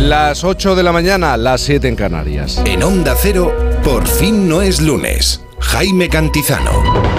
Las 8 de la mañana, las 7 en Canarias. En Onda Cero, por fin no es lunes. Jaime Cantizano.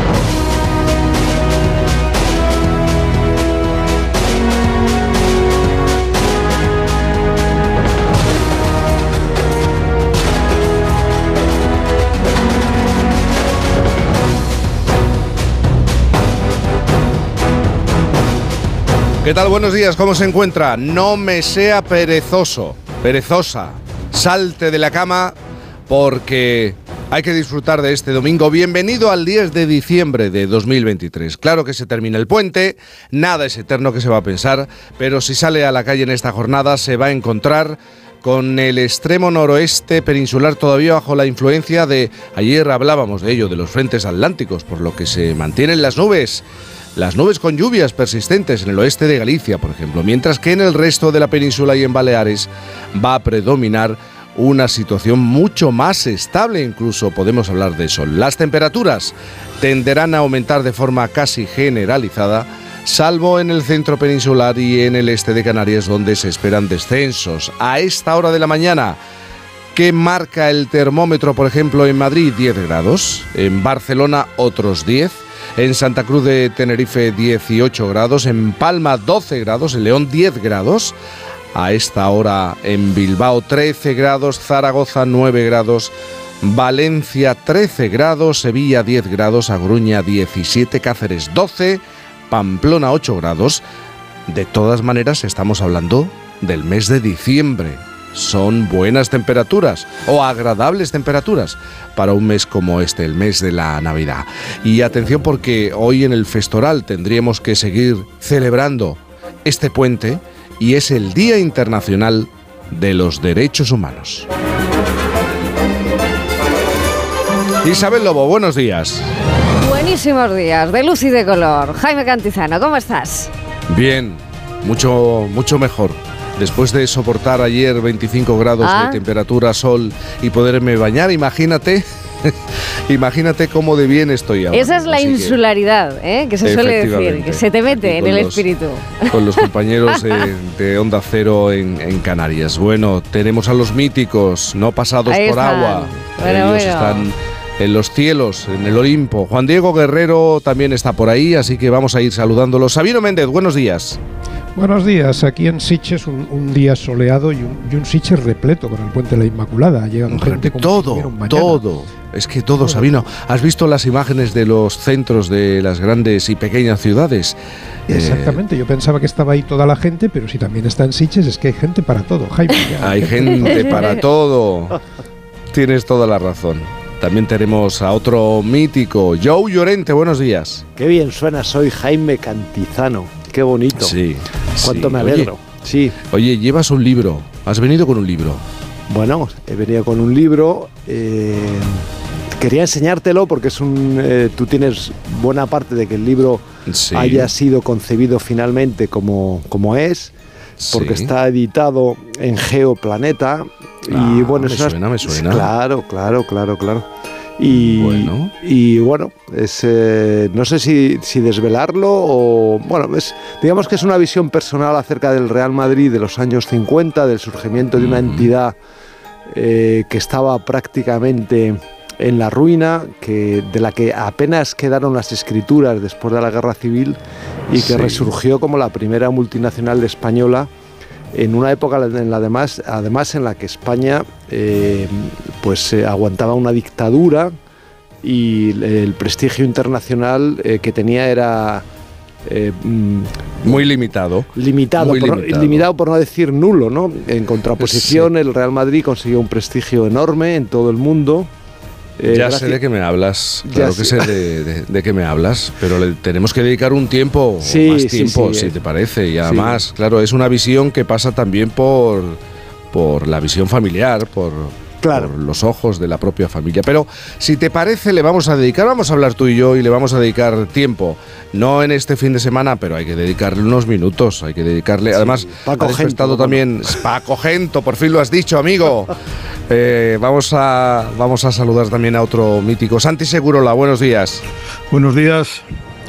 ¿Qué tal? Buenos días, ¿cómo se encuentra? No me sea perezoso, perezosa. Salte de la cama porque hay que disfrutar de este domingo. Bienvenido al 10 de diciembre de 2023. Claro que se termina el puente, nada es eterno que se va a pensar, pero si sale a la calle en esta jornada se va a encontrar con el extremo noroeste peninsular todavía bajo la influencia de... Ayer hablábamos de ello, de los frentes atlánticos, por lo que se mantienen las nubes. Las nubes con lluvias persistentes en el oeste de Galicia, por ejemplo, mientras que en el resto de la península y en Baleares va a predominar una situación mucho más estable, incluso podemos hablar de sol. Las temperaturas tenderán a aumentar de forma casi generalizada, salvo en el centro peninsular y en el este de Canarias, donde se esperan descensos. A esta hora de la mañana, ¿qué marca el termómetro, por ejemplo, en Madrid? 10 grados, en Barcelona otros 10, en Santa Cruz de Tenerife 18 grados, en Palma 12 grados, en León 10 grados, a esta hora en Bilbao 13 grados, Zaragoza 9 grados, Valencia 13 grados, Sevilla 10 grados, A Coruña 17, Cáceres 12, Pamplona 8 grados. De todas maneras estamos hablando del mes de diciembre. Son buenas temperaturas o agradables temperaturas para un mes como este, el mes de la Navidad. Y atención, porque hoy en el Festoral tendríamos que seguir celebrando este puente y es el Día Internacional de los Derechos Humanos. Isabel Lobo, buenos días. Buenísimos días, de luz y de color. Jaime Cantizano, ¿cómo estás? Bien, mucho mejor. Después de soportar ayer 25 grados de temperatura, sol y poderme bañar, imagínate cómo de bien estoy ahora. Esa es la insularidad, que se suele decir, que se te mete en el espíritu. Con los compañeros de Onda Cero en Canarias. Bueno, tenemos a los míticos, no pasados por agua. Ellos están en los cielos, en el Olimpo. Juan Diego Guerrero también está por ahí, así que vamos a ir saludándolos. Sabino Méndez, buenos días. Buenos días, aquí en Sitges un día soleado y un Sitges repleto con el Puente de la Inmaculada. Ha llegado gente como todo. Es que todo, Sabino. ¿Has visto las imágenes de los centros de las grandes y pequeñas ciudades? Exactamente, yo pensaba que estaba ahí toda la gente, pero si también está en Sitges es que hay gente para todo, Jaime. Hay gente para todo. Tienes toda la razón. También tenemos a otro mítico, Joe Llorente, buenos días. Qué bien suena, soy Jaime Cantizano. Qué bonito. Sí. Cuánto me alegro. Oye, llevas un libro. ¿Has venido con un libro? Bueno, he venido con un libro. Quería enseñártelo porque es tú tienes buena parte de que el libro haya sido concebido finalmente como es, porque está editado en Geoplaneta. Y bueno, me suena. Claro. Y bueno, no sé si desvelarlo o... Bueno, digamos que es una visión personal acerca del Real Madrid de los años 50, del surgimiento de una entidad que estaba prácticamente en la ruina, de la que apenas quedaron las escrituras después de la Guerra Civil y que resurgió como la primera multinacional española en una época además en la que España aguantaba una dictadura y el prestigio internacional que tenía era muy limitado por no decir nulo, ¿no? En contraposición, el Real Madrid consiguió un prestigio enorme en todo el mundo. Sé de qué me hablas, claro que sé de qué me hablas, pero le tenemos que dedicar un tiempo, más tiempo, si te parece, y además, claro, es una visión que pasa también por la visión familiar, por los ojos de la propia familia. Pero si te parece, vamos a hablar tú y yo y le vamos a dedicar tiempo, no en este fin de semana, pero hay que dedicarle unos minutos, además, Paco ha despertado también Paco Gento, por fin lo has dicho, amigo. Vamos a saludar también a otro mítico, Santi Segurola, buenos días. Buenos días.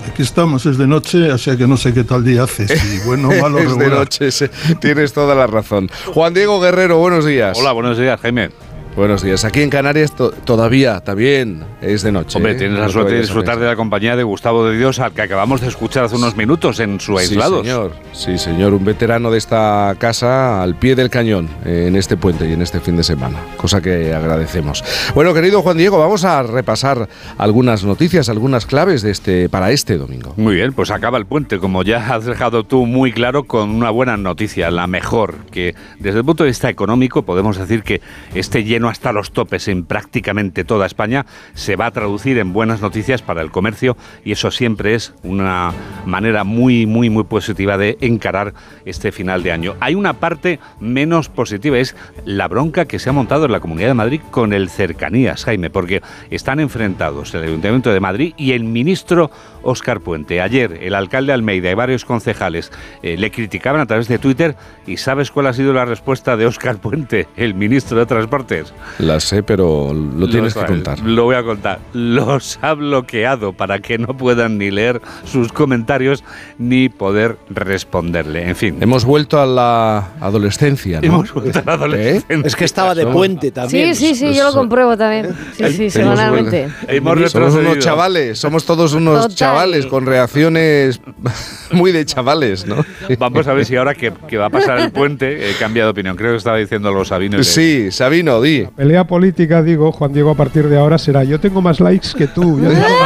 Aquí estamos, es de noche, o sea que no sé qué tal día hace, si bueno o malo. Es de noche, tienes toda la razón. Juan Diego Guerrero, buenos días. Hola, buenos días, Jaime. Buenos días. Aquí en Canarias todavía también es de noche. Hombre, tienes la suerte de disfrutar de la compañía de Gustavo de Dios, al que acabamos de escuchar hace unos minutos en su Aislados. Sí, señor. Un veterano de esta casa al pie del cañón en este puente y en este fin de semana. Cosa que agradecemos. Bueno, querido Juan Diego, vamos a repasar algunas noticias, algunas claves para este domingo. Muy bien, pues acaba el puente, como ya has dejado tú muy claro, con una buena noticia, la mejor, que desde el punto de vista económico podemos decir que este lleno hasta los topes en prácticamente toda España se va a traducir en buenas noticias para el comercio, y eso siempre es una manera muy positiva de encarar este final de año. Hay una parte menos positiva, es la bronca que se ha montado en la Comunidad de Madrid con el Cercanías, Jaime, porque están enfrentados el Ayuntamiento de Madrid y el ministro Óscar Puente. Ayer el alcalde Almeida y varios concejales le criticaban a través de Twitter, y ¿sabes cuál ha sido la respuesta de Óscar Puente, el ministro de Transportes? La sé, pero lo tienes que contar. Lo voy a contar. Los ha bloqueado para que no puedan ni leer sus comentarios ni poder responderle. En fin. Hemos vuelto a la adolescencia, ¿no? Hemos vuelto a la adolescencia. Es que estaba de puente también. Sí, yo lo compruebo también. Sí, semanalmente. Somos unos chavales, somos todos unos chavales con reacciones muy de chavales, ¿no? Vamos a ver si ahora que va a pasar el puente he cambiado de opinión. Creo que estaba diciendo los Sabino. Sí, Sabino, di. La pelea política, digo, Juan Diego, a partir de ahora será: yo tengo más likes que tú.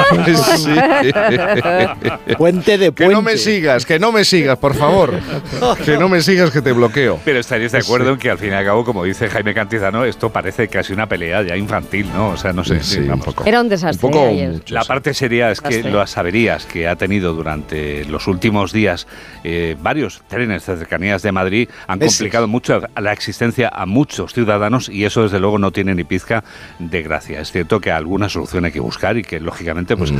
Puente de puente. Que no me sigas, por favor. Que no me sigas, que te bloqueo. Pero estaréis de acuerdo en que al fin y al cabo, como dice Jaime Cantizano, esto parece casi una pelea ya infantil, ¿no? O sea, no sé. Sí, tampoco. Era un desastre. Mucho, la parte seria es que las averías que ha tenido durante los últimos días varios trenes de Cercanías de Madrid han complicado mucho la existencia a muchos ciudadanos, y eso desde luego no tiene ni pizca de gracia. Es cierto que alguna solución hay que buscar, y que lógicamente pues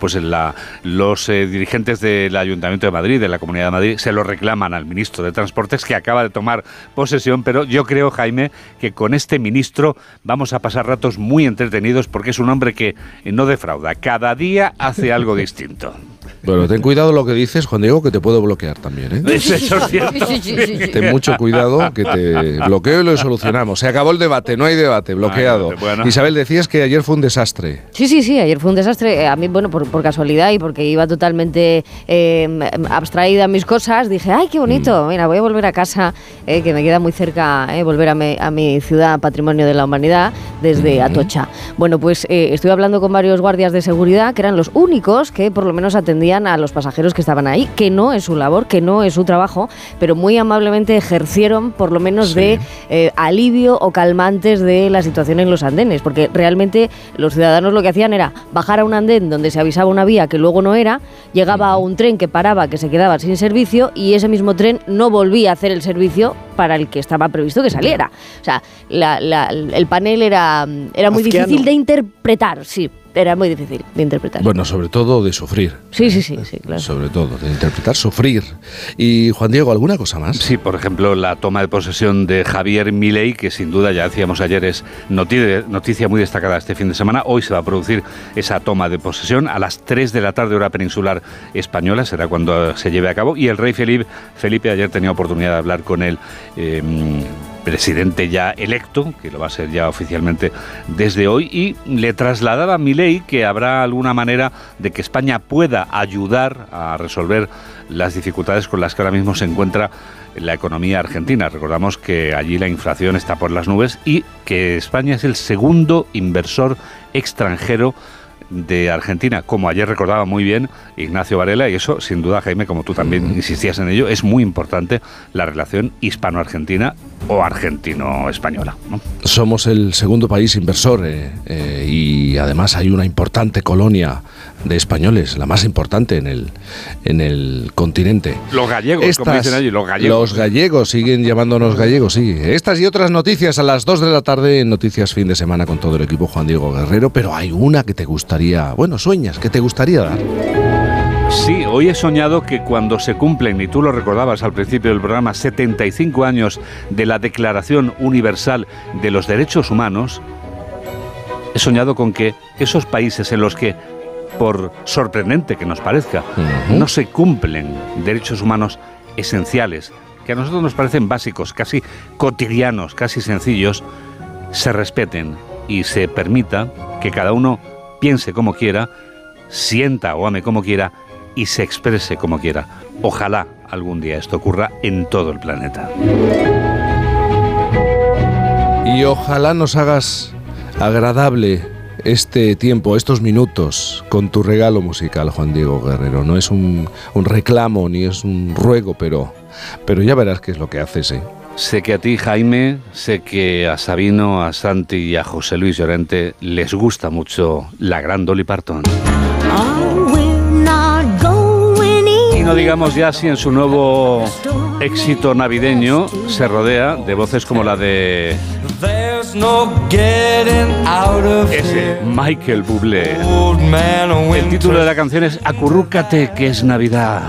los dirigentes del Ayuntamiento de Madrid, de la Comunidad de Madrid, se lo reclaman al ministro de Transportes, que acaba de tomar posesión, pero yo creo, Jaime, que con este ministro vamos a pasar ratos muy entretenidos, porque es un hombre que no defrauda, cada día hace algo distinto. Bueno, ten cuidado lo que dices, Juan Diego, que te puedo bloquear también, ¿eh? Eso es cierto. Ten mucho cuidado, que te bloqueo y lo solucionamos. Se acabó el debate, no hay debate, bloqueado. Bueno. Isabel, decías que ayer fue un desastre. Sí, ayer fue un desastre. A mí, bueno, por casualidad y porque iba totalmente abstraída a mis cosas, dije, ¡ay, qué bonito! Mira, voy a volver a casa, que me queda muy cerca, volver a mi ciudad, patrimonio de la humanidad, desde Atocha. Bueno, pues estuve hablando con varios guardias de seguridad, que eran los únicos que por lo menos atendían a los pasajeros que estaban ahí, que no es su labor, que no es su trabajo, pero muy amablemente ejercieron por lo menos de alivio o calmantes de la situación en los andenes, porque realmente los ciudadanos lo que hacían era bajar a un andén donde se avisaba una vía que luego no era, llegaba a un tren que paraba, que se quedaba sin servicio, y ese mismo tren no volvía a hacer el servicio para el que estaba previsto que saliera. O sea, el panel era muy difícil de interpretar, sí. Era muy difícil de interpretar. Bueno, sobre todo de sufrir. Sí, claro. Sobre todo, de interpretar, sufrir. Y, Juan Diego, ¿alguna cosa más? Sí, por ejemplo, la toma de posesión de Javier Milei, que sin duda, ya decíamos ayer, es noticia muy destacada este fin de semana. Hoy se va a producir esa toma de posesión a las 3 de la tarde, hora peninsular española, será cuando se lleve a cabo. Y el rey Felipe ayer tenía oportunidad de hablar con el presidente ya electo, que lo va a ser ya oficialmente desde hoy, y le trasladaba a Milei que habrá alguna manera de que España pueda ayudar a resolver las dificultades con las que ahora mismo se encuentra la economía argentina. Recordamos que allí la inflación está por las nubes y que España es el segundo inversor extranjero de Argentina, como ayer recordaba muy bien Ignacio Varela, y eso sin duda, Jaime, como tú también insistías en ello, es muy importante la relación hispano-argentina o argentino-española, ¿no? Somos el segundo país inversor y además hay una importante colonia de españoles, la más importante en el continente. Los gallegos, como dicen allí, los gallegos. Los gallegos, siguen llamándonos gallegos, sí. Estas y otras noticias a las 2 de la tarde en Noticias Fin de Semana con todo el equipo Juan Diego Guerrero, pero hay una que te gustaría, sueñas, que te gustaría dar. Sí, hoy he soñado que cuando se cumplen, y tú lo recordabas al principio del programa, 75 años de la Declaración Universal de los Derechos Humanos, he soñado con que esos países en los que por sorprendente que nos parezca, no se cumplen derechos humanos esenciales, que a nosotros nos parecen básicos, casi cotidianos, casi sencillos, se respeten y se permita que cada uno piense como quiera, sienta o ame como quiera y se exprese como quiera. Ojalá algún día esto ocurra en todo el planeta. Y ojalá nos hagas agradable este tiempo, estos minutos, con tu regalo musical, Juan Diego Guerrero. No es un reclamo ni es un ruego, pero ya verás qué es lo que haces, ¿eh? Sé que a ti, Jaime, sé que a Sabino, a Santi y a José Luis Llorente les gusta mucho la gran Dolly Parton. Y no digamos ya si en su nuevo éxito navideño se rodea de voces como la de ese Michael Bublé. El título de la canción es Acurrúcate, que es Navidad.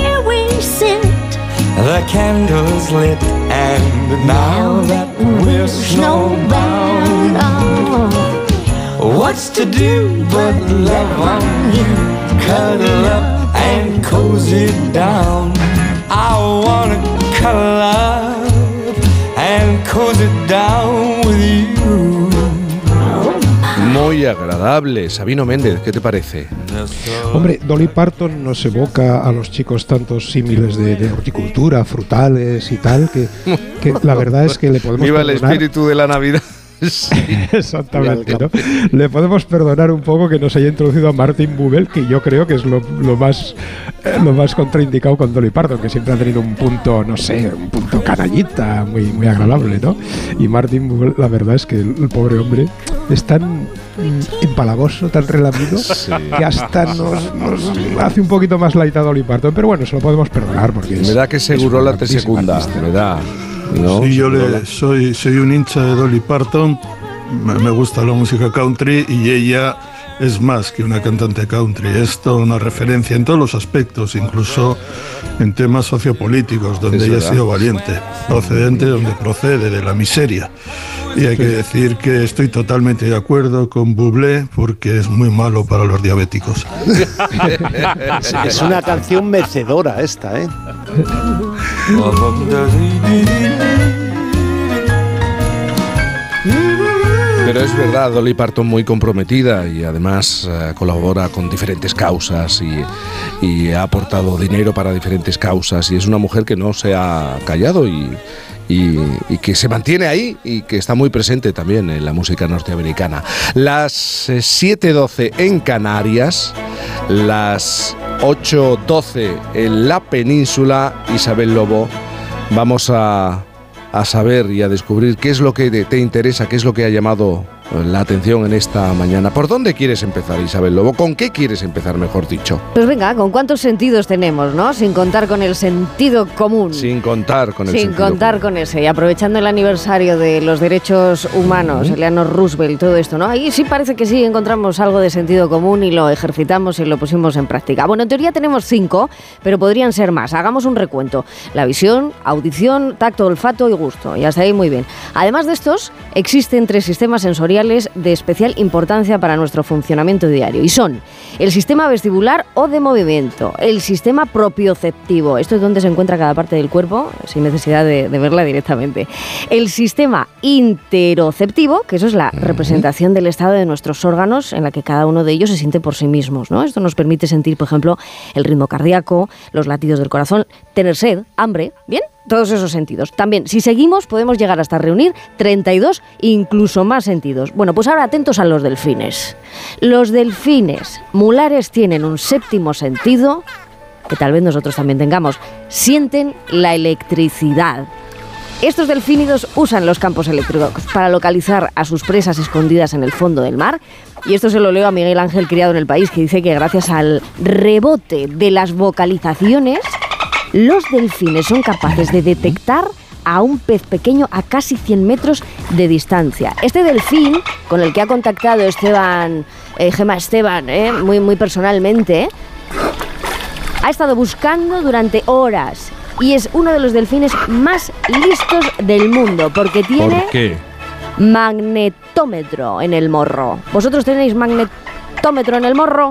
The candles lit, and now that we're snowbound, what's to do but love on you, cuddle up and cozy down. I wanna cuddle up and cozy down with you. Muy agradable. Sabino Méndez, ¿qué te parece? Hombre, Dolly Parton nos evoca a los chicos tantos símiles de horticultura, frutales y tal, que la verdad es que le podemos Viva perdonar. el espíritu de la Navidad. Sí. Exactamente, ¿no? Le podemos perdonar un poco que nos haya introducido a Martin Buber, que yo creo que es lo más contraindicado con Dolly Parton, que siempre ha tenido un punto, no sé, un punto canallita, muy agradable, ¿no? Y Martin Buber, la verdad es que el pobre hombre es tan empalagoso, tan relamido, sí, que hasta nos hace un poquito más light a Dolly Parton, pero bueno, se lo podemos perdonar porque me da que seguro la te secunda, me da. ¿No? Sí, yo soy un hincha de Dolly Parton, me gusta la música country y ella es más que una cantante country, es toda una referencia en todos los aspectos, incluso en temas sociopolíticos, donde ella ha sido valiente, donde procede de la miseria. Y hay que decir que estoy totalmente de acuerdo con Bublé porque es muy malo para los diabéticos. Es una canción mecedora esta, ¿eh? Pero es verdad, Dolly Parton muy comprometida y además colabora con diferentes causas y ha aportado dinero para diferentes causas y es una mujer que no se ha callado y que se mantiene ahí y que está muy presente también en la música norteamericana. Las 7:12 en Canarias, las 8:12 en la península. Isabel Lobo, vamos a saber y a descubrir qué es lo que te interesa, qué es lo que ha llamado la atención en esta mañana. ¿Por dónde quieres empezar, Isabel Lobo? ¿Con qué quieres empezar, mejor dicho? Pues venga, ¿con cuántos sentidos tenemos, no? Sin contar con el sentido común. Sin contar con el sentido común. Sin contar con ese. Y aprovechando el aniversario de los derechos humanos, Eleanor Roosevelt, todo esto, ¿no? Ahí sí parece que sí encontramos algo de sentido común y lo ejercitamos y lo pusimos en práctica. Bueno, en teoría tenemos 5, pero podrían ser más. Hagamos un recuento. La visión, audición, tacto, olfato y gusto. Y hasta ahí muy bien. Además de estos, existen 3 sistemas sensoriales de especial importancia para nuestro funcionamiento diario y son el sistema vestibular o de movimiento, el sistema propioceptivo, esto es donde se encuentra cada parte del cuerpo sin necesidad de verla directamente, el sistema interoceptivo, que eso es la representación del estado de nuestros órganos en la que cada uno de ellos se siente por sí mismos, ¿no? Esto nos permite sentir, por ejemplo, el ritmo cardíaco, los latidos del corazón, tener sed, hambre, ¿bien? Todos esos sentidos. También, si seguimos, podemos llegar hasta reunir 32, incluso más sentidos. Bueno, pues ahora atentos a los delfines. Los delfines mulares tienen un 7º sentido, que tal vez nosotros también tengamos. Sienten la electricidad. Estos delfínidos usan los campos eléctricos para localizar a sus presas escondidas en el fondo del mar. Y esto se lo leo a Miguel Ángel, criado en el país, que dice que gracias al rebote de las vocalizaciones, los delfines son capaces de detectar a un pez pequeño a casi 100 metros de distancia. Este delfín, con el que ha contactado Gemma Esteban, muy personalmente, ha estado buscando durante horas y es uno de los delfines más listos del mundo porque tiene ¿Por qué? magnetómetro en el morro. ¿Vosotros tenéis magnetómetro en el morro?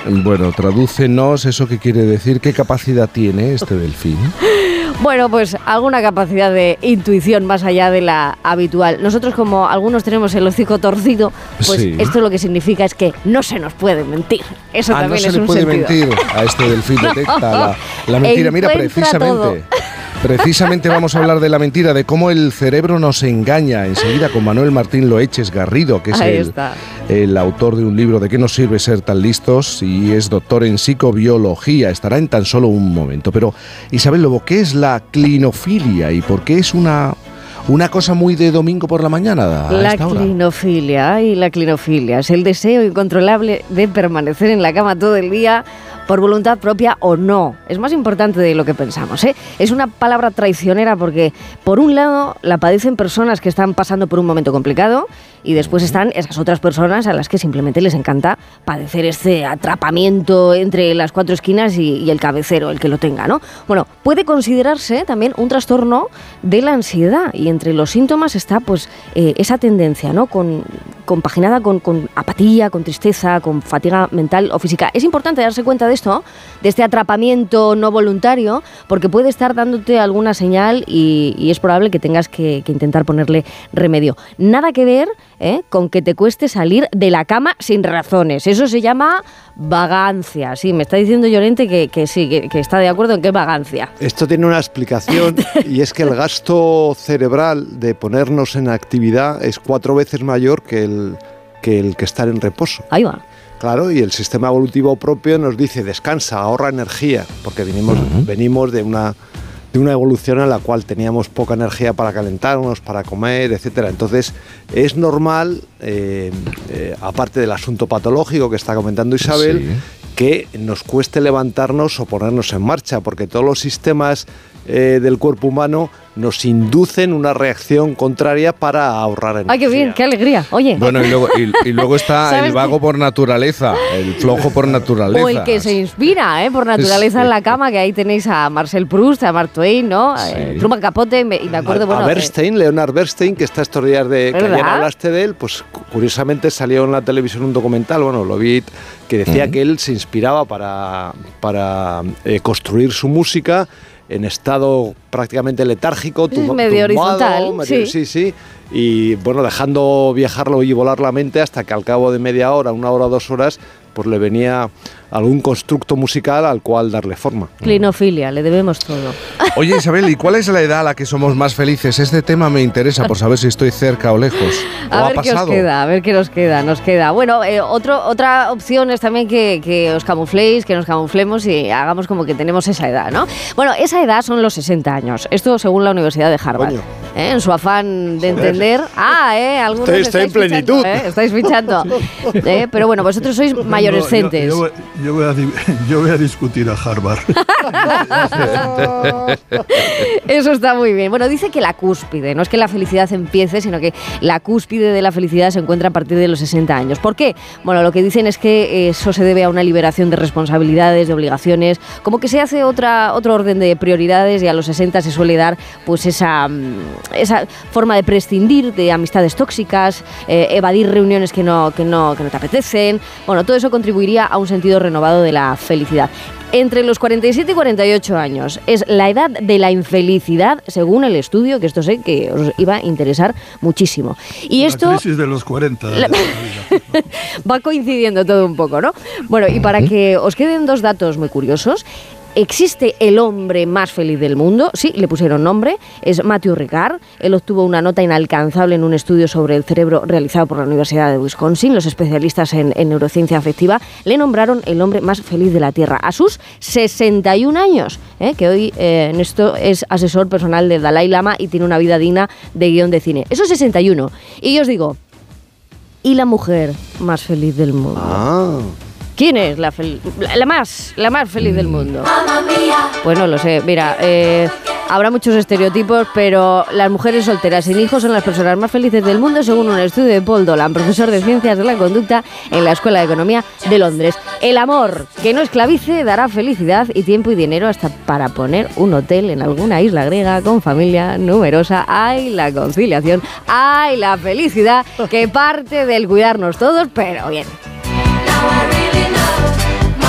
Bueno, tradúcenos eso que quiere decir, ¿qué capacidad tiene este delfín? Bueno, pues alguna capacidad de intuición más allá de la habitual. Nosotros, como algunos tenemos el hocico torcido, pues sí. Esto lo que significa es que no se nos puede mentir. Eso también no es se le un puede sentido. mentir a este delfín, detecta la mentira. Mira, precisamente vamos a hablar de la mentira, de cómo el cerebro nos engaña. Enseguida con Manuel Martín Loeches Garrido, que es el autor de un libro ¿De qué nos sirve ser tan listos? Y es doctor en psicobiología. Estará en tan solo un momento. Pero, Isabel Lobo, ¿qué es la clinofilia y por qué es una cosa muy de domingo por la mañana? La clinofilia es el deseo incontrolable de permanecer en la cama todo el día por voluntad propia o no. Es más importante de lo que pensamos, ¿eh? Es una palabra traicionera porque, por un lado, la padecen personas que están pasando por un momento complicado y después están esas otras personas a las que simplemente les encanta padecer este atrapamiento entre las cuatro esquinas y el cabecero, el que lo tenga, ¿no? Bueno, puede considerarse también un trastorno de la ansiedad y entre los síntomas está pues esa tendencia, ¿no? Compaginada con apatía, con tristeza, con fatiga mental o física. Es importante darse cuenta de esto, de este atrapamiento no voluntario, porque puede estar dándote alguna señal y es probable que tengas que intentar ponerle remedio. Nada que ver con que te cueste salir de la cama sin razones. Eso se llama vagancia. Sí, me está diciendo Llorente que sí, que está de acuerdo en que es vagancia. Esto tiene una explicación y es que el gasto cerebral de ponernos en actividad es 4 veces mayor que el que estar en reposo. Ahí va. Claro, y el sistema evolutivo propio nos dice descansa, ahorra energía, porque venimos de una evolución en la cual teníamos poca energía para calentarnos, para comer, etcétera. Entonces, es normal, aparte del asunto patológico que está comentando Isabel, sí, que nos cueste levantarnos o ponernos en marcha, porque todos los sistemas del cuerpo humano nos inducen una reacción contraria para ahorrar energía. ¡Ay, qué bien! ¡Qué alegría! Oye. Bueno, y luego está el vago por naturaleza, el flojo por naturaleza. O el que se inspira por naturaleza en la cama, que ahí tenéis a Marcel Proust, a Mark Twain, ¿no? Sí. Truman Capote, y me acuerdo... A Bernstein, Leonard Bernstein, que está estos días de... Que ayer hablaste de él, pues curiosamente salió en la televisión un documental, bueno, lo vi, que decía que él se inspiraba para construir su música en estado prácticamente letárgico, medio horizontal, sí, y bueno, dejando viajarlo y volar la mente hasta que al cabo de media hora, 1 hora, 2 horas, pues le venía algún constructo musical al cual darle forma. Clinofilia, le debemos todo. Oye, Isabel, ¿y cuál es la edad a la que somos más felices? Este tema me interesa por saber si estoy cerca o lejos. A ver qué os queda, a ver qué nos queda. Bueno, otra opción es también que os camufléis, que nos camuflemos y hagamos como que tenemos esa edad, ¿no? Bueno, esa edad son los 60 años. Esto según la Universidad de Harvard. En su afán de entender... algunos estoy en plenitud. Estáis fichando. Pero bueno, vosotros sois mayorescentes. Yo voy a discutir a Harvard. Eso está muy bien. Bueno, dice que la cúspide, no es que la felicidad empiece, sino que la cúspide de la felicidad se encuentra a partir de los 60 años. ¿Por qué? Bueno, lo que dicen es que eso se debe a una liberación de responsabilidades, de obligaciones, como que se hace otro orden de prioridades y a los 60 se suele dar pues esa forma de prescindir de amistades tóxicas, evadir reuniones que no te apetecen. Bueno, todo eso contribuiría a un sentido renovado de la felicidad. Entre los 47 y 48 años es la edad de la infelicidad, según el estudio, que esto sé que os iba a interesar muchísimo. Y esto... La crisis de los 40. Va coincidiendo todo un poco, ¿no? Bueno, y para que os queden 2 datos muy curiosos... ¿Existe el hombre más feliz del mundo? Sí, le pusieron nombre, es Matthew Ricard. Él obtuvo una nota inalcanzable en un estudio sobre el cerebro realizado por la Universidad de Wisconsin. Los especialistas en neurociencia afectiva le nombraron el hombre más feliz de la Tierra a sus 61 años, que hoy en esto es asesor personal del Dalai Lama y tiene una vida digna de guión de cine. Eso es 61. Y yo os digo, ¿y la mujer más feliz del mundo? ¿Quién es la más feliz del mundo? Pues no lo sé. Mira, habrá muchos estereotipos, pero las mujeres solteras sin hijos son las personas más felices del mundo, según un estudio de Paul Dolan, profesor de Ciencias de la Conducta en la Escuela de Economía de Londres. El amor que no esclavice dará felicidad y tiempo y dinero hasta para poner un hotel en alguna isla griega con familia numerosa. ¡Ay, la conciliación! ¡Ay, la felicidad! Que parte del cuidarnos todos, pero bien.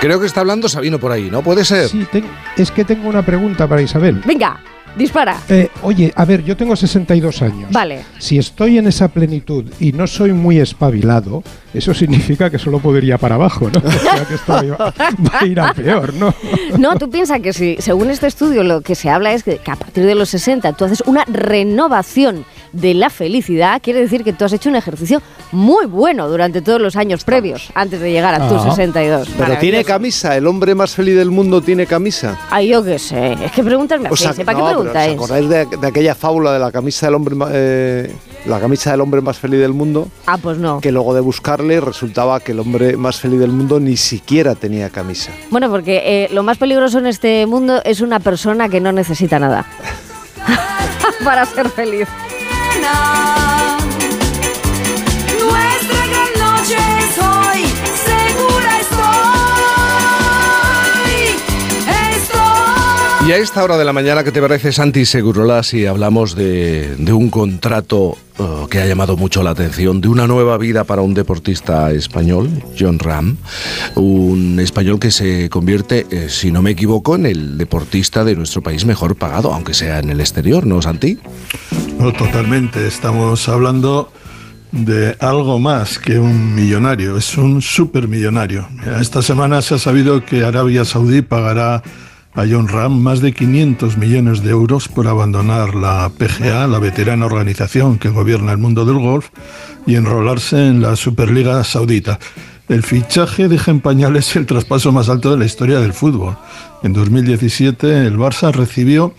Creo que está hablando Sabino por ahí, ¿no? ¿Puede ser? Sí, es que tengo una pregunta para Isabel. Venga, dispara. Oye, a ver, yo tengo 62 años. Vale. Si estoy en esa plenitud y no soy muy espabilado, eso significa que solo puedo ir a para abajo, ¿no? O sea, que esto va a ir a peor, ¿no? No, tú piensas que si, según este estudio, lo que se habla es que a partir de los 60 tú haces una renovación de la felicidad, quiere decir que tú has hecho un ejercicio muy bueno durante todos los años previos, antes de llegar a tus 62. Pero tiene camisa, el hombre más feliz del mundo tiene camisa. Ay, yo qué sé, es que pregúntame, ¿para qué preguntáis? ¿Os acordáis de aquella fábula de la camisa del hombre más feliz del mundo? Ah, pues no. Que luego de buscarle resultaba que el hombre más feliz del mundo ni siquiera tenía camisa. Bueno, porque lo más peligroso en este mundo es una persona que no necesita nada para ser feliz. Nuestra gran noche es hoy, segura estoy. Y a esta hora de la mañana, ¿qué te parece, Santi Segurola, si hablamos de un contrato que ha llamado mucho la atención, de una nueva vida para un deportista español, Jon Rahm, un español que se convierte, si no me equivoco, en el deportista de nuestro país mejor pagado, aunque sea en el exterior, ¿no, Santi? No, totalmente. Estamos hablando de algo más que un millonario, es un supermillonario. Esta semana se ha sabido que Arabia Saudí pagará a Jon Rahm más de 500 millones de euros por abandonar la PGA, la veterana organización que gobierna el mundo del golf, y enrolarse en la Superliga Saudita. El fichaje deja en pañales el traspaso más alto de la historia del fútbol. En 2017 el Barça recibió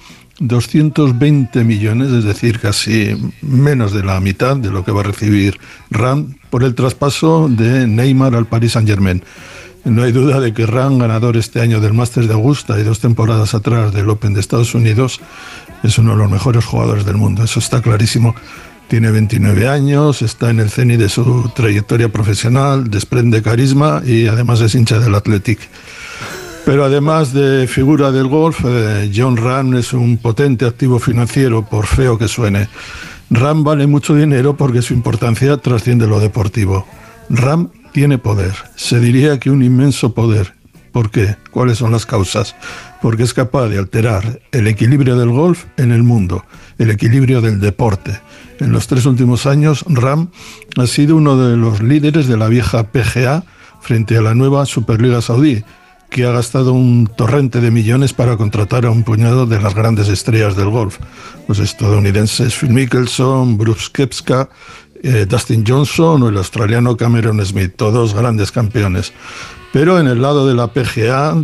220 millones, es decir, casi menos de la mitad de lo que va a recibir Rahm por el traspaso de Neymar al Paris Saint-Germain. No hay duda de que Rahm, ganador este año del Masters de Augusta y 2 temporadas atrás del Open de Estados Unidos, es uno de los mejores jugadores del mundo, eso está clarísimo. Tiene 29 años, está en el cenit de su trayectoria profesional, desprende carisma y además es hincha del Athletic. Pero además de figura del golf, Jon Rahm es un potente activo financiero, por feo que suene. Rahm vale mucho dinero porque su importancia trasciende lo deportivo. Rahm tiene poder, se diría que un inmenso poder. ¿Por qué? ¿Cuáles son las causas? Porque es capaz de alterar el equilibrio del golf en el mundo, el equilibrio del deporte. En los 3 últimos años, Rahm ha sido uno de los líderes de la vieja PGA frente a la nueva Superliga Saudí, que ha gastado un torrente de millones para contratar a un puñado de las grandes estrellas del golf. Los estadounidenses Phil Mickelson, Brooks Koepka, Dustin Johnson o el australiano Cameron Smith, todos grandes campeones. Pero en el lado de la PGA,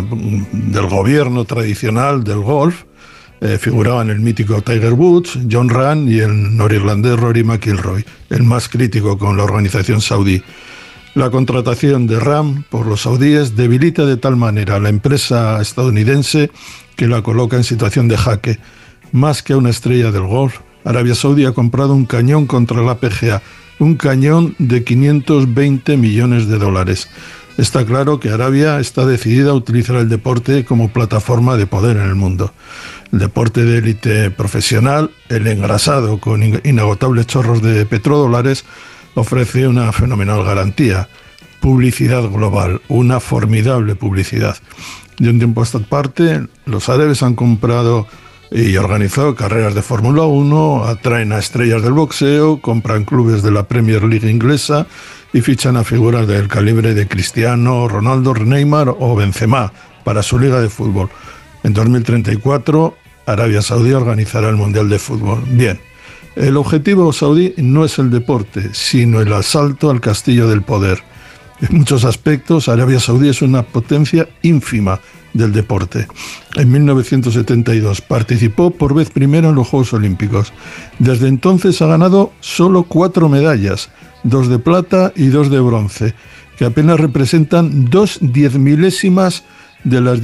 del gobierno tradicional del golf, figuraban el mítico Tiger Woods, Jon Rahm y el norirlandés Rory McIlroy, el más crítico con la organización saudí. La contratación de Rahm por los saudíes debilita de tal manera a la empresa estadounidense que la coloca en situación de jaque. Más que a una estrella del golf, Arabia Saudí ha comprado un cañón contra la PGA, un cañón de 520 millones de dólares. Está claro que Arabia está decidida a utilizar el deporte como plataforma de poder en el mundo. El deporte de élite profesional, el engrasado con inagotables chorros de petrodólares, ofrece una fenomenal garantía. Publicidad global, una formidable publicidad. De un tiempo a esta parte, los árabes han comprado y organizado carreras de Fórmula 1, atraen a estrellas del boxeo, compran clubes de la Premier League inglesa y fichan a figuras del calibre de Cristiano, Ronaldo, Neymar o Benzema para su liga de fútbol. En 2034, Arabia Saudí organizará el Mundial de Fútbol. Bien, el objetivo saudí no es el deporte, sino el asalto al castillo del poder. En muchos aspectos, Arabia Saudí es una potencia ínfima del deporte. En 1972 participó por vez primera en los Juegos Olímpicos. Desde entonces ha ganado solo 4 medallas, 2 de plata y 2 de bronce, que apenas representan 2 diezmilésimas de las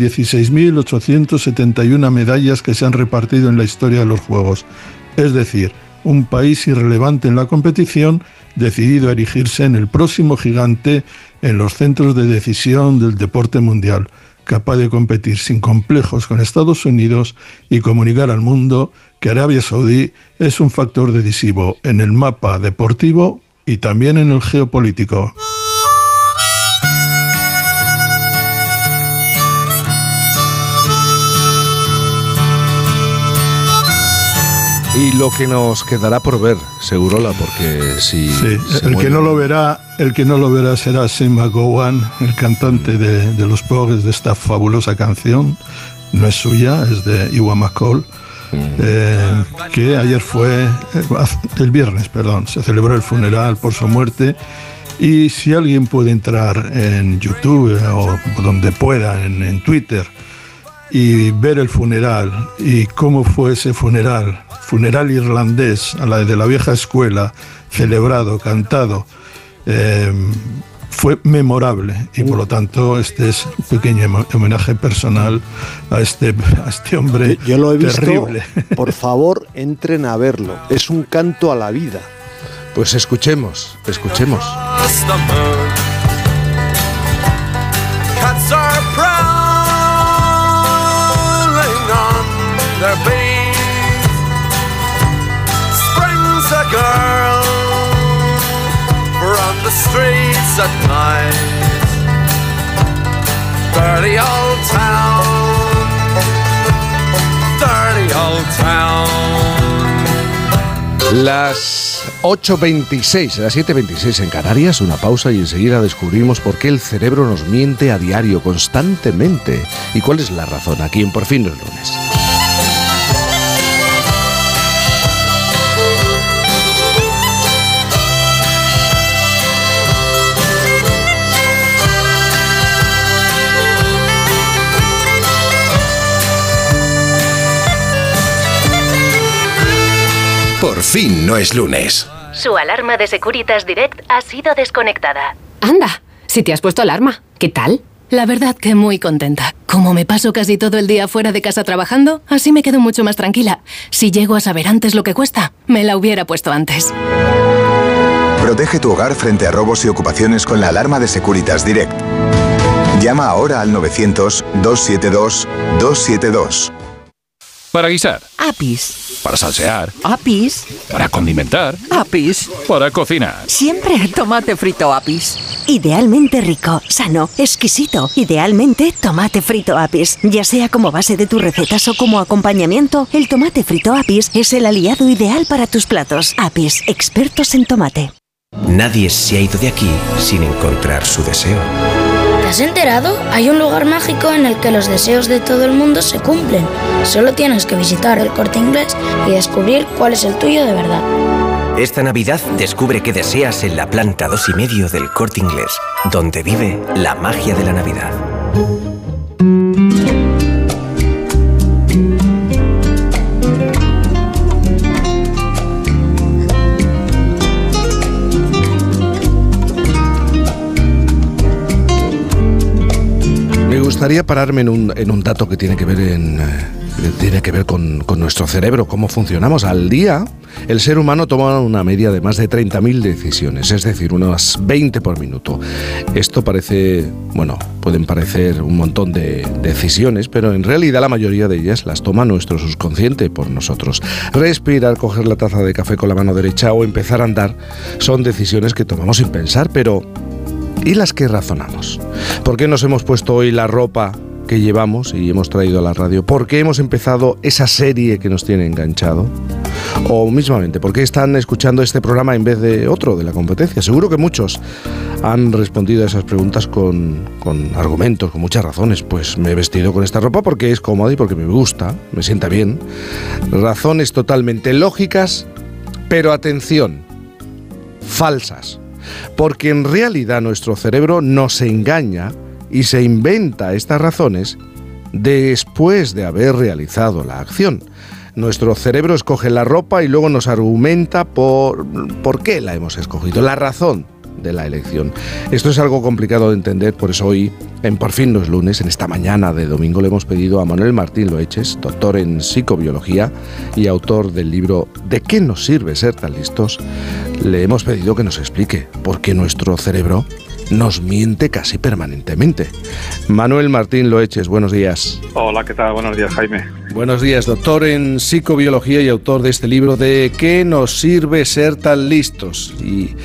16.871 medallas que se han repartido en la historia de los Juegos. Es decir, un país irrelevante en la competición, decidido a erigirse en el próximo gigante en los centros de decisión del deporte mundial, capaz de competir sin complejos con Estados Unidos y comunicar al mundo que Arabia Saudí es un factor decisivo en el mapa deportivo y también en el geopolítico. Y lo que nos quedará por ver, Segurola, porque si... Sí, el que no lo verá será Sam McGowan, el cantante de los Pogues de esta fabulosa canción. No es suya, es de Ewan McCall, que el viernes, se celebró el funeral por su muerte. Y si alguien puede entrar en YouTube o donde pueda, en Twitter, y ver el funeral y cómo fue ese funeral irlandés a la de la vieja escuela, celebrado, cantado, fue memorable, y por lo tanto este es un pequeño homenaje personal a este hombre. Yo lo he visto, terrible. Por favor, entren a verlo, es un canto a la vida. Pues escuchemos. Their bees. Spring's a girl from the streets at night. Dirty old town, dirty old town. Las 8:26, las 7:26 en Canarias, una pausa y enseguida descubrimos por qué el cerebro nos miente a diario, constantemente. ¿Y cuál es la razón? Aquí en Por fin no es lunes. Por fin no es lunes. Su alarma de Securitas Direct ha sido desconectada. Anda, si te has puesto alarma, ¿qué tal? La verdad que muy contenta. Como me paso casi todo el día fuera de casa trabajando, así me quedo mucho más tranquila. Si llego a saber antes lo que cuesta, me la hubiera puesto antes. Protege tu hogar frente a robos y ocupaciones con la alarma de Securitas Direct. Llama ahora al 900-272-272. Para guisar. Apis. Para salsear. Apis. Para condimentar. Apis. Para cocinar. Siempre tomate frito Apis. Idealmente rico, sano, exquisito. Idealmente tomate frito Apis. Ya sea como base de tus recetas o como acompañamiento, el tomate frito Apis es el aliado ideal para tus platos. Apis, expertos en tomate. Nadie se ha ido de aquí sin encontrar su deseo. ¿Te has enterado? Hay un lugar mágico en el que los deseos de todo el mundo se cumplen. Solo tienes que visitar el Corte Inglés y descubrir cuál es el tuyo de verdad. Esta Navidad descubre qué deseas en la planta 2,5 del Corte Inglés, donde vive la magia de la Navidad. Me gustaría pararme en un dato que tiene que ver con nuestro cerebro, cómo funcionamos. Al día, el ser humano toma una media de más de 30.000 decisiones, es decir, unas 20 por minuto. Esto pueden parecer un montón de decisiones, pero en realidad la mayoría de ellas las toma nuestro subconsciente por nosotros. Respirar, coger la taza de café con la mano derecha o empezar a andar son decisiones que tomamos sin pensar, pero ¿y las que razonamos? ¿Por qué nos hemos puesto hoy la ropa que llevamos y hemos traído a la radio? ¿Por qué hemos empezado esa serie que nos tiene enganchado? O mismamente, ¿por qué están escuchando este programa en vez de otro de la competencia? Seguro que muchos han respondido a esas preguntas con argumentos, con muchas razones. Pues me he vestido con esta ropa porque es cómoda y porque me gusta, me sienta bien. Razones totalmente lógicas, pero atención, falsas. Porque en realidad nuestro cerebro nos engaña y se inventa estas razones después de haber realizado la acción. Nuestro cerebro escoge la ropa y luego nos argumenta por qué la hemos escogido, la razón de la elección. Esto es algo complicado de entender, por eso hoy, en Por fin no es lunes, en esta mañana de domingo, le hemos pedido a Manuel Martín Loeches, doctor en psicobiología y autor del libro ¿De qué nos sirve ser tan listos?, le hemos pedido que nos explique por qué nuestro cerebro nos miente casi permanentemente. Manuel Martín Loeches, buenos días. Hola, ¿qué tal? Buenos días, Jaime. Buenos días, doctor en psicobiología y autor de este libro ¿De qué nos sirve ser tan listos?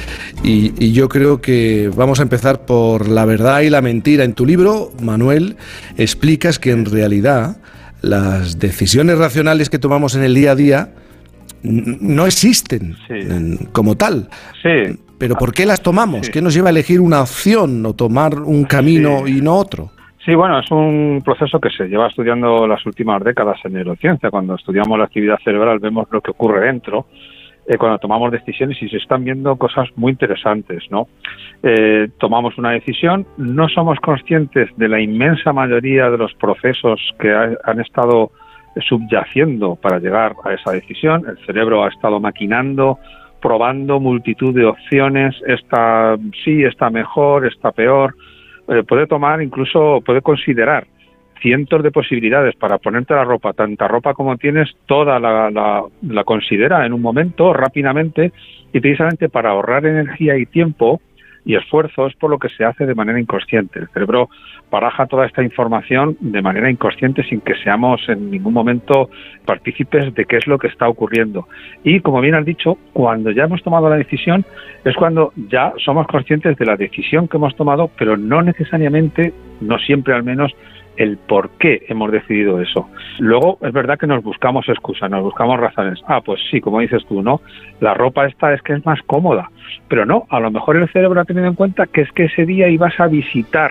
Y yo creo que vamos a empezar por la verdad y la mentira. En tu libro, Manuel, explicas que en realidad las decisiones racionales que tomamos en el día a día no existen como tal. Sí. Pero ¿por qué las tomamos? ¿Qué nos lleva a elegir una opción o tomar un camino y no otro? Sí, bueno, es un proceso que se lleva estudiando las últimas décadas en neurociencia. Cuando estudiamos la actividad cerebral vemos lo que ocurre dentro, cuando tomamos decisiones, y se están viendo cosas muy interesantes, ¿no? Tomamos una decisión, no somos conscientes de la inmensa mayoría de los procesos que han estado subyaciendo para llegar a esa decisión. El cerebro ha estado maquinando, probando multitud de opciones, esta sí, está mejor, está peor. Puede tomar, incluso puede considerar cientos de posibilidades para ponerte la ropa, tanta ropa como tienes, toda la considera en un momento, rápidamente, y precisamente para ahorrar energía y tiempo y esfuerzo es por lo que se hace de manera inconsciente. El cerebro baraja toda esta información de manera inconsciente sin que seamos en ningún momento partícipes de qué es lo que está ocurriendo. Y como bien has dicho, cuando ya hemos tomado la decisión es cuando ya somos conscientes de la decisión que hemos tomado, pero no necesariamente, no siempre al menos, el por qué hemos decidido eso. Luego es verdad que nos buscamos excusas, nos buscamos razones. Pues sí, como dices tú, ¿no? La ropa esta es que es más cómoda. Pero no, a lo mejor el cerebro ha tenido en cuenta que es que ese día ibas a visitar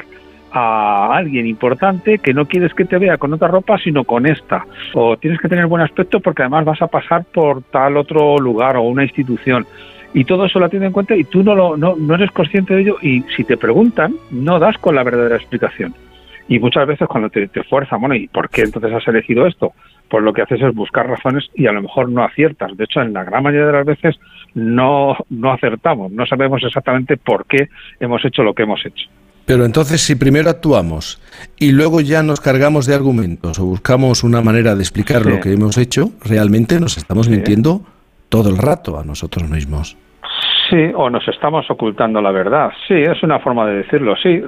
a alguien importante que no quieres que te vea con otra ropa sino con esta, o tienes que tener buen aspecto porque además vas a pasar por tal otro lugar o una institución, y todo eso lo tienes en cuenta y tú no eres consciente de ello, y si te preguntan no das con la verdadera explicación. Y muchas veces cuando te fuerzan, bueno, ¿y por qué entonces has elegido esto? Pues lo que haces es buscar razones y a lo mejor no aciertas. De hecho, en la gran mayoría de las veces no acertamos, no sabemos exactamente por qué hemos hecho lo que hemos hecho. Pero entonces, si primero actuamos y luego ya nos cargamos de argumentos o buscamos una manera de explicar lo que hemos hecho, realmente nos estamos mintiendo todo el rato a nosotros mismos. Sí, o nos estamos ocultando la verdad. Sí, es una forma de decirlo. Sí,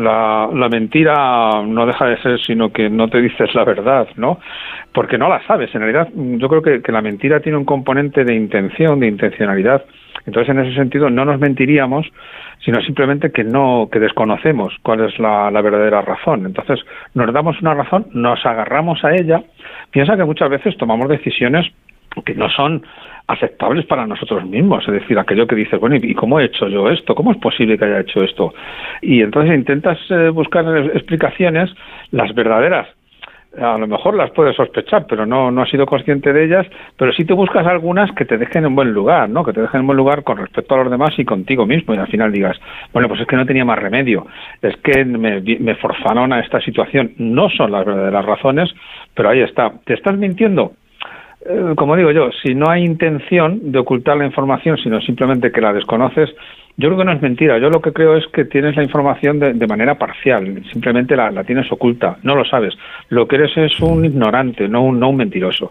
la mentira no deja de ser sino que no te dices la verdad, ¿no? Porque no la sabes. En realidad, yo creo que la mentira tiene un componente de intención, de intencionalidad. Entonces, en ese sentido, no nos mentiríamos, sino simplemente que desconocemos cuál es la verdadera razón. Entonces, nos damos una razón, nos agarramos a ella. Piensa que muchas veces tomamos decisiones que no son aceptables para nosotros mismos, es decir, aquello que dices, bueno, ¿y cómo he hecho yo esto? ¿Cómo es posible que haya hecho esto? Y entonces intentas buscar explicaciones, las verdaderas. A lo mejor las puedes sospechar, pero no has sido consciente de ellas, pero sí te buscas algunas que te dejen en buen lugar, ¿no? Que te dejen en buen lugar con respecto a los demás y contigo mismo, y al final digas, bueno, pues es que no tenía más remedio, es que me forzaron a esta situación. No son las verdaderas razones, pero ahí está. ¿Te estás mintiendo? Como digo yo, si no hay intención de ocultar la información, sino simplemente que la desconoces, yo creo que no es mentira. Yo lo que creo es que tienes la información de manera parcial, simplemente la tienes oculta, no lo sabes. Lo que eres es un ignorante, no un mentiroso.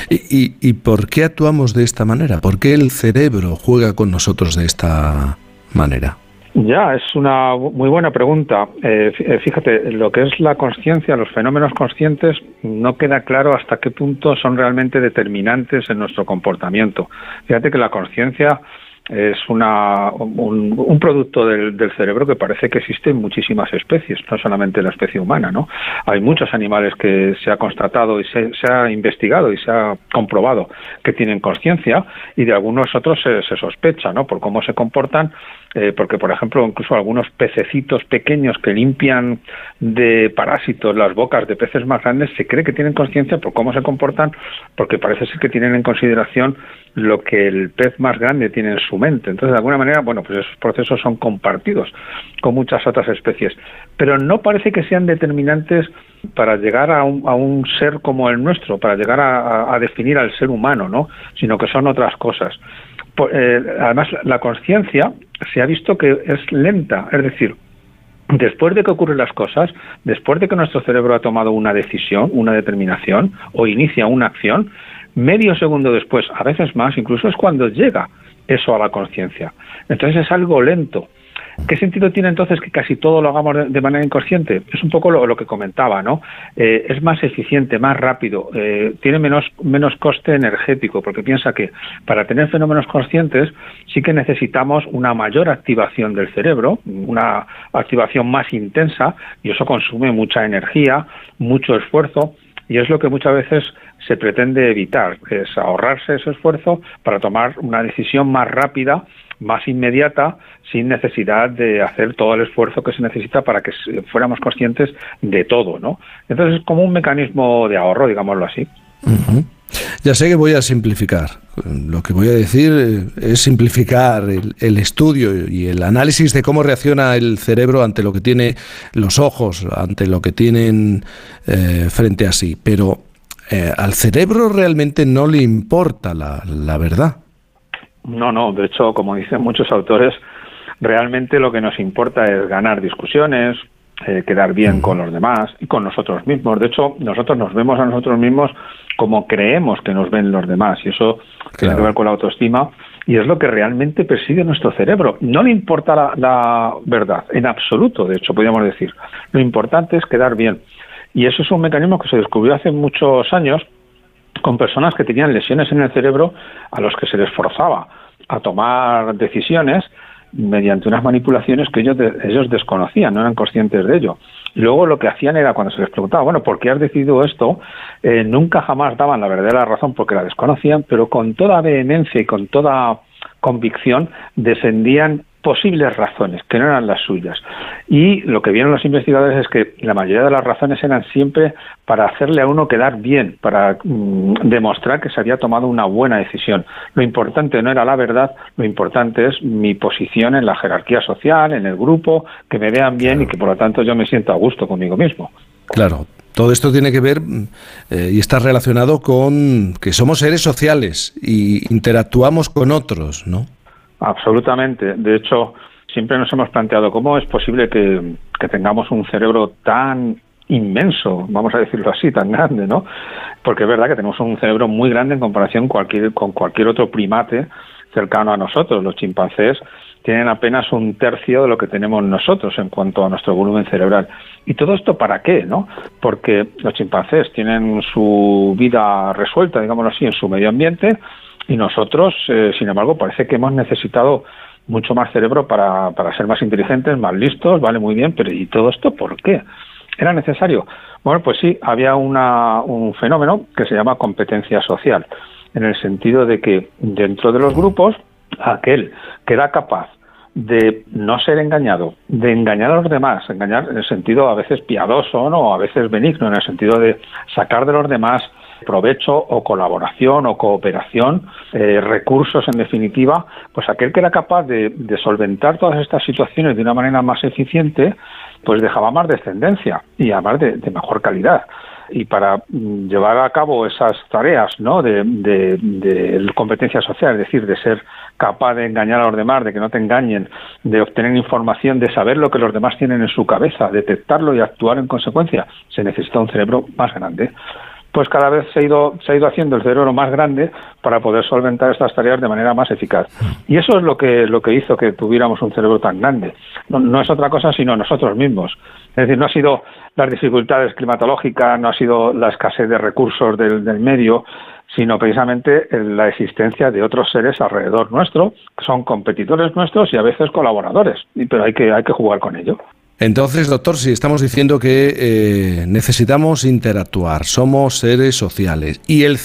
¿Y por qué actuamos de esta manera? ¿Por qué el cerebro juega con nosotros de esta manera? Ya, es una muy buena pregunta. Fíjate, lo que es la consciencia, los fenómenos conscientes, no queda claro hasta qué punto son realmente determinantes en nuestro comportamiento. Fíjate que la consciencia es un producto del cerebro que parece que existe en muchísimas especies, no solamente la especie humana, ¿no? Hay muchos animales que se ha constatado y se ha investigado y se ha comprobado que tienen consciencia, y de algunos otros se sospecha, ¿no? Por cómo se comportan, porque, por ejemplo, incluso algunos pececitos pequeños que limpian de parásitos las bocas de peces más grandes, se cree que tienen consciencia por cómo se comportan, porque parece ser que tienen en consideración lo que el pez más grande tiene en su mente. Entonces, de alguna manera, bueno, pues esos procesos son compartidos con muchas otras especies, pero no parece que sean determinantes para llegar a un ser como el nuestro, para llegar a definir al ser humano, ¿no? Sino que son otras cosas. Además, la conciencia se ha visto que es lenta, es decir, después de que ocurren las cosas, después de que nuestro cerebro ha tomado una decisión, una determinación o inicia una acción, medio segundo después, a veces más, incluso es cuando llega eso a la conciencia. Entonces es algo lento. ¿Qué sentido tiene entonces que casi todo lo hagamos de manera inconsciente? Es un poco lo que comentaba, ¿no? Es más eficiente, más rápido, tiene menos coste energético, porque piensa que para tener fenómenos conscientes sí que necesitamos una mayor activación del cerebro, una activación más intensa, y eso consume mucha energía, mucho esfuerzo, y es lo que muchas veces se pretende evitar, es ahorrarse ese esfuerzo para tomar una decisión más rápida, más inmediata, sin necesidad de hacer todo el esfuerzo que se necesita para que fuéramos conscientes de todo, ¿no? Entonces es como un mecanismo de ahorro, digámoslo así. Uh-huh. Ya sé que voy a simplificar. Lo que voy a decir es simplificar el estudio y el análisis de cómo reacciona el cerebro ante lo que tiene los ojos, ante lo que tienen frente a sí. Pero al cerebro realmente no le importa la verdad. No, de hecho, como dicen muchos autores, realmente lo que nos importa es ganar discusiones, quedar bien con los demás y con nosotros mismos. De hecho, nosotros nos vemos a nosotros mismos como creemos que nos ven los demás, y eso tiene que ver con la autoestima, y es lo que realmente persigue nuestro cerebro. No le importa la verdad, en absoluto, de hecho, podríamos decir. Lo importante es quedar bien. Y eso es un mecanismo que se descubrió hace muchos años con personas que tenían lesiones en el cerebro a los que se les forzaba a tomar decisiones mediante unas manipulaciones que ellos desconocían, no eran conscientes de ello. Luego lo que hacían era, cuando se les preguntaba, bueno, ¿por qué has decidido esto? Nunca jamás daban la verdadera razón porque la desconocían, pero con toda vehemencia y con toda convicción defendían posibles razones, que no eran las suyas. Y lo que vieron los investigadores es que la mayoría de las razones eran siempre para hacerle a uno quedar bien, para demostrar que se había tomado una buena decisión. Lo importante no era la verdad, lo importante es mi posición en la jerarquía social, en el grupo, que me vean bien y que por lo tanto yo me sienta a gusto conmigo mismo. Claro. Todo esto tiene que ver y está relacionado con que somos seres sociales y interactuamos con otros, ¿no? Absolutamente. De hecho, siempre nos hemos planteado cómo es posible que tengamos un cerebro tan inmenso, vamos a decirlo así, tan grande, ¿no? Porque es verdad que tenemos un cerebro muy grande en comparación con cualquier otro primate cercano a nosotros. Los chimpancés tienen apenas 1/3 de lo que tenemos nosotros en cuanto a nuestro volumen cerebral. ¿Y todo esto para qué, no? Porque los chimpancés tienen su vida resuelta, digámoslo así, en su medio ambiente, y nosotros, sin embargo, parece que hemos necesitado mucho más cerebro para ser más inteligentes, más listos, vale, muy bien, pero ¿y todo esto por qué? ¿Era necesario? Bueno, pues sí, había un fenómeno que se llama competencia social, en el sentido de que dentro de los grupos, aquel que era capaz de no ser engañado, de engañar a los demás, engañar en el sentido a veces piadoso, ¿no? O a veces benigno, en el sentido de sacar de los demás provecho o colaboración o cooperación, recursos en definitiva, pues aquel que era capaz de solventar todas estas situaciones de una manera más eficiente, pues dejaba más descendencia y además de mejor calidad. Y para llevar a cabo esas tareas, ¿no?, de competencia social, es decir, de ser capaz de engañar a los demás, de que no te engañen, de obtener información, de saber lo que los demás tienen en su cabeza, detectarlo y actuar en consecuencia, se necesita un cerebro más grande. Pues cada vez se ha ido haciendo el cerebro más grande para poder solventar estas tareas de manera más eficaz. Y eso es lo que hizo que tuviéramos un cerebro tan grande. No es otra cosa sino nosotros mismos. Es decir, no ha sido las dificultades climatológicas, no ha sido la escasez de recursos del medio, sino precisamente la existencia de otros seres alrededor nuestro, que son competidores nuestros y a veces colaboradores. Pero hay que jugar con ello. Entonces, doctor, si estamos diciendo que necesitamos interactuar, somos seres sociales, y al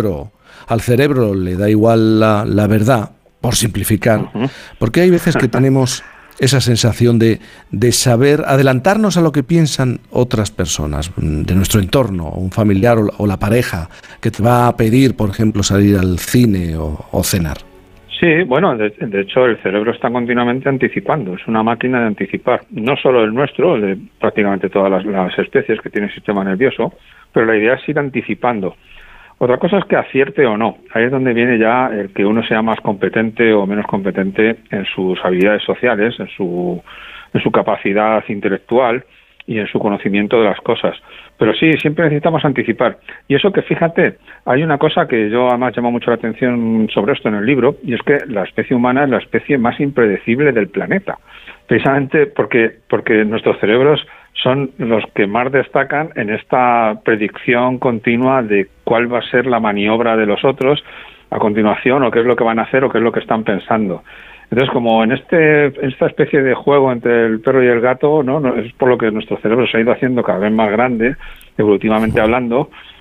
cerebro le da igual la verdad, por simplificar, porque hay veces que tenemos esa sensación de saber adelantarnos a lo que piensan otras personas de nuestro entorno, un familiar o la pareja que te va a pedir, por ejemplo, salir al cine o cenar. Sí, bueno, de hecho el cerebro está continuamente anticipando, es una máquina de anticipar, no solo el nuestro, de prácticamente todas las especies que tienen sistema nervioso, pero la idea es ir anticipando. Otra cosa es que acierte o no, ahí es donde viene ya el que uno sea más competente o menos competente en sus habilidades sociales, en su capacidad intelectual y en su conocimiento de las cosas. Pero sí, siempre necesitamos anticipar. Y eso que, fíjate, hay una cosa que yo además llamo mucho la atención sobre esto en el libro, y es que la especie humana es la especie más impredecible del planeta. Precisamente porque nuestros cerebros son los que más destacan en esta predicción continua de cuál va a ser la maniobra de los otros a continuación, o qué es lo que van a hacer, o qué es lo que están pensando. Entonces, como en esta especie de juego entre el perro y el gato, ¿no? Es por lo que nuestro cerebro se ha ido haciendo cada vez más grande, evolutivamente hablando,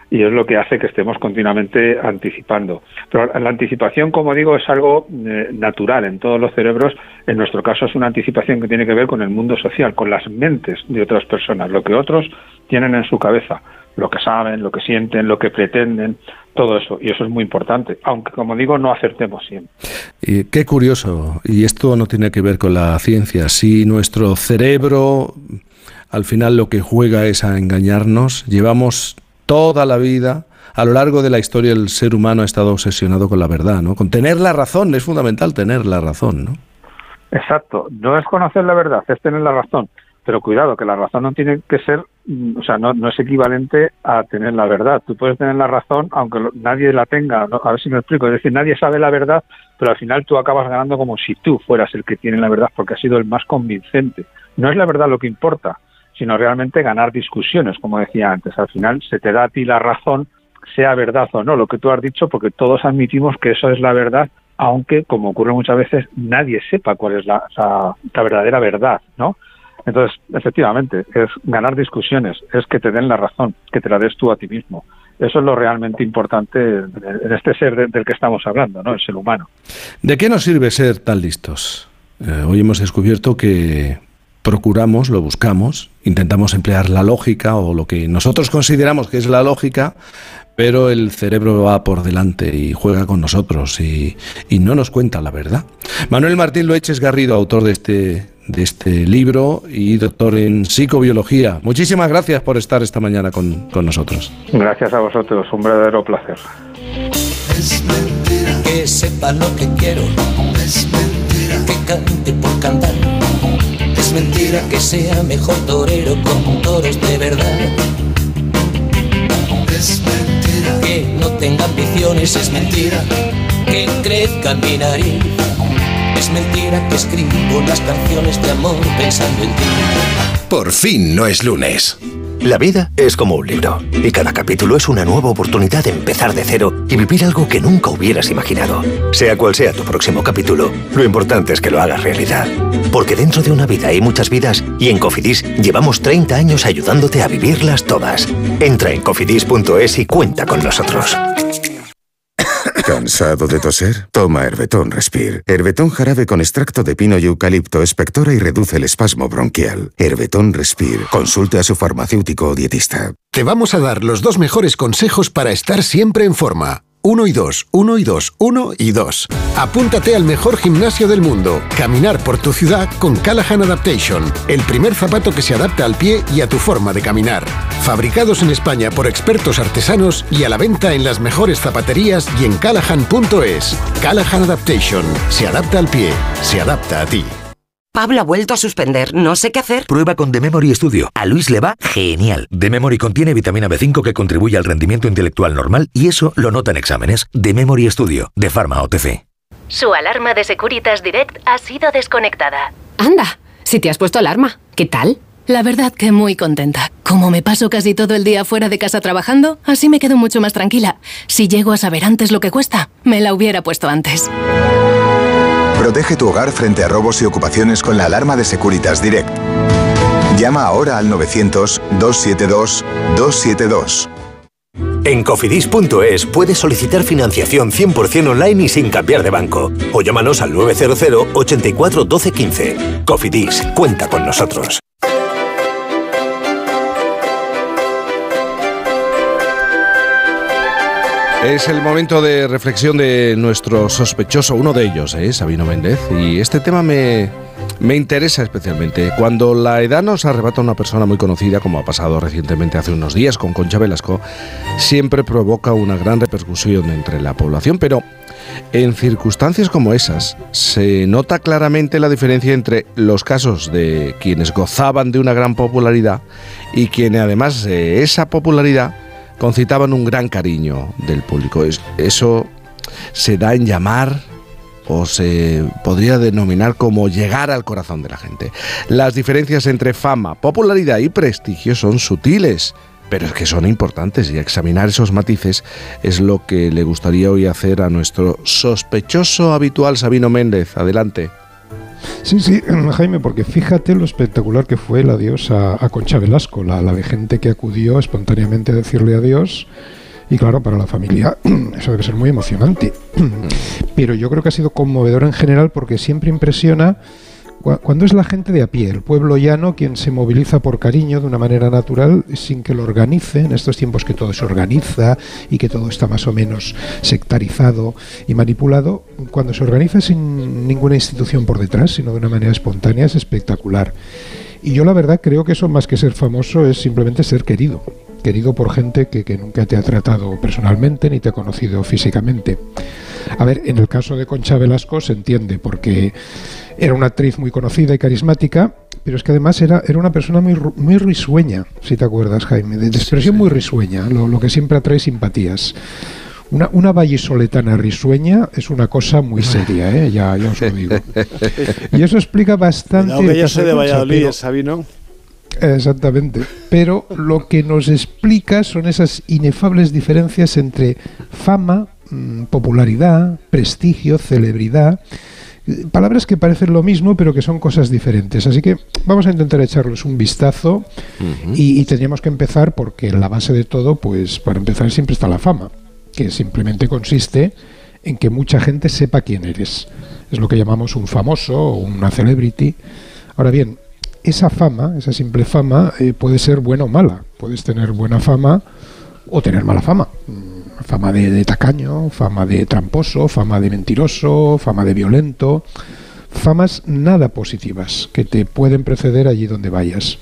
y es lo que hace que estemos continuamente anticipando. Pero la anticipación, como digo, es algo natural en todos los cerebros. En nuestro caso es una anticipación que tiene que ver con el mundo social, con las mentes de otras personas, lo que otros tienen en su cabeza, lo que saben, lo que sienten, lo que pretenden, todo eso, y eso es muy importante, aunque, como digo, no acertemos siempre. Y qué curioso, y esto no tiene que ver con la ciencia, si nuestro cerebro al final lo que juega es a engañarnos, llevamos toda la vida, a lo largo de la historia el ser humano ha estado obsesionado con la verdad, ¿no? Con tener la razón, es fundamental tener la razón, ¿no? Exacto, no es conocer la verdad, es tener la razón. Pero cuidado, que la razón no tiene que ser, o sea, no es equivalente a tener la verdad. Tú puedes tener la razón aunque nadie la tenga, ¿no? A ver si me explico. Es decir, nadie sabe la verdad, pero al final tú acabas ganando como si tú fueras el que tiene la verdad porque has sido el más convincente. No es la verdad lo que importa, sino realmente ganar discusiones, como decía antes. Al final se te da a ti la razón, sea verdad o no, lo que tú has dicho, porque todos admitimos que eso es la verdad, aunque, como ocurre muchas veces, nadie sepa cuál es la verdadera verdad, ¿no? Entonces, efectivamente, es ganar discusiones, es que te den la razón, que te la des tú a ti mismo. Eso es lo realmente importante en este ser del que estamos hablando, ¿no? El ser humano. ¿De qué nos sirve ser tan listos? Hoy hemos descubierto que procuramos, lo buscamos, intentamos emplear la lógica o lo que nosotros consideramos que es la lógica, pero el cerebro va por delante y juega con nosotros y no nos cuenta la verdad. Manuel Martín Loeches Garrido, autor de este libro y doctor en psicobiología. Muchísimas gracias por estar esta mañana con nosotros. Gracias a vosotros, un verdadero placer. Es mentira que sepa lo que quiero. Es mentira que cante por cantar. Es mentira que sea mejor torero con toros de verdad. Es mentira que no tenga ambiciones. Es mentira que crezca en mi nariz. Es mentira que escribo las canciones de amor pensando en ti. Por fin no es lunes. La vida es como un libro, y cada capítulo es una nueva oportunidad de empezar de cero y vivir algo que nunca hubieras imaginado. Sea cual sea tu próximo capítulo, lo importante es que lo hagas realidad. Porque dentro de una vida hay muchas vidas, y en Cofidis llevamos 30 años ayudándote a vivirlas todas. Entra en cofidis.es y cuenta con nosotros. ¿Cansado de toser? Toma Herbetón Respire. Herbetón jarabe con extracto de pino y eucalipto expectora y reduce el espasmo bronquial. Herbetón Respire. Consulte a su farmacéutico o dietista. Te vamos a dar los 2 mejores consejos para estar siempre en forma. 1 y 2, 1 y 2, 1 y 2. Apúntate al mejor gimnasio del mundo. Caminar por tu ciudad con Callahan Adaptation. El primer zapato que se adapta al pie y a tu forma de caminar. Fabricados en España por expertos artesanos y a la venta en las mejores zapaterías y en callahan.es. Callahan Adaptation. Se adapta al pie. Se adapta a ti. Pablo ha vuelto a suspender, no sé qué hacer. Prueba con The Memory Studio. A Luis le va genial. The Memory contiene vitamina B5 que contribuye al rendimiento intelectual normal y eso lo nota en exámenes. The Memory Studio, de Pharma OTC. Su alarma de Securitas Direct ha sido desconectada. Anda, si te has puesto alarma, ¿qué tal? La verdad que muy contenta. Como me paso casi todo el día fuera de casa trabajando, así me quedo mucho más tranquila. Si llego a saber antes lo que cuesta, me la hubiera puesto antes. Protege tu hogar frente a robos y ocupaciones con la alarma de Securitas Direct. Llama ahora al 900-272-272. En cofidis.es puedes solicitar financiación 100% online y sin cambiar de banco. O llámanos al 900 84 12 15. Cofidis, cuenta con nosotros. Es el momento de reflexión de nuestro sospechoso, uno de ellos, Sabino Méndez, y este tema me interesa especialmente. Cuando la edad nos arrebata a una persona muy conocida, como ha pasado recientemente hace unos días con Concha Velasco, siempre provoca una gran repercusión entre la población, pero en circunstancias como esas se nota claramente la diferencia entre los casos de quienes gozaban de una gran popularidad y quienes, además de esa popularidad, concitaban un gran cariño del público. Eso se da en llamar, o se podría denominar como llegar al corazón de la gente. Las diferencias entre fama, popularidad y prestigio son sutiles, pero es que son importantes, y examinar esos matices es lo que le gustaría hoy hacer a nuestro sospechoso habitual Sabino Méndez. Adelante. Sí, Jaime, porque fíjate lo espectacular que fue el adiós a Concha Velasco, la de gente que acudió espontáneamente a decirle adiós, Y claro, para la familia eso debe ser muy emocionante. Pero yo creo que ha sido conmovedor en general porque siempre impresiona cuando es la gente de a pie, el pueblo llano, quien se moviliza por cariño de una manera natural sin que lo organice, en estos tiempos que todo se organiza y que todo está más o menos sectarizado y manipulado, cuando se organiza sin ninguna institución por detrás, sino de una manera espontánea, es espectacular. Y yo la verdad creo que eso, más que ser famoso, es simplemente ser querido. Querido por gente que nunca te ha tratado personalmente ni te ha conocido físicamente. A ver, en el caso de Concha Velasco se entiende, porque era una actriz muy conocida y carismática, pero es que además era una persona muy risueña, si te acuerdas, Jaime, de expresión muy risueña, lo que siempre atrae simpatías. Una vallisoletana risueña es una cosa muy seria, ya os lo digo. Y eso explica bastante... No, que yo soy de Valladolid, Sabino. Exactamente, pero lo que nos explica son esas inefables diferencias entre fama, popularidad, prestigio, celebridad, palabras que parecen lo mismo pero que son cosas diferentes, así que vamos a intentar echarles un vistazo. Y tendríamos que empezar porque en la base de todo, pues para empezar siempre está la fama, que simplemente consiste en que mucha gente sepa quién eres, es lo que llamamos un famoso o una celebrity. Ahora bien, esa fama, esa simple fama, puede ser buena o mala. Puedes tener buena fama o tener mala fama. Fama de tacaño, fama de tramposo, fama de mentiroso, fama de violento. Famas nada positivas que te pueden preceder allí donde vayas.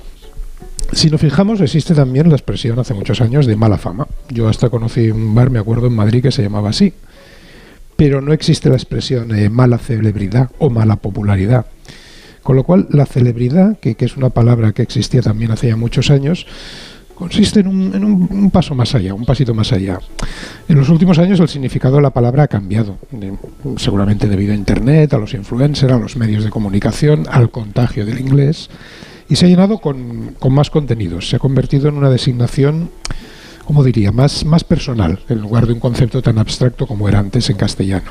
Si nos fijamos, existe también la expresión hace muchos años de mala fama. Yo hasta conocí un bar, me acuerdo, en Madrid que se llamaba así. Pero no existe la expresión mala celebridad o mala popularidad. Con lo cual, la celebridad, que es una palabra que existía también hace ya muchos años, consiste en un paso más allá, un pasito más allá. En los últimos años el significado de la palabra ha cambiado, seguramente debido a Internet, a los influencers, a los medios de comunicación, al contagio del inglés, y se ha llenado con más contenidos. Se ha convertido en una designación, como diría, más personal, en lugar de un concepto tan abstracto como era antes en castellano.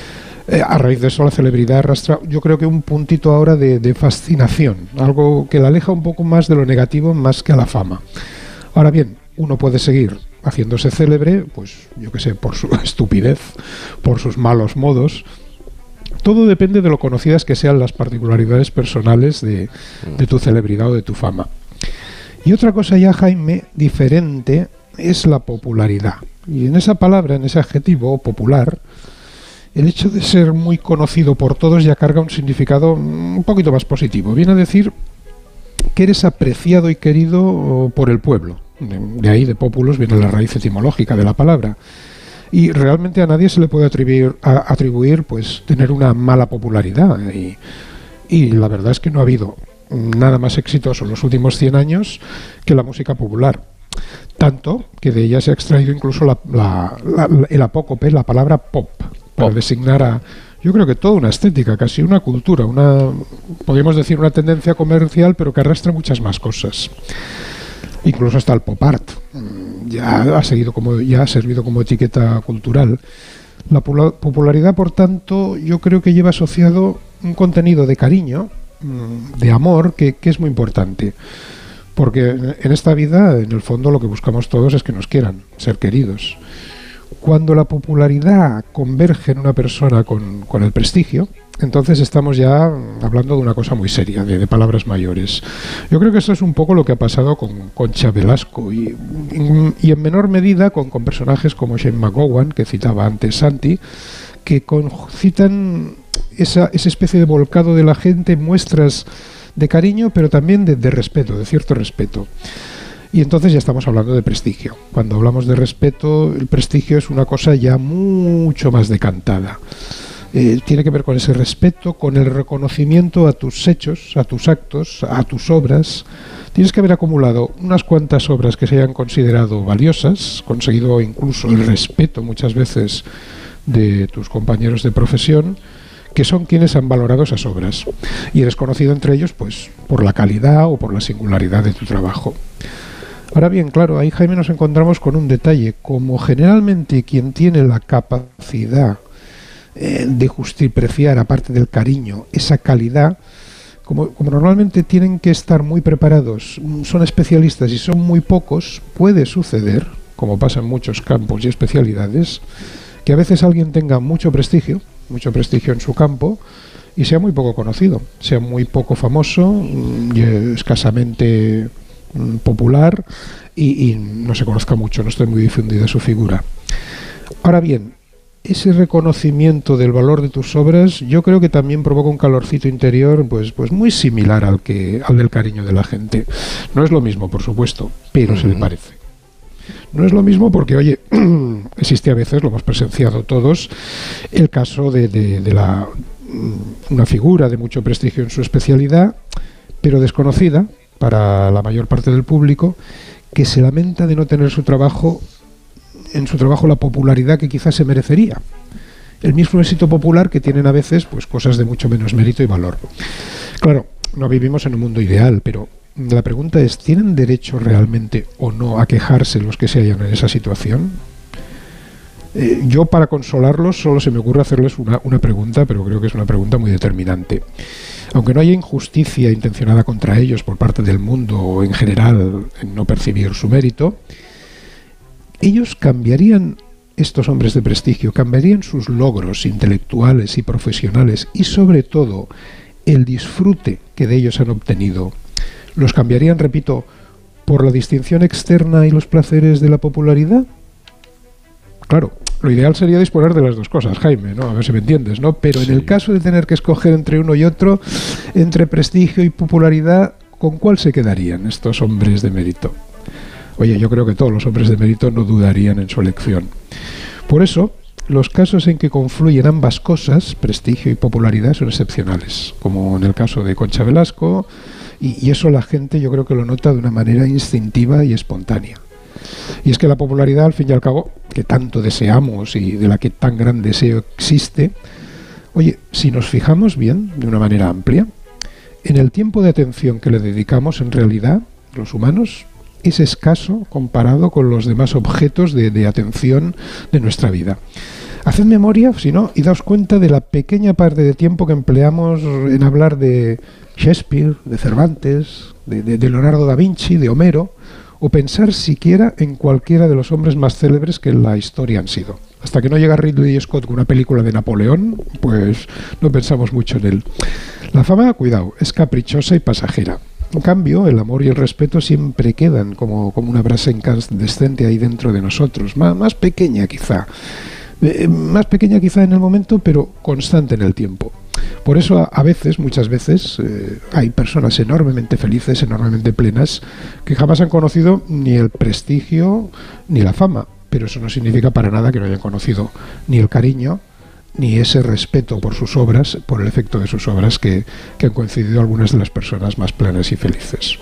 A raíz de eso la celebridad arrastra, yo creo que un puntito ahora de fascinación, algo que la aleja un poco más de lo negativo más que a la fama. Ahora bien, uno puede seguir haciéndose célebre, pues yo qué sé, por su estupidez, por sus malos modos. Todo depende de lo conocidas que sean las particularidades personales de tu celebridad o de tu fama. Y otra cosa ya, Jaime, diferente, es la popularidad. Y en esa palabra, en ese adjetivo popular, el hecho de ser muy conocido por todos ya carga un significado un poquito más positivo. Viene a decir que eres apreciado y querido por el pueblo. De ahí, de populos, viene la raíz etimológica de la palabra. Y realmente a nadie se le puede atribuir pues tener una mala popularidad. Y la verdad es que no ha habido nada más exitoso en los últimos 100 años que la música popular. Tanto que de ella se ha extraído incluso el apócope, la palabra pop, para designar a, yo creo que toda una estética, casi una cultura, podríamos decir una tendencia comercial, pero que arrastra muchas más cosas. Incluso hasta el pop art ya ha servido como etiqueta cultural. La popularidad, por tanto, yo creo que lleva asociado un contenido de cariño, de amor, que es muy importante. Porque en esta vida, en el fondo, lo que buscamos todos es que nos quieran, ser queridos. Cuando la popularidad converge en una persona con el prestigio, entonces estamos ya hablando de una cosa muy seria, de palabras mayores. Yo creo que eso es un poco lo que ha pasado con Concha Velasco y en menor medida con personajes como Shane McGowan, que citaba antes Santi, que concitan esa especie de volcado de la gente, muestras de cariño, pero también de respeto, de cierto respeto. Y entonces ya estamos hablando de prestigio. Cuando hablamos de respeto, el prestigio es una cosa ya mucho más decantada. Tiene que ver con ese respeto, con el reconocimiento a tus hechos, a tus actos, a tus obras. Tienes que haber acumulado unas cuantas obras que se hayan considerado valiosas, conseguido incluso el respeto muchas veces de tus compañeros de profesión, que son quienes han valorado esas obras. Y eres conocido entre ellos pues por la calidad o por la singularidad de tu trabajo. Ahora bien, claro, ahí, Jaime, nos encontramos con un detalle. Como generalmente quien tiene la capacidad de justipreciar, aparte del cariño, esa calidad, como normalmente tienen que estar muy preparados, son especialistas y son muy pocos, puede suceder, como pasa en muchos campos y especialidades, que a veces alguien tenga mucho prestigio en su campo, y sea muy poco conocido, sea muy poco famoso, y escasamente popular, y no se conozca mucho, no esté muy difundida su figura. Ahora bien, ese reconocimiento del valor de tus obras, yo creo que también provoca un calorcito interior pues muy similar al del cariño de la gente. No es lo mismo, por supuesto, pero se le parece. No es lo mismo porque, oye, existe a veces, lo hemos presenciado todos, el caso de una figura de mucho prestigio en su especialidad, pero desconocida para la mayor parte del público, que se lamenta de no tener en su trabajo la popularidad que quizás se merecería. El mismo éxito popular que tienen a veces pues cosas de mucho menos mérito y valor. Claro, no vivimos en un mundo ideal, pero la pregunta es, ¿tienen derecho realmente o no a quejarse los que se hallan en esa situación? Yo, para consolarlos, solo se me ocurre hacerles una pregunta, pero creo que es una pregunta muy determinante. Aunque no haya injusticia intencionada contra ellos por parte del mundo o en general en no percibir su mérito, ellos cambiarían, estos hombres de prestigio, cambiarían sus logros intelectuales y profesionales y sobre todo el disfrute que de ellos han obtenido. ¿Los cambiarían, repito, por la distinción externa y los placeres de la popularidad? Claro, lo ideal sería disponer de las dos cosas, Jaime, ¿no? A ver si me entiendes, ¿no? Pero sí. En el caso de tener que escoger entre uno y otro, entre prestigio y popularidad, ¿con cuál se quedarían estos hombres de mérito? Oye, yo creo que todos los hombres de mérito no dudarían en su elección. Por eso, los casos en que confluyen ambas cosas, prestigio y popularidad, son excepcionales, como en el caso de Concha Velasco, y eso la gente yo creo que lo nota de una manera instintiva y espontánea. Y es que la popularidad, al fin y al cabo, que tanto deseamos y de la que tan gran deseo existe, oye, si nos fijamos bien, de una manera amplia, en el tiempo de atención que le dedicamos, en realidad, los humanos, es escaso comparado con los demás objetos de atención de nuestra vida. Haced memoria, si no, y daos cuenta de la pequeña parte de tiempo que empleamos en hablar de Shakespeare, de Cervantes, de Leonardo da Vinci, de Homero, o pensar siquiera en cualquiera de los hombres más célebres que en la historia han sido. Hasta que no llega Ridley Scott con una película de Napoleón, pues no pensamos mucho en él. La fama, cuidado, es caprichosa y pasajera. En cambio, el amor y el respeto siempre quedan como una brasa incandescente ahí dentro de nosotros, más pequeña quizá en el momento, pero constante en el tiempo. Por eso a veces, muchas veces, hay personas enormemente felices, enormemente plenas, que jamás han conocido ni el prestigio ni la fama, pero eso no significa para nada que no hayan conocido ni el cariño ni ese respeto por sus obras, por el efecto de sus obras que han coincidido algunas de las personas más plenas y felices.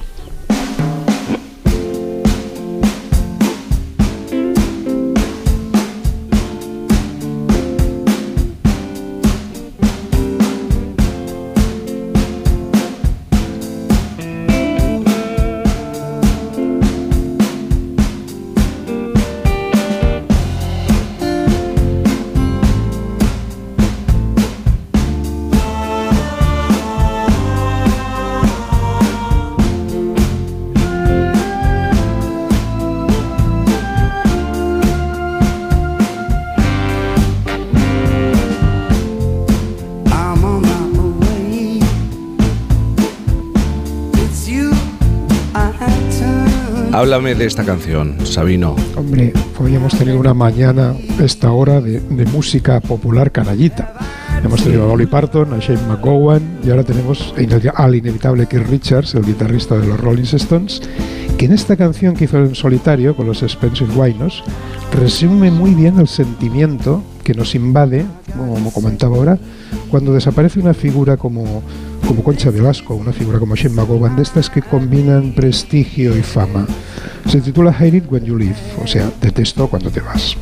Háblame de esta canción, Sabino. Hombre, hoy hemos tenido una mañana, esta hora, de música popular canallita. Hemos tenido a Dolly Parton, a Shane McGowan, y ahora tenemos al inevitable Keith Richards, el guitarrista de los Rolling Stones, que en esta canción que hizo en solitario con los Spencer Wainos resume muy bien el sentimiento que nos invade, como comentaba ahora, cuando desaparece una figura como Concha Velasco, una figura como Shane McGowan, de estas que combinan prestigio y fama. Se titula Hate It When You Leave, o sea, detesto cuando te vas.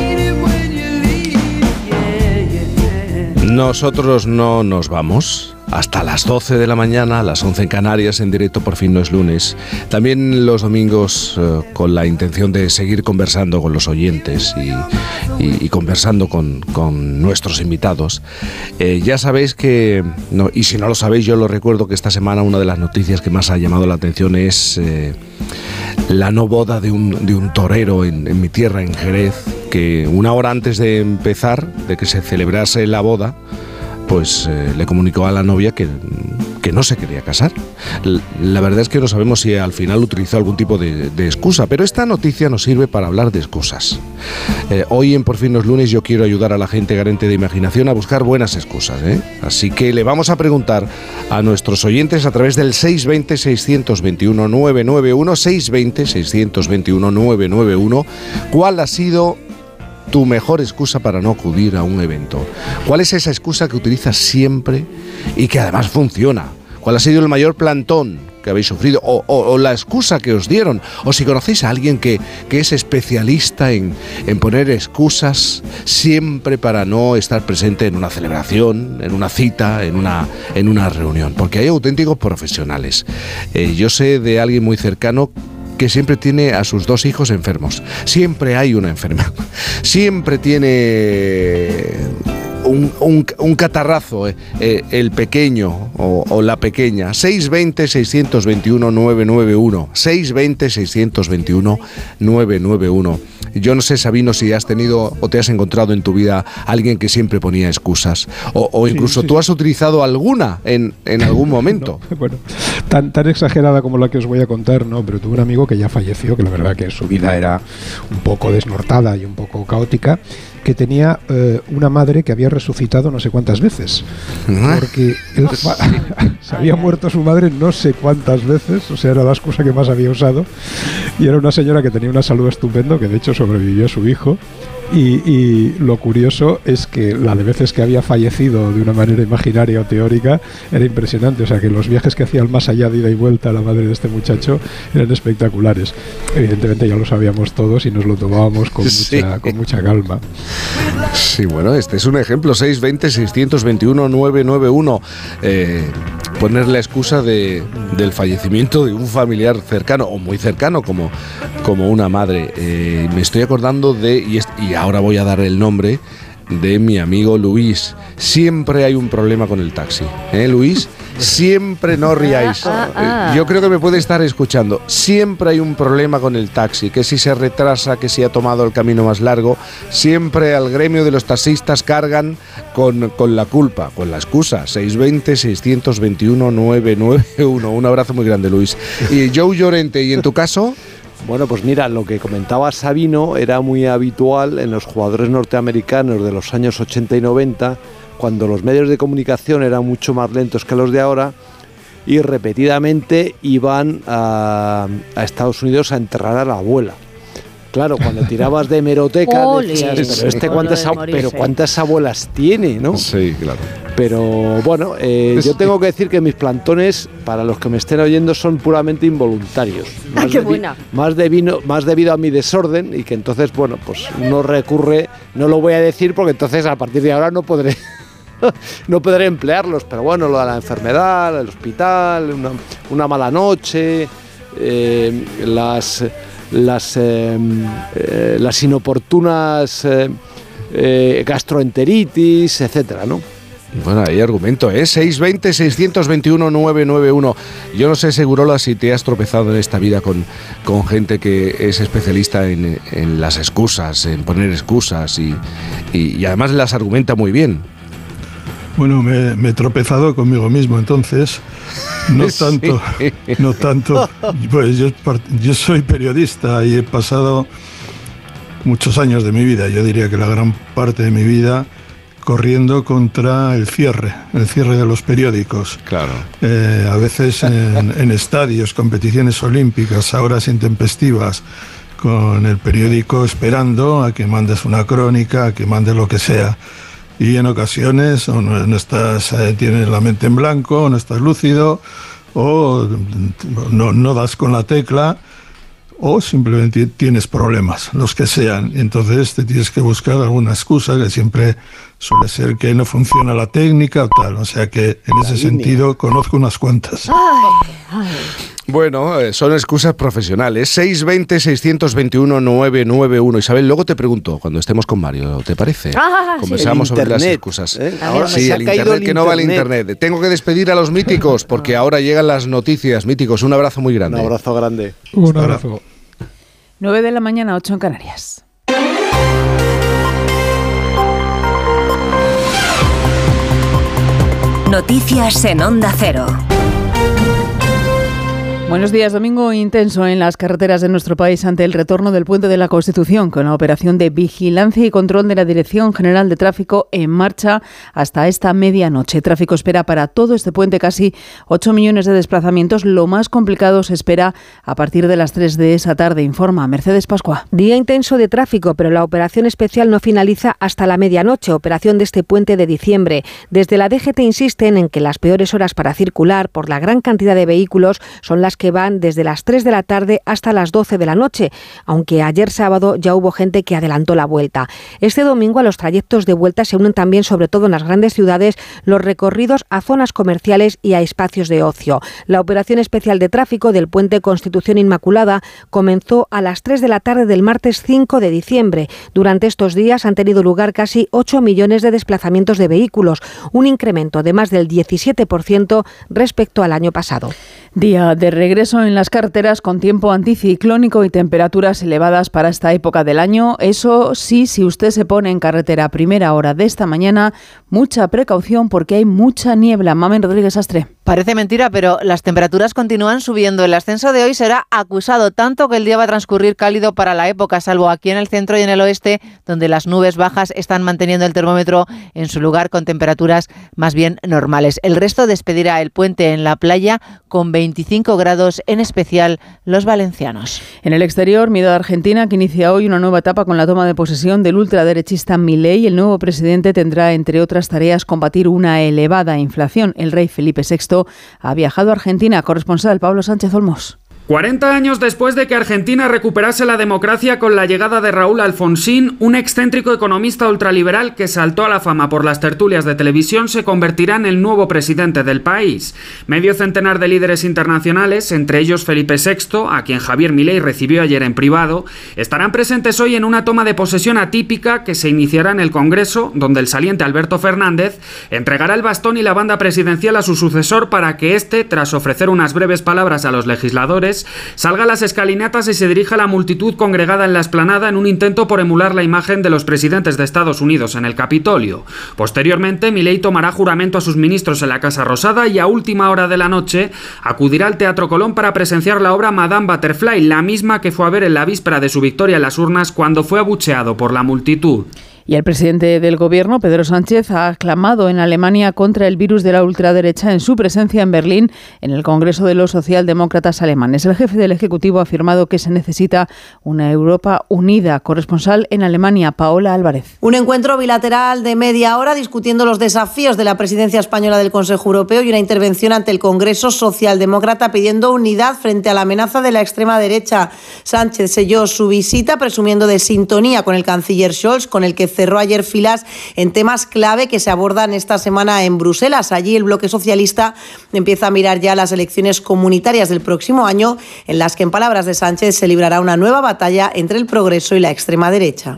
Nosotros no nos vamos. hasta las 12 de la mañana, a las 11 en Canarias, en directo Por fin no es lunes. También los domingos con la intención de seguir conversando con los oyentes y conversando con nuestros invitados. Ya sabéis que, y si no lo sabéis, yo lo recuerdo, que esta semana una de las noticias que más ha llamado la atención es la no boda de un torero en mi tierra, en Jerez, que una hora antes de empezar, de que se celebrase la boda, pues le comunicó a la novia que no se quería casar. La verdad es que no sabemos si al final utilizó algún tipo de excusa, pero esta noticia nos sirve para hablar de excusas. Hoy en Por fin no es lunes yo quiero ayudar a la gente carente de imaginación a buscar buenas excusas, Así que le vamos a preguntar a nuestros oyentes a través del 620-621-991, 620-621-991, cuál ha sido tu mejor excusa para no acudir a un evento. ¿Cuál es esa excusa que utilizas siempre y que además funciona? ¿Cuál ha sido el mayor plantón que habéis sufrido? O la excusa que os dieron. O si conocéis a alguien que es especialista en poner excusas siempre para no estar presente en una celebración, en una cita, en una reunión. Porque hay auténticos profesionales. Yo sé de alguien muy cercano que siempre tiene a sus 2 hijos enfermos. Siempre hay una enferma. Siempre tiene un catarrazo, el pequeño o la pequeña. 620-621-991. 620-621-991. Yo no sé, Sabino, si has tenido o te has encontrado en tu vida alguien que siempre ponía excusas. O incluso sí. Tú has utilizado alguna en algún momento. No, bueno, tan exagerada como la que os voy a contar, no, pero tuve un amigo que ya falleció, que la verdad que su vida era un poco desnortada y un poco caótica, que tenía una madre que había resucitado no sé cuántas veces, porque se había muerto su madre no sé cuántas veces, o sea, era la excusa que más había usado, y era una señora que tenía una salud estupenda, que de hecho sobrevivió a su hijo. Y lo curioso es que la de veces que había fallecido de una manera imaginaria o teórica era impresionante. O sea, que los viajes que hacía al más allá de ida y vuelta a la madre de este muchacho eran espectaculares. Evidentemente ya lo sabíamos todos y nos lo tomábamos con mucha calma. Sí, bueno, este es un ejemplo. 620-621-991. Poner la excusa del fallecimiento de un familiar cercano o muy cercano como una madre. Me estoy acordando y ahora voy a dar el nombre de mi amigo Luis. Siempre hay un problema con el taxi, Luis? Siempre, no riáis. Yo creo que me puede estar escuchando. Siempre hay un problema con el taxi, que si se retrasa, que si ha tomado el camino más largo. Siempre al gremio de los taxistas cargan con la culpa, con la excusa. 620-621-991. Un abrazo muy grande, Luis. Y Joe Llorente, ¿y en tu caso? Bueno, pues mira, lo que comentaba Sabino era muy habitual en los jugadores norteamericanos de los años 80 y 90, cuando los medios de comunicación eran mucho más lentos que los de ahora y repetidamente iban a Estados Unidos a enterrar a la abuela. Claro, cuando tirabas de hemeroteca decías, pero ¿cuántas abuelas tiene, no? Sí, claro. Pero bueno, yo tengo que decir que mis plantones, para los que me estén oyendo, son puramente involuntarios. ¡Qué buena! Más debido a mi desorden, y que entonces, bueno, pues uno recurre, no lo voy a decir porque entonces a partir de ahora no podré emplearlos, pero bueno, lo de la enfermedad, el hospital, una mala noche, las inoportunas gastroenteritis, etcétera, ¿no? Bueno, hay argumento, 620-621-991. Yo no sé, Segurola, si te has tropezado en esta vida con gente que es especialista en las excusas, en poner excusas y además las argumenta muy bien. Bueno, me he tropezado conmigo mismo, entonces no tanto. Pues yo soy periodista y he pasado muchos años de mi vida, yo diría que la gran parte de mi vida, corriendo contra el cierre de los periódicos. Claro. A veces en estadios, competiciones olímpicas, a horas intempestivas, con el periódico esperando a que mandes una crónica, a que mandes lo que sea. Y en ocasiones o no estás, tienes la mente en blanco, o no estás lúcido, o no das con la tecla, o simplemente tienes problemas, los que sean. Entonces te tienes que buscar alguna excusa, que siempre suele ser que no funciona la técnica o tal. O sea que en ese sentido conozco unas cuantas. Bueno, son excusas profesionales. 620-621-991. Isabel, luego te pregunto, cuando estemos con Mario, ¿te parece? Conversamos sobre las excusas. Ahora sí, el internet que no va al internet. Tengo que despedir a los míticos, porque ahora llegan las noticias. Míticos, un abrazo muy grande. Un abrazo grande. Un abrazo. 9 de la mañana, 8 en Canarias. Noticias en Onda Cero. Buenos días. Domingo intenso en las carreteras de nuestro país ante el retorno del Puente de la Constitución, con la operación de vigilancia y control de la Dirección General de Tráfico en marcha hasta esta medianoche. Tráfico espera para todo este puente casi 8 millones de desplazamientos. Lo más complicado se espera a partir de las 3 de esa tarde, informa Mercedes Pascua. Día intenso de tráfico, pero la operación especial no finaliza hasta la medianoche, operación de este puente de diciembre. Desde la DGT insisten en que las peores horas para circular por la gran cantidad de vehículos son las que van desde las 3 de la tarde hasta las 12 de la noche, aunque ayer sábado ya hubo gente que adelantó la vuelta. Este domingo a los trayectos de vuelta se unen también, sobre todo en las grandes ciudades, los recorridos a zonas comerciales y a espacios de ocio. La operación especial de tráfico del Puente Constitución Inmaculada comenzó a las 3 de la tarde del martes 5 de diciembre. Durante estos días han tenido lugar casi 8 millones de desplazamientos de vehículos, un incremento de más del 17% respecto al año pasado. Día de regreso en las carreteras con tiempo anticiclónico y temperaturas elevadas para esta época del año. Eso sí, si usted se pone en carretera a primera hora de esta mañana, mucha precaución porque hay mucha niebla. Mamen Rodríguez Astre. Parece mentira, pero las temperaturas continúan subiendo. El ascenso de hoy será acusado, tanto que el día va a transcurrir cálido para la época, salvo aquí en el centro y en el oeste, donde las nubes bajas están manteniendo el termómetro en su lugar con temperaturas más bien normales. El resto despedirá el puente en la playa con 25 grados, en especial los valencianos. En el exterior, miedo a Argentina, que inicia hoy una nueva etapa con la toma de posesión del ultraderechista Milei. El nuevo presidente tendrá, entre otras tareas, combatir una elevada inflación. El rey Felipe VI ha viajado a Argentina. Corresponsal Pablo Sánchez Olmos. 40 años después de que Argentina recuperase la democracia con la llegada de Raúl Alfonsín, un excéntrico economista ultraliberal que saltó a la fama por las tertulias de televisión se convertirá en el nuevo presidente del país. Medio centenar de líderes internacionales, entre ellos Felipe VI, a quien Javier Milei recibió ayer en privado, estarán presentes hoy en una toma de posesión atípica que se iniciará en el Congreso, donde el saliente Alberto Fernández entregará el bastón y la banda presidencial a su sucesor para que éste, tras ofrecer unas breves palabras a los legisladores, salga a las escalinatas y se dirija a la multitud congregada en la explanada en un intento por emular la imagen de los presidentes de Estados Unidos en el Capitolio. Posteriormente, Milei tomará juramento a sus ministros en la Casa Rosada y a última hora de la noche acudirá al Teatro Colón para presenciar la obra Madame Butterfly, la misma que fue a ver en la víspera de su victoria en las urnas cuando fue abucheado por la multitud. Y el presidente del Gobierno, Pedro Sánchez, ha aclamado en Alemania contra el virus de la ultraderecha en su presencia en Berlín en el Congreso de los Socialdemócratas Alemanes. El jefe del Ejecutivo ha afirmado que se necesita una Europa unida. Corresponsal en Alemania, Paola Álvarez. Un encuentro bilateral de media hora discutiendo los desafíos de la presidencia española del Consejo Europeo y una intervención ante el Congreso Socialdemócrata pidiendo unidad frente a la amenaza de la extrema derecha. Sánchez selló su visita presumiendo de sintonía con el canciller Scholz, con el que cerró ayer filas en temas clave que se abordan esta semana en Bruselas. Allí el bloque socialista empieza a mirar ya las elecciones comunitarias del próximo año, en las que, en palabras de Sánchez, se librará una nueva batalla entre el progreso y la extrema derecha.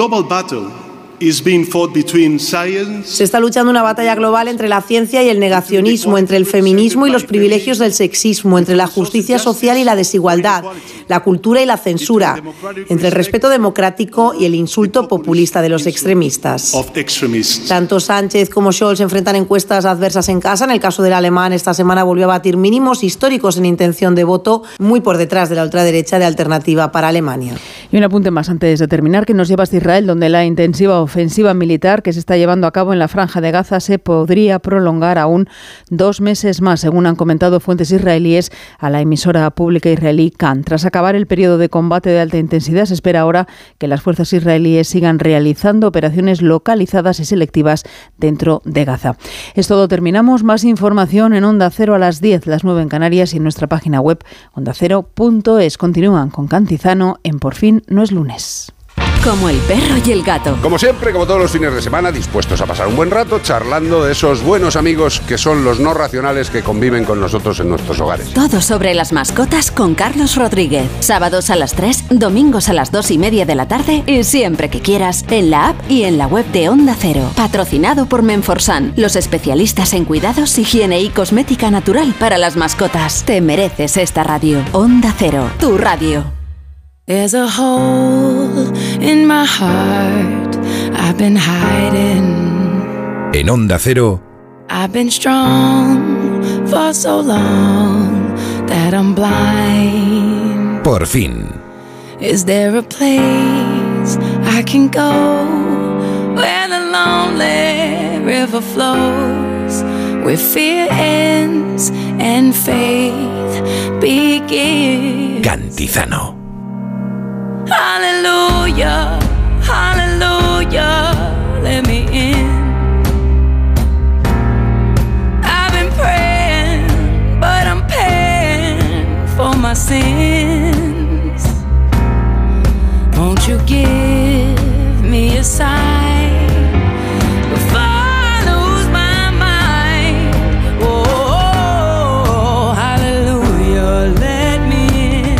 Se está luchando una batalla global entre la ciencia y el negacionismo, entre el feminismo y los privilegios del sexismo, entre la justicia social y la desigualdad, la cultura y la censura, entre el respeto democrático y el insulto populista de los extremistas. Tanto Sánchez como Scholz enfrentan encuestas adversas en casa. En el caso del alemán, esta semana volvió a batir mínimos históricos en intención de voto, muy por detrás de la ultraderecha de Alternativa para Alemania. Y un apunte más antes de terminar, que nos lleva hasta Israel, donde la intensiva ofensiva militar que se está llevando a cabo en la Franja de Gaza se podría prolongar aún 2 meses más, según han comentado fuentes israelíes a la emisora pública israelí Kan. Tras acabar el periodo de combate de alta intensidad, se espera ahora que las fuerzas israelíes sigan realizando operaciones localizadas y selectivas dentro de Gaza. Es todo, terminamos. Más información en Onda Cero a las 10, las 9 en Canarias, y en nuestra página web ondacero.es. Continúan con Cantizano en Por fin no es lunes. Como el perro y el gato. Como siempre, como todos los fines de semana, dispuestos a pasar un buen rato charlando de esos buenos amigos que son los no racionales que conviven con nosotros en nuestros hogares. Todo sobre las mascotas con Carlos Rodríguez. Sábados a las 3, domingos a las 2:30 de la tarde y siempre que quieras en la app y en la web de Onda Cero. Patrocinado por Menforsan, los especialistas en cuidados, higiene y cosmética natural para las mascotas. Te mereces esta radio. Onda Cero, tu radio. There's a hole in my heart I've been hiding. En Onda Cero. I've been strong for so long that I'm blind. Por fin. Is there a place I can go where the lonely river flows, where fear ends and faith begins? Cantizano. Hallelujah, hallelujah, let me in. I've been praying, but I'm paying for my sins. Won't you give me a sign before I lose my mind? Oh, hallelujah, let me in.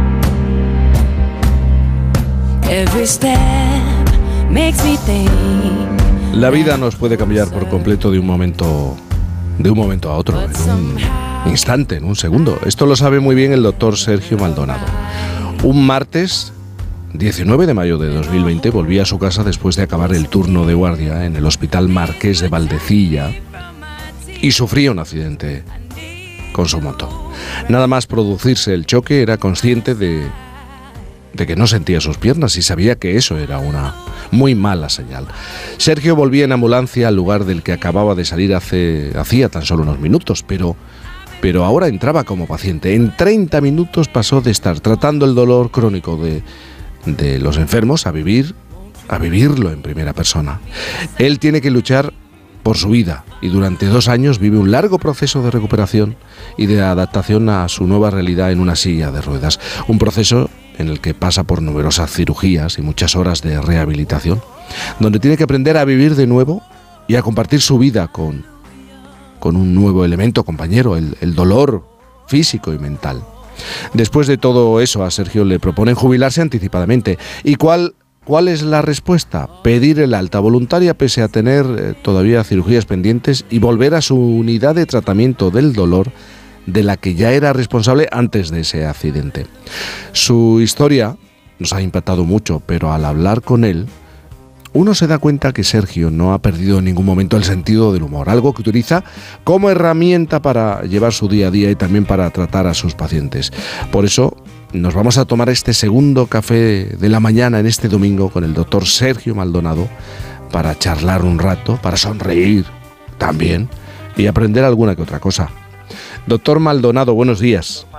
Every step makes me think. La vida nos puede cambiar por completo de un momento a otro, en un instante, en un segundo. Esto lo sabe muy bien el doctor Sergio Maldonado. Un martes 19 de mayo de 2020 volvía a su casa después de acabar el turno de guardia en el Hospital Marqués de Valdecilla y sufría un accidente con su moto. Nada más producirse el choque era consciente de que no sentía sus piernas y sabía que eso era una muy mala señal. Sergio volvía en ambulancia al lugar del que acababa de salir hacía tan solo unos minutos, pero ahora entraba como paciente. En 30 minutos pasó de estar tratando el dolor crónico de los enfermos a vivirlo en primera persona. Él tiene que luchar por su vida y durante 2 años vive un largo proceso de recuperación y de adaptación a su nueva realidad en una silla de ruedas. Un proceso en el que pasa por numerosas cirugías y muchas horas de rehabilitación, donde tiene que aprender a vivir de nuevo y a compartir su vida con un nuevo elemento compañero, el dolor físico y mental. Después de todo eso, a Sergio le proponen jubilarse anticipadamente. ¿Y cuál es la respuesta? Pedir el alta voluntaria pese a tener todavía cirugías pendientes y volver a su unidad de tratamiento del dolor de la que ya era responsable antes de ese accidente. Su historia nos ha impactado mucho, pero al hablar con él, uno se da cuenta que Sergio no ha perdido en ningún momento el sentido del humor, algo que utiliza como herramienta para llevar su día a día y también para tratar a sus pacientes. Por eso nos vamos a tomar este segundo café de la mañana en este domingo con el doctor Sergio Maldonado para charlar un rato, para sonreír también y aprender alguna que otra cosa. Doctor Maldonado, buenos días.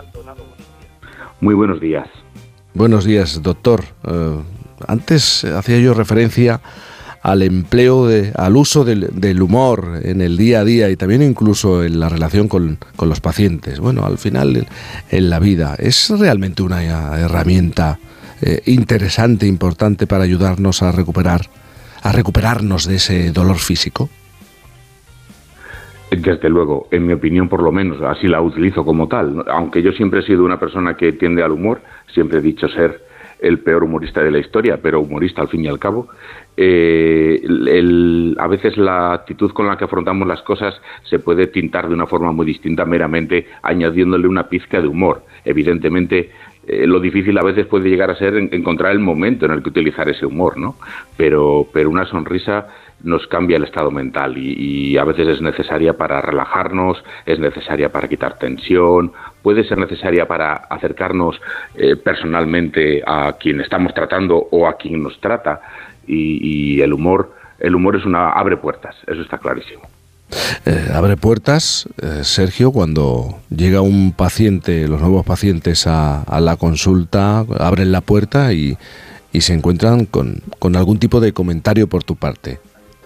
Muy buenos días. Buenos días, doctor. Antes hacía yo referencia al empleo, al uso del humor en el día a día y también incluso en la relación con los pacientes. Bueno, al final en la vida es realmente una herramienta interesante, importante para ayudarnos a recuperarnos de ese dolor físico. Desde luego, en mi opinión por lo menos, así la utilizo como tal. Aunque yo siempre he sido una persona que tiende al humor, siempre he dicho ser el peor humorista de la historia, pero humorista al fin y al cabo. A veces la actitud con la que afrontamos las cosas se puede tintar de una forma muy distinta, meramente añadiéndole una pizca de humor. Evidentemente, lo difícil a veces puede llegar a ser encontrar el momento en el que utilizar ese humor, ¿no? Pero una sonrisa nos cambia el estado mental y a veces es necesaria para relajarnos, es necesaria para quitar tensión, puede ser necesaria para acercarnos personalmente a quien estamos tratando o a quien nos trata, y el humor es abre puertas, eso está clarísimo. Abre puertas, Sergio, cuando llega un paciente, los nuevos pacientes a la consulta, abren la puerta y se encuentran con algún tipo de comentario por tu parte.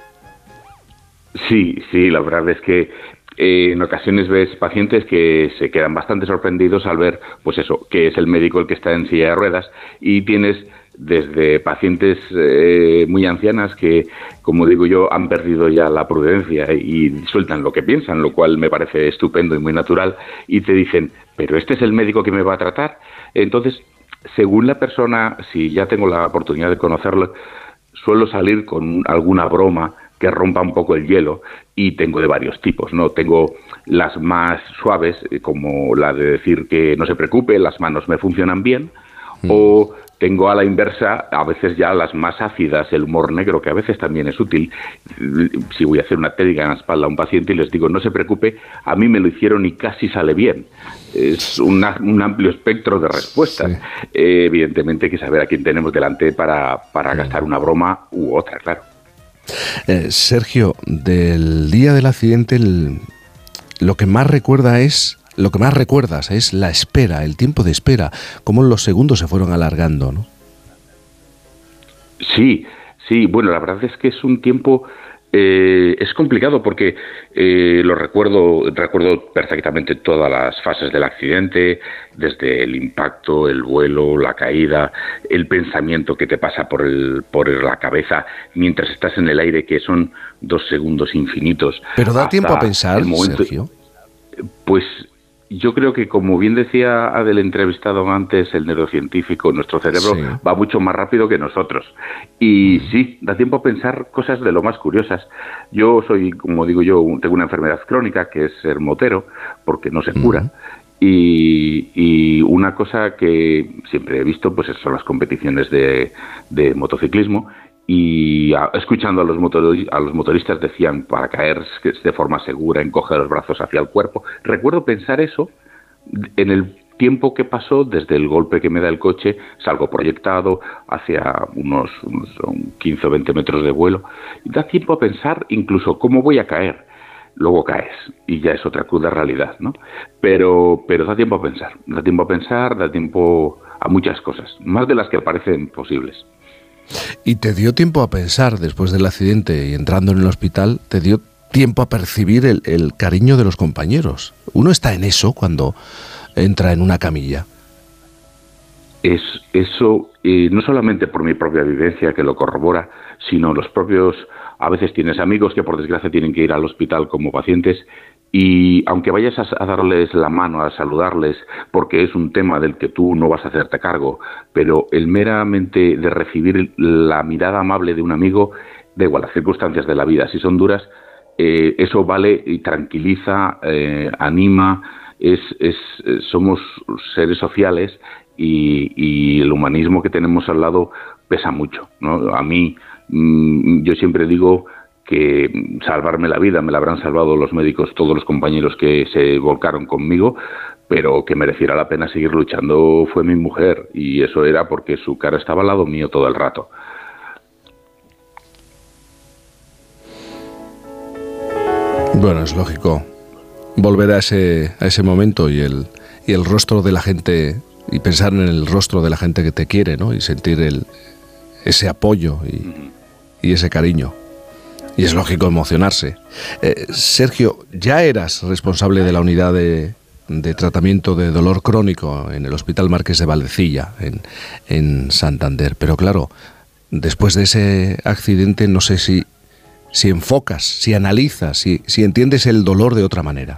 Sí, la verdad es que en ocasiones ves pacientes que se quedan bastante sorprendidos al ver, pues eso, que es el médico el que está en silla de ruedas, y tienes desde pacientes muy ancianas que, como digo yo, han perdido ya la prudencia y sueltan lo que piensan, lo cual me parece estupendo y muy natural, y te dicen, pero este es el médico que me va a tratar. Entonces, según la persona, si ya tengo la oportunidad de conocerlo, suelo salir con alguna broma que rompa un poco el hielo, y tengo de varios tipos, ¿no? Tengo las más suaves, como la de decir que no se preocupe, las manos me funcionan bien, o tengo a la inversa a veces ya las más ácidas, el humor negro, que a veces también es útil. Si voy a hacer una técnica en la espalda a un paciente y les digo, no se preocupe, a mí me lo hicieron y casi sale bien. Es un amplio espectro de respuestas. Sí. Evidentemente hay que saber a quién tenemos delante para gastar una broma u otra, claro. Sergio, del día del accidente, lo que más recuerdas es la espera, el tiempo de espera, cómo los segundos se fueron alargando, ¿no? Sí, bueno, la verdad es que es un tiempo, es complicado porque recuerdo perfectamente todas las fases del accidente, desde el impacto, el vuelo, la caída, el pensamiento que te pasa por la cabeza mientras estás en el aire, que son 2 segundos infinitos. Pero da tiempo a pensar, Sergio. Pues yo creo que, como bien decía del entrevistado antes, el neurocientífico, nuestro cerebro va mucho más rápido que nosotros. Y sí, da tiempo a pensar cosas de lo más curiosas. Yo soy, como digo yo, tengo una enfermedad crónica que es ser motero, porque no se cura. Y una cosa que siempre he visto pues son las competiciones de motociclismo. Y escuchando a los motoristas decían, para caer de forma segura, encoge los brazos hacia el cuerpo. Recuerdo pensar eso en el tiempo que pasó desde el golpe que me da el coche, salgo proyectado hacia unos 15 o 20 metros de vuelo, y da tiempo a pensar incluso cómo voy a caer. Luego caes y ya es otra cruda realidad, ¿no? Pero da tiempo a pensar, da tiempo a muchas cosas, más de las que parecen posibles. ¿Y te dio tiempo a pensar, después del accidente y entrando en el hospital, te dio tiempo a percibir el cariño de los compañeros? Uno está en eso cuando entra en una camilla. Eso, no solamente por mi propia vivencia, que lo corrobora, sino los propios... A veces tienes amigos que por desgracia tienen que ir al hospital como pacientes, y aunque vayas a darles la mano, a saludarles, porque es un tema del que tú no vas a hacerte cargo, pero el meramente de recibir la mirada amable de un amigo, da igual las circunstancias de la vida, si son duras, eso vale y tranquiliza, anima, somos seres sociales, y el humanismo que tenemos al lado pesa mucho, ¿no? A mí, yo siempre digo que salvarme la vida me la habrán salvado los médicos, todos los compañeros que se volcaron conmigo, pero que mereciera la pena seguir luchando fue mi mujer, y eso era porque su cara estaba al lado mío todo el rato. Bueno, es lógico volver a ese momento y el rostro de la gente, y pensar en el rostro de la gente que te quiere, ¿no? Y sentir ese apoyo y ese cariño. Y es lógico emocionarse. Sergio, ya eras responsable de la unidad de tratamiento de dolor crónico en el Hospital Marqués de Valdecilla, en Santander. Pero claro, después de ese accidente, no sé si enfocas, si analizas, si entiendes el dolor de otra manera.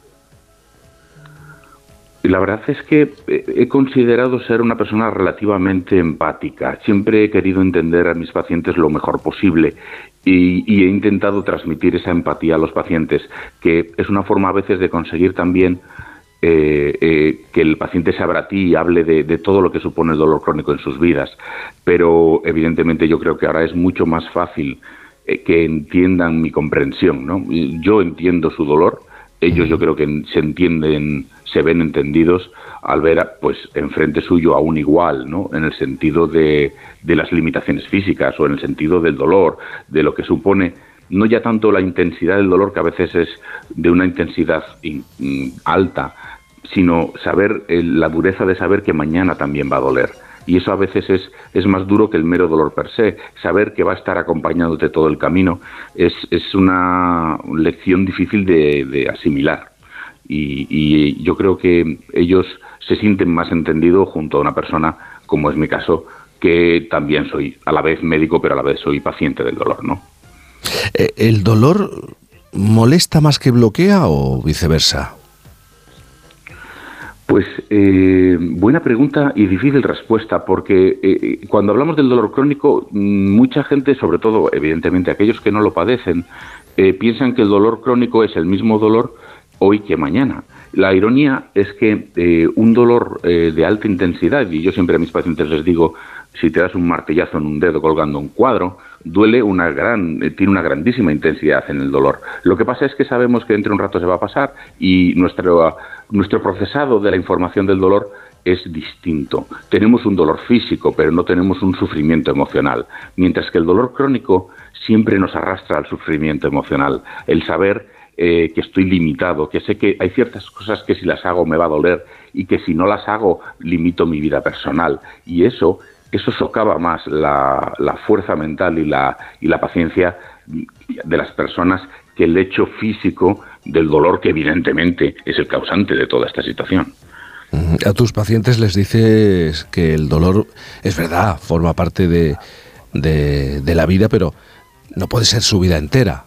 Y la verdad es que he considerado ser una persona relativamente empática. Siempre he querido entender a mis pacientes lo mejor posible y he intentado transmitir esa empatía a los pacientes, que es una forma a veces de conseguir también que el paciente se abra a ti y hable de todo lo que supone el dolor crónico en sus vidas. Pero evidentemente yo creo que ahora es mucho más fácil que entiendan mi comprensión, ¿no? Yo entiendo su dolor, ellos yo creo que se ven entendidos al ver pues enfrente suyo a un igual, ¿no? En el sentido de las limitaciones físicas o en el sentido del dolor, de lo que supone no ya tanto la intensidad del dolor, que a veces es de una intensidad alta, sino saber la dureza de saber que mañana también va a doler. Y eso a veces es más duro que el mero dolor per se. Saber que va a estar acompañándote todo el camino es una lección difícil de asimilar. Y yo creo que ellos se sienten más entendidos junto a una persona, como es mi caso, que también soy a la vez médico, pero a la vez soy paciente del dolor, ¿no? ¿El dolor molesta más que bloquea o viceversa? Pues buena pregunta y difícil respuesta, porque cuando hablamos del dolor crónico, mucha gente, sobre todo, evidentemente, aquellos que no lo padecen, piensan que el dolor crónico es el mismo dolor hoy que mañana. La ironía es que un dolor de alta intensidad, y yo siempre a mis pacientes les digo, si te das un martillazo en un dedo colgando un cuadro, duele tiene una grandísima intensidad en el dolor. Lo que pasa es que sabemos que dentro de un rato se va a pasar y nuestro procesado de la información del dolor es distinto. Tenemos un dolor físico, pero no tenemos un sufrimiento emocional, mientras que el dolor crónico siempre nos arrastra al sufrimiento emocional. El saber que estoy limitado, que sé que hay ciertas cosas que si las hago me va a doler y que si no las hago limito mi vida personal. Y eso socava más la fuerza mental y la paciencia de las personas que el hecho físico del dolor, que evidentemente es el causante de toda esta situación. A tus pacientes les dices que el dolor, es verdad, forma parte de la vida, pero no puede ser su vida entera.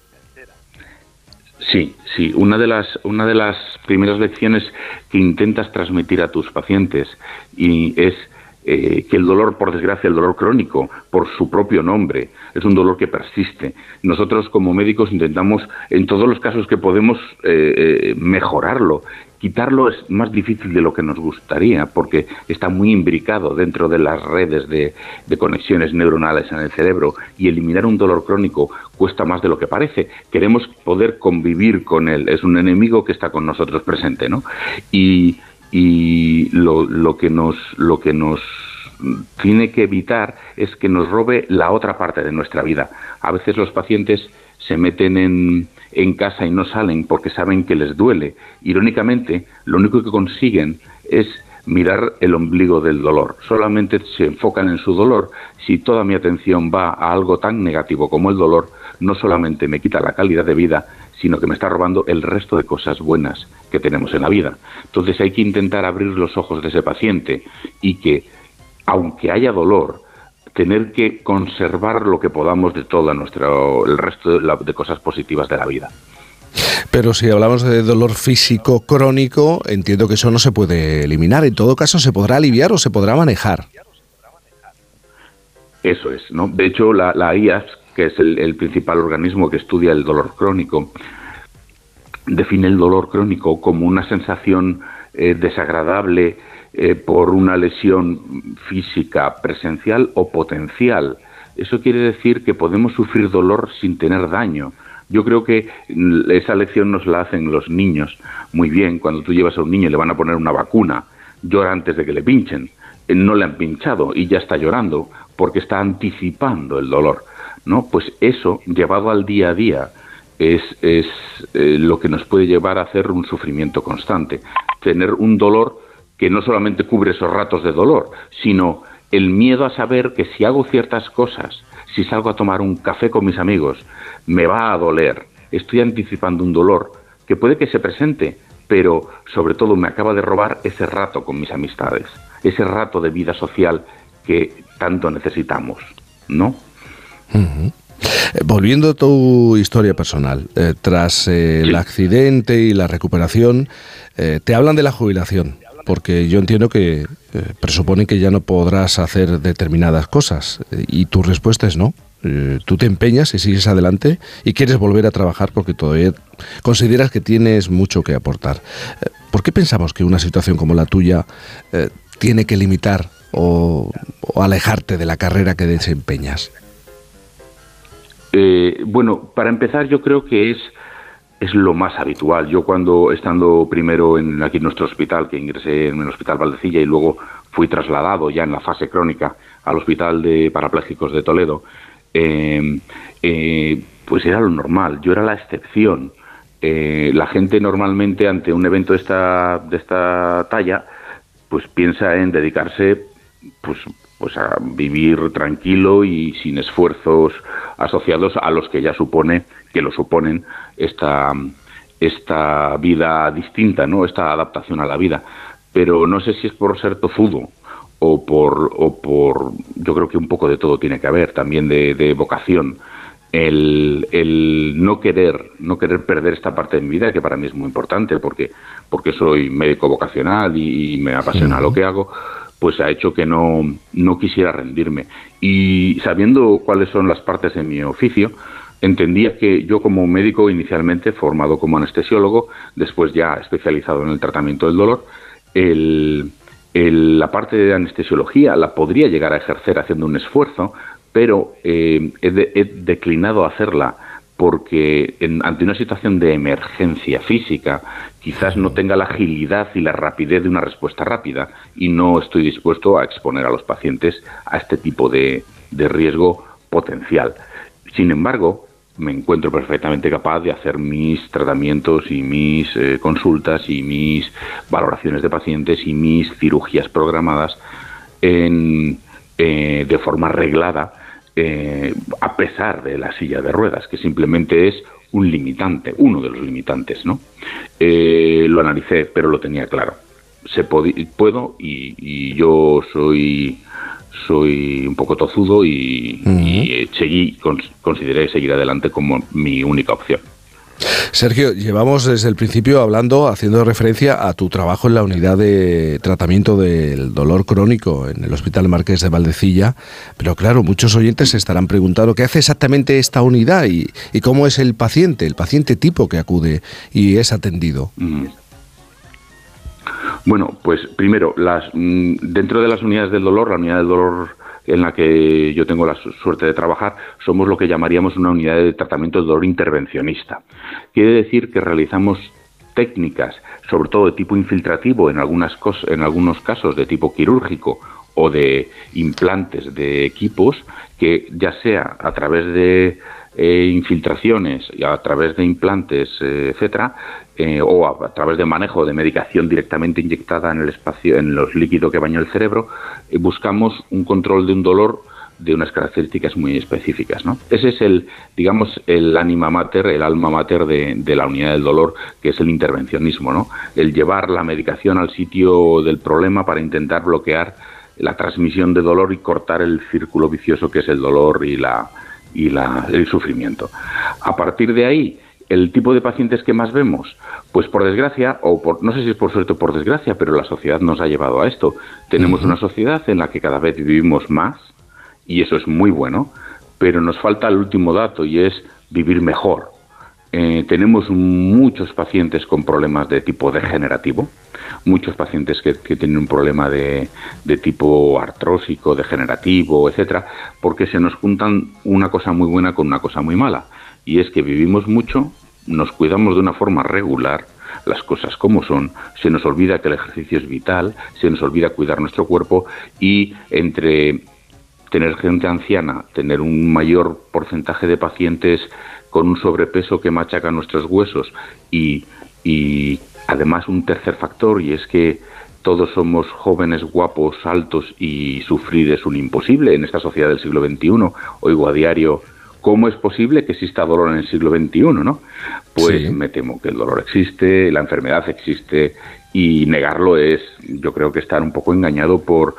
Sí. Una de las primeras lecciones que intentas transmitir a tus pacientes y es que el dolor, por desgracia, el dolor crónico, por su propio nombre, es un dolor que persiste. Nosotros como médicos intentamos, en todos los casos que podemos, mejorarlo. Quitarlo es más difícil de lo que nos gustaría, porque está muy imbricado dentro de las redes de conexiones neuronales en el cerebro, y eliminar un dolor crónico cuesta más de lo que parece. Queremos poder convivir con él, es un enemigo que está con nosotros presente, ¿no? Y lo que nos tiene que evitar es que nos robe la otra parte de nuestra vida. A veces los pacientes se meten en casa y no salen porque saben que les duele. Irónicamente, lo único que consiguen es mirar el ombligo del dolor. Solamente se enfocan en su dolor. Si toda mi atención va a algo tan negativo como el dolor, no solamente me quita la calidad de vida, sino que me está robando el resto de cosas buenas que tenemos en la vida. Entonces hay que intentar abrir los ojos de ese paciente y que, aunque haya dolor, tener que conservar lo que podamos de todo el resto de cosas positivas de la vida. Pero si hablamos de dolor físico crónico, entiendo que eso no se puede eliminar. En todo caso, ¿se podrá aliviar o se podrá manejar? Eso es, ¿no? De hecho, la IAS, que es el principal organismo que estudia el dolor crónico, define el dolor crónico como una sensación desagradable por una lesión física presencial o potencial. Eso quiere decir que podemos sufrir dolor sin tener daño. Yo creo que esa lección nos la hacen los niños muy bien. Cuando tú llevas a un niño y le van a poner una vacuna, llora antes de que le pinchen. No le han pinchado y ya está llorando porque está anticipando el dolor, ¿no? Pues eso, llevado al día a día, es lo que nos puede llevar a hacer un sufrimiento constante. Tener un dolor que no solamente cubre esos ratos de dolor, sino el miedo a saber que si hago ciertas cosas, si salgo a tomar un café con mis amigos, me va a doler. Estoy anticipando un dolor que puede que se presente, pero sobre todo me acaba de robar ese rato con mis amistades, ese rato de vida social que tanto necesitamos, ¿no? Uh-huh. Volviendo a tu historia personal, tras el accidente y la recuperación, te hablan de la jubilación, porque yo entiendo que presuponen que ya no podrás hacer determinadas cosas, y tu respuesta es no. Tú te empeñas y sigues adelante y quieres volver a trabajar porque todavía consideras que tienes mucho que aportar. ¿Por qué pensamos que una situación como la tuya tiene que limitar o alejarte de la carrera que desempeñas? Bueno, para empezar yo creo que es lo más habitual. Yo cuando, estando primero aquí en nuestro hospital, que ingresé en el Hospital Valdecilla y luego fui trasladado ya en la fase crónica al Hospital de Parapléjicos de Toledo, pues era lo normal, yo era la excepción. La gente normalmente ante un evento de esta talla pues piensa en dedicarse pues a vivir tranquilo y sin esfuerzos asociados a los que ya suponen esta vida distinta, ¿no? Esta adaptación a la vida. Pero no sé si es por ser tozudo o por yo creo que un poco de todo tiene que haber, también de vocación. El no querer perder esta parte de mi vida, que para mí es muy importante porque soy médico vocacional y me apasiona lo que hago, pues ha hecho que no quisiera rendirme. Y sabiendo cuáles son las partes de mi oficio, entendía que yo como médico inicialmente formado como anestesiólogo, después ya especializado en el tratamiento del dolor, la parte de anestesiología la podría llegar a ejercer haciendo un esfuerzo, pero he declinado hacerla porque ante una situación de emergencia física quizás no tenga la agilidad y la rapidez de una respuesta rápida y no estoy dispuesto a exponer a los pacientes a este tipo de riesgo potencial. Sin embargo, me encuentro perfectamente capaz de hacer mis tratamientos y mis consultas y mis valoraciones de pacientes y mis cirugías programadas de forma reglada, a pesar de la silla de ruedas, que simplemente es un limitante, uno de los limitantes, ¿no? Lo analicé, pero lo tenía claro. Puedo y yo soy un poco tozudo y consideré seguir adelante como mi única opción. Sergio, llevamos desde el principio haciendo referencia a tu trabajo en la unidad de tratamiento del dolor crónico en el Hospital Marqués de Valdecilla, pero claro, muchos oyentes se estarán preguntando qué hace exactamente esta unidad y cómo es el paciente tipo que acude y es atendido. Bueno, pues primero, dentro de las unidades del dolor, la unidad del dolor en la que yo tengo la suerte de trabajar, somos lo que llamaríamos una unidad de tratamiento del dolor intervencionista. Quiere decir que realizamos técnicas, sobre todo de tipo infiltrativo, en algunos casos de tipo quirúrgico o de implantes de equipos, que ya sea a través de infiltraciones y a través de implantes, etcétera, o a través de manejo de medicación directamente inyectada en el espacio, en los líquidos que baña el cerebro, buscamos un control de un dolor de unas características muy específicas, ¿no? Ese es el alma mater de la unidad del dolor, que es el intervencionismo, ¿no? El llevar la medicación al sitio del problema para intentar bloquear la transmisión de dolor y cortar el círculo vicioso que es el dolor y el sufrimiento. A partir de ahí, el tipo de pacientes que más vemos, pues por desgracia, no sé si es por suerte o por desgracia, pero la sociedad nos ha llevado a esto. Tenemos una sociedad en la que cada vez vivimos más, y eso es muy bueno, pero nos falta el último dato, y es vivir mejor. Tenemos muchos pacientes con problemas de tipo degenerativo, muchos pacientes que tienen un problema de tipo artrósico, degenerativo, etcétera, porque se nos juntan una cosa muy buena con una cosa muy mala, y es que vivimos mucho, nos cuidamos de una forma regular, las cosas como son, se nos olvida que el ejercicio es vital, se nos olvida cuidar nuestro cuerpo, y entre tener gente anciana, tener un mayor porcentaje de pacientes con un sobrepeso que machaca nuestros huesos y además un tercer factor, y es que todos somos jóvenes, guapos, altos, y sufrir es un imposible en esta sociedad del siglo XXI. Oigo a diario, ¿cómo es posible que exista dolor en el siglo XXI, no? Pues sí. Me temo que el dolor existe, la enfermedad existe, y negarlo es, yo creo que estar un poco engañado por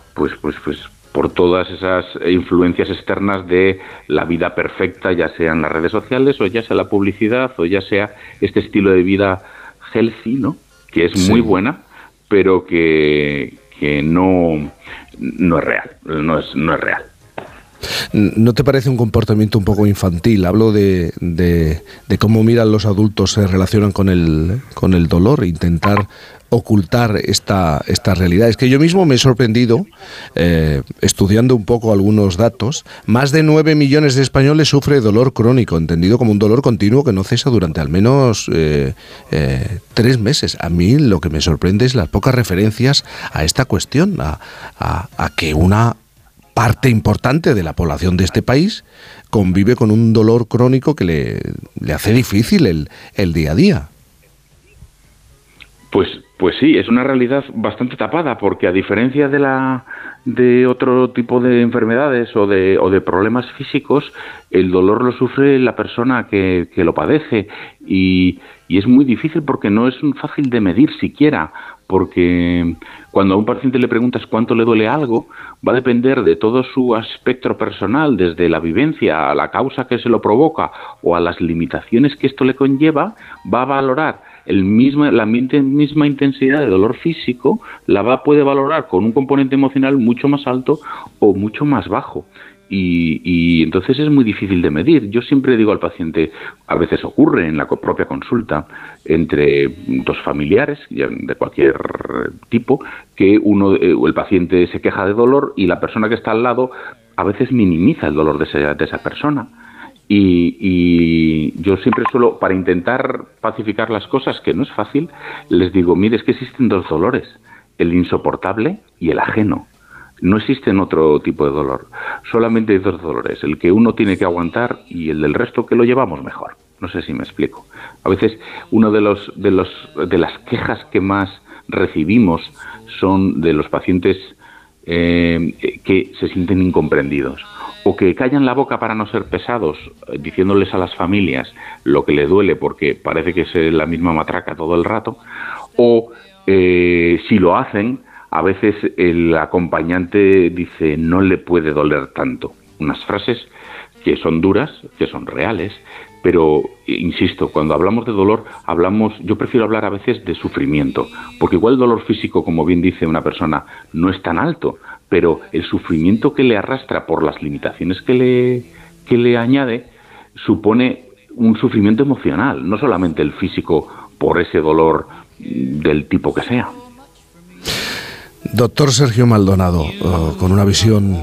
todas esas influencias externas de la vida perfecta, ya sean las redes sociales, o ya sea la publicidad, o ya sea este estilo de vida healthy, ¿no? Que es muy buena, pero que no es real, no es real. ¿No te parece un comportamiento un poco infantil? Hablo de cómo miran los adultos, se relacionan con el dolor, intentar ocultar esta realidad. Es que yo mismo me he sorprendido, estudiando un poco algunos datos. Más de 9 millones de españoles sufren dolor crónico, entendido como un dolor continuo que no cesa durante al menos 3 meses. A mí lo que me sorprende es las pocas referencias a esta cuestión, a que una parte importante de la población de este país convive con un dolor crónico que le hace difícil el día a día. Pues sí, es una realidad bastante tapada, porque a diferencia de otro tipo de enfermedades o de problemas físicos, el dolor lo sufre la persona que lo padece, y es muy difícil porque no es fácil de medir siquiera, porque cuando a un paciente le preguntas cuánto le duele algo, va a depender de todo su espectro personal, desde la vivencia a la causa que se lo provoca o a las limitaciones que esto le conlleva. Va a valorar la misma intensidad de dolor físico, puede valorar con un componente emocional mucho más alto o mucho más bajo. Y entonces es muy difícil de medir. Yo siempre digo al paciente, a veces ocurre en la propia consulta, entre 2 familiares de cualquier tipo, que el paciente se queja de dolor y la persona que está al lado a veces minimiza el dolor de esa persona. Y yo siempre suelo, para intentar pacificar las cosas, que no es fácil, les digo, mire, es que existen 2 dolores, el insoportable y el ajeno. No existen otro tipo de dolor, solamente hay 2 dolores, el que uno tiene que aguantar y el del resto que lo llevamos mejor. No sé si me explico. A veces uno de las quejas que más recibimos son de los pacientes que se sienten incomprendidos, o que callan la boca para no ser pesados, diciéndoles a las familias lo que le duele porque parece que es la misma matraca todo el rato, o si lo hacen, a veces el acompañante dice no le puede doler tanto. Unas frases que son duras, que son reales, pero insisto, cuando hablamos de dolor, yo prefiero hablar a veces de sufrimiento, porque igual el dolor físico, como bien dice una persona, no es tan alto, pero el sufrimiento que le arrastra por las limitaciones que le añade supone un sufrimiento emocional, no solamente el físico por ese dolor del tipo que sea. Doctor Sergio Maldonado, con una visión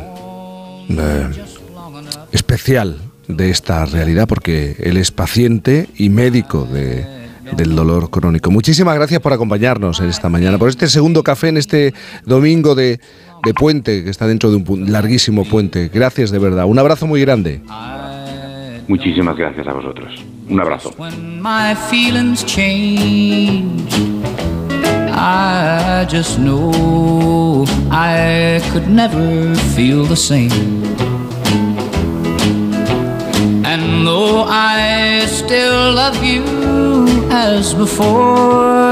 especial de esta realidad, porque él es paciente y médico del dolor crónico. Muchísimas gracias por acompañarnos en esta mañana, por este segundo café en este domingo de puente, que está dentro de un larguísimo puente. Gracias de verdad. Un abrazo muy grande. Muchísimas gracias a vosotros. Un abrazo. I just know I could never feel the same. And though I still love you as before,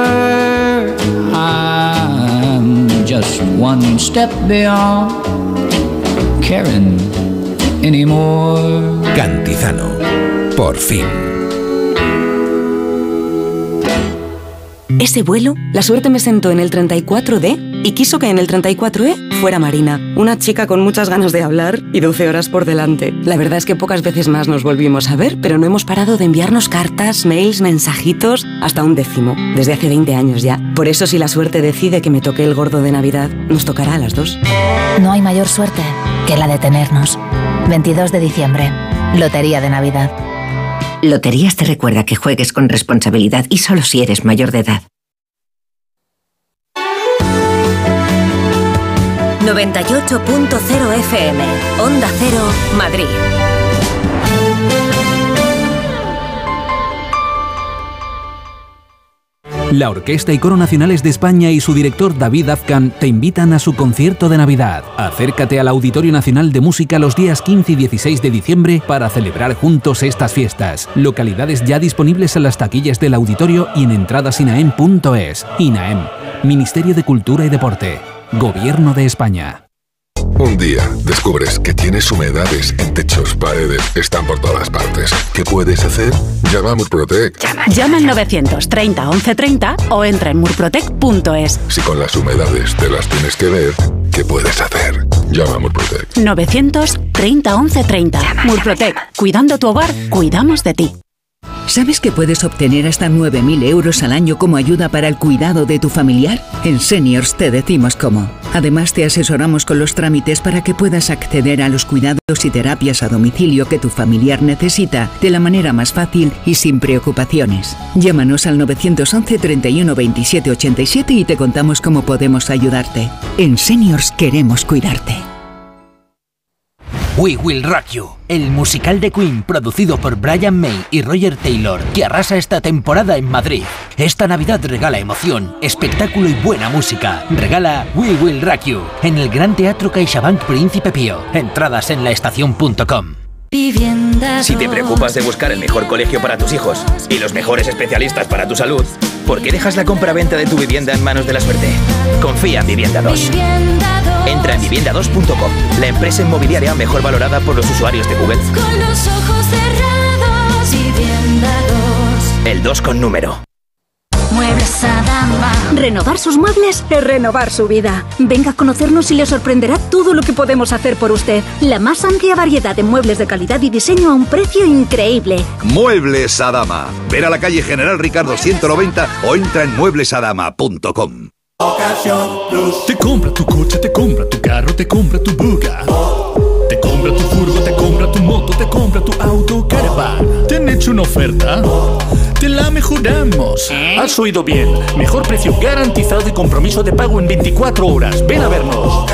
I'm just one step beyond caring anymore. Cantizano, por fin. Ese vuelo, la suerte me sentó en el 34D y quiso que en el 34E fuera Marina, una chica con muchas ganas de hablar y 12 horas por delante. La verdad es que pocas veces más nos volvimos a ver, pero no hemos parado de enviarnos cartas, mails, mensajitos, hasta un 10º, desde hace 20 años ya. Por eso, si la suerte decide que me toque el gordo de Navidad, nos tocará a las 2. No hay mayor suerte que la de tenernos. 22 de diciembre, Lotería de Navidad. Loterías te recuerda que juegues con responsabilidad y solo si eres mayor de edad. 98.0 FM, Onda Cero, Madrid. La Orquesta y Coro Nacionales de España y su director David Azcan te invitan a su concierto de Navidad. Acércate al Auditorio Nacional de Música los días 15 y 16 de diciembre para celebrar juntos estas fiestas. Localidades ya disponibles en las taquillas del auditorio y en entradasinaem.es. INAEM, Ministerio de Cultura y Deporte, Gobierno de España. Un día descubres que tienes humedades en techos, paredes, están por todas partes. ¿Qué puedes hacer? Llama a Murprotec. Llama al 930 1130 o entra en murprotec.es. Si con las humedades te las tienes que ver, ¿qué puedes hacer? Llama a Murprotec. 930 1130. Murprotec. Cuidando tu hogar, cuidamos de ti. ¿Sabes que puedes obtener hasta 9.000 euros al año como ayuda para el cuidado de tu familiar? En Seniors te decimos cómo. Además, te asesoramos con los trámites para que puedas acceder a los cuidados y terapias a domicilio que tu familiar necesita de la manera más fácil y sin preocupaciones. Llámanos al 911 31 27 87 y te contamos cómo podemos ayudarte. En Seniors queremos cuidarte. We Will Rock You, el musical de Queen producido por Brian May y Roger Taylor, que arrasa esta temporada en Madrid. Esta Navidad regala emoción, espectáculo y buena música. Regala We Will Rock You en el Gran Teatro CaixaBank Príncipe Pío. Entradas en laestacion.com. Si te preocupas de buscar el mejor colegio para tus hijos y los mejores especialistas para tu salud, ¿por qué dejas la compra-venta de tu vivienda en manos de la suerte? Confía en Vivienda 2. Entra en vivienda2.com, la empresa inmobiliaria mejor valorada por los usuarios de Google. Con los ojos cerrados, Vivienda 2. El 2 con número. Muebles Adama. Renovar sus muebles es renovar su vida. Venga a conocernos y le sorprenderá todo lo que podemos hacer por usted. La más amplia variedad de muebles de calidad y diseño a un precio increíble. Muebles Adama. Ver a la calle General Ricardo 190 o entra en mueblesadama.com. Te compra tu coche, te compra tu carro, te compra tu buga. Te compra tu furgo, te compra tu moto, te compra tu auto, caravana. ¿Te han hecho una oferta? Te la mejoramos. Has oído bien. Mejor precio garantizado y compromiso de pago en 24 horas. Ven a vernos.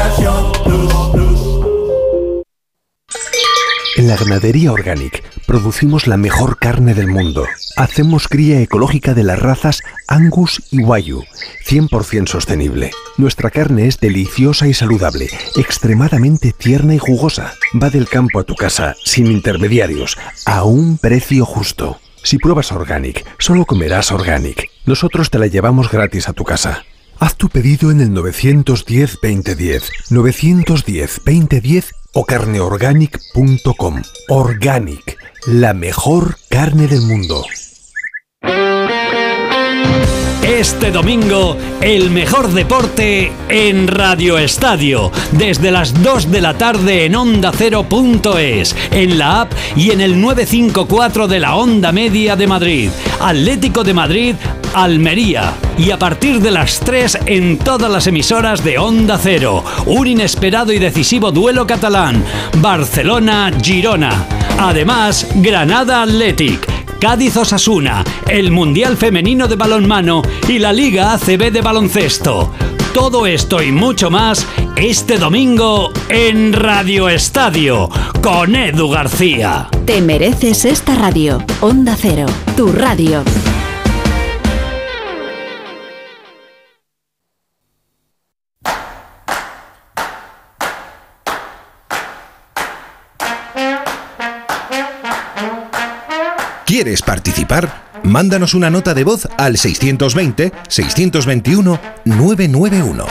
En la Ganadería Organic producimos la mejor carne del mundo. Hacemos cría ecológica de las razas Angus y Wagyu, 100% sostenible. Nuestra carne es deliciosa y saludable, extremadamente tierna y jugosa. Va del campo a tu casa, sin intermediarios, a un precio justo. Si pruebas Organic, solo comerás Organic. Nosotros te la llevamos gratis a tu casa. Haz tu pedido en el 910-2010, 910-2010 o carneorganic.com. Organic, la mejor carne del mundo. Este domingo, el mejor deporte en Radio Estadio, desde las 2 de la tarde en OndaCero.es, en la app y en el 954 de la Onda Media de Madrid. Atlético de Madrid, Almería. Y a partir de las 3 en todas las emisoras de Onda Cero. Un inesperado y decisivo duelo catalán. Barcelona-Girona. Además, Granada Athletic. Cádiz-Osasuna, el Mundial Femenino de Balonmano y la Liga ACB de Baloncesto. Todo esto y mucho más este domingo en Radio Estadio con Edu García. Te mereces esta radio. Onda Cero, tu radio. ¿Quieres participar? Mándanos una nota de voz al 620-621-991.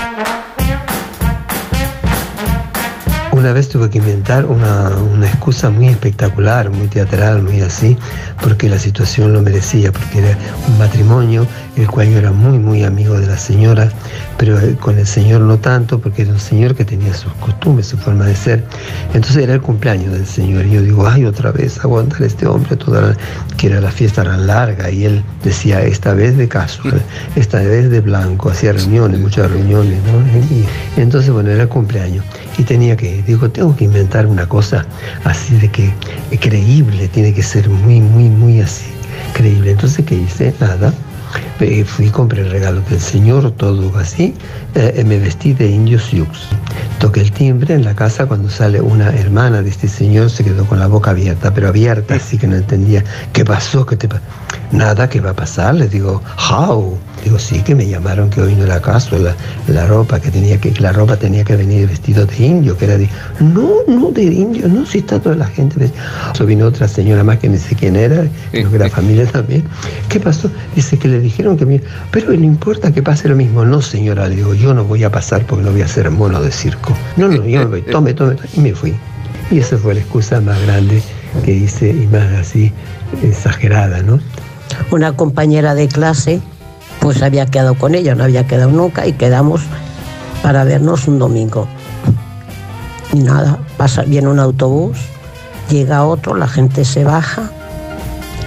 Una vez tuve que inventar una excusa muy espectacular, muy teatral, muy así, porque la situación lo merecía, porque era un matrimonio, el cual yo era muy, muy amigo de la señora, pero con el señor no tanto, porque era un señor que tenía sus costumbres, su forma de ser. Entonces era el cumpleaños del señor, y yo digo, ay, otra vez aguantar a este hombre, que era la fiesta tan larga, y él decía, esta vez de casual, esta vez de blanco, hacía reuniones, muchas reuniones, ¿no? Y entonces, bueno, era el cumpleaños, y tengo que inventar una cosa así de que creíble, tiene que ser muy, muy, muy así, creíble. Entonces, ¿qué hice? Nada. Fui y compré el regalo del señor, todo así, me vestí de indio sioux. Toqué el timbre en la casa, cuando sale una hermana de este señor, se quedó con la boca abierta, pero abierta, así que no entendía. ¿Qué pasó? ¿Qué te pasó? Nada, ¿qué va a pasar? Le digo, how? Digo, sí, que me llamaron que hoy no era caso, la ropa tenía que venir vestido de indio, que era de, no de indio, no, si está toda la gente. So, vino otra señora más que no sé quién era, creo que era familia también. ¿Qué pasó? Dice que le dijeron que pero no importa que pase lo mismo. No, señora, le digo, yo no voy a pasar porque no voy a ser mono de circo. No, yo me voy, tome, y me fui. Y esa fue la excusa más grande que hice y más así exagerada, ¿no? Una compañera de clase, pues había quedado con ella, no había quedado nunca, y quedamos para vernos un domingo. Y nada, viene un autobús, llega otro, la gente se baja,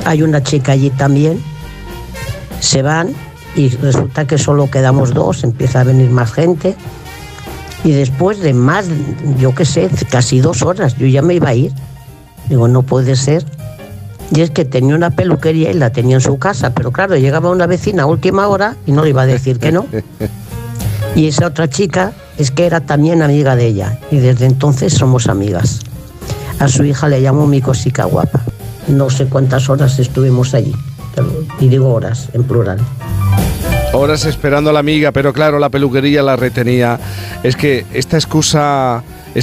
hay una chica allí también, se van y resulta que solo quedamos dos, empieza a venir más gente y después de más, yo qué sé, casi 2 horas, yo ya me iba a ir. Digo, no puede ser. Y es que tenía una peluquería y la tenía en su casa, pero claro, llegaba una vecina a última hora y no le iba a decir que no. Y esa otra chica es que era también amiga de ella y desde entonces somos amigas. A su hija le llamo mi cosica guapa. No sé cuántas horas estuvimos allí, y digo horas en plural. Horas esperando a la amiga, pero claro, la peluquería la retenía. Es que esta excusa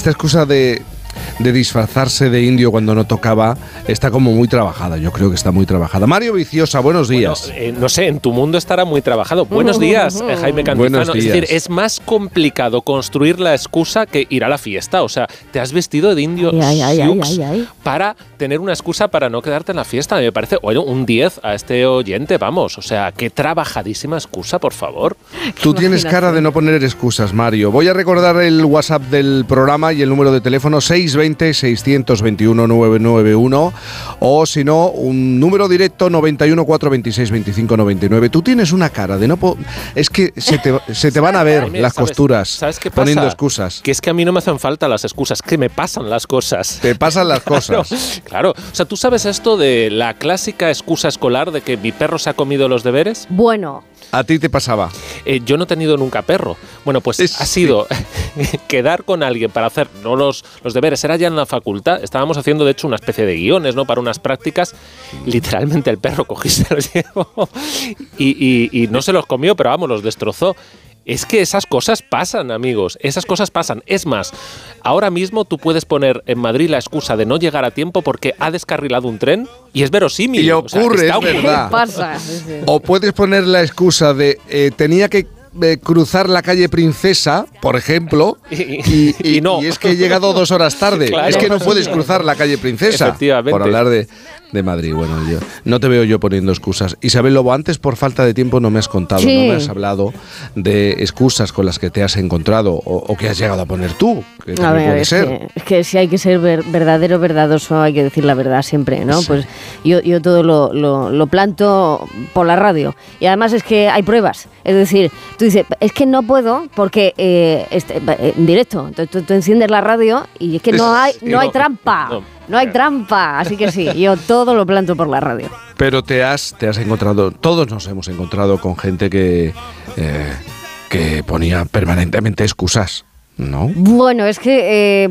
de disfrazarse de indio cuando no tocaba está como muy trabajada. Yo creo que está muy trabajada. Mario Viciosa, buenos días. Bueno, no sé, en tu mundo estará muy trabajado. Buenos días, Jaime Cantizano. Buenos días. Es decir, es más complicado construir la excusa que ir a la fiesta. O sea, te has vestido de indio para tener una excusa para no quedarte en la fiesta. Me parece, bueno, un 10 a este oyente, vamos. O sea, qué trabajadísima excusa, por favor. Tú tienes cara de no poner excusas, Mario. Voy a recordar el WhatsApp del programa y el número de teléfono 620-621-991 o si no, un número directo 91 426 25 99. Tú tienes una cara de no... Es que se te van a ver las costuras. ¿Sabes qué pasa? Poniendo excusas. Que es que a mí no me hacen falta las excusas, que me pasan las cosas. Te pasan las cosas. Claro. O sea, ¿tú sabes esto de la clásica excusa escolar de que mi perro se ha comido los deberes? Bueno... ¿A ti te pasaba? Yo no he tenido nunca perro. Bueno, pues ha sido quedar con alguien para hacer no los deberes. Era ya en la facultad. Estábamos haciendo, de hecho, una especie de guiones, ¿no? Para unas prácticas. Literalmente el perro cogí, se los llevó y no se los comió, pero vamos, los destrozó. Es que esas cosas pasan, amigos, esas cosas pasan. Es más, ahora mismo tú puedes poner en Madrid la excusa de no llegar a tiempo porque ha descarrilado un tren y es verosímil. Y ocurre, es verdad. Pasa. O puedes poner la excusa de tenía que cruzar la calle Princesa, por ejemplo, y no. Y es que he llegado 2 horas tarde. Claro, es que no puedes cruzar la calle Princesa. Efectivamente. Por hablar de Madrid. Bueno, yo no te veo yo poniendo excusas. Isabel Lobo, antes por falta de tiempo no me has contado, no me has hablado de excusas con las que te has encontrado o que has llegado a poner tú, que también puede ser. Es que si hay que ser verdadero, verdadoso, hay que decir la verdad siempre, ¿no? Sí. Pues yo todo lo planto por la radio. Y además es que hay pruebas. Es decir, tú dices, es que no puedo porque en directo, tú enciendes la radio y es que no hay trampa. No hay trampa, así que sí, yo todo lo planto por la radio. Pero te has encontrado, todos nos hemos encontrado con gente que ponía permanentemente excusas, ¿no? Bueno, es que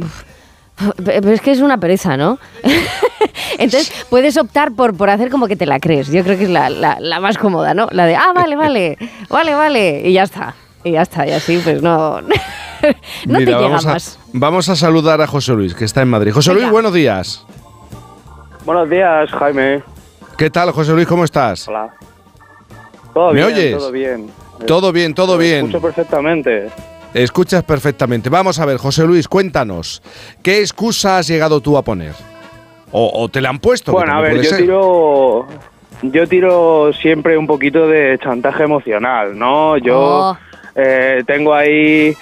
es una pereza, ¿no? Entonces puedes optar por hacer como que te la crees. Yo creo que es la más cómoda, ¿no? La de, vale, y ya está. Y así pues no... No Mira, te llega más. Vamos a saludar a José Luis, que está en Madrid. José Luis, buenos días. Buenos días, Jaime. ¿Qué tal, José Luis? ¿Cómo estás? Hola. ¿Todo bien? ¿Me oyes? Todo bien. Todo bien. Escucho perfectamente. Escuchas perfectamente. Vamos a ver, José Luis, cuéntanos. ¿Qué excusa has llegado tú a poner? ¿O te la han puesto? Bueno, a ver, yo tiro siempre un poquito de chantaje emocional, ¿no? Yo tengo ahí...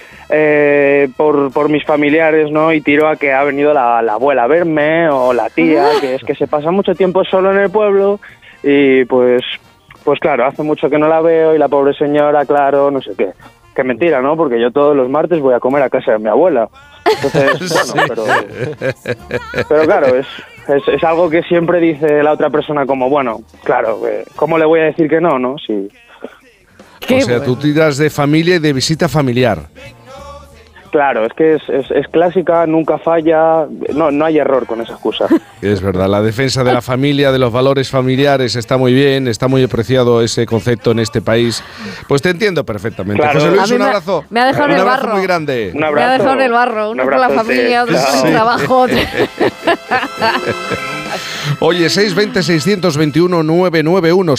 por mis familiares, ¿no? Y tiro a que ha venido la abuela a verme o la tía, que es que se pasa mucho tiempo solo en el pueblo y pues claro, hace mucho que no la veo y la pobre señora, claro, no sé qué. Que mentira, ¿no? Porque yo todos los martes voy a comer a casa de mi abuela. Entonces, bueno, pero claro, es algo que siempre dice la otra persona como, bueno, claro, ¿cómo le voy a decir que no, no? Sí. O sea, tú tiras de familia y de visita familiar. Claro, es que es clásica, nunca falla, no hay error con esa excusa. Es verdad, la defensa de la familia, de los valores familiares está muy bien, está muy apreciado ese concepto en este país. Pues te entiendo perfectamente. Claro. José Luis, un abrazo. Me ha dejado en el barro. Muy grande. Un abrazo. Me ha dejado en el barro, uno con la familia, otro con el trabajo. Oye, 620-621-991,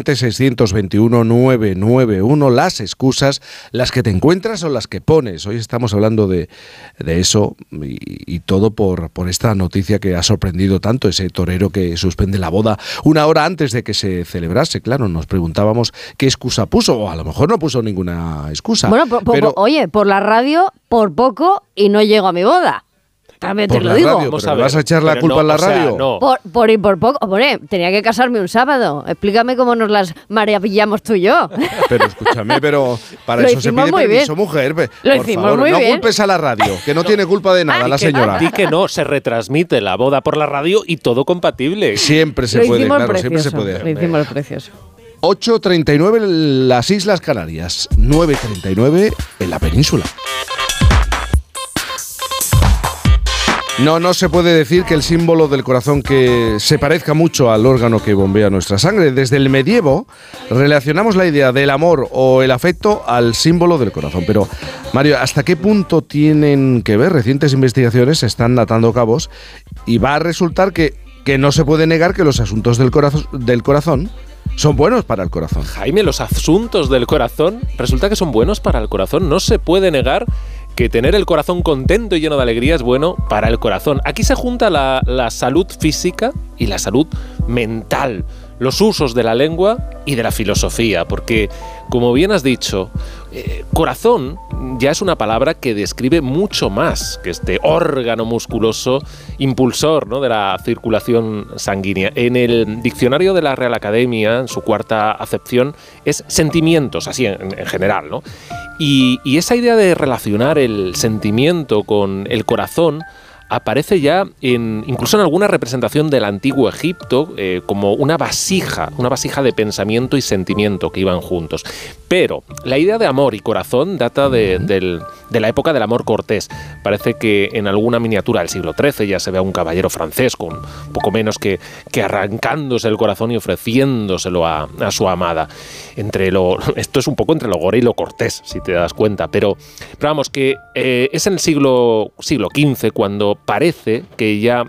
620-621-991, las excusas, las que te encuentras o las que pones. Hoy estamos hablando de eso y todo por esta noticia que ha sorprendido tanto, ese torero que suspende la boda una hora antes de que se celebrase. Claro, nos preguntábamos qué excusa puso, o a lo mejor no puso ninguna excusa. Bueno, oye, por la radio, por poco y no llego a mi boda. También te lo digo. ¿Vas a echar la culpa a la radio? No. Por ir por poco. Hombre, tenía que casarme un sábado. Explícame cómo nos las maravillamos tú y yo. Pero escúchame, para eso se pide permiso, mujer. Lo por hicimos favor, muy no bien. culpes a la radio, que no tiene culpa de nada la señora. Di que no, se retransmite la boda por la radio y todo compatible. Siempre se puede, claro, siempre se puede. Lo hicimos precioso. 8:39 en las Islas Canarias, 9:39 en la península. No se puede decir que el símbolo del corazón que se parezca mucho al órgano que bombea nuestra sangre. Desde el medievo relacionamos la idea del amor o el afecto al símbolo del corazón. Pero, Mario, ¿hasta qué punto tienen que ver? Recientes investigaciones están atando cabos y va a resultar que no se puede negar que los asuntos del corazón son buenos para el corazón. Jaime, los asuntos del corazón resulta que son buenos para el corazón. No se puede negar que tener el corazón contento y lleno de alegría es bueno para el corazón. Aquí se junta la salud física y la salud mental, los usos de la lengua y de la filosofía, porque, como bien has dicho, corazón ya es una palabra que describe mucho más que este órgano musculoso impulsor, ¿no?, de la circulación sanguínea. En el diccionario de la Real Academia, en su cuarta acepción, es sentimientos, así en general, ¿no? Y esa idea de relacionar el sentimiento con el corazón aparece ya incluso en alguna representación del antiguo Egipto como una vasija de pensamiento y sentimiento que iban juntos. Pero la idea de amor y corazón data de la época del amor cortés. Parece que en alguna miniatura del siglo XIII ya se ve a un caballero francés con poco menos que arrancándose el corazón y ofreciéndoselo a su amada. Esto es un poco entre lo gore y lo cortés, si te das cuenta. Pero vamos, que es en el siglo XV cuando parece que ya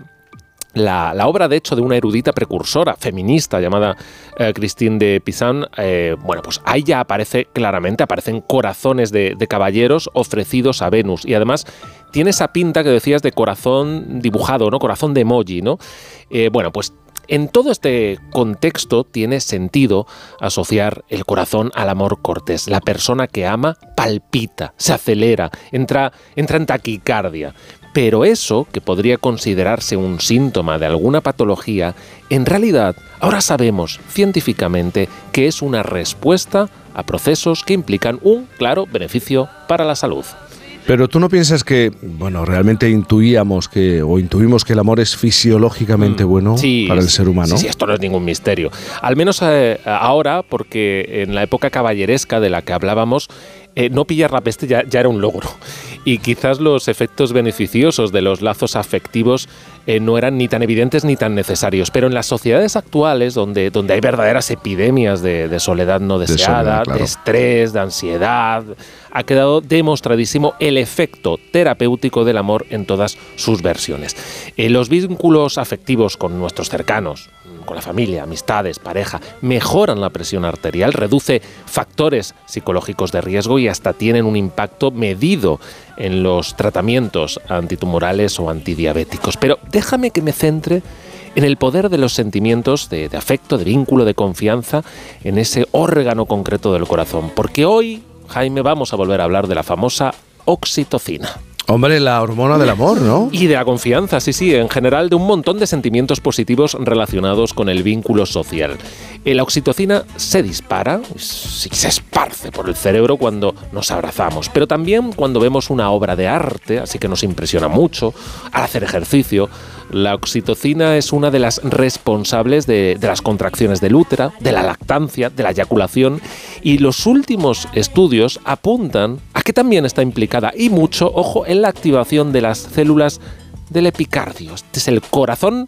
la obra, de hecho, de una erudita precursora feminista llamada Christine de Pizan, pues ahí ya aparecen corazones de caballeros ofrecidos a Venus. Y además tiene esa pinta que decías de corazón dibujado, ¿no? Corazón de emoji, ¿no? Pues en todo este contexto tiene sentido asociar el corazón al amor cortés. La persona que ama palpita, se acelera, entra en taquicardia. Pero eso, que podría considerarse un síntoma de alguna patología, en realidad ahora sabemos científicamente que es una respuesta a procesos que implican un claro beneficio para la salud. Pero tú no piensas que, realmente intuimos que el amor es fisiológicamente bueno para el ser humano. Sí, esto no es ningún misterio. Al menos ahora, porque en la época caballeresca de la que hablábamos, no pillar la peste ya era un logro. Y quizás los efectos beneficiosos de los lazos afectivos no eran ni tan evidentes ni tan necesarios. Pero en las sociedades actuales, donde hay verdaderas epidemias de soledad no deseada, de estrés, de ansiedad, ha quedado demostradísimo el efecto terapéutico del amor en todas sus versiones. Los vínculos afectivos con nuestros cercanos, con la familia, amistades, pareja, mejoran la presión arterial, reduce factores psicológicos de riesgo y hasta tienen un impacto medido en los tratamientos antitumorales o antidiabéticos. Pero déjame que me centre en el poder de los sentimientos de afecto, de vínculo, de confianza en ese órgano concreto del corazón. Porque hoy, Jaime, vamos a volver a hablar de la famosa oxitocina. Hombre, la hormona del amor, ¿no? Y de la confianza, sí, en general de un montón de sentimientos positivos relacionados con el vínculo social. La oxitocina se dispara, se esparce por el cerebro cuando nos abrazamos, pero también cuando vemos una obra de arte, así que nos impresiona mucho, al hacer ejercicio. La oxitocina es una de las responsables de las contracciones del útero, de la lactancia, de la eyaculación, y los últimos estudios apuntan a que también está implicada, y mucho, ojo, en la activación de las células del epicardio. Este es el corazón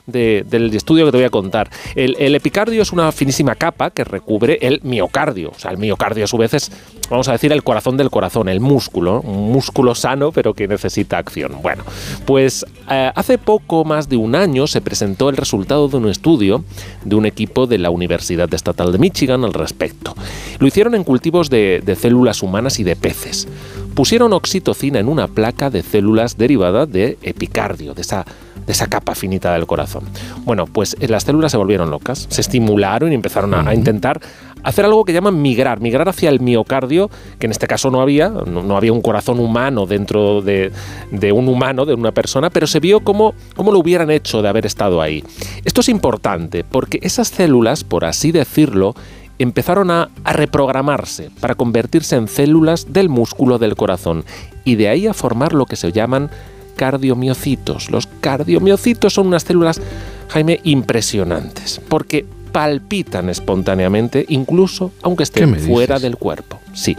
del estudio que te voy a contar. El epicardio es una finísima capa que recubre el miocardio. O sea, el miocardio a su vez es, vamos a decir, el corazón del corazón, el músculo, un músculo sano pero que necesita acción. Bueno, pues hace poco más de un año se presentó el resultado de un estudio de un equipo de la Universidad Estatal de Michigan al respecto. Lo hicieron en cultivos de células humanas y de peces. Pusieron oxitocina en una placa de células derivada de epicardio, de esa capa finita del corazón. corazón. Bueno, pues las células se volvieron locas, se estimularon y empezaron a intentar hacer algo que llaman migrar hacia el miocardio, que en este caso no había un corazón humano dentro de un humano, de una persona, pero se vio cómo lo hubieran hecho de haber estado ahí. Esto es importante porque esas células, por así decirlo, empezaron a reprogramarse para convertirse en células del músculo del corazón y de ahí a formar lo que se llaman cardiomiocitos. Los cardiomiocitos son unas células, Jaime, impresionantes, porque palpitan espontáneamente, incluso aunque estén fuera del cuerpo. Sí.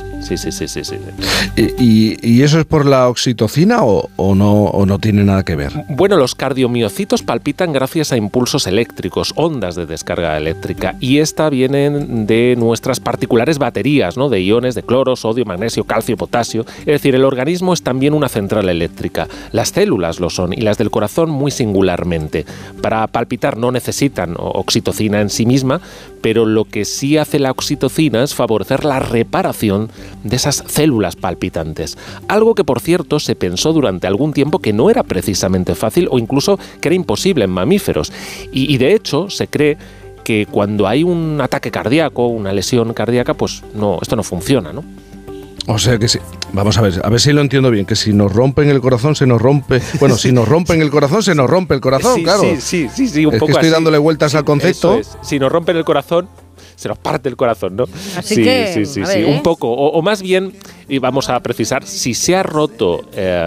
¿Y eso es por la oxitocina o no tiene nada que ver? Bueno, los cardiomiocitos palpitan gracias a impulsos eléctricos, ondas de descarga eléctrica, y esta vienen de nuestras particulares baterías, ¿no? De iones de cloro, sodio, magnesio, calcio, potasio. Es decir, el organismo es también una central eléctrica. Las células lo son, y las del corazón muy singularmente. Para palpitar no necesitan oxitocina en sí misma, pero lo que sí hace la oxitocina es favorecer la reparación de esas células palpitantes. Algo que, por cierto, se pensó durante algún tiempo que no era precisamente fácil o incluso que era imposible en mamíferos. Y de hecho, se cree que cuando hay un ataque cardíaco, una lesión cardíaca, pues no, esto no funciona, ¿no? O sea que sí. Vamos a ver si lo entiendo bien, que si nos rompen el corazón se nos rompe... Bueno, si nos rompen el corazón se nos rompe el corazón, claro. Sí, un poco así. Estoy dándole vueltas al concepto. Eso es. Si nos rompen el corazón, se nos parte el corazón, ¿no? Así que, sí, un poco. O más bien, y vamos a precisar, si se ha roto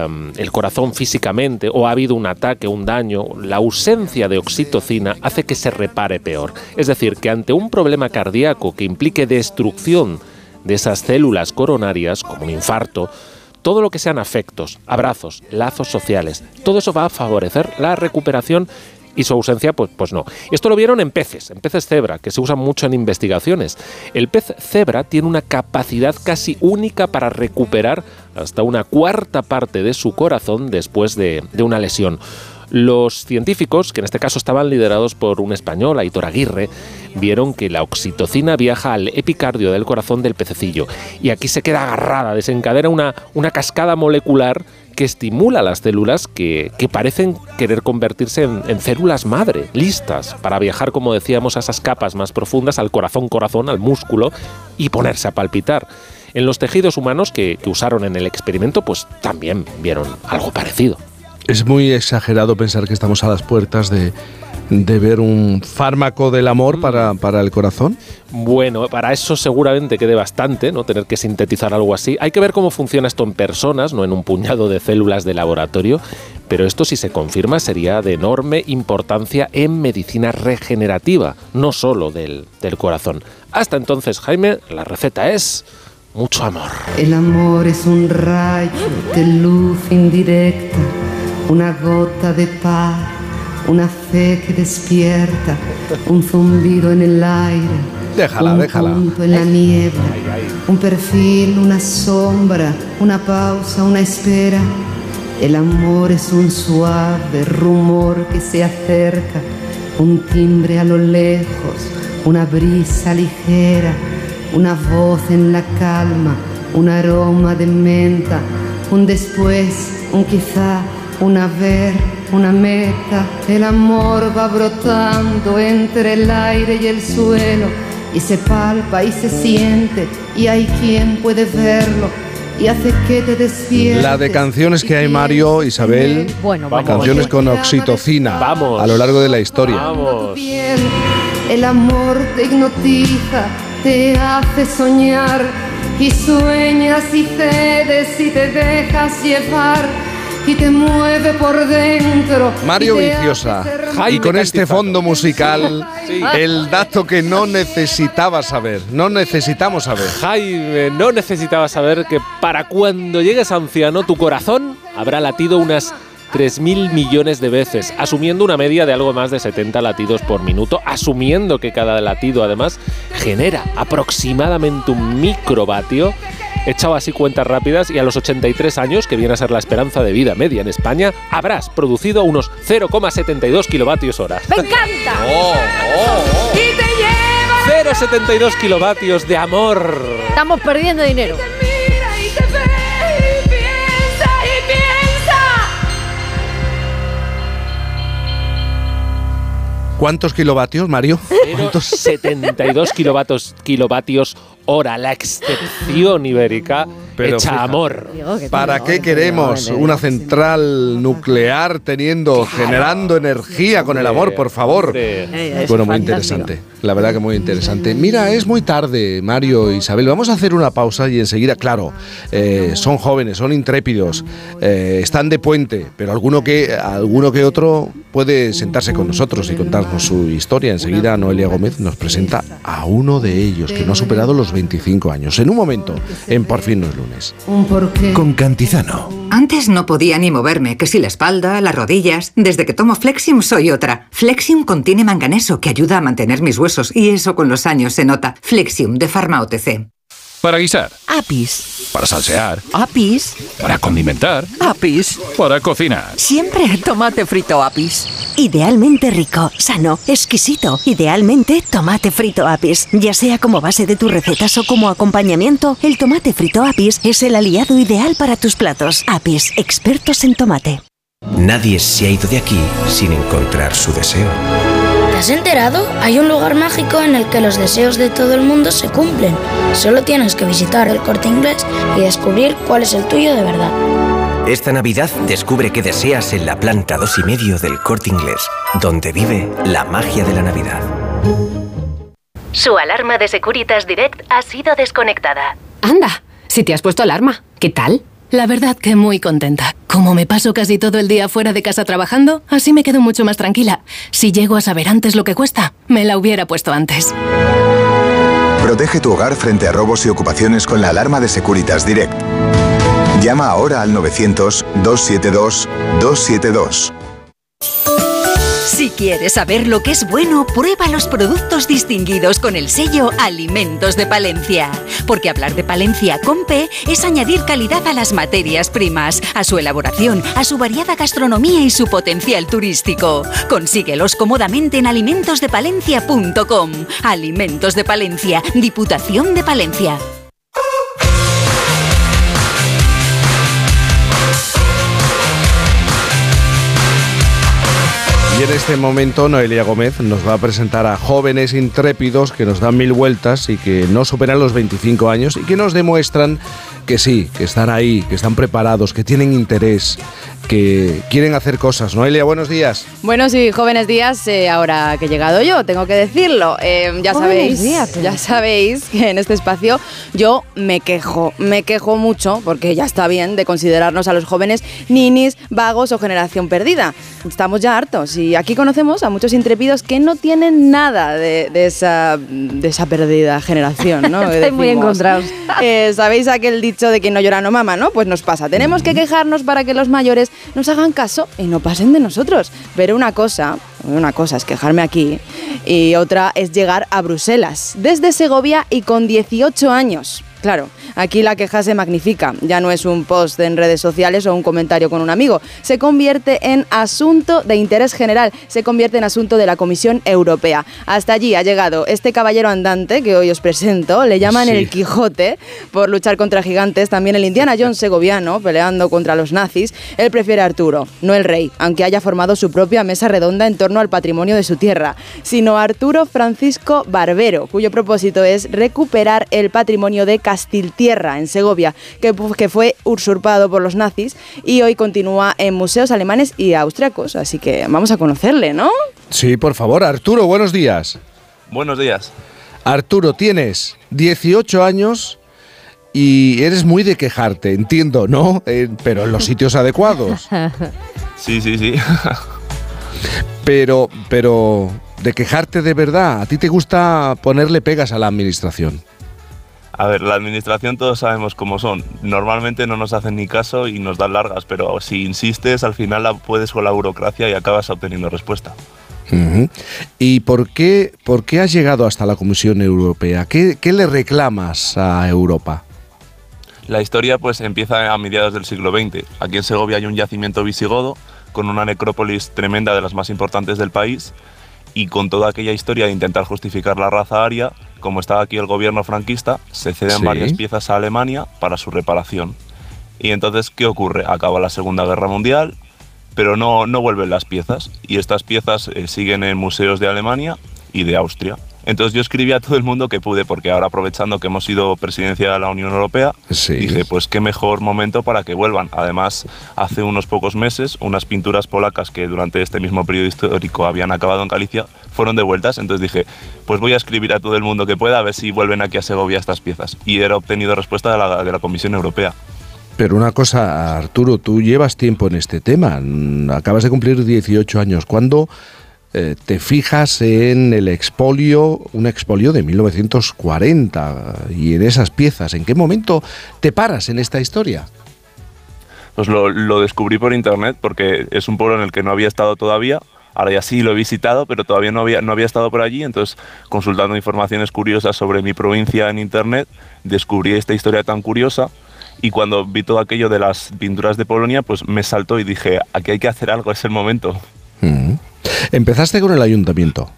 el corazón físicamente o ha habido un ataque, un daño, la ausencia de oxitocina hace que se repare peor. Es decir, que ante un problema cardíaco que implique destrucción de esas células coronarias, como un infarto, todo lo que sean afectos, abrazos, lazos sociales, todo eso va a favorecer la recuperación y su ausencia, pues no. Esto lo vieron en peces cebra, que se usan mucho en investigaciones. El pez cebra tiene una capacidad casi única para recuperar hasta una cuarta parte de su corazón después de una lesión. Los científicos, que en este caso estaban liderados por un español, Aitor Aguirre, vieron que la oxitocina viaja al epicardio del corazón del pececillo y aquí se queda agarrada, desencadena una cascada molecular que estimula las células que parecen querer convertirse en células madre, listas para viajar, como decíamos, a esas capas más profundas, al corazón, al músculo, y ponerse a palpitar. En los tejidos humanos que usaron en el experimento, pues también vieron algo parecido. Es muy exagerado pensar que estamos a las puertas de ver un fármaco del amor para el corazón. Bueno, para eso seguramente quede bastante, ¿no? Tener que sintetizar algo así. Hay que ver cómo funciona esto en personas, no en un puñado de células de laboratorio, pero esto, si se confirma, sería de enorme importancia en medicina regenerativa, no solo del corazón. Hasta entonces, Jaime, la receta es mucho amor. El amor es un rayo de luz indirecta, una gota de paz, una fe que despierta, un zumbido en el aire, déjala. punto en la niebla, un perfil, una sombra, una pausa, una espera. El amor es un suave rumor que se acerca, un timbre a lo lejos, una brisa ligera, una voz en la calma, un aroma de menta, un después, un quizá, un haber, una meta. El amor va brotando entre el aire y el suelo y se palpa y se siente y hay quien puede verlo y hace que te despiertes. La de canciones que hay, Mario, Isabel, canciones con oxitocina a lo largo de la historia. Vamos. El amor te hipnotiza, te hace soñar y sueñas y cedes y te dejas llevar y te mueve por dentro. Mario Viciosa, y con este fondo musical, el dato que no necesitamos saber. Jaime, no necesitabas saber que para cuando llegues anciano, tu corazón habrá latido unas 3.000 millones de veces, asumiendo una media de algo más de 70 latidos por minuto, asumiendo que cada latido además genera aproximadamente un microvatio. Echado así cuentas rápidas, y a los 83 años, que viene a ser la esperanza de vida media en España, habrás producido unos 0,72 kilovatios hora. ¡Me encanta! Y te lleva 0,72 kilovatios de amor. Estamos perdiendo dinero. ¿Cuántos kilovatios, Mario? 0,72 kilovatios hora, la excepción ibérica. Pero hecha fíjate, amor. ¿Para qué queremos una central nuclear generando energía con el amor, por favor? Bueno, muy interesante. La verdad que muy interesante. Mira, es muy tarde, Mario e Isabel. Vamos a hacer una pausa y enseguida, claro, son jóvenes, son intrépidos, están de puente, pero alguno que otro puede sentarse con nosotros y contarnos su historia. Enseguida Noelia Gómez nos presenta a uno de ellos que no ha superado los 25 años. En un momento, en Por fin no es lunes. Con Cantizano. Antes no podía ni moverme, que si la espalda, las rodillas. Desde que tomo Flexium soy otra. Flexium contiene manganeso que ayuda a mantener mis huesos y eso con los años se nota. Flexium de Pharma OTC. Para guisar. Apis. Para salsear. Apis. Para condimentar. Apis. Para cocinar. Siempre tomate frito Apis. Idealmente rico, sano, exquisito. Idealmente tomate frito Apis. Ya sea como base de tus recetas o como acompañamiento, el tomate frito Apis es el aliado ideal para tus platos. Apis, expertos en tomate. Nadie se ha ido de aquí sin encontrar su deseo. ¿Te has enterado? Hay un lugar mágico en el que los deseos de todo el mundo se cumplen. Solo tienes que visitar el Corte Inglés y descubrir cuál es el tuyo de verdad. Esta Navidad descubre qué deseas en la planta 2,5 del Corte Inglés, donde vive la magia de la Navidad. Su alarma de Securitas Direct ha sido desconectada. Anda, si te has puesto alarma, ¿qué tal? La verdad que muy contenta. Como me paso casi todo el día fuera de casa trabajando, así me quedo mucho más tranquila. Si llego a saber antes lo que cuesta, me la hubiera puesto antes. Protege tu hogar frente a robos y ocupaciones con la alarma de Securitas Direct. Llama ahora al 900-272-272. Si quieres saber lo que es bueno, prueba los productos distinguidos con el sello Alimentos de Palencia. Porque hablar de Palencia con P es añadir calidad a las materias primas, a su elaboración, a su variada gastronomía y su potencial turístico. Consíguelos cómodamente en alimentosdepalencia.com. Alimentos de Palencia, Diputación de Palencia. Y en este momento Noelia Gómez nos va a presentar a jóvenes intrépidos que nos dan mil vueltas y que no superan los 25 años y que nos demuestran que sí, que están ahí, que están preparados, que tienen interés, que quieren hacer cosas. Noelia, buenos días. Buenos y jóvenes días, ahora que he llegado yo, tengo que decirlo. Ya sabéis que en este espacio yo me quejo mucho, porque ya está bien de considerarnos a los jóvenes ninis, vagos o generación perdida. Estamos ya hartos y aquí conocemos a muchos intrépidos que no tienen nada de esa perdida generación, ¿no? Estáis muy encontrados. ¿Sabéis aquel dicho de que no llora no mama, no? Pues nos pasa. Tenemos que quejarnos para que los mayores nos hagan caso y no pasen de nosotros. Pero una cosa es quejarme aquí y otra es llegar a Bruselas desde Segovia y con 18 años. Claro, aquí la queja se magnifica, ya no es un post en redes sociales o un comentario con un amigo, se convierte en asunto de interés general, se convierte en asunto de la Comisión Europea. Hasta allí ha llegado este caballero andante que hoy os presento, le llaman el Quijote por luchar contra gigantes, también el Indiana Jones segoviano peleando contra los nazis. Él prefiere a Arturo, no el rey, aunque haya formado su propia mesa redonda en torno al patrimonio de su tierra, sino Arturo Francisco Barbero, cuyo propósito es recuperar el patrimonio de Castiltierra, en Segovia, que fue usurpado por los nazis y hoy continúa en museos alemanes y austriacos. Así que vamos a conocerle, ¿no? Sí, por favor. Arturo, buenos días. Buenos días. Arturo, tienes 18 años y eres muy de quejarte, entiendo, ¿no? Pero en los sitios adecuados. Sí. Pero, de quejarte de verdad, ¿a ti te gusta ponerle pegas a la administración? A ver, la administración todos sabemos cómo son. Normalmente no nos hacen ni caso y nos dan largas, pero si insistes, al final la puedes con la burocracia y acabas obteniendo respuesta. ¿Y por qué has llegado hasta la Comisión Europea? ¿Qué le reclamas a Europa? La historia pues empieza a mediados del siglo XX. Aquí en Segovia hay un yacimiento visigodo con una necrópolis tremenda de las más importantes del país y con toda aquella historia de intentar justificar la raza aria, como estaba aquí el gobierno franquista, se ceden varias piezas a Alemania para su reparación. Y entonces, ¿qué ocurre? Acaba la Segunda Guerra Mundial, pero no vuelven las piezas. Y estas piezas siguen en museos de Alemania y de Austria. Entonces yo escribí a todo el mundo que pude, porque ahora, aprovechando que hemos sido presidencia de la Unión Europea, dije, pues qué mejor momento para que vuelvan. Además, hace unos pocos meses, unas pinturas polacas que durante este mismo periodo histórico habían acabado en Galicia, fueron devueltas. Entonces dije, pues voy a escribir a todo el mundo que pueda, a ver si vuelven aquí a Segovia estas piezas. Y he obtenido respuesta de la Comisión Europea. Pero una cosa, Arturo, tú llevas tiempo en este tema, acabas de cumplir 18 años. ¿Cuándo te fijas en el expolio, un expolio de 1940 y en esas piezas? ¿En qué momento te paras en esta historia? Pues lo descubrí por internet, porque es un pueblo en el que no había estado todavía. Ahora ya sí lo he visitado, pero todavía no había estado por allí. Entonces, consultando informaciones curiosas sobre mi provincia en internet, descubrí esta historia tan curiosa. Y cuando vi todo aquello de las pinturas de Polonia, pues me saltó y dije, aquí hay que hacer algo, es el momento. ¿Empezaste con el ayuntamiento?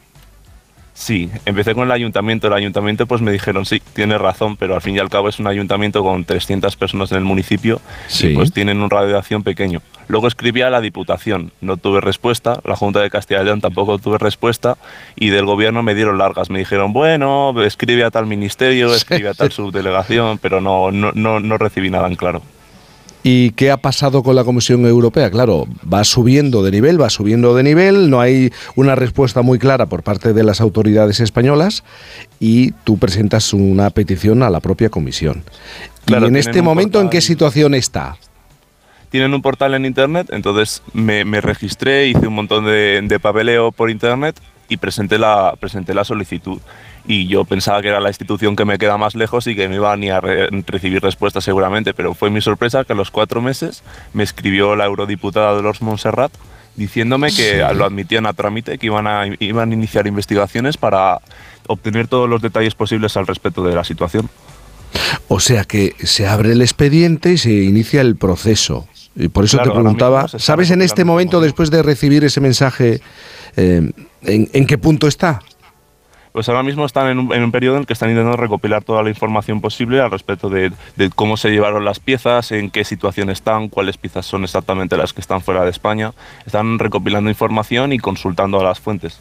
Sí, empecé con el ayuntamiento. El ayuntamiento pues me dijeron, sí, tienes razón, pero al fin y al cabo es un ayuntamiento con 300 personas en el municipio, y pues tienen un radio de acción pequeño. Luego escribí a la Diputación, no tuve respuesta. La Junta de Castilla y León tampoco tuve respuesta, y del gobierno me dieron largas. Me dijeron, bueno, escribe a tal ministerio, escribe a tal subdelegación, pero no recibí nada en claro. ¿Y qué ha pasado con la Comisión Europea? Claro, va subiendo de nivel, no hay una respuesta muy clara por parte de las autoridades españolas, y tú presentas una petición a la propia Comisión. Claro, ¿y en este momento en qué situación está? Tienen un portal en internet, entonces me registré, hice un montón de papeleo por internet y presenté la solicitud. Y yo pensaba que era la institución que me queda más lejos y que no iba ni a recibir respuesta seguramente, pero fue mi sorpresa que a los 4 meses me escribió la eurodiputada Dolors Montserrat diciéndome que lo admitían a trámite, que iban a iniciar investigaciones para obtener todos los detalles posibles al respecto de la situación. O sea que se abre el expediente y se inicia el proceso. Y por eso te preguntaba, ¿sabes en este momento, después de recibir ese mensaje, en qué punto está? Pues ahora mismo están en un periodo en el que están intentando recopilar toda la información posible al respecto de cómo se llevaron las piezas, en qué situación están, cuáles piezas son exactamente las que están fuera de España. Están recopilando información y consultando a las fuentes.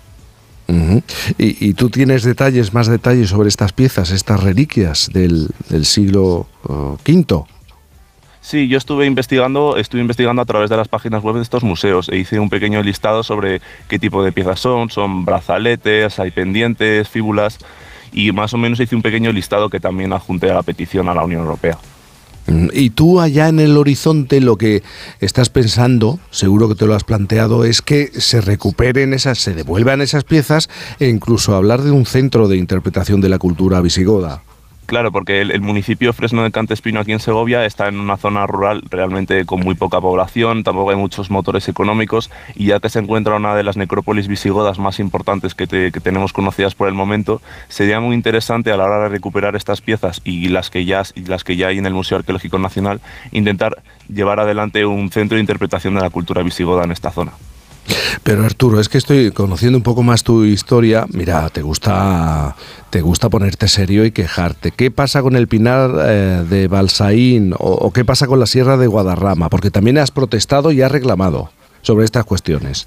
¿Y tú tienes más detalles sobre estas piezas, estas reliquias del siglo V? Sí, yo estuve investigando a través de las páginas web de estos museos e hice un pequeño listado sobre qué tipo de piezas son brazaletes, hay pendientes, fíbulas, y más o menos hice un pequeño listado que también adjunté a la petición a la Unión Europea. Y tú allá en el horizonte lo que estás pensando, seguro que te lo has planteado, es que se recuperen se devuelvan esas piezas e incluso hablar de un centro de interpretación de la cultura visigoda. Claro, porque el municipio Fresno de Cantespino aquí en Segovia está en una zona rural realmente con muy poca población, tampoco hay muchos motores económicos, y ya que se encuentra una de las necrópolis visigodas más importantes que tenemos conocidas por el momento, sería muy interesante a la hora de recuperar estas piezas y las que ya hay en el Museo Arqueológico Nacional, intentar llevar adelante un centro de interpretación de la cultura visigoda en esta zona. Pero Arturo, es que estoy conociendo un poco más tu historia. Mira, te gusta ponerte serio y quejarte. ¿Qué pasa con el Pinar de Balsaín o qué pasa con la Sierra de Guadarrama? Porque también has protestado y has reclamado sobre estas cuestiones.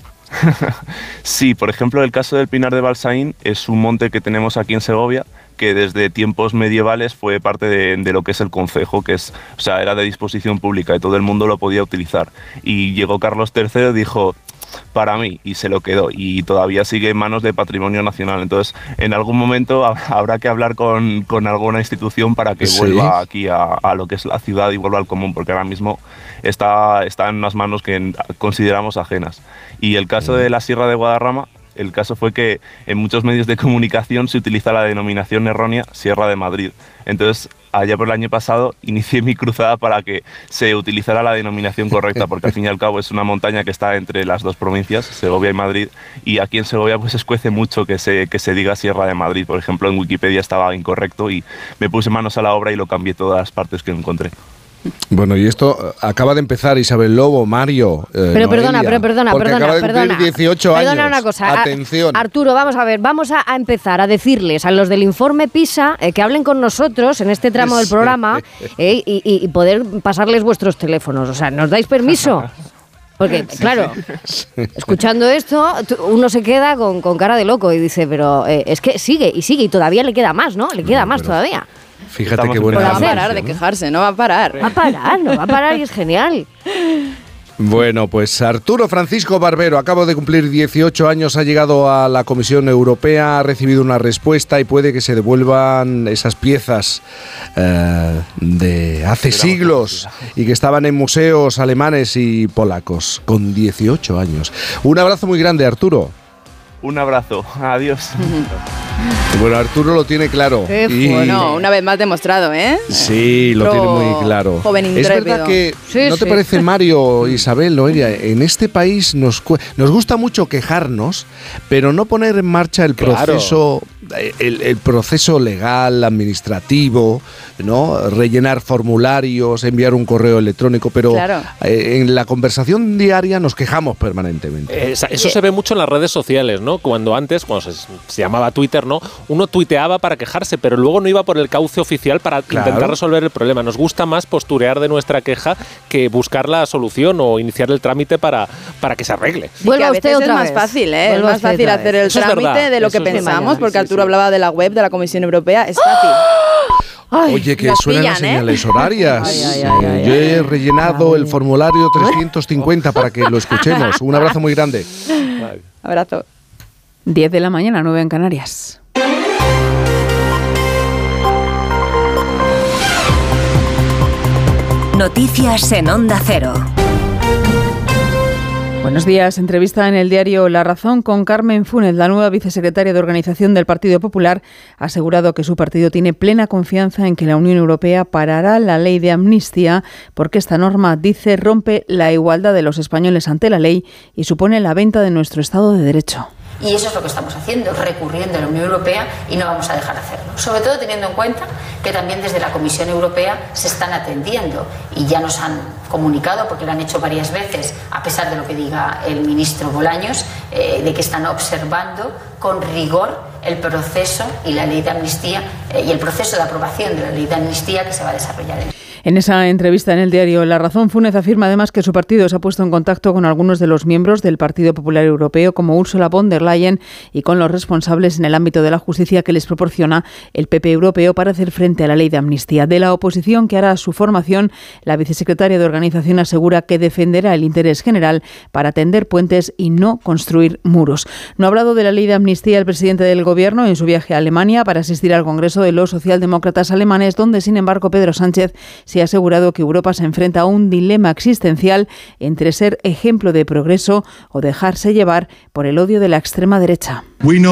Sí, por ejemplo, el caso del Pinar de Balsaín es un monte que tenemos aquí en Segovia, que desde tiempos medievales fue parte de lo que es el concejo, era de disposición pública y todo el mundo lo podía utilizar. Y llegó Carlos III y dijo, para mí, y se lo quedó, y todavía sigue en manos de Patrimonio Nacional. Entonces, en algún momento habrá que hablar con alguna institución para que vuelva aquí a lo que es la ciudad y vuelva al común, porque ahora mismo está en unas manos que consideramos ajenas. Y el caso de la Sierra de Guadarrama, el caso fue que en muchos medios de comunicación se utiliza la denominación errónea Sierra de Madrid. Entonces, allá por el año pasado, inicié mi cruzada para que se utilizara la denominación correcta, porque al fin y al cabo es una montaña que está entre las dos provincias, Segovia y Madrid, y aquí en Segovia pues escuece mucho que se diga Sierra de Madrid. Por ejemplo, en Wikipedia estaba incorrecto y me puse manos a la obra y lo cambié todas las partes que encontré. Bueno, y esto acaba de empezar Isabel Lobo, Mario. Pero perdona. Acaba de cumplir 18 años. Perdona una cosa. Atención. Arturo, vamos a ver, vamos a empezar a decirles a los del informe PISA que hablen con nosotros en este tramo del programa y poder pasarles vuestros teléfonos. O sea, ¿nos dais permiso? Porque, claro, escuchando esto, uno se queda con cara de loco y dice, pero es que sigue y todavía le queda más, ¿no? Le queda más todavía. Fíjate qué buena. No va a parar de quejarse, no va a parar. No va a parar y es genial. Bueno, pues Arturo Francisco Barbero, acaba de cumplir 18 años, ha llegado a la Comisión Europea, ha recibido una respuesta y puede que se devuelvan esas piezas de hace siglos y que estaban en museos alemanes y polacos, con 18 años. Un abrazo muy grande, Arturo. Un abrazo, adiós. Bueno, Arturo lo tiene claro. Bueno, una vez más demostrado, ¿eh? Sí, lo tiene muy claro. Joven intrépido. Es verdad que, ¿no te parece, Mario, Isabel, Noelia? En este país nos gusta mucho quejarnos, pero no poner en marcha el proceso, el proceso legal, administrativo, ¿no? Rellenar formularios, enviar un correo electrónico, pero en la conversación diaria nos quejamos permanentemente. Eso se ve mucho en las redes sociales, ¿no? Cuando se llamaba Twitter, ¿no? Uno tuiteaba para quejarse, pero luego no iba por el cauce oficial para intentar resolver el problema. Nos gusta más posturear de nuestra queja que buscar la solución o iniciar el trámite para que se arregle. Vuelva usted otra vez. Es más fácil, ¿eh? Es más fácil hacer el trámite de lo que pensamos, porque Arturo hablaba de la web de la Comisión Europea. Es fácil. Oye, que suenan las señales horarias. Yo he rellenado el formulario 350 para que lo escuchemos. Un abrazo muy grande. Abrazo. 10 de la mañana, 9 en Canarias. Noticias en Onda Cero. Buenos días. Entrevista en el diario La Razón con Carmen Funes, la nueva vicesecretaria de Organización del Partido Popular. Ha asegurado que su partido tiene plena confianza en que la Unión Europea parará la ley de amnistía porque esta norma, dice, rompe la igualdad de los españoles ante la ley y supone la venta de nuestro Estado de Derecho. Y eso es lo que estamos haciendo, recurriendo a la Unión Europea y no vamos a dejar de hacerlo. Sobre todo teniendo en cuenta que también desde la Comisión Europea se están atendiendo y ya nos han comunicado, porque lo han hecho varias veces, a pesar de lo que diga el ministro Bolaños, de que están observando con rigor el proceso y la ley de amnistía y el proceso de aprobación de la ley de amnistía que se va a desarrollar En esa entrevista en el diario La Razón, Funes afirma además que su partido se ha puesto en contacto con algunos de los miembros del Partido Popular Europeo, como Ursula von der Leyen, y con los responsables en el ámbito de la justicia que les proporciona el PP europeo para hacer frente a la ley de amnistía. De la oposición que hará su formación, la vicesecretaria de Organización asegura que defenderá el interés general para tender puentes y no construir muros. No ha hablado de la ley de amnistía el presidente del Gobierno en su viaje a Alemania para asistir al Congreso de los Socialdemócratas alemanes, donde, sin embargo, Pedro Sánchez se ha asegurado que Europa se enfrenta a un dilema existencial entre ser ejemplo de progreso o dejarse llevar por el odio de la extrema derecha.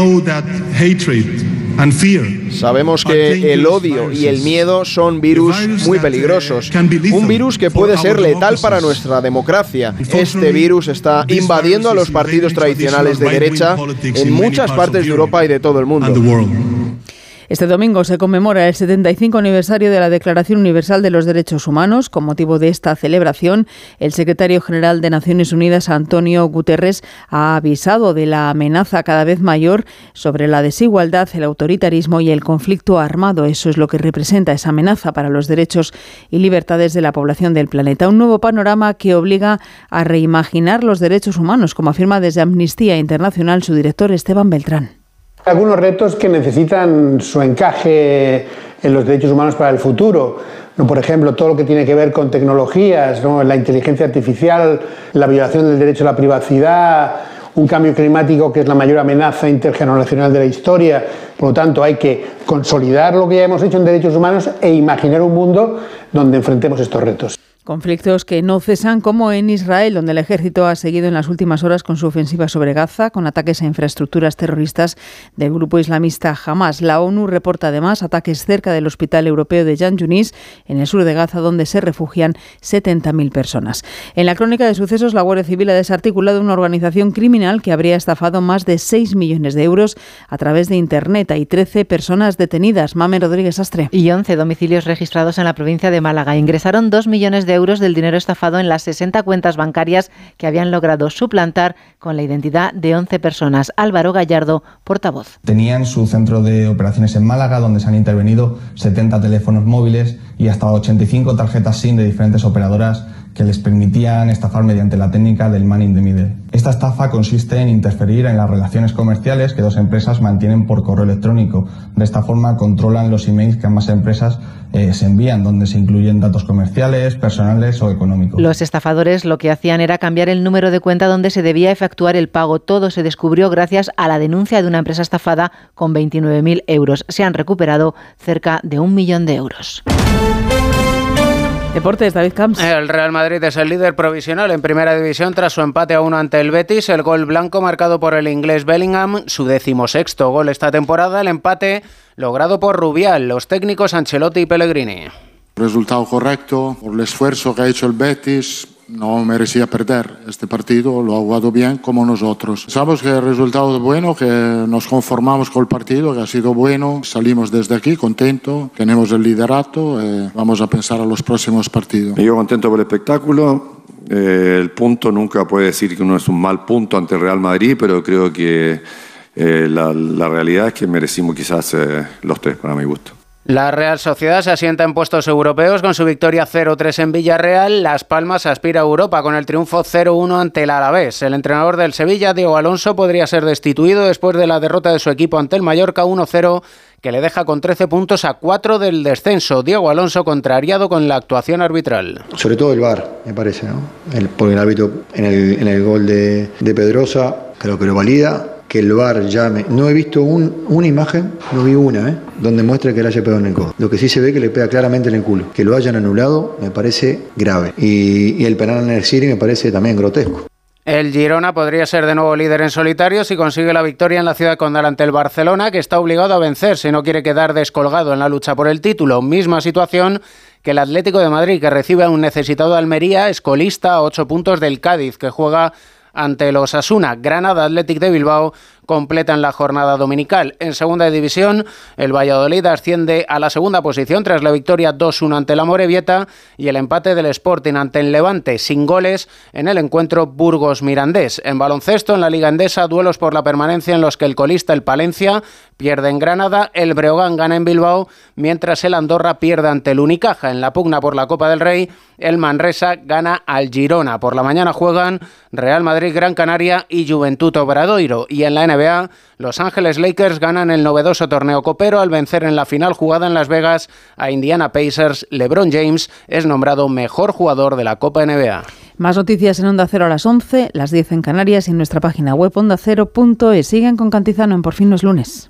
Sabemos que el odio y el miedo son virus muy peligrosos. Un virus que puede ser letal para nuestra democracia. Este virus está invadiendo a los partidos tradicionales de derecha en muchas partes de Europa y de todo el mundo. Este domingo se conmemora el 75 aniversario de la Declaración Universal de los Derechos Humanos. Con motivo de esta celebración, el secretario general de Naciones Unidas, Antonio Guterres, ha avisado de la amenaza cada vez mayor sobre la desigualdad, el autoritarismo y el conflicto armado. Eso es lo que representa esa amenaza para los derechos y libertades de la población del planeta. Un nuevo panorama que obliga a reimaginar los derechos humanos, como afirma desde Amnistía Internacional su director Esteban Beltrán. Algunos retos que necesitan su encaje en los derechos humanos para el futuro. Por ejemplo, todo lo que tiene que ver con tecnologías, ¿no? La inteligencia artificial, la violación del derecho a la privacidad, un cambio climático que es la mayor amenaza intergeneracional de la historia. Por lo tanto, hay que consolidar lo que ya hemos hecho en derechos humanos e imaginar un mundo donde enfrentemos estos retos. Conflictos que no cesan, como en Israel, donde el ejército ha seguido en las últimas horas con su ofensiva sobre Gaza, con ataques a infraestructuras terroristas del grupo islamista Hamas. La ONU reporta además ataques cerca del hospital europeo de Jan Yunis, en el sur de Gaza, donde se refugian 70.000 personas. En la crónica de sucesos, la Guardia Civil ha desarticulado una organización criminal que habría estafado más de 6 millones de euros a través de Internet. Hay 13 personas detenidas. Mamen Rodríguez Astre. Y 11 domicilios registrados en la provincia de Málaga. Ingresaron 2 millones de euros del dinero estafado en las 60 cuentas bancarias que habían logrado suplantar con la identidad de 11 personas. Álvaro Gallardo, portavoz. Tenían su centro de operaciones en Málaga, donde se han intervenido 70 teléfonos móviles y hasta 85 tarjetas SIM de diferentes operadoras que que les permitían estafar mediante la técnica del man in the middle. Esta estafa consiste en interferir en las relaciones comerciales que dos empresas mantienen por correo electrónico. De esta forma controlan los emails que ambas empresas se envían, donde se incluyen datos comerciales, personales o económicos. Los estafadores lo que hacían era cambiar el número de cuenta donde se debía efectuar el pago. Todo se descubrió gracias a la denuncia de una empresa estafada con 29.000 euros. Se han recuperado cerca de 1 millón de euros. Deportes, David Camps. El Real Madrid es el líder provisional en Primera División tras su empate a 1 ante el Betis. El gol blanco marcado por el inglés Bellingham, su 16º gol esta temporada. El empate logrado por Rubial, los técnicos Ancelotti y Pellegrini. Resultado correcto, por el esfuerzo que ha hecho el Betis. No merecía perder este partido, lo ha jugado bien como nosotros. Sabemos que el resultado es bueno, que nos conformamos con el partido, que ha sido bueno. Salimos desde aquí contentos, tenemos el liderato, vamos a pensar a los próximos partidos. Yo contento por el espectáculo. El punto nunca puede decir que uno es un mal punto ante el Real Madrid, pero creo que la realidad es que merecimos quizás los 3 para mi gusto. La Real Sociedad se asienta en puestos europeos con su victoria 0-3 en Villarreal. Las Palmas aspira a Europa con el triunfo 0-1 ante el Alavés. El entrenador del Sevilla, Diego Alonso, podría ser destituido después de la derrota de su equipo ante el Mallorca 1-0, que le deja con 13 puntos a 4 del descenso. Diego Alonso contrariado con la actuación arbitral. Sobre todo el VAR, me parece, ¿no? Porque el árbitro en el gol de Pedrosa creo que lo valida. Que el VAR llame. No he visto una imagen, no vi una, donde muestre que le haya pegado en el codo. Lo que sí se ve que le pega claramente en el culo. Que lo hayan anulado me parece grave. Y el penal en el City me parece también grotesco. El Girona podría ser de nuevo líder en solitario si consigue la victoria en la Ciudad Condal ante el Barcelona, que está obligado a vencer si no quiere quedar descolgado en la lucha por el título. Misma situación que el Atlético de Madrid, que recibe a un necesitado Almería, es colista a 8 puntos del Cádiz, que juega ante los Osasuna. Granada, Athletic de Bilbao completan la jornada dominical. En segunda división, el Valladolid asciende a la segunda posición tras la victoria 2-1 ante la Amorebieta y el empate del Sporting ante el Levante sin goles en el encuentro Burgos-Mirandés. En baloncesto, en la Liga Endesa, duelos por la permanencia en los que el colista, el Palencia, pierde en Granada, el Breogán gana en Bilbao, mientras el Andorra pierde ante el Unicaja. En la pugna por la Copa del Rey, el Manresa gana al Girona. Por la mañana juegan Real Madrid, Gran Canaria y Juventud Obradoiro. Y en la NBA, Los Ángeles Lakers ganan el novedoso torneo copero al vencer en la final jugada en Las Vegas a Indiana Pacers. LeBron James es nombrado mejor jugador de la Copa NBA. Más noticias en Onda Cero a las 11, las 10 en Canarias y en nuestra página web ondacero.es. Siguen con Cantizano en Por fin no es lunes.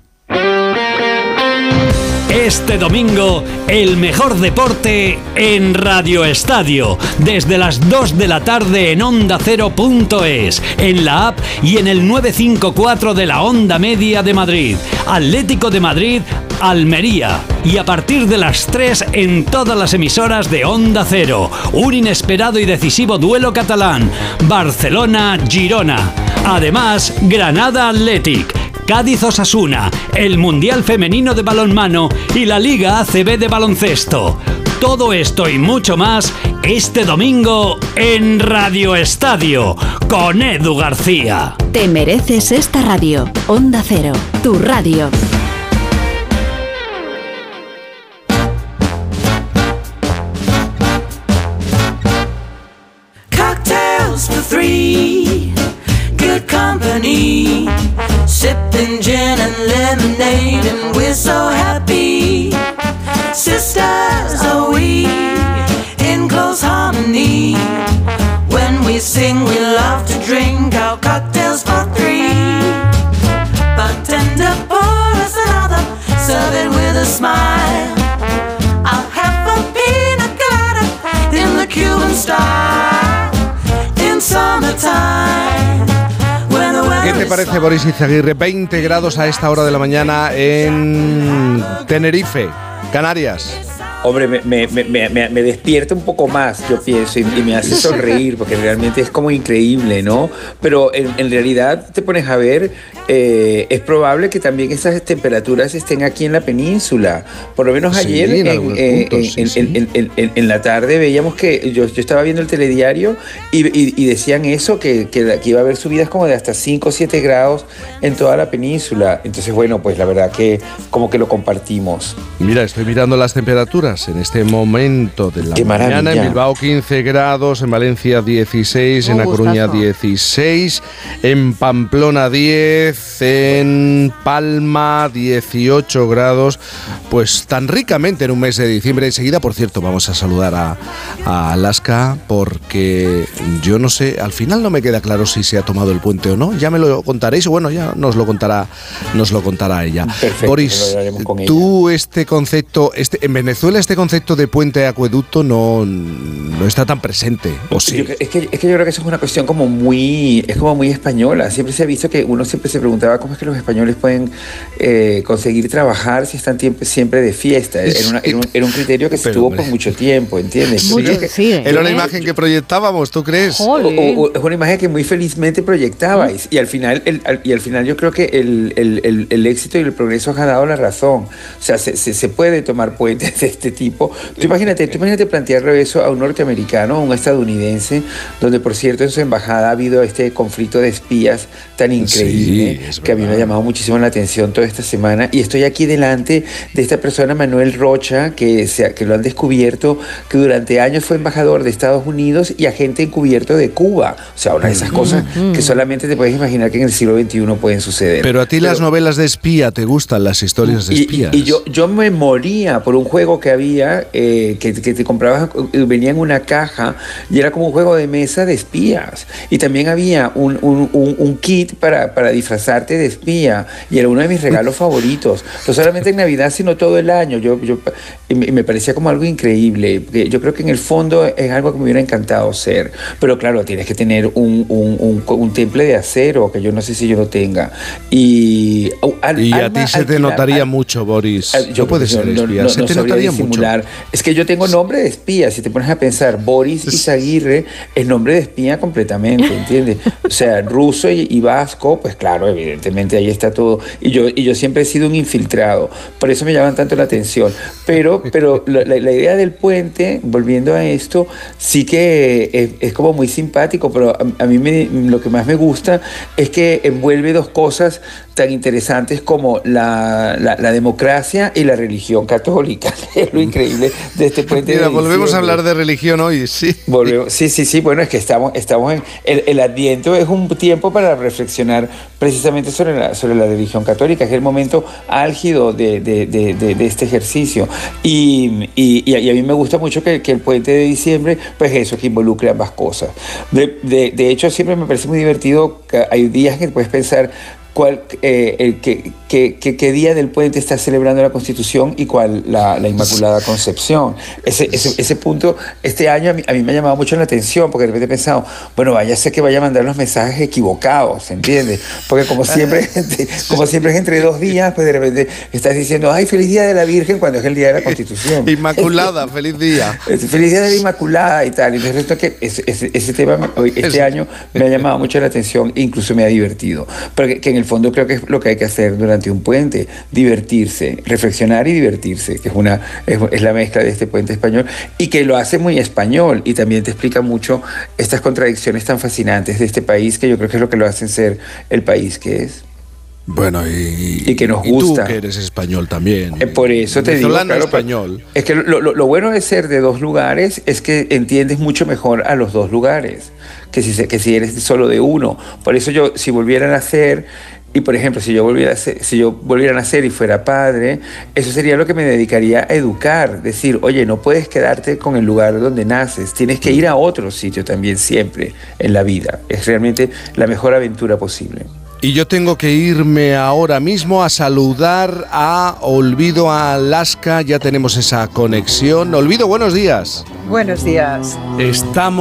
Este domingo, el mejor deporte en Radio Estadio, desde las 2 de la tarde en OndaCero.es, en la app y en el 954 de la Onda Media de Madrid. Atlético de Madrid, Almería. Y a partir de las 3 en todas las emisoras de Onda Cero. Un inesperado y decisivo duelo catalán. Barcelona-Girona. Además, Granada Athletic. Cádiz-Osasuna, el Mundial Femenino de Balonmano y la Liga ACB de Baloncesto. Todo esto y mucho más este domingo en Radio Estadio con Edu García. Te mereces esta radio. Onda Cero, tu radio. Cocktails for three, good company. Sipping gin and lemonade, and we're so happy. Sisters are we, in close harmony. When we sing, we love to drink our cocktails for three. Bartender, pour us another, serve it with a smile. I'll have a pina colada in the Cuban style. In summertime. ¿Qué te parece, Boris Izaguirre? 20 grados a esta hora de la mañana en Tenerife, Canarias. Hombre, me despierta un poco más, yo pienso, y me hace sonreír, porque realmente es como increíble, ¿no? Pero en realidad, te pones a ver, es probable que también esas temperaturas estén aquí en la península. Por lo menos ayer, en la tarde, veíamos que yo estaba viendo el telediario y decían eso, que iba a haber subidas como de hasta 5 o 7 grados en toda la península. Entonces, bueno, pues la verdad que como que lo compartimos. Mira, estoy mirando las temperaturas temperaturas en este momento de la ¡Qué mañana. maravilla! En Bilbao 15 grados, en Valencia 16, en A Coruña 16, en Pamplona 10, en Palma 18 grados. Pues tan ricamente en un mes de diciembre. Enseguida, por cierto, vamos a saludar a Alaska, porque yo no sé, al final no me queda claro si se ha tomado el puente o no. Ya me lo contaréis, bueno, ya nos lo contará ella. Perfecto, Boris, tú este concepto, en Venezuela este concepto de puente acueducto no está tan presente, ¿o sí? Es que yo creo que eso es una cuestión como muy española. Siempre se ha visto que uno siempre se preguntaba cómo es que los españoles pueden conseguir trabajar si están siempre de fiesta. Era un criterio que se tuvo por mucho tiempo, ¿entiendes? Era una imagen que proyectábamos, ¿tú crees? Es una imagen que muy felizmente proyectabais, y al final yo creo que el éxito y el progreso ha dado la razón. O sea, se puede tomar puentes de este tipo. Tú imagínate plantearle eso a un norteamericano, a un estadounidense, donde por cierto en su embajada ha habido este conflicto de espías tan increíble, que a mí me ha llamado muchísimo la atención toda esta semana, y estoy aquí delante de esta persona, Manuel Rocha, que lo han descubierto, que durante años fue embajador de Estados Unidos y agente encubierto de Cuba. O sea, una de esas cosas que solamente te puedes imaginar que en el siglo XXI pueden suceder. Pero a ti las novelas de espía te gustan, las historias de espías. Y yo me moría por un juego que había, que te comprabas, venía en una caja, y era como un juego de mesa de espías. Y también había un kit para disfrazarte de espía, y era uno de mis regalos favoritos. No solamente en Navidad, sino todo el año. Y me parecía como algo increíble. Yo creo que en el fondo es algo que me hubiera encantado ser. Pero claro, tienes que tener un temple de acero, que yo no sé si yo lo tenga. Y a ti se te notaría mucho, Boris. Yo puedes ser espía, se te notaría mucho. Es que yo tengo nombre de espía. Si te pones a pensar, Boris Izaguirre es nombre de espía completamente, ¿entiendes? O sea, ruso y vasco, pues claro, evidentemente ahí está todo. Y yo siempre he sido un infiltrado. Por eso me llaman tanto la atención. Pero la idea del puente, volviendo a esto, sí que es como muy simpático, pero a mí lo que más me gusta es que envuelve dos cosas tan interesantes como la democracia y la religión católica. Es lo increíble de este puente. Mira, volvemos a hablar de religión hoy, sí. Sí, bueno, es que estamos en... El Adviento es un tiempo para reflexionar precisamente sobre la religión católica, es el momento álgido de este ejercicio. Y a mí me gusta mucho que el puente de diciembre, pues eso, que involucre ambas cosas. De hecho, siempre me parece muy divertido que hay días que puedes pensar qué día del puente está celebrando la Constitución y cuál la Inmaculada Concepción. Ese punto, este año a mí me ha llamado mucho la atención, porque de repente he pensado, bueno, vaya a ser que vaya a mandar los mensajes equivocados, ¿entiendes? Porque como siempre es entre 2 días, pues de repente estás diciendo, ay, feliz día de la Virgen, cuando es el día de la Constitución. Inmaculada, feliz día. Feliz día de la Inmaculada y tal. Entonces, esto que ese tema este año me ha llamado mucho la atención e incluso me ha divertido. Pero que en el fondo creo que es lo que hay que hacer durante un puente, divertirse, reflexionar y divertirse, que es la mezcla de este puente español, y que lo hace muy español, y también te explica mucho estas contradicciones tan fascinantes de este país, que yo creo que es lo que lo hacen ser el país que es. Bueno, y que nos gusta. Y tú que eres español también. Por eso te digo, claro, español. Es que lo bueno de ser de 2 lugares es que entiendes mucho mejor a los 2 lugares que si eres solo de uno. Por eso yo, si volviera a nacer, y por ejemplo, si yo volviera a nacer y fuera padre, eso sería lo que me dedicaría a educar. Decir, oye, no puedes quedarte con el lugar donde naces, tienes que ir a otro sitio también siempre en la vida. Es realmente la mejor aventura posible. Y yo tengo que irme ahora mismo a saludar a Olvido Alaska. Ya tenemos esa conexión. Olvido, buenos días. Buenos días. Están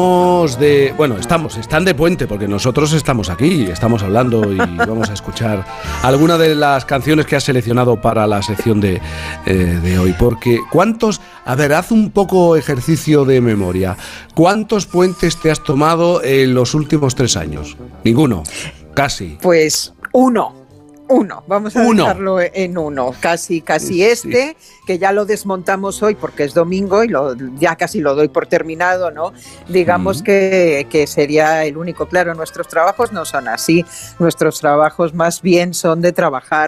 de puente porque nosotros estamos aquí, estamos hablando y vamos a escuchar alguna de las canciones que has seleccionado para la sección de hoy. Porque haz un poco ejercicio de memoria. ¿Cuántos puentes te has tomado en los últimos 3 años? Ninguno. Casi. Pues uno. Vamos a dejarlo en uno. Casi este, que ya lo desmontamos hoy porque es domingo y ya casi lo doy por terminado, ¿no? Digamos que sería el único. Claro, nuestros trabajos no son así. Nuestros trabajos más bien son de trabajar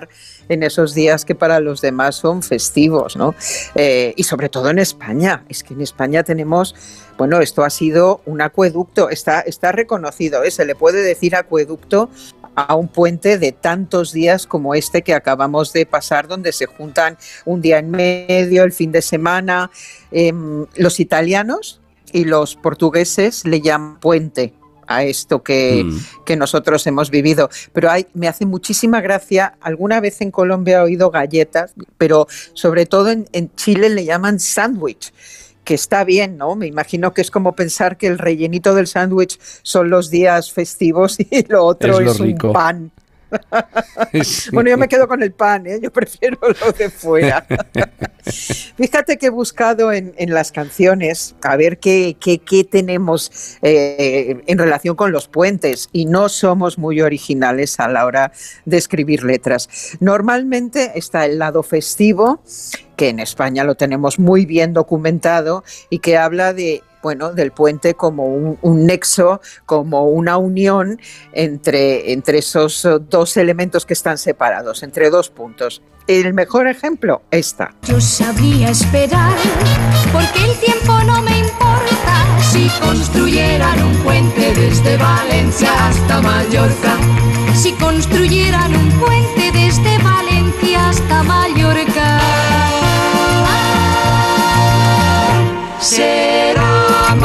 en esos días que para los demás son festivos, ¿no? Y sobre todo en España. Es que en España tenemos, bueno, esto ha sido un acueducto, está reconocido, se le puede decir acueducto a un puente de tantos días como este que acabamos de pasar, donde se juntan un día en medio, el fin de semana. Los italianos y los portugueses le llaman puente a esto que nosotros hemos vivido. Pero me hace muchísima gracia, alguna vez en Colombia he oído galletas, pero sobre todo en Chile le llaman sándwich, que está bien, ¿no? Me imagino que es como pensar que el rellenito del sándwich son los días festivos y lo otro es un pan. Sí. Bueno, yo me quedo con el pan, yo prefiero lo de fuera. Fíjate que he buscado en las canciones a ver qué tenemos en relación con los puentes, y no somos muy originales a la hora de escribir letras. Normalmente está el lado festivo, que en España lo tenemos muy bien documentado y que habla del puente como un nexo, como una unión entre esos dos elementos que están separados, entre dos puntos. El mejor ejemplo, esta. Yo sabría esperar, porque el tiempo no me importa, si construyeran un puente desde Valencia hasta Mallorca, si construyeran un puente desde Valencia hasta Mallorca. Será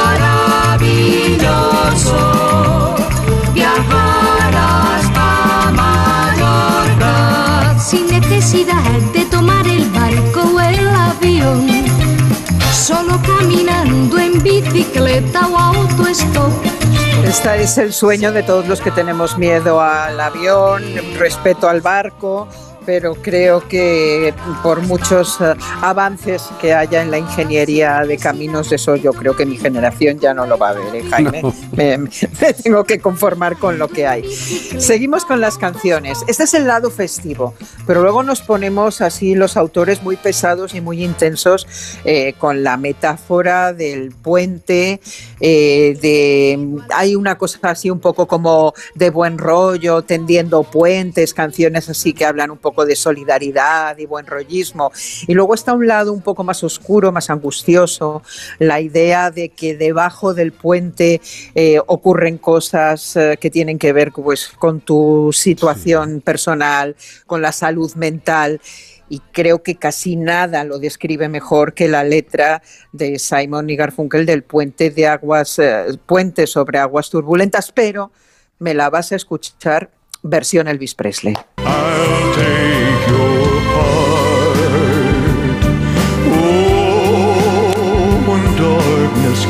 maravilloso viajar hasta Mallorca sin necesidad de tomar el barco o el avión, solo caminando en bicicleta o autostop. Este es el sueño de todos los que tenemos miedo al avión, respeto al barco, pero creo que por muchos avances que haya en la ingeniería de caminos, eso yo creo que mi generación ya no lo va a ver, Jaime. No. Me tengo que conformar con lo que hay. Seguimos con las canciones. Este es el lado festivo, pero luego nos ponemos así los autores muy pesados y muy intensos con la metáfora del puente. Hay una cosa así un poco como de buen rollo, tendiendo puentes, canciones así que hablan un poco de solidaridad y buen rollismo. Y luego está un lado un poco más oscuro, más angustioso, la idea de que debajo del puente ocurren cosas que tienen que ver pues con tu situación personal, con la salud mental. Y creo que casi nada lo describe mejor que la letra de Simon y Garfunkel del puente sobre aguas turbulentas, pero me la vas a escuchar versión Elvis Presley. I'll take your part. Oh, when darkness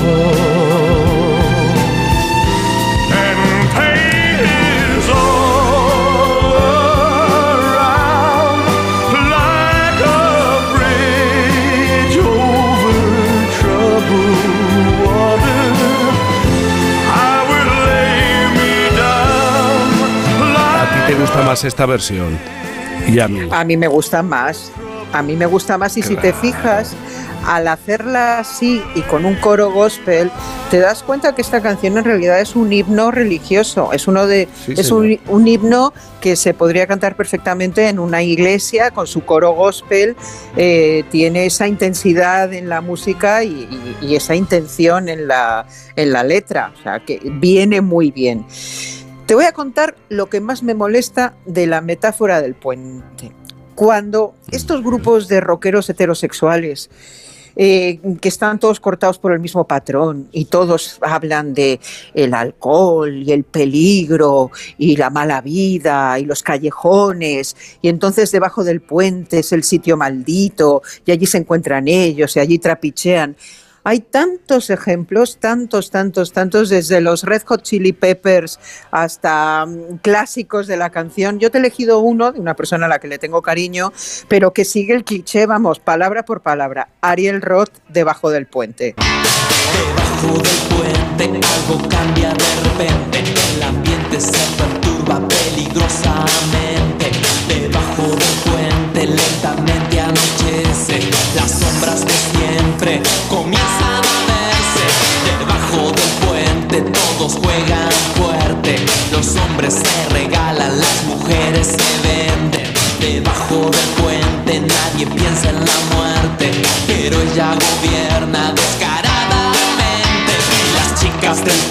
comes and pain is all around, like a bridge over troubled water, I will lay me down. ¿A ti te gusta más esta versión? Y a mí. A mí me gusta más. Y si te fijas, al hacerla así y con un coro gospel, te das cuenta que esta canción en realidad es un himno religioso. Es un himno que se podría cantar perfectamente en una iglesia con su coro gospel. Tiene esa intensidad en la música y esa intención en la letra. O sea, que viene muy bien. Te voy a contar lo que más me molesta de la metáfora del puente. Cuando estos grupos de rockeros heterosexuales que están todos cortados por el mismo patrón y todos hablan de el alcohol y el peligro y la mala vida y los callejones, y entonces debajo del puente es el sitio maldito y allí se encuentran ellos y allí trapichean. Hay tantos ejemplos, tantos, desde los Red Hot Chili Peppers hasta clásicos de la canción. Yo te he elegido uno de una persona a la que le tengo cariño, pero que sigue el cliché, vamos, palabra por palabra. Ariel Roth, Debajo del puente. Debajo del puente algo cambia de repente, el ambiente se perturba peligrosamente. Debajo del puente lentamente anochece, las sombras de siempre comienzan a verse. Debajo del puente todos juegan fuerte, los hombres se regalan, las mujeres se venden.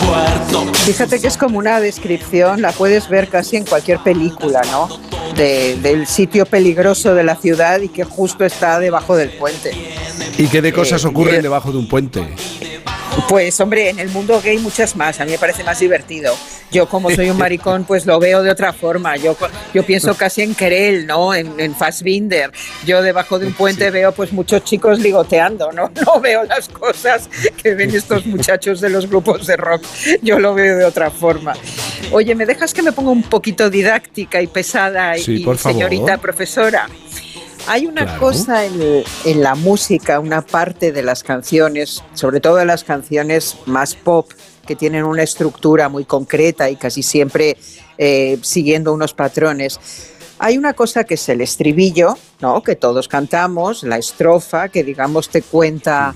cuarto. Fíjate que es como una descripción, la puedes ver casi en cualquier película, ¿no? Del sitio peligroso de la ciudad y que justo está debajo del puente. ¿Y qué de cosas ocurren debajo de un puente? Pues hombre, en el mundo gay muchas más, a mí me parece más divertido. Yo como soy un maricón, pues lo veo de otra forma. Yo pienso casi en Querelle, ¿no? En Fassbinder. Yo debajo de un puente veo pues muchos chicos ligoteando, ¿no? No veo las cosas que ven estos muchachos de los grupos de rock. Yo lo veo de otra forma. Oye, ¿me dejas que me ponga un poquito didáctica y pesada y señorita profesora? Hay una cosa en la música, una parte de las canciones, sobre todo de las canciones más pop, que tienen una estructura muy concreta y casi siempre siguiendo unos patrones. Hay una cosa que es el estribillo, ¿no? Que todos cantamos, la estrofa, que digamos te cuenta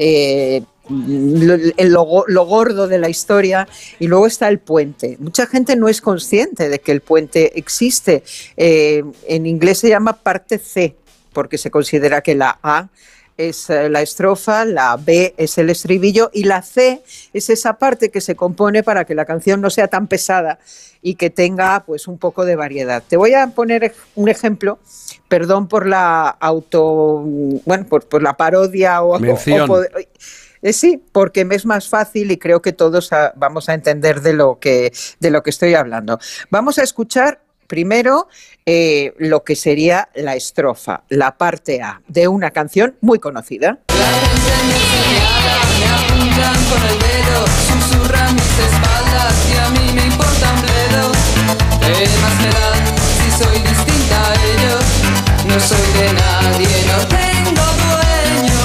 lo gordo de la historia, y luego está el puente. Mucha gente no es consciente de que el puente existe. En inglés se llama parte C, porque se considera que la A es la estrofa, la B es el estribillo y la C es esa parte que se compone para que la canción no sea tan pesada y que tenga pues un poco de variedad. Te voy a poner un ejemplo, perdón por la por la parodia mención. Sí, porque me es más fácil y creo que todos vamos a entender de lo que estoy hablando. Vamos a escuchar primero lo que sería la estrofa, la parte A, de una canción muy conocida. Me apuntan con el dedo, susurran mis espaldas y a mí me importa un bledo. ¿Qué más me da si soy distinta a ellos? No soy de nadie, no tengo dueño.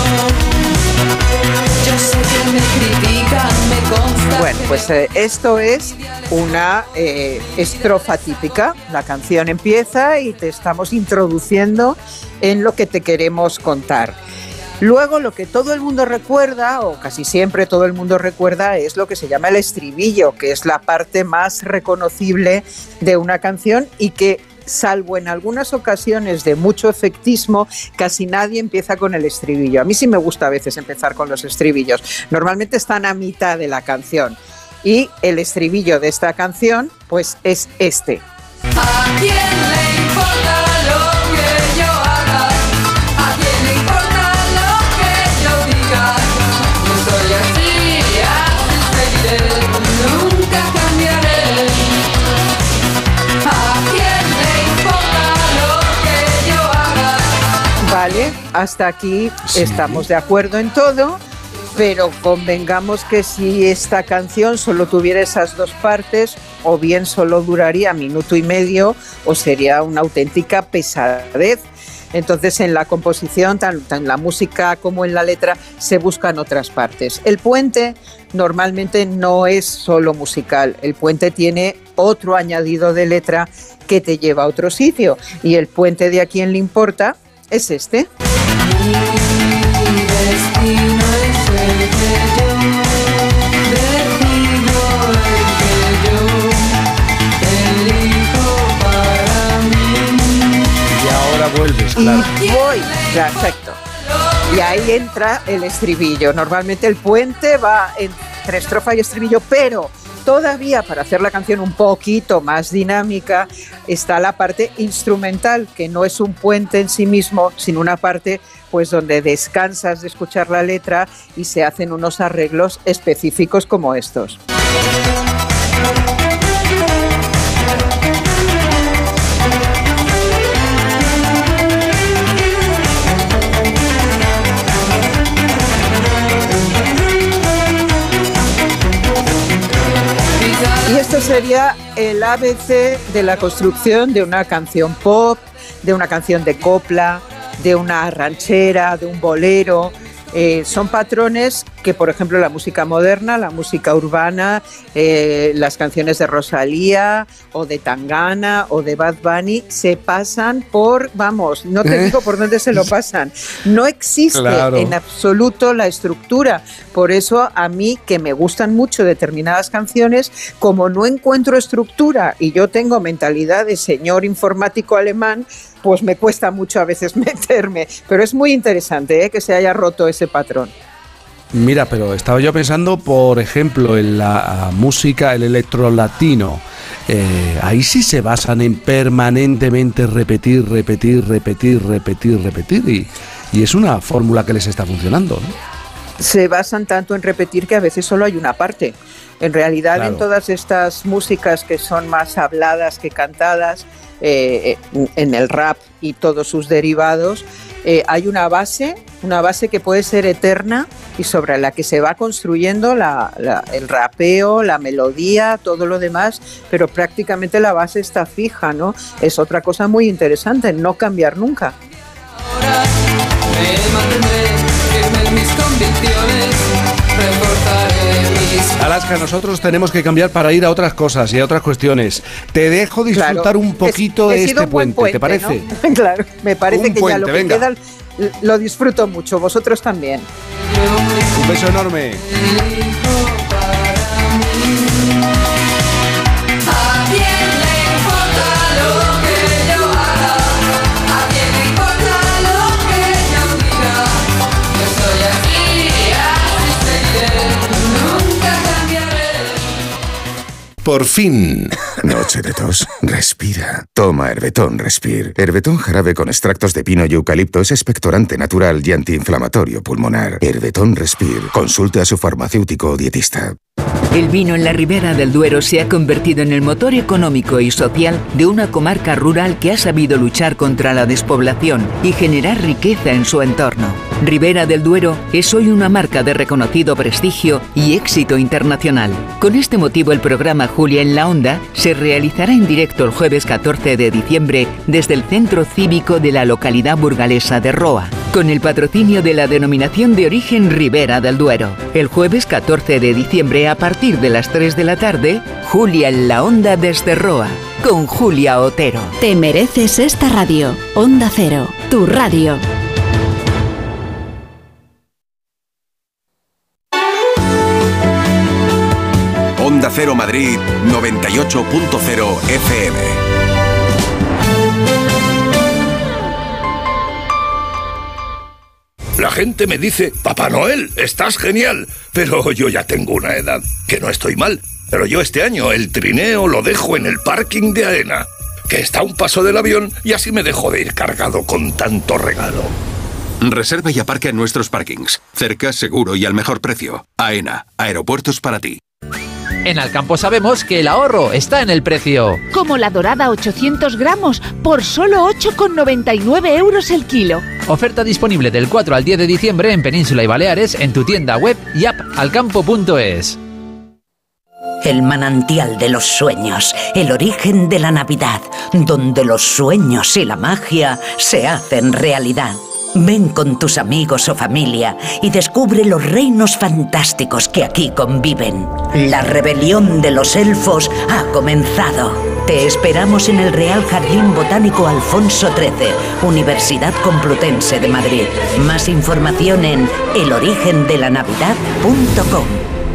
Yo sé que me critican, me consta. Bueno, pues esto es una estrofa típica. La canción empieza y te estamos introduciendo en lo que te queremos contar. Luego lo que todo el mundo recuerda, o casi siempre todo el mundo recuerda, es lo que se llama el estribillo, que es la parte más reconocible de una canción y que, salvo en algunas ocasiones de mucho efectismo, casi nadie empieza con el estribillo. A mí sí me gusta a veces empezar con los estribillos. Normalmente están a mitad de la canción y el estribillo de esta canción pues es este. ¿A quién le importa lo que yo haga? ¿A quién le importa lo que yo diga? No soy así, así seguiré, nunca cambiaré. ¿A quién le importa lo que yo haga? Vale, hasta aquí estamos de acuerdo en todo, pero convengamos que si esta canción solo tuviera esas dos partes, o bien solo duraría minuto y medio, o sería una auténtica pesadez. Entonces, en la composición, tanto en la música como en la letra, se buscan otras partes. El puente normalmente no es solo musical, el puente tiene otro añadido de letra que te lleva a otro sitio, y el puente de A quién le importa es este. Mi destino es el que yo decido, el que yo elijo para mí. Y ahora vuelves, claro. Y voy, perfecto. Y ahí entra el estribillo. Normalmente el puente va entre estrofa y estribillo, pero todavía para hacer la canción un poquito más dinámica está la parte instrumental, que no es un puente en sí mismo, sino una parte pues donde descansas de escuchar la letra y se hacen unos arreglos específicos como estos. Y esto sería el ABC de la construcción de una canción pop, de una canción de copla, de una ranchera, de un bolero. Son patrones que, por ejemplo, la música moderna, la música urbana, las canciones de Rosalía o de Tangana o de Bad Bunny se pasan por, vamos, no te digo por dónde se lo pasan. No existe en absoluto la estructura. Por eso a mí, que me gustan mucho determinadas canciones, como no encuentro estructura y yo tengo mentalidad de señor informático alemán, pues me cuesta mucho a veces meterme. Pero es muy interesante que se haya roto ese patrón. Mira, pero estaba yo pensando, por ejemplo, en la música, el electrolatino. Ahí sí se basan en permanentemente repetir y es una fórmula que les está funcionando, ¿no? Se basan tanto en repetir que a veces solo hay una parte. En realidad, claro, en todas estas músicas que son más habladas que cantadas, en el rap y todos sus derivados, hay una base que puede ser eterna y sobre la que se va construyendo el rapeo, la melodía, todo lo demás, pero prácticamente la base está fija, ¿no? Es otra cosa muy interesante, no cambiar nunca. Ahora me mantendré firme en mis convicciones, reforzaré mis... Alaska, nosotros tenemos que cambiar para ir a otras cosas y a otras cuestiones. Te dejo disfrutar un poquito de este puente, ¿te parece? ¿No? Claro, me parece un que puente, ya lo que queda lo disfruto mucho, vosotros también. Un beso enorme. Por fin. Noche de tos. Respira. Toma Herbetón Respir. Herbetón jarabe con extractos de pino y eucalipto es expectorante natural y antiinflamatorio pulmonar. Herbetón Respir. Consulte a su farmacéutico o dietista. El vino en la Ribera del Duero se ha convertido en el motor económico y social de una comarca rural que ha sabido luchar contra la despoblación y generar riqueza en su entorno. Ribera del Duero es hoy una marca de reconocido prestigio y éxito internacional. Con este motivo, el programa Julia en la Onda se realizará en directo el jueves 14 de diciembre desde el Centro Cívico de la localidad burgalesa de Roa, con el patrocinio de la Denominación de Origen Ribera del Duero. El jueves 14 de diciembre, a partir de las 3 de la tarde, Julia en la Onda desde Roa, con Julia Otero. Te mereces esta radio. Onda Cero, tu radio. Onda Cero Madrid 98.0 FM. La gente me dice, Papá Noel, estás genial, pero yo ya tengo una edad, que no estoy mal. Pero yo este año el trineo lo dejo en el parking de AENA, que está a un paso del avión y así me dejo de ir cargado con tanto regalo. Reserva y aparca en nuestros parkings, cerca, seguro y al mejor precio. AENA, aeropuertos para ti. En Alcampo sabemos que el ahorro está en el precio. Como la dorada 800 gramos por solo 8,99 euros el kilo. Oferta disponible del 4 al 10 de diciembre en Península y Baleares en tu tienda web y app alcampo.es. El manantial de los sueños, el origen de la Navidad, donde los sueños y la magia se hacen realidad. Ven con tus amigos o familia y descubre los reinos fantásticos que aquí conviven. La rebelión de los elfos ha comenzado. Te esperamos en el Real Jardín Botánico Alfonso XIII, Universidad Complutense de Madrid. Más información en elorigendelanavidad.com.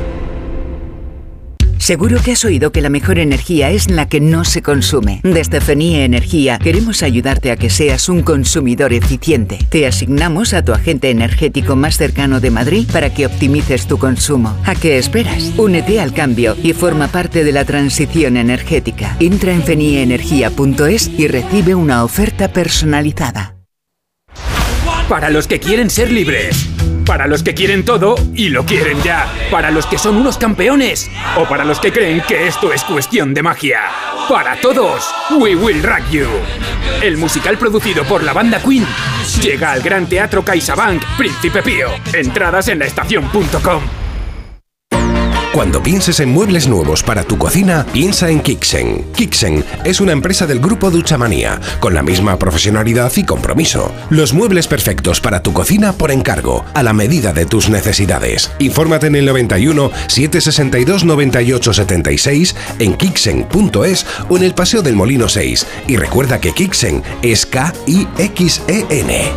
Seguro que has oído que la mejor energía es la que no se consume. Desde FENIE Energía queremos ayudarte a que seas un consumidor eficiente. Te asignamos a tu agente energético más cercano de Madrid para que optimices tu consumo. ¿A qué esperas? Únete al cambio y forma parte de la transición energética. Entra en fenieenergia.es y recibe una oferta personalizada. Para los que quieren ser libres. Para los que quieren todo y lo quieren ya. Para los que son unos campeones. O para los que creen que esto es cuestión de magia. Para todos, We Will Rock You. El musical producido por la banda Queen llega al Gran Teatro CaixaBank Príncipe Pío. Entradas en laestacion.com. Cuando pienses en muebles nuevos para tu cocina, piensa en Kixen. Kixen es una empresa del grupo Duchamanía, con la misma profesionalidad y compromiso. Los muebles perfectos para tu cocina por encargo, a la medida de tus necesidades. Infórmate en el 91 762 98 76, en Kixen.es o en el Paseo del Molino 6. Y recuerda que Kixen es K-I-X-E-N.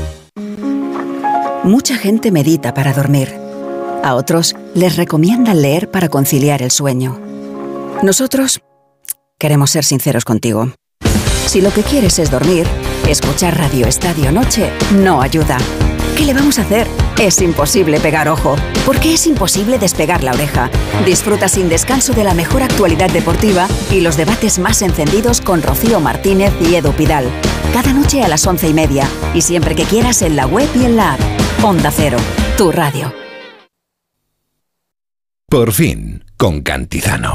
Mucha gente medita para dormir. A otros les recomiendan leer para conciliar el sueño. Nosotros queremos ser sinceros contigo. Si lo que quieres es dormir, escuchar Radio Estadio Noche no ayuda. ¿Qué le vamos a hacer? es imposible pegar ojo, porque es imposible despegar la oreja. Disfruta sin descanso de la mejor actualidad deportiva y los debates más encendidos con Rocío Martínez y Edu Pidal. Cada noche a las 11:30 y siempre que quieras en la web y en la app. Onda Cero, tu radio. Por fin, con Cantizano.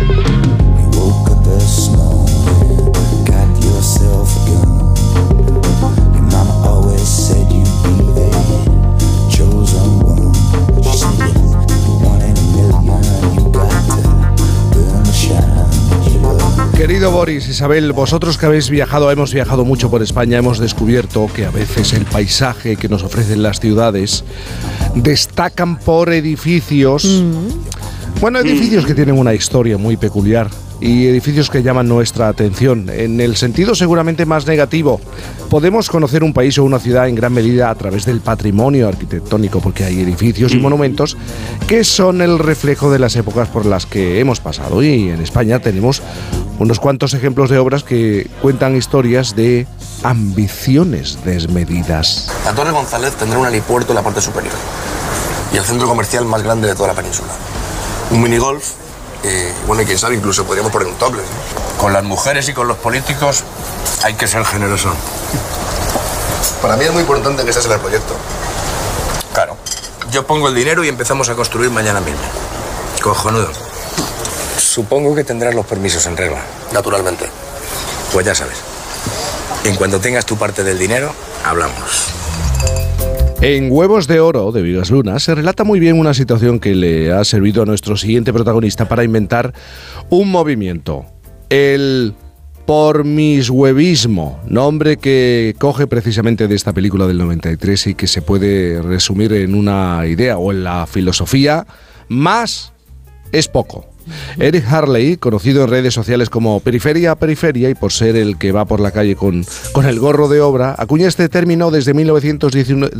Querido Boris, Isabel, vosotros que habéis viajado, hemos viajado mucho por España, hemos descubierto que a veces el paisaje que nos ofrecen las ciudades destacan por edificios. Bueno, edificios que tienen una historia muy peculiar y edificios que llaman nuestra atención, en el sentido seguramente más negativo. Podemos conocer un país o una ciudad en gran medida a través del patrimonio arquitectónico, porque hay edificios y monumentos que son el reflejo de las épocas por las que hemos pasado. Y en España tenemos unos cuantos ejemplos de obras que cuentan historias de ambiciones desmedidas. La Torre González tendrá un helipuerto en la parte superior y el centro comercial más grande de toda la península. Un minigolf. Bueno, y quién sabe, incluso podríamos poner un topless, ¿no? Con las mujeres y con los políticos hay que ser generoso. Para mí es muy importante que estés en el proyecto. Claro. Yo pongo el dinero y empezamos a construir mañana mismo. Cojonudo. Supongo que tendrás los permisos en regla. Naturalmente. Pues ya sabes. En cuanto tengas tu parte del dinero, hablamos. En Huevos de Oro, de Vigas Luna, se relata muy bien una situación que le ha servido a nuestro siguiente protagonista para inventar un movimiento. El pormishuevismo, nombre que coge precisamente de esta película del 93 y que se puede resumir en una idea o en la filosofía: más es poco. Eric Harley, conocido en redes sociales como Periferia, y por ser el que va por la calle con el gorro de obra, acuña este término desde 1919.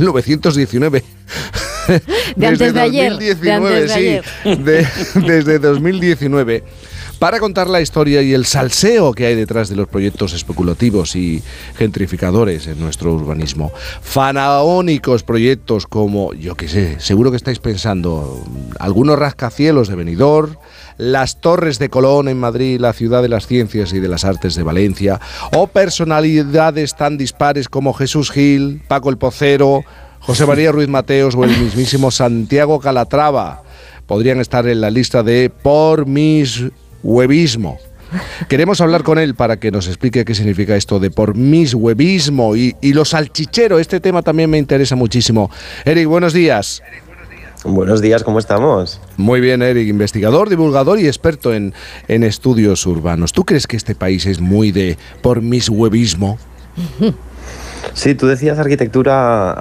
De antes de ayer. Desde 2019. Para contar la historia y el salseo que hay detrás de los proyectos especulativos y gentrificadores en nuestro urbanismo. Faraónicos proyectos como, yo qué sé, seguro que estáis pensando, algunos rascacielos de Benidorm, las Torres de Colón en Madrid, la ciudad de las ciencias y de las artes de Valencia, o personalidades tan dispares como Jesús Gil, Paco el Pocero, José María Ruiz Mateos o el mismísimo Santiago Calatrava. Podrían estar en la lista de pormishuevismo. Queremos hablar con él para que nos explique qué significa esto de pormishuevismo y lo salchichero. Este tema también me interesa muchísimo. Eric, buenos días. Buenos días, ¿cómo estamos? Muy bien, Eric, investigador, divulgador y experto en estudios urbanos. ¿Tú crees que este país es muy de pormishuevismo? Sí, tú decías arquitectura,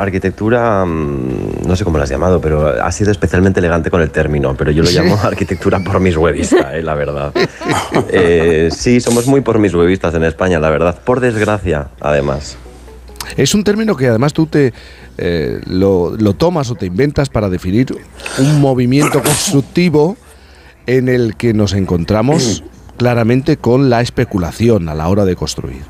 no sé cómo la has llamado, pero has sido especialmente elegante con el término, pero yo lo llamo arquitectura pormishuevista, la verdad. Sí, somos muy pormishuevistas en España, la verdad, por desgracia, además. Es un término que además tú lo tomas o te inventas para definir un movimiento constructivo en el que nos encontramos claramente con la especulación a la hora de construir.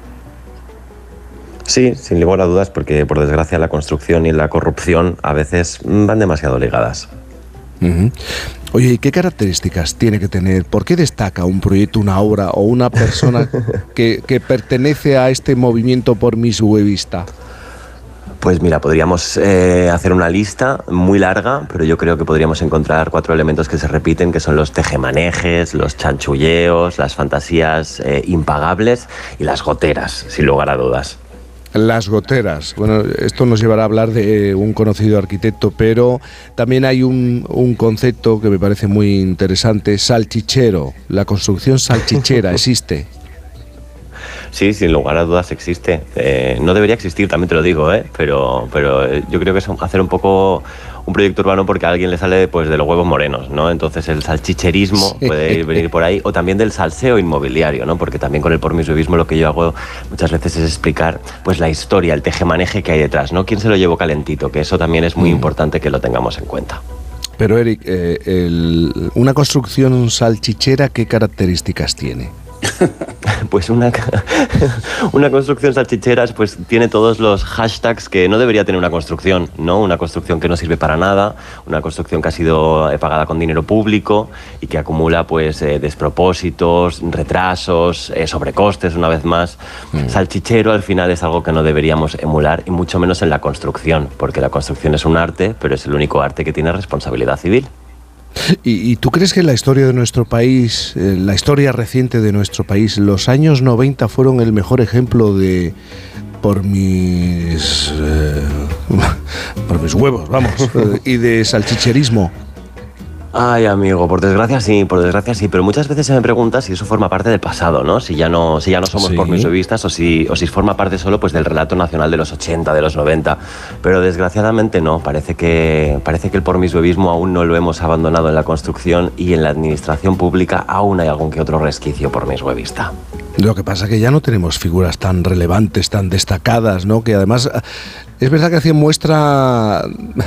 Sí, sin lugar a dudas, porque por desgracia la construcción y la corrupción a veces van demasiado ligadas. Oye, ¿y qué características tiene que tener? ¿Por qué destaca un proyecto, una obra o una persona que pertenece a este movimiento pormishuevista? Pues mira, podríamos hacer una lista muy larga, pero yo creo que podríamos encontrar 4 elementos que se repiten, que son los tejemanejes, los chanchulleos, las fantasías impagables y las goteras, sin lugar a dudas. Las goteras. Bueno, esto nos llevará a hablar de un conocido arquitecto, pero también hay un concepto que me parece muy interesante: salchichero. La construcción salchichera existe. Sí, sin lugar a dudas existe. No debería existir, también te lo digo, pero yo creo que es hacer un poco un proyecto urbano porque a alguien le sale pues de los huevos morenos, ¿no? Entonces el salchicherismo puede venir por ahí, o también del salseo inmobiliario, ¿no? Porque también con el pormishuevismo lo que yo hago muchas veces es explicar pues la historia, el tejemaneje que hay detrás, ¿no? ¿Quién se lo llevó calentito? Que eso también es muy importante que lo tengamos en cuenta. Pero Eric, una construcción salchichera, ¿qué características tiene? pues una construcción salchicheras pues tiene todos los hashtags que no debería tener una construcción, ¿no? Una construcción que no sirve para nada, una construcción que ha sido pagada con dinero público y que acumula pues despropósitos, retrasos, sobrecostes una vez más. Salchichero al final es algo que no deberíamos emular, y mucho menos en la construcción, porque la construcción es un arte, pero es el único arte que tiene responsabilidad civil. ¿Y tú crees que en la historia de nuestro país, la historia reciente de nuestro país, los años 90 fueron el mejor ejemplo de por mis huevos, vamos, y de salchicherismo? Ay, amigo, por desgracia sí, pero muchas veces se me pregunta si eso forma parte del pasado, ¿no? Si ya no somos pormishuevistas o si forma parte solo pues del relato nacional de los 80, de los 90. Pero desgraciadamente no, parece que el pormishuevismo aún no lo hemos abandonado en la construcción, y en la administración pública aún hay algún que otro resquicio pormishuevista. Lo que pasa es que ya no tenemos figuras tan relevantes, tan destacadas, ¿no? Que además es verdad que hacían muestra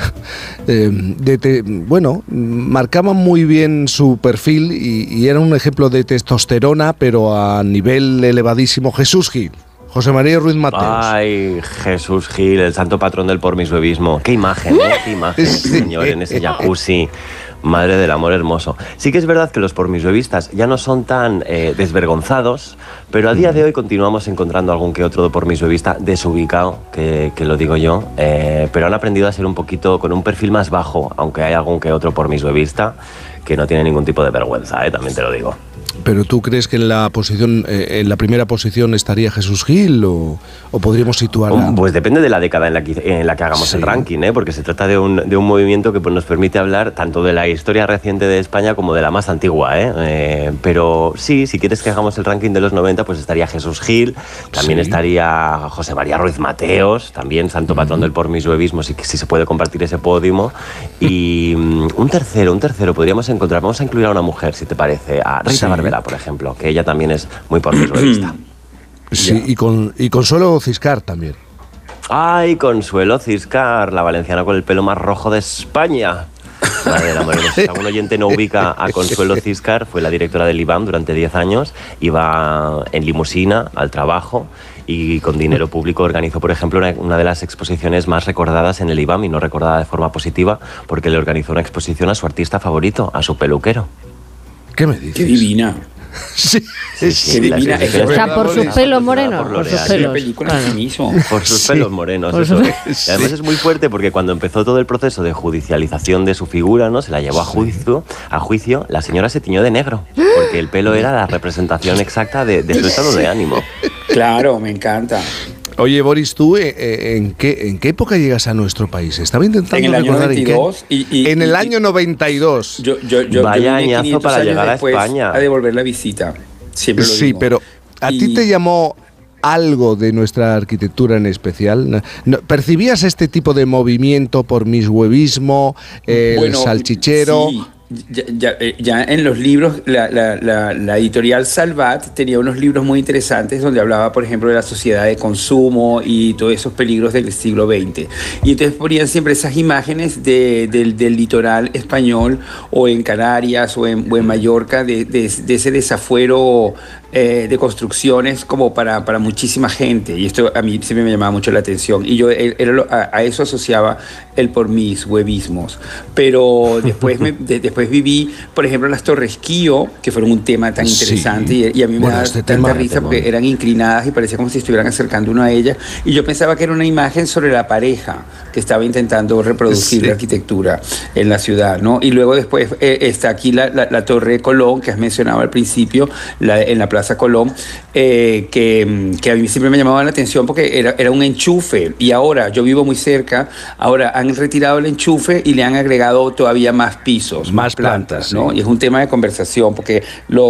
marcaban muy bien su perfil y era un ejemplo de testosterona, pero a nivel elevadísimo. Jesús Gil, José María Ruiz Mateos. Ay, Jesús Gil, el santo patrón del pormishuevismo. Qué imagen, qué imagen, señor, en ese jacuzzi. Madre del amor hermoso. Sí que es verdad que los pormishuevistas ya no son tan desvergonzados, pero a día de hoy continuamos encontrando algún que otro pormishuevista desubicado, que lo digo yo, pero han aprendido a ser un poquito con un perfil más bajo, aunque hay algún que otro pormishuevista que no tiene ningún tipo de vergüenza, también te lo digo. ¿Pero tú crees que en la primera posición estaría Jesús Gil o podríamos situar a... Pues depende de la década en la que hagamos el ranking, porque se trata de un movimiento que pues, nos permite hablar tanto de la historia reciente de España como de la más antigua, pero sí, si quieres que hagamos el ranking de los 90, pues estaría Jesús Gil, también estaría José María Ruiz Mateos, también santo patrón del pormishuevismo, si se puede compartir ese podio, y un tercero podríamos encontrar, vamos a incluir a una mujer, si te parece, a Rita Barbera, por ejemplo, que ella también es muy pormishuevista. Sí, y Consuelo Ciscar también. Ay, Consuelo Ciscar, la valenciana con el pelo más rojo de España. Madre del amor, si algún oyente no ubica a Consuelo Ciscar, fue la directora del IBAM durante 10 años, iba en limusina al trabajo y con dinero público organizó, por ejemplo, una de las exposiciones más recordadas en el IBAM, y no recordada de forma positiva, porque le organizó una exposición a su artista favorito, a su peluquero. ¿Qué me dices? ¡Qué divina! Sí, qué divina. O sea, por sus pelos morenos. Por sus pelos morenos. Eso. Y además es muy fuerte porque cuando empezó todo el proceso de judicialización de su figura, ¿no? Se la llevó a juicio, la señora se tiñó de negro, porque el pelo era la representación exacta de su estado de ánimo. Claro, me encanta. Oye, Boris, ¿tú en qué época llegas a nuestro país? Estaba intentando recordar en qué. En el año 92. Vaya añazo para llegar a España. A devolver la visita. Siempre lo digo. Sí, pero ¿a ti te llamó algo de nuestra arquitectura en especial? ¿Percibías este tipo de movimiento pormishuevismo, el salchichero? Sí. Ya en los libros, la editorial Salvat tenía unos libros muy interesantes donde hablaba, por ejemplo, de la sociedad de consumo y todos esos peligros del siglo XX. Y entonces ponían siempre esas imágenes del litoral español, o en Canarias o en Mallorca, de ese desafuero de construcciones como para muchísima gente. Y esto a mí siempre me llamaba mucho la atención. Y yo a eso asociaba el pormishuevismos. Pero después viví, por ejemplo, las Torres Kío, que fueron un tema tan interesante, y a mí me daba tanta risa porque eran inclinadas y parecía como si estuvieran acercando uno a ellas. Y yo pensaba que era una imagen sobre la pareja que estaba intentando reproducir la arquitectura en la ciudad, ¿no? Y luego después está aquí la Torre Colón, que has mencionado al principio, en la Plaza Colón, que a mí siempre me llamaba la atención porque era un enchufe, y ahora yo vivo muy cerca, ahora han retirado el enchufe y le han agregado todavía más pisos, más plantas, ¿no? Sí. Y es un tema de conversación porque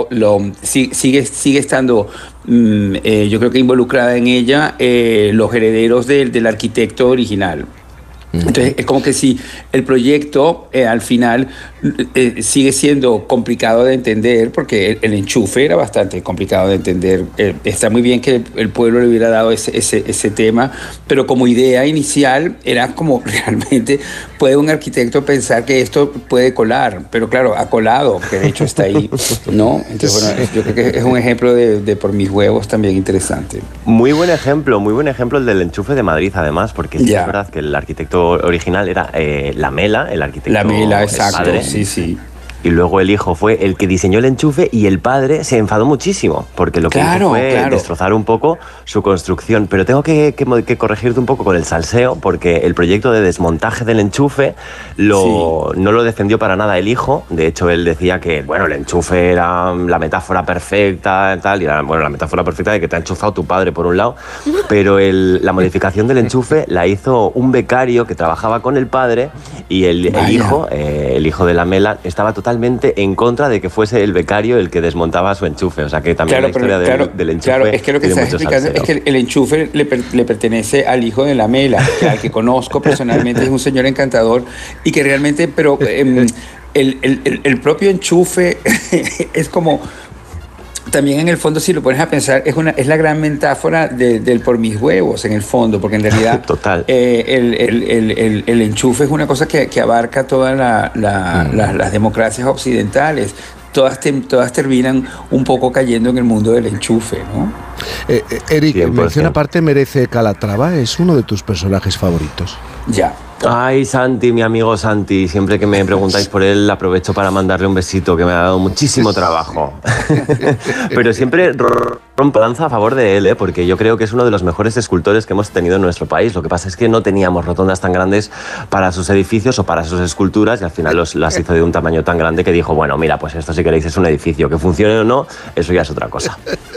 sigue estando, yo creo que involucrada en ella los herederos del arquitecto original. Entonces es como que si el proyecto al final sigue siendo complicado de entender, porque el enchufe era bastante complicado de entender. Está muy bien que el pueblo le hubiera dado ese tema, pero como idea inicial era como realmente puede un arquitecto pensar que esto puede colar, pero claro, ha colado, que de hecho está ahí, ¿no? Entonces, bueno, yo creo que es un ejemplo de por mis huevos también interesante. Muy buen ejemplo el del enchufe de Madrid, además, porque sí es verdad que el arquitecto original era Lamela, el arquitecto. Lamela, exacto, padre. sí. Y luego el hijo fue el que diseñó el enchufe y el padre se enfadó muchísimo porque lo que hizo fue destrozar un poco su construcción. Pero tengo que corregirte un poco con el salseo, porque el proyecto de desmontaje del enchufe no lo defendió para nada el hijo. De hecho, él decía que el enchufe era la metáfora perfecta y era la metáfora perfecta de que te ha enchufado tu padre por un lado, pero la modificación del enchufe la hizo un becario que trabajaba con el padre, y el hijo de Lamela estaba totalmente en contra de que fuese el becario el que desmontaba su enchufe. O sea que también la historia del enchufe. Claro, es que lo que estás explicando es que el enchufe le pertenece al hijo de Lamela, al que conozco personalmente, es un señor encantador y que realmente, pero el propio enchufe es como. También en el fondo, si lo pones a pensar, es la gran metáfora del por mis huevos, en el fondo, porque en realidad total. El enchufe es una cosa que abarca todas las democracias occidentales. Todas terminan un poco cayendo en el mundo del enchufe, ¿no? Eric, mención aparte merece Calatrava, es uno de tus personajes favoritos. Ya. Ay, Santi, mi amigo Santi, siempre que me preguntáis por él aprovecho para mandarle un besito, que me ha dado muchísimo trabajo. Pero siempre rompo lanza a favor de él, porque yo creo que es uno de los mejores escultores que hemos tenido en nuestro país. Lo que pasa es que no teníamos rotondas tan grandes para sus edificios o para sus esculturas, y al final las hizo de un tamaño tan grande que dijo, bueno, mira, pues esto si queréis es un edificio, que funcione o no, eso ya es otra cosa.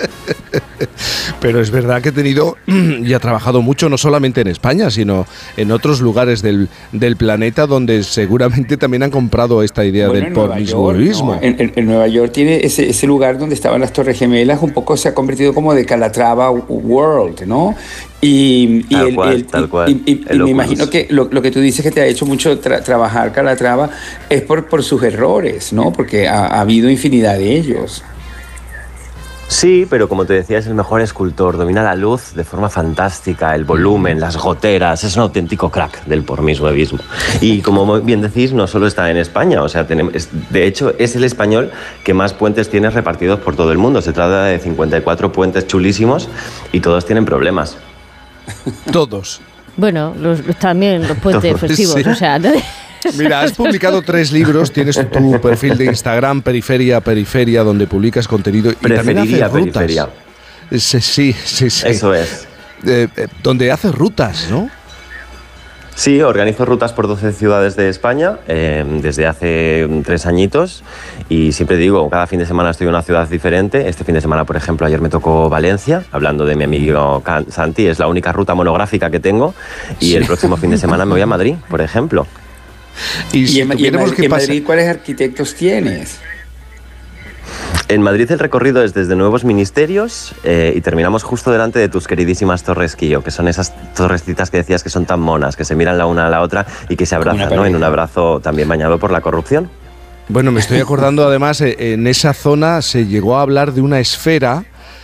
Pero es verdad que he tenido y ha trabajado mucho, no solamente en España, sino en otros lugares del planeta donde seguramente también han comprado esta idea del pormishuevismo. ¿No? En Nueva York tiene ese lugar donde estaban las Torres Gemelas, un poco se ha convertido como de Calatrava World, ¿no? Tal cual. Y me imagino que lo que tú dices que te ha hecho mucho trabajar Calatrava es por sus errores, ¿no? Porque ha habido infinidad de ellos. Sí, pero como te decía, es el mejor escultor, domina la luz de forma fantástica, el volumen, las goteras, es un auténtico crack del pormishuevismo. Y como bien decís, no solo está en España, o sea, de hecho es el español que más puentes tiene repartidos por todo el mundo. Se trata de 54 puentes chulísimos y todos tienen problemas. Todos. Bueno, también los puentes festivos, sí. O sea... Mira, has publicado 3 libros, tienes tu perfil de Instagram, Periferia, donde publicas contenido y también haces rutas. Sí. Eso es. Donde haces rutas, ¿no? Sí, organizo rutas por 12 ciudades de España desde hace 3 añitos y siempre digo, cada fin de semana estoy en una ciudad diferente. Este fin de semana, por ejemplo, ayer me tocó Valencia, hablando de mi amigo Santi, es la única ruta monográfica que tengo, y el próximo fin de semana me voy a Madrid, por ejemplo. ¿Y en Madrid cuáles arquitectos tienes? En Madrid el recorrido es desde Nuevos Ministerios y terminamos justo delante de tus queridísimas Torres Quillo, que son esas torrecitas que decías que son tan monas, que se miran la una a la otra y que se abrazan, ¿no? En un abrazo también bañado por la corrupción. Bueno, me estoy acordando además, en esa zona se llegó a hablar de una esfera,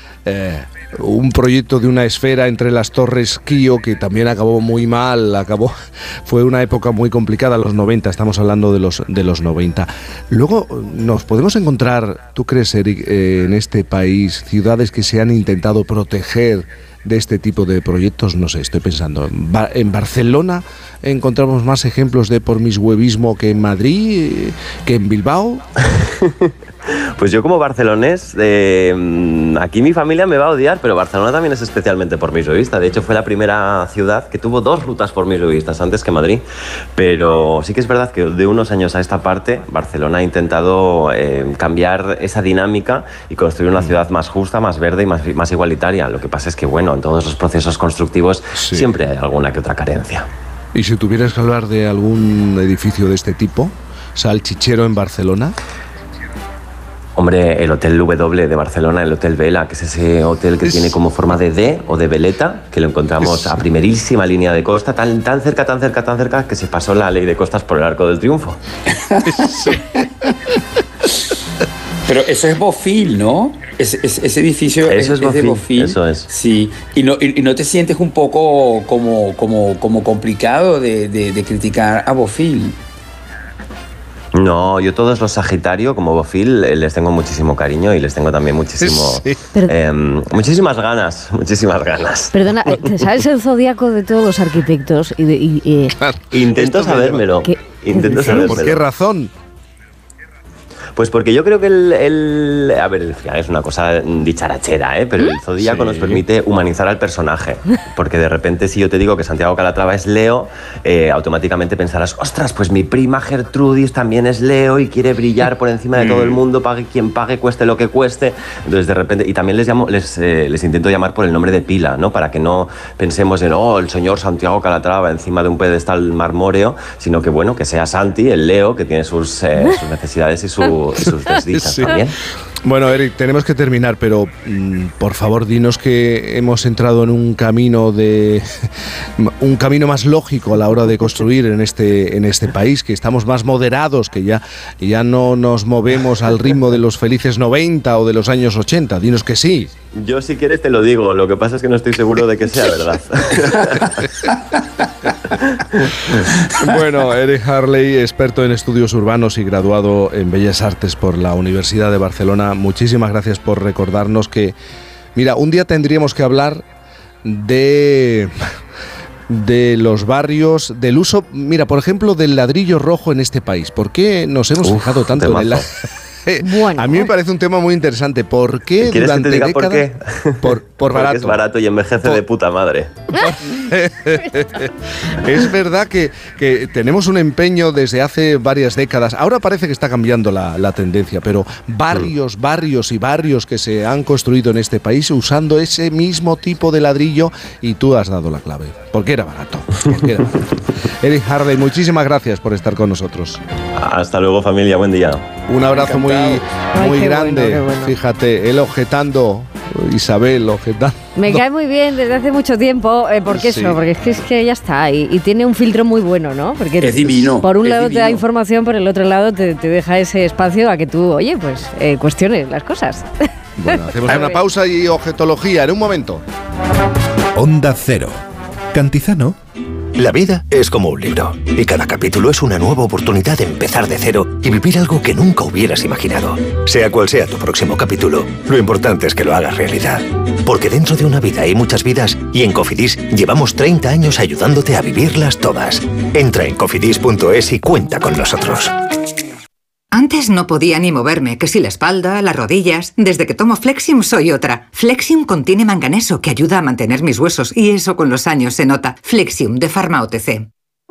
un proyecto de una esfera entre las Torres Quillo que también acabó muy mal, fue una época muy complicada, los 90, estamos hablando de los 90. Luego nos podemos encontrar, ¿tú crees, Eric, en este país ciudades que se han intentado proteger de este tipo de proyectos? No sé, estoy pensando, en Barcelona encontramos más ejemplos de pormishuevismo que en Madrid, que en Bilbao. Pues yo como barcelonés, aquí mi familia me va a odiar, pero Barcelona también es especialmente pormishuevista. De hecho, fue la primera ciudad que tuvo 2 rutas pormishuevistas antes que Madrid. Pero sí que es verdad que de unos años a esta parte, Barcelona ha intentado cambiar esa dinámica y construir una ciudad más justa, más verde y más igualitaria. Lo que pasa es que, bueno, en todos los procesos constructivos siempre hay alguna que otra carencia. ¿Y si tuvieras que hablar de algún edificio de este tipo, salchichero en Barcelona? Hombre, el Hotel W de Barcelona, el Hotel Vela, que es ese hotel que tiene como forma de D o de veleta, que lo encontramos a primerísima línea de costa, tan cerca, que se pasó la ley de costas por el Arco del Triunfo. Pero eso es Bofill, ¿no? Ese edificio eso es de Bofill. Eso es. Sí. ¿Y no te sientes un poco como complicado de criticar a Bofill? No, yo todos los Sagitario, como Bofill, les tengo muchísimo cariño y les tengo también muchísimas ganas. Perdona, ¿sabes el zodiaco de todos los arquitectos? Intento sabérmelo. ¿Por qué razón? Pues porque yo creo que a ver, el final es una cosa dicharachera, pero el zodíaco nos permite humanizar al personaje. Porque de repente, si yo te digo que Santiago Calatrava es Leo, automáticamente pensarás, ostras, pues mi prima Gertrudis también es Leo y quiere brillar por encima de todo el mundo, pague quien pague, cueste lo que cueste. Entonces, de repente, y también les intento llamar por el nombre de pila, ¿no? Para que no pensemos en, el señor Santiago Calatrava encima de un pedestal marmóreo, sino que, bueno, que sea Santi, el Leo, que tiene sus necesidades y sus desdichas también. Bueno, Eric, tenemos que terminar, pero por favor, dinos que hemos entrado en un camino más lógico a la hora de construir en este país, que estamos más moderados, que ya no nos movemos al ritmo de los felices 90 o de los años 80. Dinos que sí. Yo, si quieres, te lo digo. Lo que pasa es que no estoy seguro de que sea verdad. Bueno, Eric Harley, experto en estudios urbanos y graduado en Bellas Artes por la Universidad de Barcelona, muchísimas gracias por recordarnos que, mira, un día tendríamos que hablar de los barrios, del uso, mira, por ejemplo, del ladrillo rojo en este país. ¿Por qué nos hemos fijado tanto en el... Bueno, a mí me parece un tema muy interesante. ¿Por qué durante décadas? ¿Por qué? Por barato. Porque es barato y envejece de puta madre. Es verdad que tenemos un empeño desde hace varias décadas. Ahora parece que está cambiando la tendencia, pero barrios y barrios que se han construido en este país usando ese mismo tipo de ladrillo, y tú has dado la clave. Porque era barato. Eric Harley, muchísimas gracias por estar con nosotros. Hasta luego, familia. Buen día. Un abrazo muy grande. Bueno. Fíjate, él objetando, Isabel objetando. Me cae muy bien desde hace mucho tiempo, porque es que ya está, y tiene un filtro muy bueno, ¿no? Porque es divino. Por un lado te da información, por el otro lado te deja ese espacio a que tú, oye, pues cuestiones las cosas. Bueno, hacemos una pausa y objetología en un momento. Onda Cero. Cantizano. La vida es como un libro, y cada capítulo es una nueva oportunidad de empezar de cero y vivir algo que nunca hubieras imaginado. Sea cual sea tu próximo capítulo, lo importante es que lo hagas realidad. Porque dentro de una vida hay muchas vidas, y en Cofidis llevamos 30 años ayudándote a vivirlas todas. Entra en cofidis.es y cuenta con nosotros. Antes no podía ni moverme, que si la espalda, las rodillas. Desde que tomo Flexium soy otra. Flexium contiene manganeso que ayuda a mantener mis huesos, y eso con los años se nota. Flexium de Pharma OTC.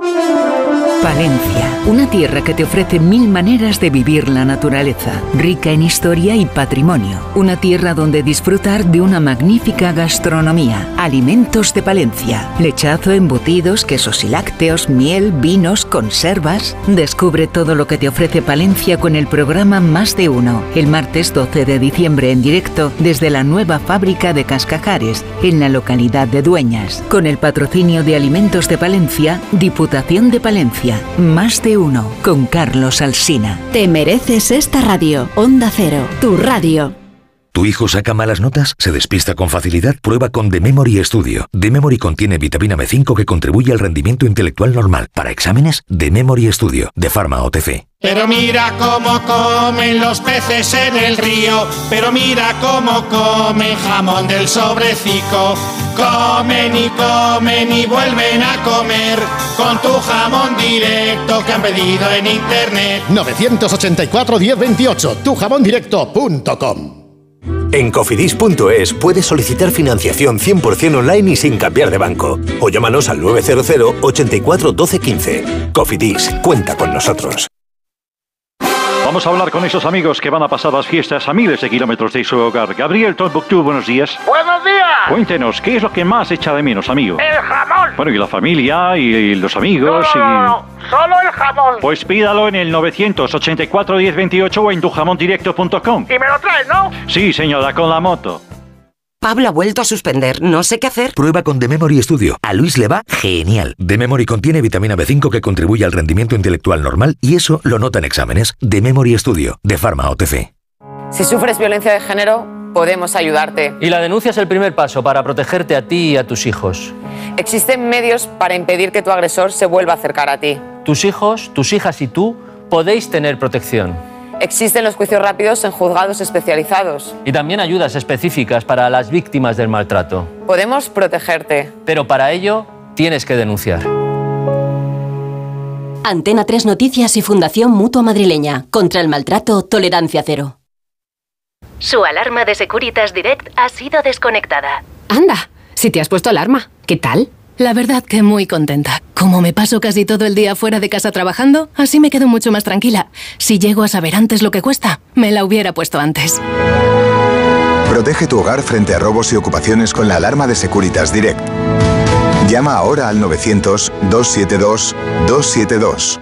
Palencia, una tierra que te ofrece 1000 maneras de vivir la naturaleza, rica en historia y patrimonio. Una tierra donde disfrutar de una magnífica gastronomía. Alimentos de Palencia, lechazo, embutidos, quesos y lácteos, miel, vinos, conservas. Descubre todo lo que te ofrece Palencia con el programa Más de Uno, el martes 12 de diciembre en directo desde la nueva fábrica de Cascajares, en la localidad de Dueñas, con el patrocinio de Alimentos de Palencia, Diputación de Palencia. Más de Uno, con Carlos Alsina. Te mereces esta radio. Onda Cero, tu radio. ¿Tu hijo saca malas notas? ¿Se despista con facilidad? Prueba con The Memory Studio. The Memory contiene vitamina B5 que contribuye al rendimiento intelectual normal. Para exámenes, The Memory Studio, de Pharma OTC. Pero mira cómo comen los peces en el río, pero mira cómo comen jamón del Sobrecico. Comen y vuelven a comer con tu jamón directo que han pedido en internet. 984 1028, tujamondirecto.com. En cofidis.es puedes solicitar financiación 100% online y sin cambiar de banco. O llámanos al 900 84 12 15. Cofidis, cuenta con nosotros. Vamos a hablar con esos amigos que van a pasar las fiestas a miles de kilómetros de su hogar. Gabriel Tombuctú, buenos días. ¡Buenos días! Cuéntenos, ¿qué es lo que más echa de menos, amigo? ¡El jamón! Bueno, y la familia, y los amigos, No, solo el jamón. Pues pídalo en el 984 1028 o en tujamondirecto.com. Y me lo traes, ¿no? Sí, señora, con la moto. Pablo ha vuelto a suspender, no sé qué hacer. Prueba con The Memory Studio. A Luis le va genial. The Memory contiene vitamina B5 que contribuye al rendimiento intelectual normal, y eso lo nota en exámenes. The Memory Studio, de Pharma OTC. Si sufres violencia de género, podemos ayudarte. Y la denuncia es el primer paso para protegerte a ti y a tus hijos. Existen medios para impedir que tu agresor se vuelva a acercar a ti. Tus hijos, tus hijas y tú podéis tener protección. Existen los juicios rápidos en juzgados especializados. Y también ayudas específicas para las víctimas del maltrato. Podemos protegerte. Pero para ello tienes que denunciar. Antena 3 Noticias y Fundación Mutua Madrileña. Contra el maltrato, tolerancia cero. Su alarma de Securitas Direct ha sido desconectada. Anda, si te has puesto alarma, ¿qué tal? La verdad que muy contenta. Como me paso casi todo el día fuera de casa trabajando, así me quedo mucho más tranquila. Si llego a saber antes lo que cuesta, me la hubiera puesto antes. Protege tu hogar frente a robos y ocupaciones con la alarma de Securitas Direct. Llama ahora al 900-272-272.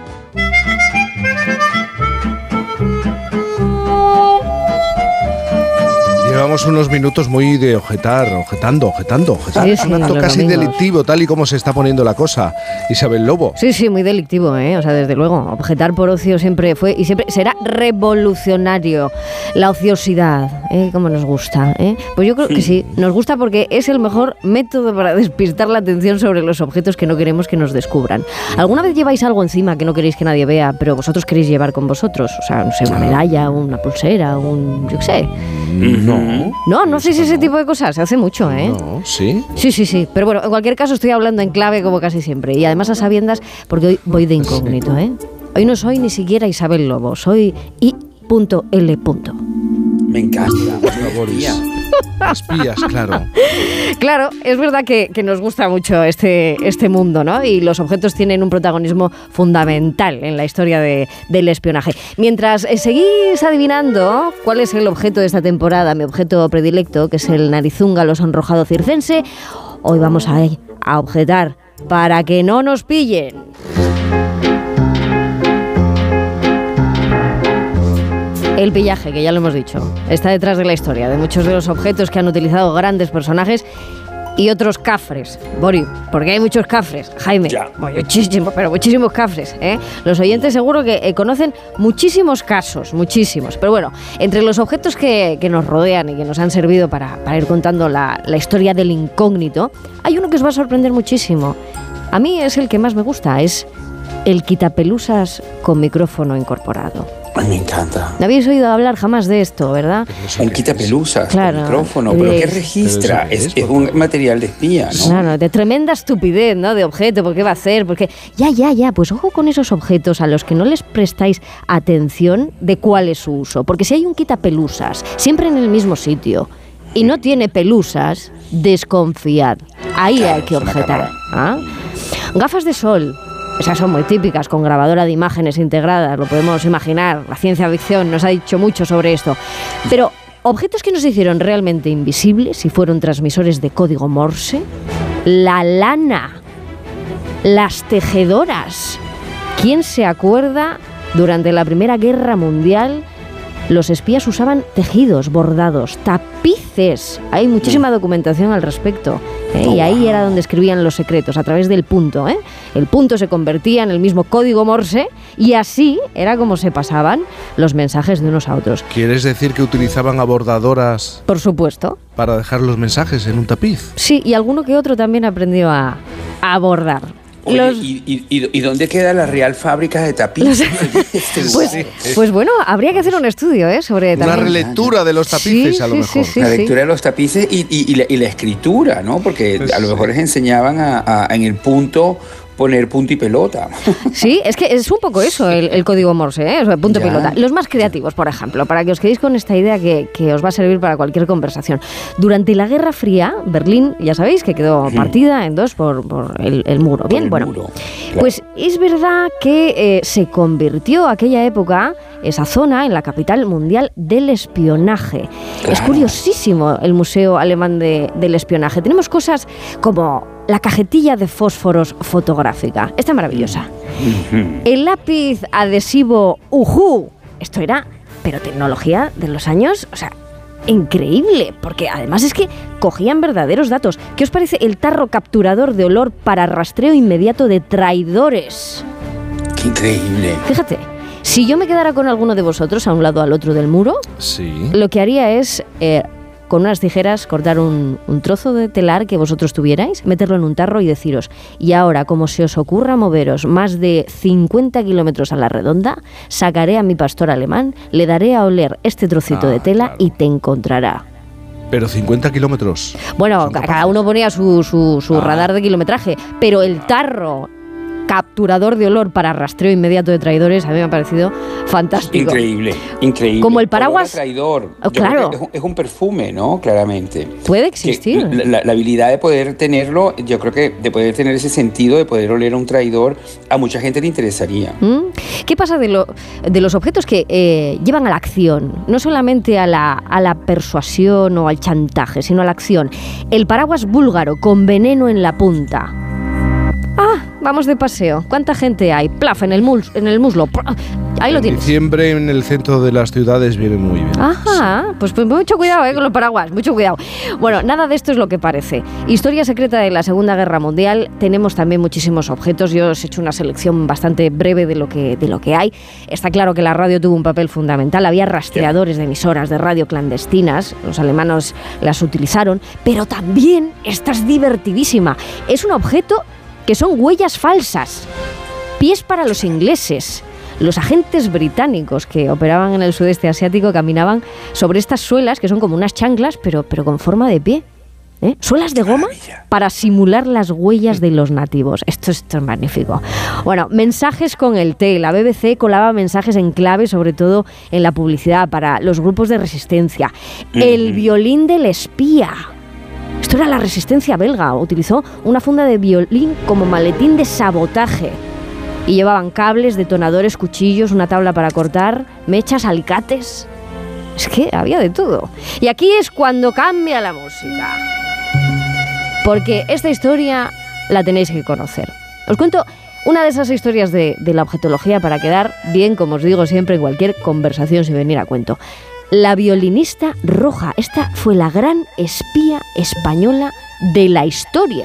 Llevamos unos minutos muy de objetando. Sí, es un acto casi delictivo, tal y como se está poniendo la cosa. Isabel Lobo. Sí, muy delictivo, ¿eh? O sea, desde luego, objetar por ocio siempre fue y siempre será revolucionario. La ociosidad, como nos gusta, ¿eh? Pues yo creo que sí, nos gusta porque es el mejor método para despistar la atención sobre los objetos que no queremos que nos descubran. ¿Alguna vez lleváis algo encima que no queréis que nadie vea, pero vosotros queréis llevar con vosotros? O sea, no sé, una medalla, una pulsera, yo qué sé. No hacéis ese tipo de cosas, se hace mucho, ¿eh? No, ¿sí? Sí. Pero bueno, en cualquier caso estoy hablando en clave como casi siempre. Y además a sabiendas, porque hoy voy de incógnito, ¿eh? Hoy no soy ni siquiera Isabel Lobo, soy I.L. Me encanta. Espías, claro. Claro, es verdad que nos gusta mucho este mundo, ¿no? Y los objetos tienen un protagonismo fundamental en la historia del espionaje. Mientras seguís adivinando cuál es el objeto de esta temporada, mi objeto predilecto, que es el narizúngalo sonrojado circense, hoy vamos a objetar para que no nos pillen. El pillaje, que ya lo hemos dicho, está detrás de la historia de muchos de los objetos que han utilizado grandes personajes y otros cafres. Bori, porque hay muchos cafres, Jaime. Muchísimos cafres, ¿eh? Los oyentes seguro que conocen muchísimos casos, muchísimos. Pero bueno, entre los objetos que nos rodean y que nos han servido para ir contando la historia del incógnito, hay uno que os va a sorprender muchísimo. A mí es el que más me gusta, es el quitapelusas con micrófono incorporado. Ay, me encanta. No habéis oído hablar jamás de esto, ¿verdad? Un quitapelusas, claro, con micrófono. ¿Pero qué registra? Es un material de espía, ¿no? Claro, de tremenda estupidez, ¿no? De objeto, ¿por qué va a hacer? Porque ya, pues ojo con esos objetos a los que no les prestáis atención de cuál es su uso. Porque si hay un quitapelusas, siempre en el mismo sitio, y no tiene pelusas, desconfiad. Ahí hay que objetar. ¿Ah? Gafas de sol. Esas son muy típicas, con grabadora de imágenes integradas, lo podemos imaginar. La ciencia ficción nos ha dicho mucho sobre esto. Pero objetos que nos hicieron realmente invisibles y fueron transmisores de código Morse, la lana, las tejedoras. ¿Quién se acuerda? Durante la Primera Guerra Mundial, los espías usaban tejidos, bordados, tapices. Hay muchísima documentación al respecto. Y ahí era donde escribían los secretos, a través del punto. El punto se convertía en el mismo código Morse y así era como se pasaban los mensajes de unos a otros. ¿Quieres decir que utilizaban abordadoras? Por supuesto. ¿Para dejar los mensajes en un tapiz? Sí, y alguno que otro también aprendió a bordar. Oye, ¿y dónde queda la Real Fábrica de Tapices? Pues bueno, habría que hacer un estudio sobre una relectura de los tapices, a lo mejor. La lectura de los tapices y la escritura, ¿no? Porque a lo mejor les enseñaban en el punto poner punto y pelota. Sí, es que es un poco eso el código Morse, ¿eh? O sea, punto y pelota. Los más creativos, por ejemplo, para que os quedéis con esta idea que os va a servir para cualquier conversación. Durante la Guerra Fría, Berlín, ya sabéis que quedó partida en dos por el muro. Bien, bueno, claro. Pues es verdad que se convirtió aquella época, esa zona, en la capital mundial del espionaje. Claro. Es curiosísimo el Museo Alemán del Espionaje. Tenemos cosas como la cajetilla de fósforos fotográfica. Está maravillosa. El lápiz adhesivo Uhu. Esto era, pero tecnología de los años, o sea, increíble, porque además es que cogían verdaderos datos. ¿Qué os parece el tarro capturador de olor para rastreo inmediato de traidores? ¡Qué increíble! Fíjate, Si yo me quedara con alguno de vosotros a un lado o al otro del muro, lo que haría es, con unas tijeras, cortar un trozo de telar que vosotros tuvierais, meterlo en un tarro y deciros, y ahora, como se os ocurra moveros más de 50 kilómetros a la redonda, sacaré a mi pastor alemán, le daré a oler este trocito de tela y te encontrará. Pero 50 kilómetros. Bueno, cada uno ponía su radar de kilometraje, pero el tarro capturador de olor para rastreo inmediato de traidores a mí me ha parecido fantástico. Increíble. Como el paraguas. Traidor. Claro. Es un perfume, ¿no? Claramente. Puede existir. La habilidad de poder tenerlo, yo creo que de poder tener ese sentido de poder oler a un traidor, a mucha gente le interesaría. ¿Qué pasa de los objetos que llevan a la acción? No solamente a la persuasión o al chantaje, sino a la acción. El paraguas búlgaro con veneno en la punta. Vamos de paseo. ¿Cuánta gente hay? Plaf, en el muslo. Ahí lo tienes. En diciembre en el centro de las ciudades viene muy bien. Ajá, pues mucho cuidado con los paraguas, mucho cuidado. Bueno, nada de esto es lo que parece. Historia secreta de la Segunda Guerra Mundial. Tenemos también muchísimos objetos. Yo os he hecho una selección bastante breve de lo que hay. Está claro que la radio tuvo un papel fundamental. Había rastreadores de emisoras de radio clandestinas. Los alemanes las utilizaron. Pero también, esta es divertidísima. Es un objeto que son huellas falsas, pies para los ingleses. Los agentes británicos que operaban en el sudeste asiático caminaban sobre estas suelas, que son como unas chanclas, pero con forma de pie. Suelas de goma para simular las huellas de los nativos. Esto es magnífico. Bueno, mensajes con el T. La BBC colaba mensajes en clave, sobre todo en la publicidad, para los grupos de resistencia. El violín del espía. Esto era la resistencia belga. Utilizó una funda de violín como maletín de sabotaje. Y llevaban cables, detonadores, cuchillos, una tabla para cortar, mechas, alicates. Es que había de todo. Y aquí es cuando cambia la música. Porque esta historia la tenéis que conocer. Os cuento una de esas historias de la objetología para quedar bien, como os digo siempre, en cualquier conversación sin venir a cuento. La violinista roja. Esta fue la gran espía española de la historia.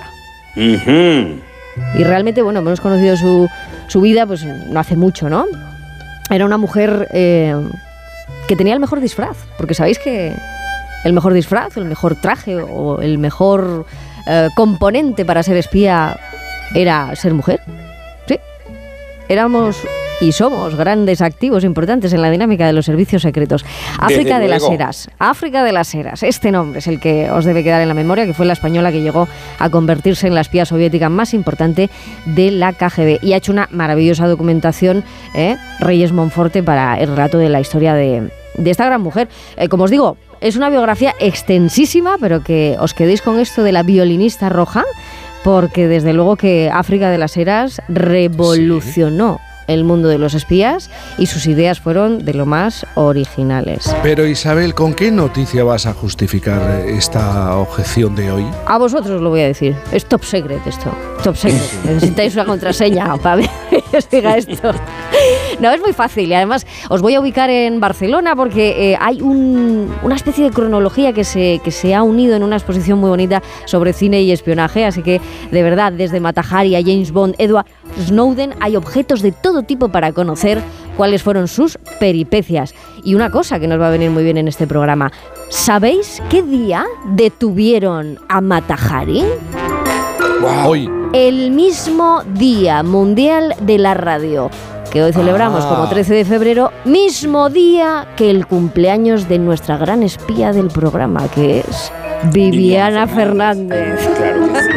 Y realmente, bueno, hemos conocido su vida pues no hace mucho, ¿no? Era una mujer que tenía el mejor disfraz, porque sabéis que el mejor disfraz, el mejor traje o el mejor componente para ser espía era ser mujer. Sí, éramos y somos grandes activos importantes en la dinámica de los servicios secretos. África de las Heras. África de las Heras. Este nombre es el que os debe quedar en la memoria, que fue la española que llegó a convertirse en la espía soviética más importante de la KGB. Y ha hecho una maravillosa documentación, Reyes Monforte, para el relato de la historia de esta gran mujer. Como os digo, es una biografía extensísima, pero que os quedéis con esto de la violinista roja, porque desde luego que África de las Heras revolucionó el mundo de los espías y sus ideas fueron de lo más originales. Pero Isabel, ¿con qué noticia vas a justificar esta objeción de hoy? A vosotros lo voy a decir. Es top secret esto. Top secret. Necesitáis una contraseña para ver que os diga esto. No, es muy fácil. Y además os voy a ubicar en Barcelona porque hay una especie de cronología que se ha unido en una exposición muy bonita sobre cine y espionaje. Así que, de verdad, desde Mata Hari a James Bond, Edward Snowden, hay objetos de todo tipo para conocer cuáles fueron sus peripecias. Y una cosa que nos va a venir muy bien en este programa. ¿Sabéis qué día detuvieron a Mata Hari? Wow. Hoy. El mismo Día Mundial de la Radio, que hoy celebramos como 13 de febrero, mismo día que el cumpleaños de nuestra gran espía del programa, que es Viviana Fernández. Claro que sí.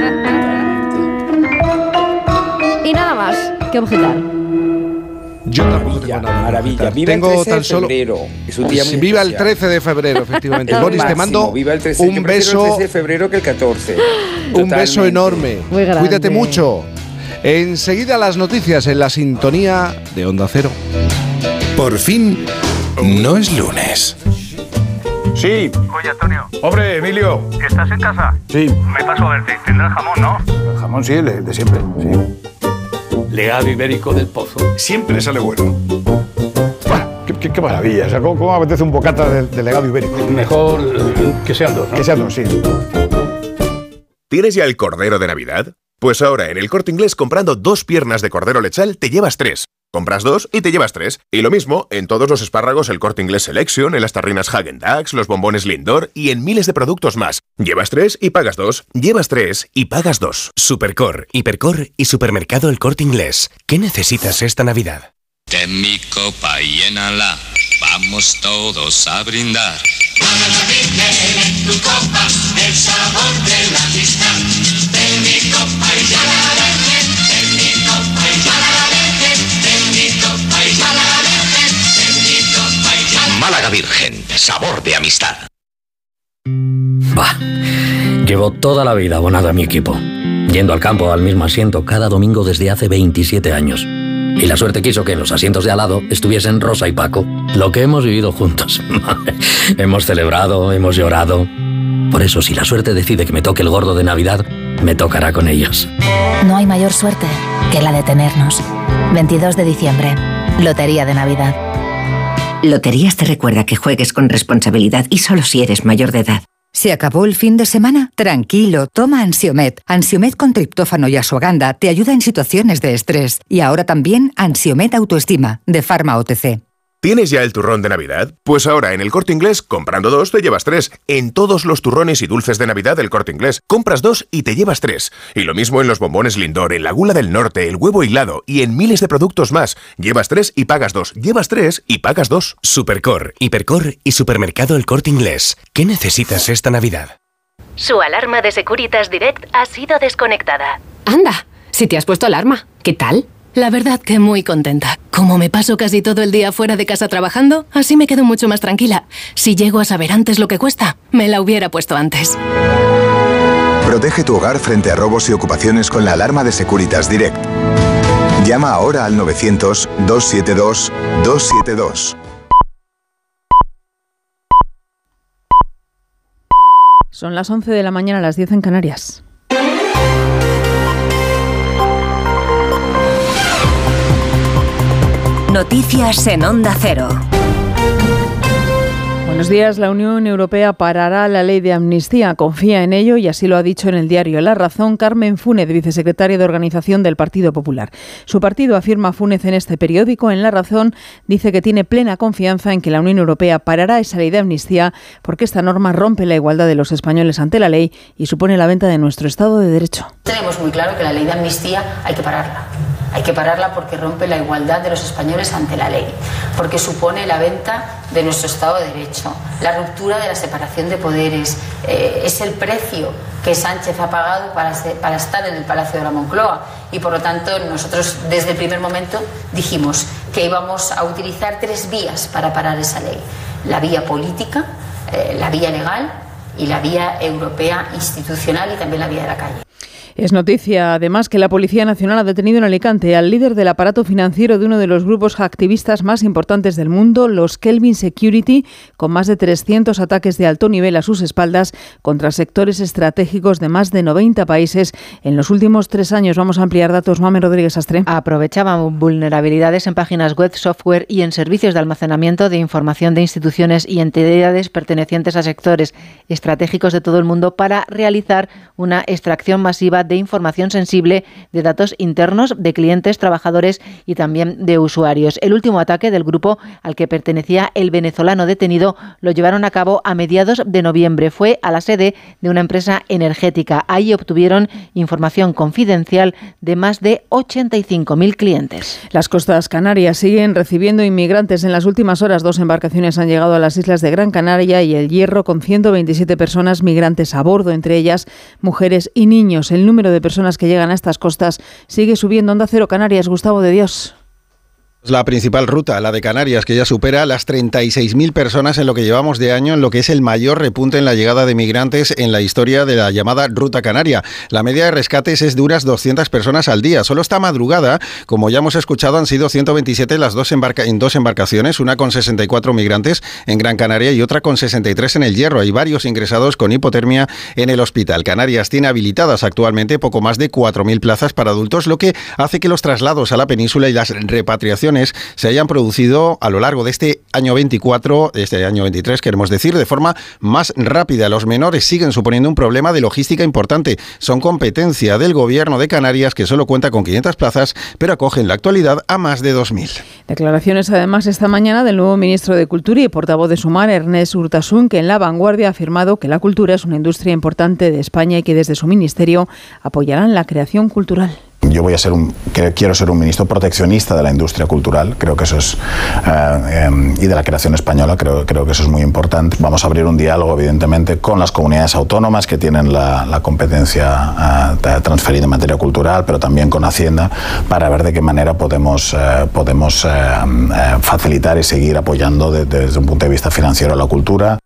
Y nada más que objetar. Yo tampoco tengo nada. Maravilla. Viva tengo el 13 tan de solo febrero. Es un día muy viva el especial. 13 de febrero, efectivamente. Es Boris, lo te mando máximo. Viva el 13. un Yo prefiero beso. el 13 de febrero que el 14. Un beso enorme. Muy grande. Cuídate mucho. Enseguida las noticias en la sintonía de Onda Cero. Por fin, no es lunes. Sí. Oye, Antonio. Hombre, Emilio. ¿Estás en casa? Sí. Me paso a verte. Tendrás jamón, ¿no? El jamón sí, el de siempre. Sí. Legado ibérico del Pozo. Siempre sale bueno. Qué maravilla. O sea, ¿cómo apetece un bocata de legado ibérico? Mejor que sean dos, ¿no? Que sean dos, sí. ¿Tienes ya el cordero de Navidad? Pues ahora en El Corte Inglés, comprando 2 piernas de cordero lechal te llevas 3. Compras 2 y te llevas 3. Y lo mismo en todos los espárragos El Corte Inglés Selection, en las tarrinas Häagen-Dazs, los bombones Lindor y en miles de productos más. Llevas 3 y pagas 2. Llevas 3 y pagas 2. Supercor, Hipercor y Supermercado El Corte Inglés. ¿Qué necesitas esta Navidad? Ten mi copa y llénala, vamos todos a brindar. Para la Virgen en tu copa, el sabor de la amistad. Ten mi copa y ya la Virgen, ten mi copa y ya la Virgen, ten mi copa y ya la Virgen, ten mi copa y ya la... Málaga Virgen, sabor de amistad. Bah, llevo toda la vida abonado a mi equipo, yendo al campo al mismo asiento cada domingo desde hace 27 años. Y la suerte quiso que en los asientos de al lado estuviesen Rosa y Paco. Lo que hemos vivido juntos. Hemos celebrado, hemos llorado. Por eso, si la suerte decide que me toque el gordo de Navidad, me tocará con ellos. No hay mayor suerte que la de tenernos. 22 de diciembre, Lotería de Navidad. Loterías te recuerda que juegues con responsabilidad y solo si eres mayor de edad. ¿Se acabó el fin de semana? Tranquilo, toma Ansiomet. Ansiomet con triptófano y asuaganda te ayuda en situaciones de estrés. Y ahora también Ansiomet Autoestima, de Pharma OTC. ¿Tienes ya el turrón de Navidad? Pues ahora en El Corte Inglés, comprando 2 te llevas 3. En todos los turrones y dulces de Navidad del Corte Inglés, compras 2 y te llevas 3. Y lo mismo en los bombones Lindor, en la Gula del Norte, el huevo hilado y en miles de productos más. Llevas 3 y pagas 2. Llevas 3 y pagas 2. Supercor, Hipercor y Supermercado El Corte Inglés. ¿Qué necesitas esta Navidad? Su alarma de Securitas Direct ha sido desconectada. Anda, si te has puesto alarma, ¿qué tal? La verdad que muy contenta. Como me paso casi todo el día fuera de casa trabajando, así me quedo mucho más tranquila. Si llego a saber antes lo que cuesta, me la hubiera puesto antes. Protege tu hogar frente a robos y ocupaciones con la alarma de Securitas Direct. Llama ahora al 900-272-272. Son las 11 de la mañana, las 10 en Canarias. Noticias en Onda Cero. Buenos días. La Unión Europea parará la ley de amnistía. Confía en ello y así lo ha dicho en el diario La Razón Carmen Fúnez, vicesecretaria de Organización del Partido Popular. Su partido, afirma Fúnez en este periódico, en La Razón, dice que tiene plena confianza en que la Unión Europea parará esa ley de amnistía porque esta norma rompe la igualdad de los españoles ante la ley y supone la venta de nuestro Estado de Derecho. Tenemos muy claro que la ley de amnistía hay que pararla. Hay que pararla porque rompe la igualdad de los españoles ante la ley, porque supone la venta de nuestro Estado de Derecho, la ruptura de la separación de poderes, es el precio que Sánchez ha pagado para estar en el Palacio de la Moncloa y por lo tanto nosotros desde el primer momento dijimos que íbamos a utilizar 3 vías para parar esa ley: la vía política, la vía legal y la vía europea institucional y también la vía de la calle. Es noticia, además, que la Policía Nacional ha detenido en Alicante al líder del aparato financiero de uno de los grupos activistas más importantes del mundo, los Kelvin Security, con más de 300 ataques de alto nivel a sus espaldas contra sectores estratégicos de más de 90 países en los últimos 3 años. Vamos a ampliar datos. Mamen Rodríguez Astre. Aprovechaban vulnerabilidades en páginas web, software y en servicios de almacenamiento de información de instituciones y entidades pertenecientes a sectores estratégicos de todo el mundo para realizar una extracción masiva de información sensible de datos internos de clientes, trabajadores y también de usuarios. El último ataque del grupo al que pertenecía el venezolano detenido lo llevaron a cabo a mediados de noviembre. Fue a la sede de una empresa energética. Ahí obtuvieron información confidencial de más de 85.000 clientes. Las costas canarias siguen recibiendo inmigrantes. En las últimas horas 2 embarcaciones han llegado a las islas de Gran Canaria y El Hierro con 127 personas migrantes a bordo, entre ellas mujeres y niños. El número de personas que llegan a estas costas sigue subiendo. Onda Cero Canarias, Gustavo de Dios. La principal ruta, la de Canarias, que ya supera las 36.000 personas en lo que llevamos de año, en lo que es el mayor repunte en la llegada de migrantes en la historia de la llamada Ruta Canaria. La media de rescates es de unas 200 personas al día. Solo esta madrugada, como ya hemos escuchado, han sido 127 en dos embarcaciones, una con 64 migrantes en Gran Canaria y otra con 63 en El Hierro. Hay varios ingresados con hipotermia en el hospital. Canarias tiene habilitadas actualmente poco más de 4.000 plazas para adultos, lo que hace que los traslados a la península y las repatriaciones lesiones se hayan producido a lo largo de este año 24, este año 23, queremos decir, de forma más rápida. Los menores siguen suponiendo un problema de logística importante. Son competencia del Gobierno de Canarias, que solo cuenta con 500 plazas, pero acoge en la actualidad a más de 2.000. Declaraciones además esta mañana del nuevo ministro de Cultura y portavoz de Sumar, Ernest Urtasun, que en La Vanguardia ha afirmado que la cultura es una industria importante de España y que desde su ministerio apoyarán la creación cultural. Yo quiero ser un ministro proteccionista de la industria cultural, creo que eso es, y de la creación española, creo que eso es muy importante. Vamos a abrir un diálogo, evidentemente, con las comunidades autónomas que tienen la competencia transferida en materia cultural, pero también con Hacienda, para ver de qué manera podemos facilitar y seguir apoyando desde un punto de vista financiero a la cultura.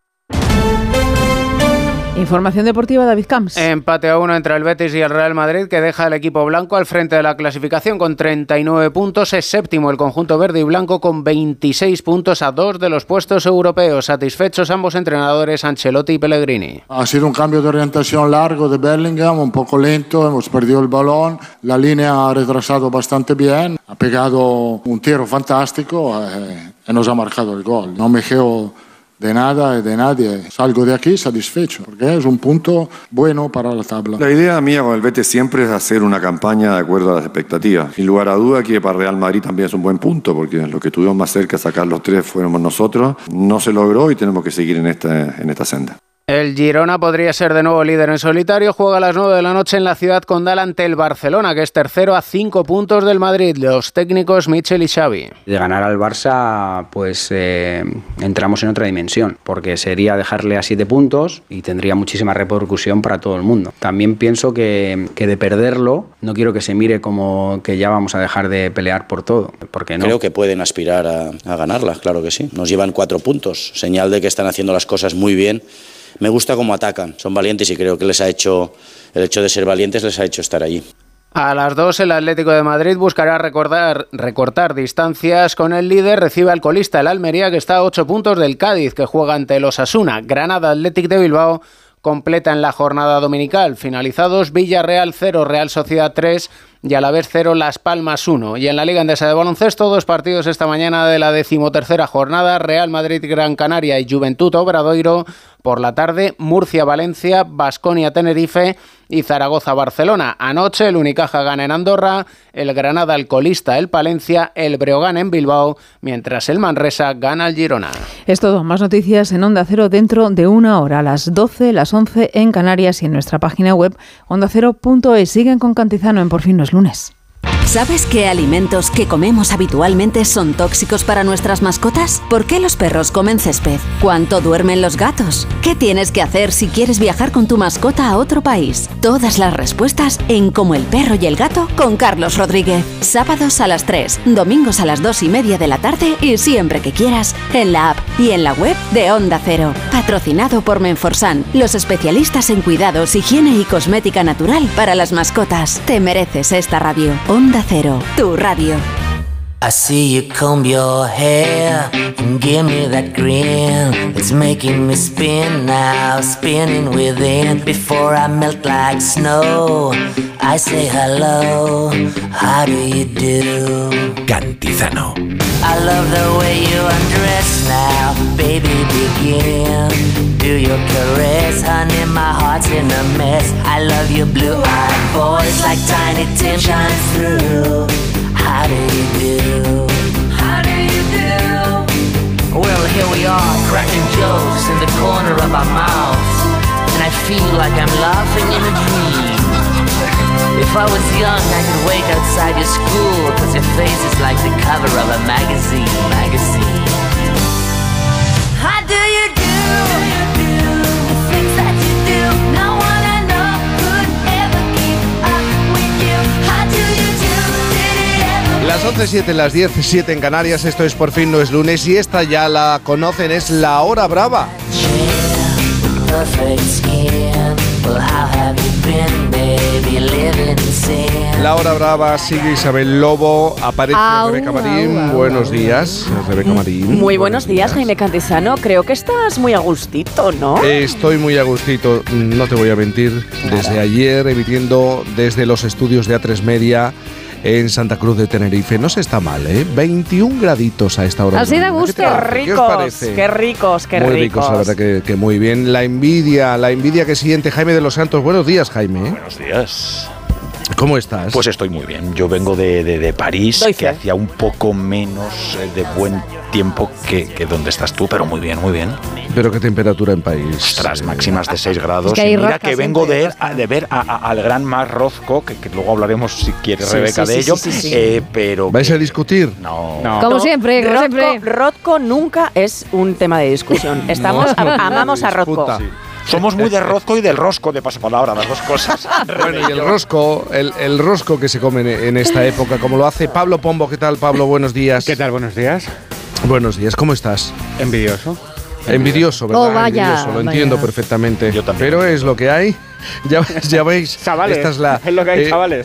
Información deportiva, David Camps. Empate a 1 entre el Betis y el Real Madrid, que deja al equipo blanco al frente de la clasificación con 39 puntos. Es séptimo el conjunto verde y blanco con 26 puntos a 2 de los puestos europeos. Satisfechos ambos entrenadores, Ancelotti y Pellegrini. Ha sido un cambio de orientación largo de Bellingham, un poco lento, hemos perdido el balón, la línea ha retrasado bastante bien, ha pegado un tiro fantástico y nos ha marcado el gol. No me quejo de nada y de nadie. Salgo de aquí satisfecho, porque es un punto bueno para la tabla. La idea mía con el Betis siempre es hacer una campaña de acuerdo a las expectativas. Sin lugar a duda que para Real Madrid también es un buen punto, porque lo que tuvimos más cerca de sacar los 3 fuéramos nosotros. No se logró y tenemos que seguir en esta senda. El Girona podría ser de nuevo líder en solitario. Juega a las 9 de la noche en la Ciudad Condal ante el Barcelona, que es tercero a 5 puntos del Madrid. Los técnicos Michel y Xavi. De ganar al Barça, pues entramos en otra dimensión, porque sería dejarle a 7 puntos y tendría muchísima repercusión para todo el mundo. También pienso que de perderlo, no quiero que se mire como que ya vamos a dejar de pelear por todo, porque no. Creo que pueden aspirar a ganarla, claro que sí. Nos llevan 4 puntos, señal de que están haciendo las cosas muy bien. Me gusta cómo atacan, son valientes y creo que el hecho de ser valientes les ha hecho estar allí. A las 2 el Atlético de Madrid buscará recortar distancias con el líder. Recibe al colista el Almería, que está a 8 puntos del Cádiz, que juega ante el Osasuna. Granada Athletic de Bilbao completa en la jornada dominical. Finalizados Villarreal 0, Real Sociedad 3 y Alavés 0, Las Palmas 1. Y en la Liga Endesa de Baloncesto, 2 partidos esta mañana de la 13ª jornada. Real Madrid Gran Canaria y Juventud Obradoiro. Por la tarde, Murcia-Valencia, Baskonia-Tenerife y Zaragoza-Barcelona. Anoche el Unicaja gana en Andorra, el Granada al colista el Palencia, el Breogán en Bilbao, mientras el Manresa gana al Girona. Es todo, más noticias en Onda Cero dentro de una hora, a las 12, las 11 en Canarias y en nuestra página web ondacero.es. Siguen con Cantizano en Por fin no es lunes. ¿Sabes qué alimentos que comemos habitualmente son tóxicos para nuestras mascotas? ¿Por qué los perros comen césped? ¿Cuánto duermen los gatos? ¿Qué tienes que hacer si quieres viajar con tu mascota a otro país? Todas las respuestas en Como el perro y el gato con Carlos Rodríguez. Sábados a las 3, domingos a las 2:30 de la tarde y siempre que quieras en la app y en la web de Onda Cero. Patrocinado por Menforsan, los especialistas en cuidados, higiene y cosmética natural para las mascotas. Te mereces esta radio. Onda Cero, tu radio. I see you comb your hair and give me that grin. It's making me spin now, spinning within. Before I melt like snow, I say hello, how do you do? Cantizano. I love the way you undress now, baby begin. Do your caress, honey, my heart's in a mess. I love your blue-eyed voice like Tiny Tim shines through. How do you do? How do you do? Well, here we are, cracking jokes in the corner of our mouths, and I feel like I'm laughing in a dream. If I was young, I could wait outside your school, 'cause your face is like the cover of a magazine. How do you do? The things that you do, no one I know could ever keep up with you. How do you do? Did it ever? Las 11:07, las 10:07 en Canarias, esto es Por fin no es lunes y esta ya la conocen, es La Hora Brava. La Hora Brava, sigue Isabel Lobo, aparece Rebeca Marín. Buenos días, Rebeca Marín. Muy buenos días, Jaime Cantizano. Creo que estás muy a gustito, ¿no? Estoy muy a gustito, no te voy a mentir. Desde ayer, emitiendo desde los estudios de A3 Media en Santa Cruz de Tenerife. No se está mal, 21 graditos a esta hora. Así da gusto. ¿Qué os parece? Qué ricos. Muy ricos, la verdad que muy bien. La envidia que siente Jaime de los Santos. Buenos días, Jaime. Buenos días. ¿Cómo estás? Pues estoy muy bien. Yo vengo de París, que hacía un poco menos de buen tiempo que donde estás tú, pero muy bien, muy bien. ¿Pero qué temperatura en París? Ostras, máximas de 6 grados. Es que y mira que vengo de ver al gran Mar Rothko, que luego hablaremos, si quieres, Rebeca, de ello. Pero ¿vais a discutir? No. Como siempre, Rothko nunca es un tema de discusión. Amamos a Rothko. Somos muy de Rothko y del rosco de pasapalabra, las dos cosas. Bueno, y el rosco que se come en esta época, como lo hace Pablo Pombo. ¿Qué tal, Pablo? Buenos días. ¿Qué tal? Buenos días. Buenos días, ¿cómo estás? Envidioso. Envidioso, ¿verdad? Oh, vaya, Envidioso, lo entiendo perfectamente. Yo también. Pero es lo que hay. Ya veis, chavales, esta es lo que hay, chavales.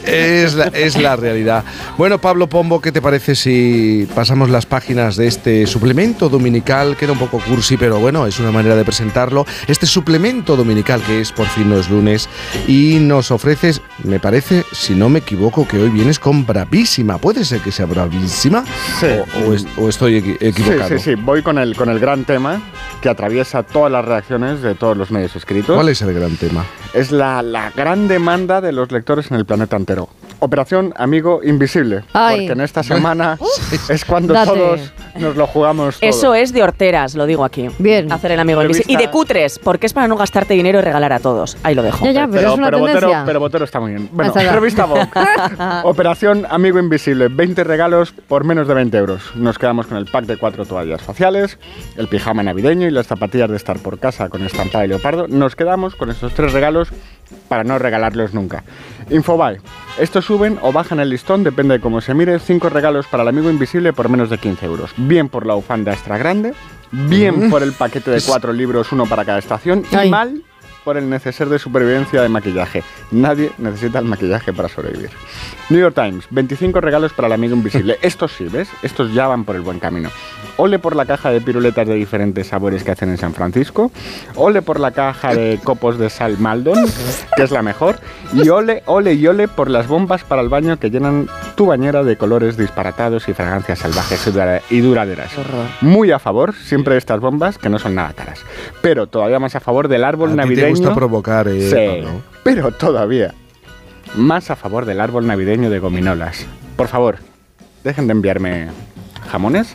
Es la realidad. Bueno, Pablo Pombo, ¿qué te parece si pasamos las páginas de este suplemento dominical? Queda un poco cursi, pero bueno, es una manera de presentarlo. Este suplemento dominical que es Por fin no es lunes y nos ofreces, me parece, si no me equivoco, que hoy vienes con Bravísima. ¿Puede ser que sea Bravísima? Sí. ¿O estoy equivocado? Sí. Voy con el gran tema que atraviesa todas las reacciones de todos los medios escritos. ¿Cuál es el gran tema? Es la gran demanda de los lectores en el planeta entero. Operación Amigo Invisible. Ay. Porque en esta semana es cuando todos nos lo jugamos todo. Eso es de horteras, lo digo aquí. Bien. Hacer el amigo invisible. Y de cutres, porque es para no gastarte dinero y regalar a todos. Ahí lo dejo. Pero es una tendencia. Pero Botero está muy bien. Bueno, revista Vogue. Operación Amigo Invisible. 20 regalos por menos de 20 euros. Nos quedamos con el pack de 4 toallas faciales, el pijama navideño y las zapatillas de estar por casa con estampada de leopardo. Nos quedamos con estos 3 regalos para no regalarlos nunca. Infobae. Estos suben o bajan el listón, depende de cómo se mire. 5 regalos para el amigo invisible por menos de 15 euros. Bien por la bufanda extra grande, bien por el paquete de 4 libros, uno para cada estación, y mal por el neceser de supervivencia de maquillaje. Nadie necesita el maquillaje para sobrevivir. New York Times, 25 regalos para el amigo invisible. Estos sí, ¿ves? Estos ya van por el buen camino. Ole por la caja de piruletas de diferentes sabores que hacen en San Francisco. Ole por la caja de copos de sal Maldon, que es la mejor. Y ole por las bombas para el baño que llenan tu bañera de colores disparatados y fragancias salvajes y duraderas. Muy a favor, siempre de estas bombas, que no son nada caras. Pero todavía más a favor del árbol navideño. Te gusta provocar, sí, Pablo. Pero todavía más a favor del árbol navideño de gominolas. Por favor, dejen de enviarme jamones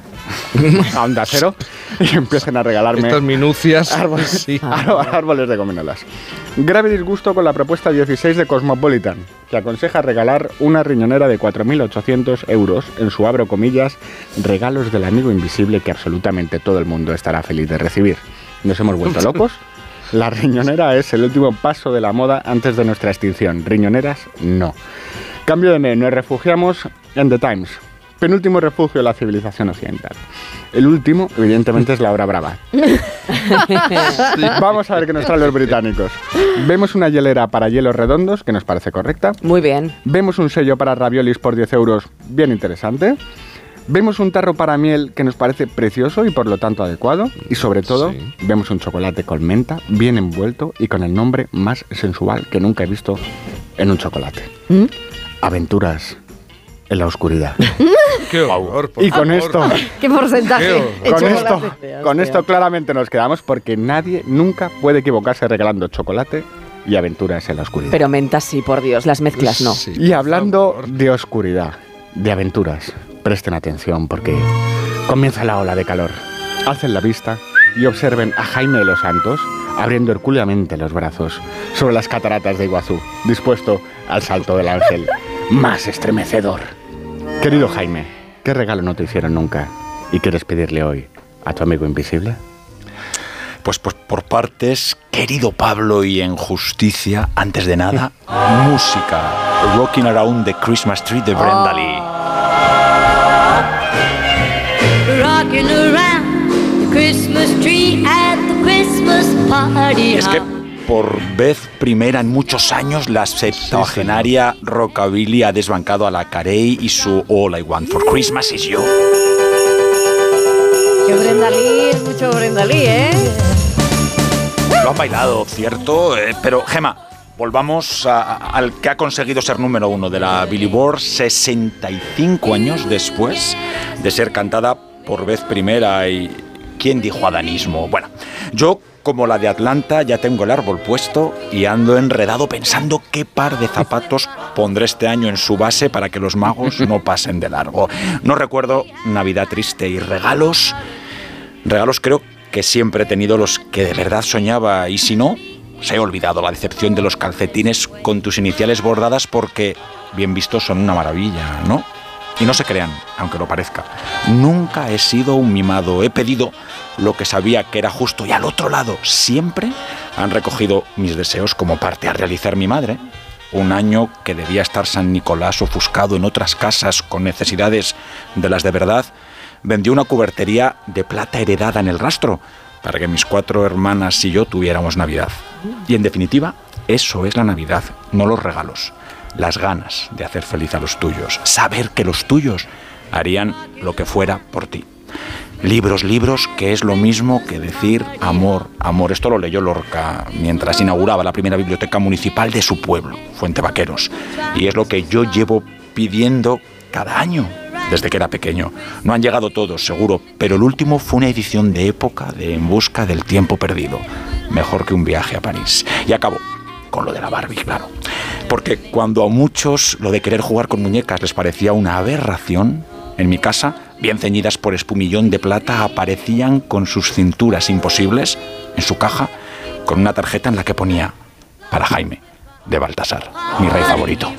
a Onda Cero y empiecen a regalarme estas minucias. Árboles de gominolas. Grave disgusto con la propuesta 16 de Cosmopolitan, que aconseja regalar una riñonera de 4.800 euros en su, abro comillas, regalos del amigo invisible que absolutamente todo el mundo estará feliz de recibir. ¿Nos hemos vuelto locos? La riñonera es el último paso de la moda antes de nuestra extinción. Riñoneras, no. Cambio de menú, nos refugiamos en The Times. Penúltimo refugio de la civilización occidental. El último, evidentemente, es la hora brava. Vamos a ver qué nos traen los británicos. Vemos una hielera para hielos redondos, que nos parece correcta. Muy bien. Vemos un sello para raviolis por 10 euros, bien interesante. Vemos un tarro para miel que nos parece precioso y por lo tanto adecuado. Y sobre todo, vemos un chocolate con menta, bien envuelto y con el nombre más sensual que nunca he visto en un chocolate. Aventuras en la oscuridad. ¡Qué horror! Y con esto... ¿Qué porcentaje? Con esto claramente nos quedamos porque nadie nunca puede equivocarse regalando chocolate y aventuras en la oscuridad. Pero menta sí, por Dios, las mezclas no. Sí, y hablando de oscuridad, de aventuras, presten atención porque comienza la ola de calor. Alcen la vista y observen a Jaime de los Santos abriendo hercúleamente los brazos sobre las cataratas de Iguazú, dispuesto al salto del ángel más estremecedor. Querido Jaime, ¿qué regalo no te hicieron nunca y quieres pedirle hoy a tu amigo invisible? Pues por partes, querido Pablo, y en justicia, antes de nada, música. Rocking Around the Christmas Tree de Brenda Lee. Rocking around the Christmas tree at the Christmas party. Es que por vez primera en muchos años la septuagenaria rockabilly ha desbancado a la Carey y su All I Want for Christmas Is You. Que Brenda Lee es mucho Brenda Lee, ¿eh? Lo han bailado, cierto, pero Gema, volvamos al que ha conseguido ser número 1 de la Billboard 65 años después de ser cantada por vez primera. ¿Y quién dijo adanismo? Bueno, yo, como la de Atlanta, ya tengo el árbol puesto y ando enredado pensando qué par de zapatos pondré este año en su base para que los magos no pasen de largo. No recuerdo Navidad triste y regalos creo que siempre he tenido los que de verdad soñaba, y si no, se he olvidado la decepción de los calcetines con tus iniciales bordadas porque, bien vistos, son una maravilla, ¿no? Y no se crean, aunque lo parezca, nunca he sido un mimado, he pedido lo que sabía que era justo y al otro lado siempre han recogido mis deseos como parte a realizar mi madre. Un año que debía estar San Nicolás ofuscado en otras casas con necesidades de las de verdad, vendió una cubertería de plata heredada en el rastro para que mis 4 hermanas y yo tuviéramos Navidad. Y en definitiva, eso es la Navidad, no los regalos. Las ganas de hacer feliz a los tuyos, saber que los tuyos harían lo que fuera por ti. Libros, que es lo mismo que decir amor, amor. Esto lo leyó Lorca mientras inauguraba la primera biblioteca municipal de su pueblo, Fuente Vaqueros. Y es lo que yo llevo pidiendo cada año desde que era pequeño. No han llegado todos, seguro, pero el último fue una edición de época de En busca del tiempo perdido. Mejor que un viaje a París. Y acabó con lo de la Barbie, claro. Porque cuando a muchos lo de querer jugar con muñecas les parecía una aberración, en mi casa, bien ceñidas por espumillón de plata, aparecían con sus cinturas imposibles en su caja, con una tarjeta en la que ponía para Jaime, de Baltasar, mi rey favorito.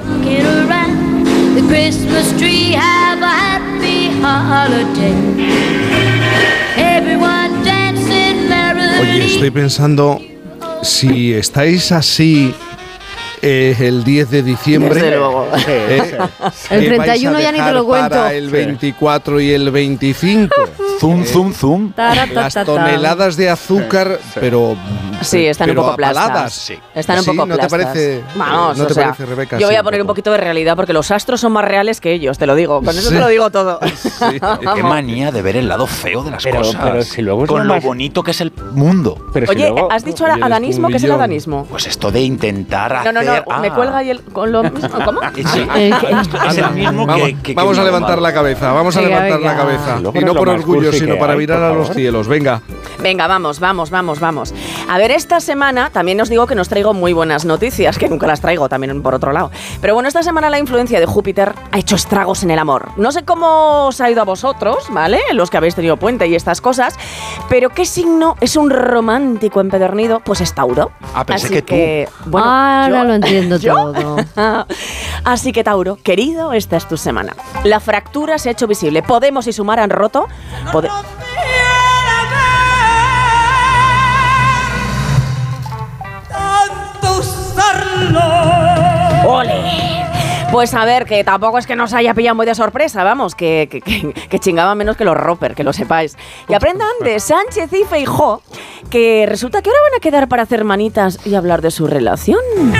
Oye, estoy pensando, si estáis así el 10 de diciembre, desde luego. El 31 ya ni te lo cuento. Para el 24 y el 25. Zum. Las toneladas de azúcar, pero sí, están un poco plastadas. Sí. Están un poco ¿No te parece? Vamos, ¿No te parece, Rebeca? Yo voy a poner un poquito de realidad porque los astros son más reales que ellos, te lo digo. Con eso te lo digo todo. Sí. Qué manía de ver el lado feo de las cosas. Pero si luego es con lo bonito que es el mundo. Pero oye, si luego, ¿has dicho ahora adanismo? ¿Qué es el adanismo? Pues esto de intentar hacer... No, me cuelga y con lo mismo. ¿Cómo? Sí. Es el mismo que vamos a levantar la cabeza, vamos a levantar la cabeza. Y no por orgullo, sino para mirar a los cielos. Venga, vamos. A ver, esta semana también os digo que nos traigo muy buenas noticias, que nunca las traigo también por otro lado. Pero bueno, esta semana la influencia de Júpiter ha hecho estragos en el amor. No sé cómo os ha ido a vosotros, ¿vale? Los que habéis tenido puente y estas cosas. Pero ¿qué signo es un romántico empedernido? Pues es Tauro. Pensé Así que tú. Bueno, ahora lo entiendo todo. Así que Tauro, querido, esta es tu semana. La fractura se ha hecho visible. Podemos y Sumar han roto. ¡Ole! Pues a ver, que tampoco es que nos haya pillado muy de sorpresa, vamos, que chingaba menos que los Roper, que lo sepáis. Y aprendan de Sánchez y Feijóo, que resulta que ahora van a quedar para hacer manitas y hablar de su relación.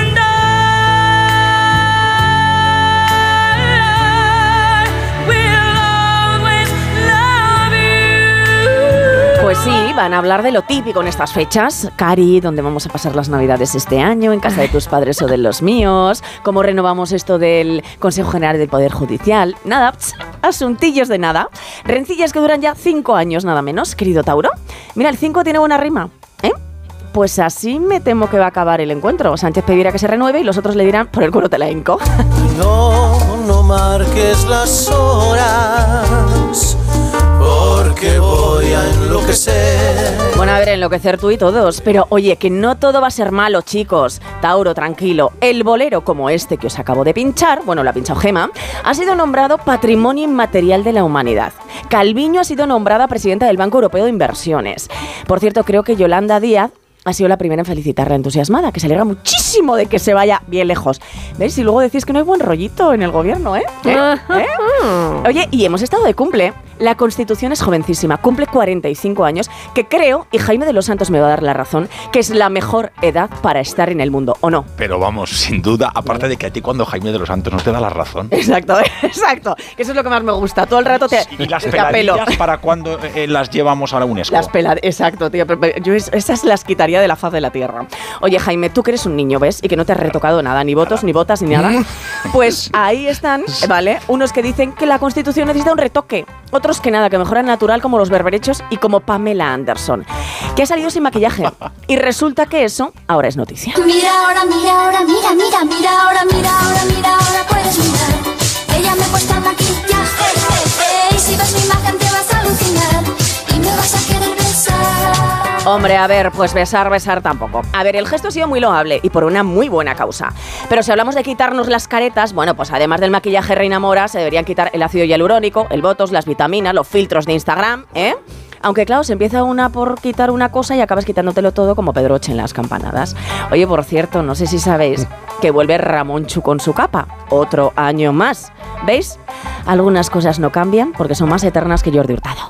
Pues sí, van a hablar de lo típico en estas fechas. Cari, ¿dónde vamos a pasar las Navidades este año? ¿En casa de tus padres o de los míos? ¿Cómo renovamos esto del Consejo General del Poder Judicial? Nada, asuntillos de nada. Rencillas que duran ya 5 años nada menos, querido Tauro. Mira, el 5 tiene buena rima, ¿eh? Pues así me temo que va a acabar el encuentro. Sánchez pedirá que se renueve y los otros le dirán, por el culo te la hinco. No marques las horas, porque voy a enloquecer. Bueno, a ver, enloquecer tú y todos. Pero oye, que no todo va a ser malo, chicos. Tauro, tranquilo. El bolero como este que os acabo de pinchar, bueno, lo ha pinchado Gema, ha sido nombrado Patrimonio Inmaterial de la Humanidad. Calviño ha sido nombrada presidenta del Banco Europeo de Inversiones. Por cierto, creo que Yolanda Díaz ha sido la primera en felicitarla entusiasmada, que se alegra muchísimo de que se vaya bien lejos. ¿Veis? Y luego decís que no hay buen rollito en el gobierno, ¿eh? Oye, y hemos estado de cumple. la Constitución es jovencísima, cumple 45 años, que creo, y Jaime de los Santos me va a dar la razón, que es la mejor edad para estar en el mundo, ¿o no? Pero vamos, sin duda, aparte de que a ti cuando Jaime de los Santos no te da la razón. Exacto, exacto. Eso es lo que más me gusta. Todo el rato y las peladillas para cuando las llevamos a la UNESCO. Las peladillas, exacto, tío. Yo esas las quitaría de la faz de la tierra. Oye, Jaime, tú que eres un niño, ¿ves? Y que no te has retocado nada, ni votos, ni botas, ni nada. Pues ahí están, ¿vale? Unos que dicen que la Constitución necesita un retoque. Otros que nada, que mejoran natural como los berberechos y como Pamela Anderson, que ha salido sin maquillaje. Y resulta que eso ahora es noticia. Mira ahora, mira ahora, mira, mira, mira ahora, mira ahora, mira ahora, puedes mirar. Ella me ha puesto el maquillaje, y si ves mi imagen te vas a alucinar y me vas a querer besar. Hombre, a ver, pues besar tampoco. A ver, el gesto ha sido muy loable y por una muy buena causa. Pero si hablamos de quitarnos las caretas, bueno, pues además del maquillaje Reina Mora, se deberían quitar el ácido hialurónico, el botox, las vitaminas, los filtros de Instagram, ¿eh? Aunque claro, se empieza una por quitar una cosa y acabas quitándotelo todo como Pedroche en las campanadas. Oye, por cierto, no sé si sabéis que vuelve Ramonchu con su capa. Otro año más. ¿Veis? Algunas cosas no cambian porque son más eternas que Jordi Hurtado.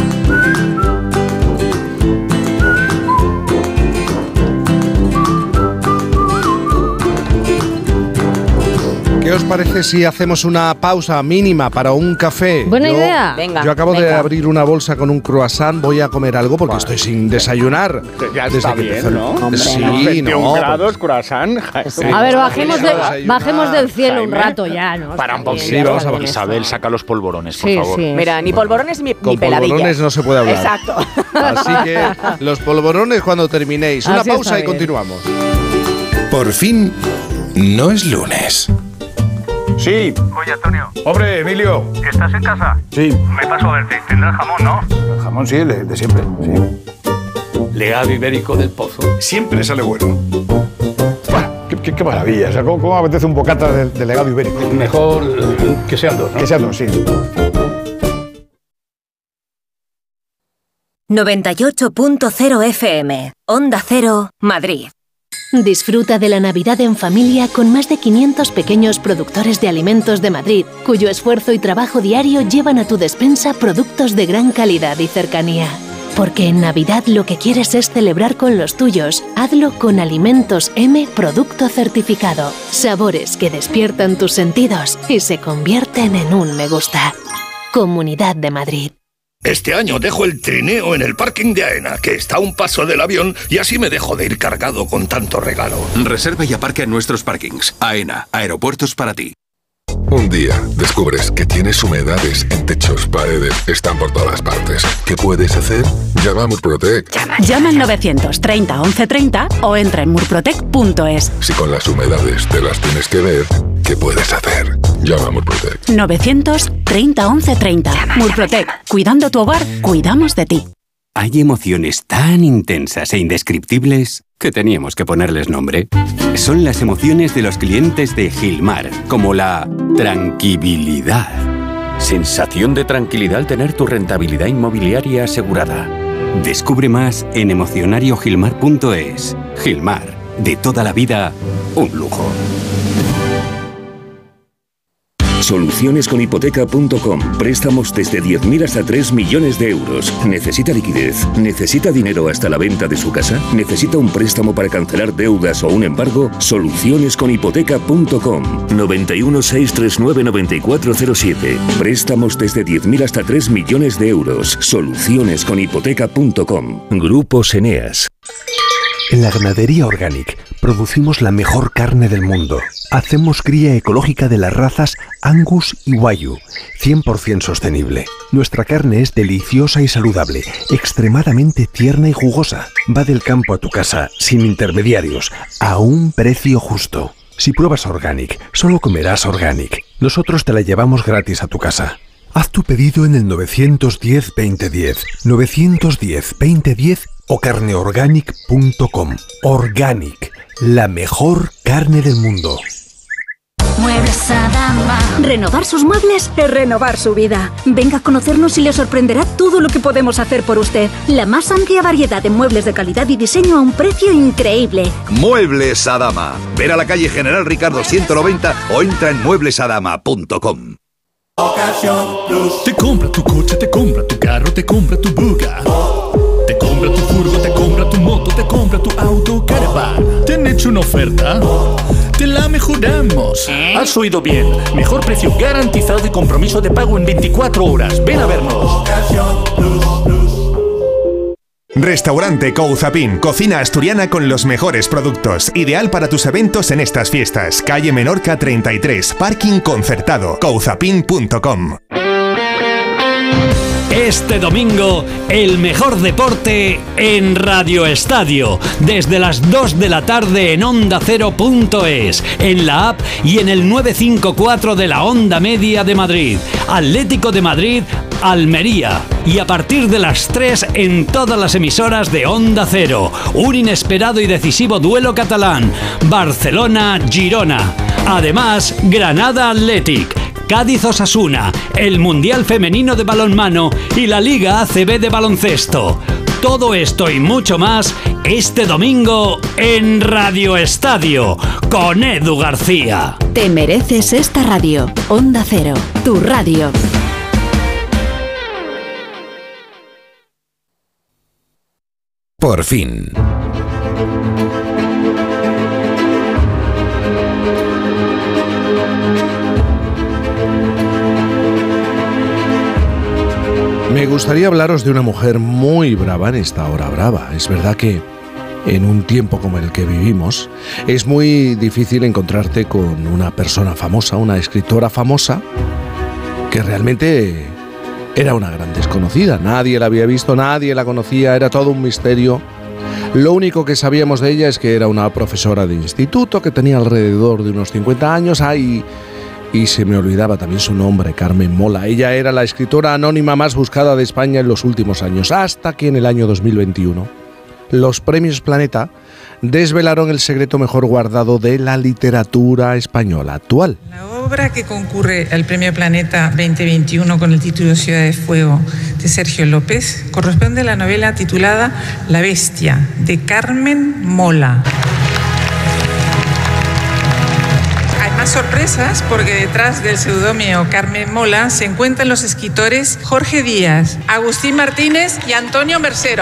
¿Qué os parece si hacemos una pausa mínima para un café? Buena idea. Venga, yo acabo de abrir una bolsa con un croissant, voy a comer algo porque estoy sin desayunar. Ya está bien, ¿no? Hombre, sí, 21 grados, croissant. Sí. A ver, bajemos del cielo un rato ya, ¿no? Para un poco. Sí, vamos a bajar. Isabel, saca los polvorones, por favor. Sí, mira, ni polvorones ni con peladillas. Polvorones no se puede hablar. Exacto. Así que los polvorones cuando terminéis. Una así pausa y continuamos. Por fin, no es lunes. Sí. Oye, Antonio. Hombre, Emilio. ¿Estás en casa? Sí. Me paso a verte. Tendrás jamón, ¿no? El jamón sí, de siempre, sí. Legado ibérico del Pozo. Siempre sale bueno. Qué maravilla. O sea, ¿cómo me apetece un bocata de legado ibérico? Mejor que sean dos, ¿no? Que sean dos, sí. 98.0 FM, Onda Cero, Madrid. Disfruta de la Navidad en familia con más de 500 pequeños productores de alimentos de Madrid, cuyo esfuerzo y trabajo diario llevan a tu despensa productos de gran calidad y cercanía. Porque en Navidad lo que quieres es celebrar con los tuyos. Hazlo con Alimentos M Producto Certificado. Sabores que despiertan tus sentidos y se convierten en un me gusta. Comunidad de Madrid. Este año dejo el trineo en el parking de AENA, que está a un paso del avión, y así me dejo de ir cargado con tanto regalo. Reserva y aparca en nuestros parkings. AENA, aeropuertos para ti. Un día descubres que tienes humedades en techos, paredes, están por todas partes. ¿Qué puedes hacer? Llama a Murprotec. Llama al 930 1130 o entra en murprotec.es. Si con las humedades te las tienes que ver, ¿qué puedes hacer? Llama a Murprotec. 930 1130. Murprotec. Cuidando tu hogar, cuidamos de ti. Hay emociones tan intensas e indescriptibles que teníamos que ponerles nombre. Son las emociones de los clientes de Gilmar, como la tranquilidad. Sensación de tranquilidad al tener tu rentabilidad inmobiliaria asegurada. Descubre más en emocionariogilmar.es. Gilmar, de toda la vida, un lujo. Solucionesconhipoteca.com. Préstamos desde 10.000 hasta 3 millones de euros. ¿Necesita liquidez? ¿Necesita dinero hasta la venta de su casa? ¿Necesita un préstamo para cancelar deudas o un embargo? Solucionesconhipoteca.com. 91 639 9407. Préstamos desde 10.000 hasta 3 millones de euros. Solucionesconhipoteca.com. Grupos Eneas. En la ganadería Organic producimos la mejor carne del mundo. Hacemos cría ecológica de las razas Angus y Wagyu, 100% sostenible. Nuestra carne es deliciosa y saludable, extremadamente tierna y jugosa. Va del campo a tu casa, sin intermediarios, a un precio justo. Si pruebas Organic, solo comerás Organic. Nosotros te la llevamos gratis a tu casa. Haz tu pedido en el 910-2010, 910-2010 o carneorganic.com. Organic, la mejor carne del mundo. Muebles Adama. Renovar sus muebles es renovar su vida. Venga a conocernos y le sorprenderá todo lo que podemos hacer por usted. La más amplia variedad de muebles de calidad y diseño a un precio increíble. Muebles Adama. Ver a la calle General Ricardo 190 o entra en mueblesadama.com. Te compra tu coche, te compra tu carro, te compra tu buga. Te compra tu furgo, te compra tu moto, te compra tu auto caravan. ¿Te han hecho una oferta? Te la mejoramos. Has oído bien. Mejor precio garantizado y compromiso de pago en 24 horas. Ven a vernos. Restaurante Couzapin, cocina asturiana con los mejores productos. Ideal para tus eventos en estas fiestas. Calle Menorca 33, parking concertado. Couzapin.com. Este domingo, el mejor deporte en Radio Estadio, desde las 2 de la tarde en OndaCero.es, en la app y en el 954 de la Onda Media de Madrid. Atlético de Madrid, Almería. Y a partir de las 3 en todas las emisoras de Onda Cero. Un inesperado y decisivo duelo catalán. Barcelona-Girona. Además, Granada Athletic. Cádiz-Osasuna, el Mundial Femenino de Balonmano y la Liga ACB de Baloncesto. Todo esto y mucho más este domingo en Radio Estadio con Edu García. Te mereces esta radio. Onda Cero, tu radio. Por fin. Me gustaría hablaros de una mujer muy brava en esta hora brava. Es verdad que en un tiempo como el que vivimos es muy difícil encontrarte con una persona famosa, una escritora famosa, que realmente era una gran desconocida. Nadie la había visto, nadie la conocía, era todo un misterio. Lo único que sabíamos de ella es que era una profesora de instituto, que tenía alrededor de unos 50 años. Y se me olvidaba también su nombre, Carmen Mola. Ella era la escritora anónima más buscada de España en los últimos años, hasta que en el año 2021 los premios Planeta desvelaron el secreto mejor guardado de la literatura española actual. La obra que concurre al Premio Planeta 2021 con el título Ciudad de Fuego de Sergio López corresponde a la novela titulada La Bestia, de Carmen Mola. Sorpresas, porque detrás del seudónimo Carmen Mola se encuentran los escritores Jorge Díaz, Agustín Martínez y Antonio Mercero.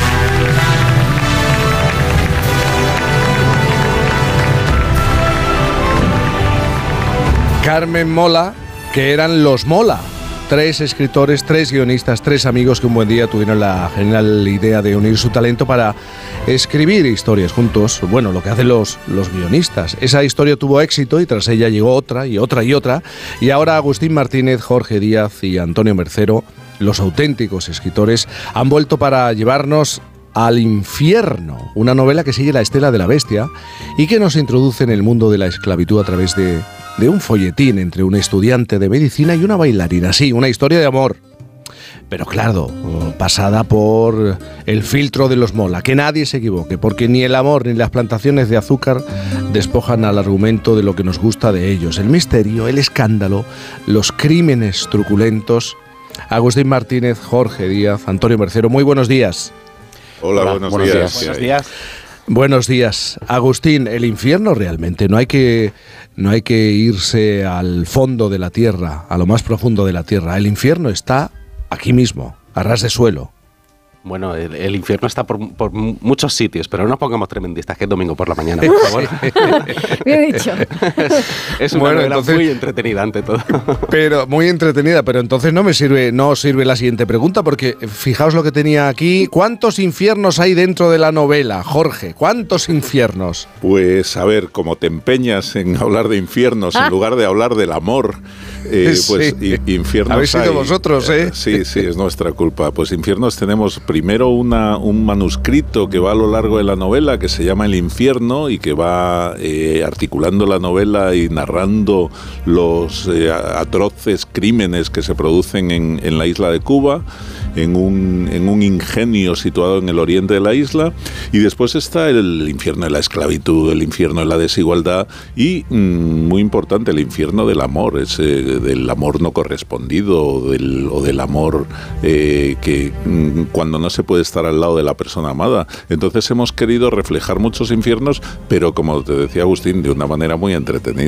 Carmen Mola, que eran los Mola. 3 escritores, 3 guionistas, 3 amigos que un buen día tuvieron la genial idea de unir su talento para escribir historias juntos. Bueno, lo que hacen los guionistas. Esa historia tuvo éxito y tras ella llegó otra y otra y otra. Y ahora Agustín Martínez, Jorge Díaz y Antonio Mercero, los auténticos escritores, han vuelto para llevarnos al infierno, una novela que sigue la estela de La Bestia y que nos introduce en el mundo de la esclavitud a través de un folletín entre un estudiante de medicina y una bailarina. Sí, una historia de amor, pero claro, pasada por el filtro de los Mola. Que nadie se equivoque, porque ni el amor ni las plantaciones de azúcar despojan al argumento de lo que nos gusta de ellos: el misterio, el escándalo, los crímenes truculentos. Agustín Martínez, Jorge Díaz, Antonio Mercero, muy buenos días. Hola, buenos días. Buenos días. Buenos días. Agustín, el infierno realmente, no hay que irse al fondo de la tierra, a lo más profundo de la tierra. El infierno está aquí mismo, a ras de suelo. Bueno, el infierno está por muchos sitios, pero no nos pongamos tremendistas, que es domingo por la mañana, por favor. Bien dicho. Es una novela entonces, muy entretenida ante todo. Pero muy entretenida, pero entonces no sirve la siguiente pregunta, porque fijaos lo que tenía aquí. ¿Cuántos infiernos hay dentro de la novela, Jorge? ¿Cuántos infiernos? Pues a ver, como te empeñas en hablar de infiernos en lugar de hablar del amor, pues infiernos habéis sido vosotros, ¿eh? Sí, es nuestra culpa. Pues infiernos tenemos primero un manuscrito que va a lo largo de la novela, que se llama El Infierno, y que va articulando la novela y narrando los atroces crímenes que se producen en la isla de Cuba, en un ingenio situado en el oriente de la isla. Y después está el infierno de la esclavitud, el infierno de la desigualdad y, muy importante, el infierno del amor, del amor no correspondido o del amor que cuando no se puede estar al lado de la persona amada. Entonces hemos querido reflejar muchos infiernos, pero como te decía Agustín, de una manera muy entretenida.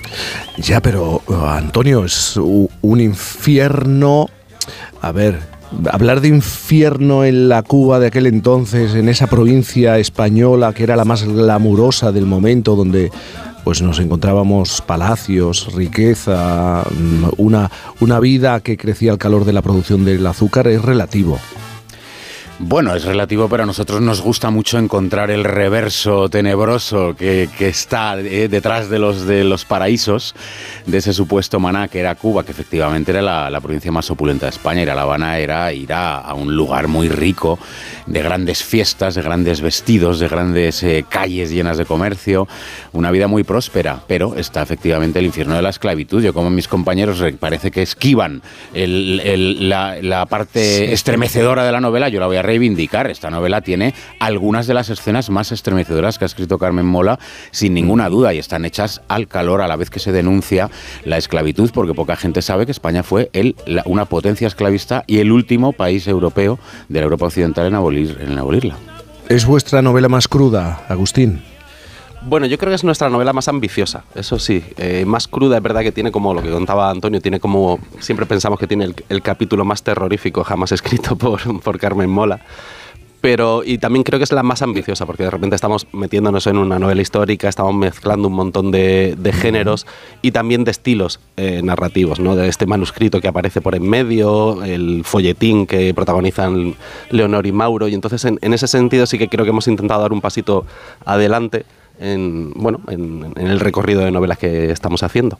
Ya, pero Antonio, es un infierno. A ver, hablar de infierno en la Cuba de aquel entonces, en esa provincia española que era la más glamurosa del momento, donde pues nos encontrábamos palacios, riqueza, una vida que crecía al calor de la producción del azúcar, es relativo. Bueno, es relativo, pero a nosotros nos gusta mucho encontrar el reverso tenebroso que está detrás de los paraísos de ese supuesto maná que era Cuba, que efectivamente era la provincia más opulenta de España. Ir a La Habana era ir a un lugar muy rico, de grandes fiestas, de grandes vestidos, de grandes calles llenas de comercio, una vida muy próspera, pero está efectivamente el infierno de la esclavitud. Yo, como mis compañeros, parece que esquivan la parte estremecedora de la novela, yo la voy a reivindicar. Esta novela tiene algunas de las escenas más estremecedoras que ha escrito Carmen Mola, sin ninguna duda, y están hechas al calor a la vez que se denuncia la esclavitud, porque poca gente sabe que España fue una potencia esclavista y el último país europeo de la Europa occidental en abolirla. ¿Es vuestra novela más cruda, Agustín? Bueno, yo creo que es nuestra novela más ambiciosa, eso sí. Más cruda, es verdad que tiene, como lo que contaba Antonio, tiene como, siempre pensamos que tiene el capítulo más terrorífico jamás escrito por Carmen Mola. Y también creo que es la más ambiciosa, porque de repente estamos metiéndonos en una novela histórica, estamos mezclando un montón de géneros y también de estilos narrativos, ¿no? De este manuscrito que aparece por en medio, el folletín que protagonizan Leonor y Mauro, y entonces en ese sentido sí que creo que hemos intentado dar un pasito adelante en el recorrido de novelas que estamos haciendo.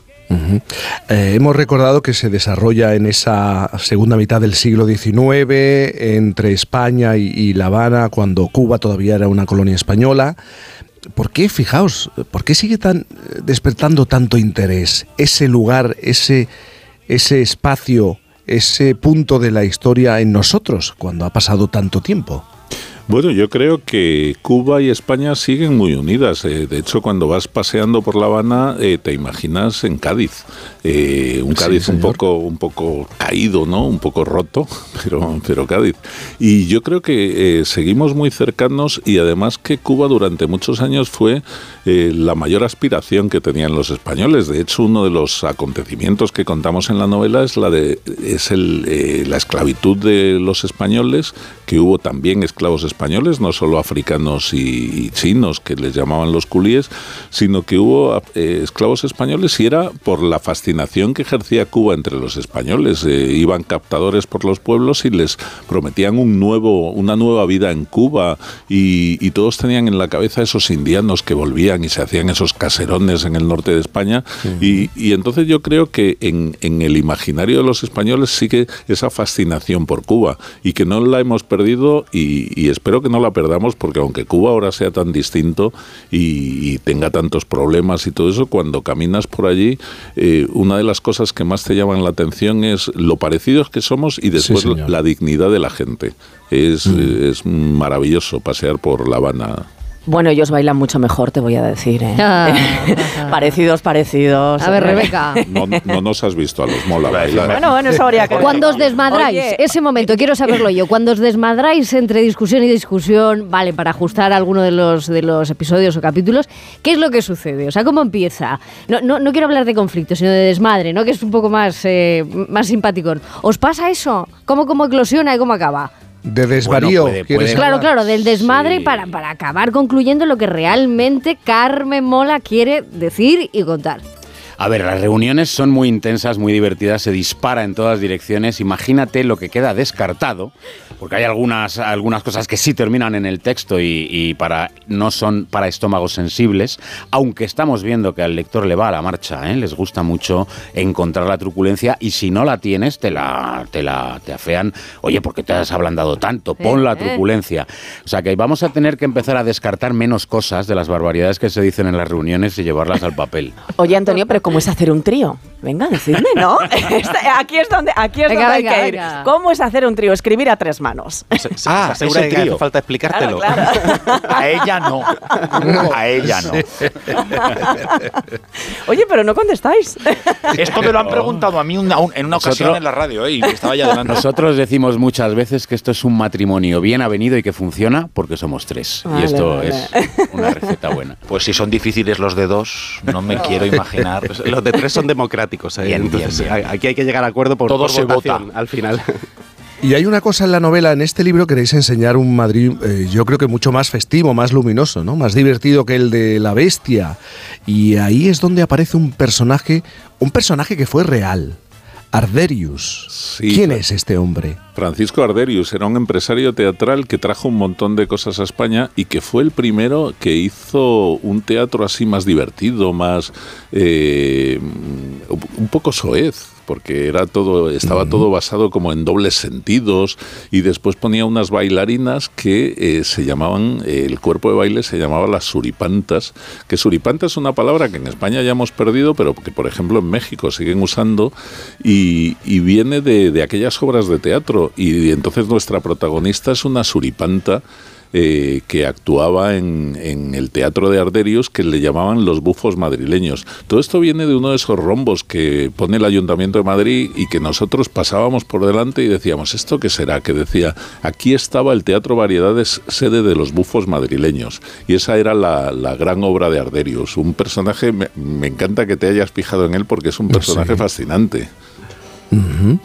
Hemos recordado que se desarrolla en esa segunda mitad del siglo XIX entre España y La Habana, cuando Cuba todavía era una colonia española. ¿Por qué, fijaos, por qué sigue despertando tanto interés ese lugar, ese espacio, ese punto de la historia en nosotros cuando ha pasado tanto tiempo? Bueno, yo creo que Cuba y España siguen muy unidas. De hecho, cuando vas paseando por La Habana, te imaginas en Cádiz. Cádiz un poco caído, ¿no? Un poco roto, pero Cádiz. Y yo creo que seguimos muy cercanos, y además que Cuba durante muchos años fue la mayor aspiración que tenían los españoles. De hecho, uno de los acontecimientos que contamos en la novela es la esclavitud de los españoles, que hubo también esclavos españoles, no solo africanos y chinos, que les llamaban los culíes, sino que hubo esclavos españoles, y era por la fascinación que ejercía Cuba entre los españoles. Iban captadores por los pueblos y les prometían una nueva vida en Cuba, y todos tenían en la cabeza esos indianos que volvían y se hacían esos caserones en el norte de España. Y entonces yo creo que en el imaginario de los españoles sigue esa fascinación por Cuba, y que no la hemos perdido, y espero que no la perdamos, porque aunque Cuba ahora sea tan distinto y tenga tantos problemas y todo eso, cuando caminas por allí, una de las cosas que más te llaman la atención es lo parecidos que somos, y después la dignidad de la gente. Es maravilloso pasear por La Habana. Bueno, ellos bailan mucho mejor, te voy a decir, ¿eh? Parecidos. A ver, Rebeca. No nos has visto a los Mola bailar. Bueno, eso habría que ver. Cuando os desmadráis, ese momento, quiero saberlo yo, cuando os desmadráis entre discusión y discusión, vale, para ajustar alguno de los episodios o capítulos, ¿qué es lo que sucede? O sea, ¿cómo empieza? No quiero hablar de conflicto, sino de desmadre, ¿no? Que es un poco más simpático. ¿Os pasa eso? ¿Cómo eclosiona y cómo acaba? De desvarío. Bueno, claro, del desmadre, sí. para acabar concluyendo lo que realmente Carmen Mola quiere decir y contar. A ver, las reuniones son muy intensas, muy divertidas, se dispara en todas direcciones. Imagínate lo que queda descartado, porque hay algunas cosas que sí terminan en el texto y no son para estómagos sensibles, aunque estamos viendo que al lector le va a la marcha, ¿eh? Les gusta mucho encontrar la truculencia, y si no la tienes te afean. Oye, ¿por qué te has ablandado tanto? Pon la truculencia. O sea que vamos a tener que empezar a descartar menos cosas de las barbaridades que se dicen en las reuniones y llevarlas al papel. Oye, Antonio, pero ¿cómo es hacer un trío? Venga, decidme, ¿no? Aquí es donde hay que ir. ¿Cómo es hacer un trío? Escribir a 3 manos. Seguro que hace falta explicártelo. Claro. A ella no. A ella no. Oye, pero no contestáis. Esto me lo han preguntado a mí en una ocasión en la radio, y estaba ya delante. Nosotros decimos muchas veces que esto es un matrimonio bien avenido y que funciona porque somos 3. Vale, y esto es una receta buena. Pues si son difíciles los de 2, no me quiero imaginar. Pues los de 3 son democráticos. Bien. Aquí hay que llegar a acuerdo por votación al final. Y hay una cosa en la novela, en este libro queréis enseñar un Madrid, yo creo que mucho más festivo, más luminoso, ¿no? Más divertido que el de La Bestia. Y ahí es donde aparece un personaje que fue real. Arderius. Sí, ¿Quién es este hombre? Francisco Arderius era un empresario teatral que trajo un montón de cosas a España y que fue el primero que hizo un teatro así más divertido, más un poco soez, porque estaba todo basado como en dobles sentidos, y después ponía unas bailarinas que se llamaban, el cuerpo de baile se llamaba las suripantas, que suripanta es una palabra que en España ya hemos perdido, pero que por ejemplo en México siguen usando, y viene de aquellas obras de teatro, y entonces nuestra protagonista es una suripanta que actuaba en el teatro de Arderius, que le llamaban los bufos madrileños. Todo esto viene de uno de esos rombos que pone el Ayuntamiento de Madrid y que nosotros pasábamos por delante y decíamos, ¿esto qué será? Que decía, aquí estaba el Teatro Variedades, sede de los bufos madrileños. Y esa era la gran obra de Arderius. Un personaje, me encanta que te hayas fijado en él porque es un personaje fascinante. Uh-huh.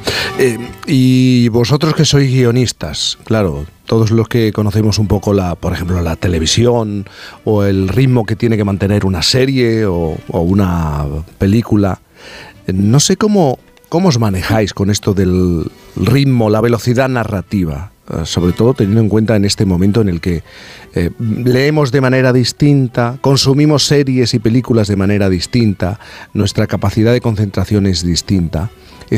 Y vosotros que sois guionistas, claro, todos los que conocemos un poco por ejemplo, la televisión o el ritmo que tiene que mantener una serie o una película, no sé cómo os manejáis con esto del ritmo, la velocidad narrativa, sobre todo teniendo en cuenta en este momento en el que leemos de manera distinta, consumimos series y películas de manera distinta, nuestra capacidad de concentración es distinta.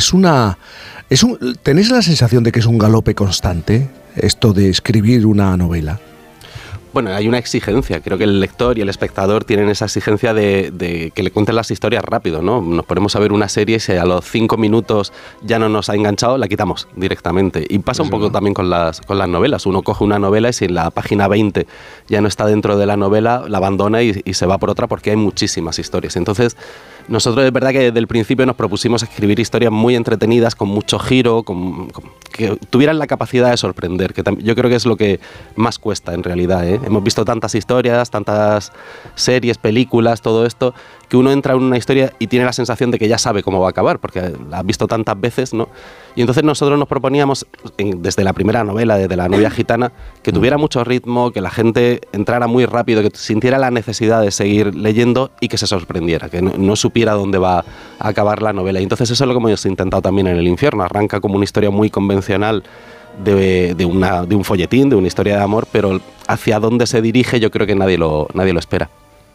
¿Tenéis la sensación de que es un galope constante esto de escribir una novela? Bueno, hay una exigencia. Creo que el lector y el espectador tienen esa exigencia de que le cuenten las historias rápido, ¿no? Nos ponemos a ver una serie y si a los 5 minutos ya no nos ha enganchado, la quitamos directamente. Y pasa un poco también con las novelas. Uno coge una novela y si en la página 20 ya no está dentro de la novela, la abandona y se va por otra porque hay muchísimas historias. Entonces, nosotros es verdad que desde el principio nos propusimos escribir historias muy entretenidas, con mucho giro, que tuvieran la capacidad de sorprender, que yo creo que es lo que más cuesta en realidad, ¿eh? Hemos visto tantas historias, tantas series, películas, todo esto, que uno entra en una historia y tiene la sensación de que ya sabe cómo va a acabar, porque la has visto tantas veces, ¿no? Y entonces nosotros nos proponíamos, desde la primera novela, desde La novia gitana, que tuviera mucho ritmo, que la gente entrara muy rápido, que sintiera la necesidad de seguir leyendo y que se sorprendiera, que no supiera dónde va a acabar la novela. Y entonces eso es lo que hemos intentado también en El infierno. Arranca como una historia muy convencional de un folletín, de una historia de amor, pero hacia dónde se dirige yo creo que nadie lo espera.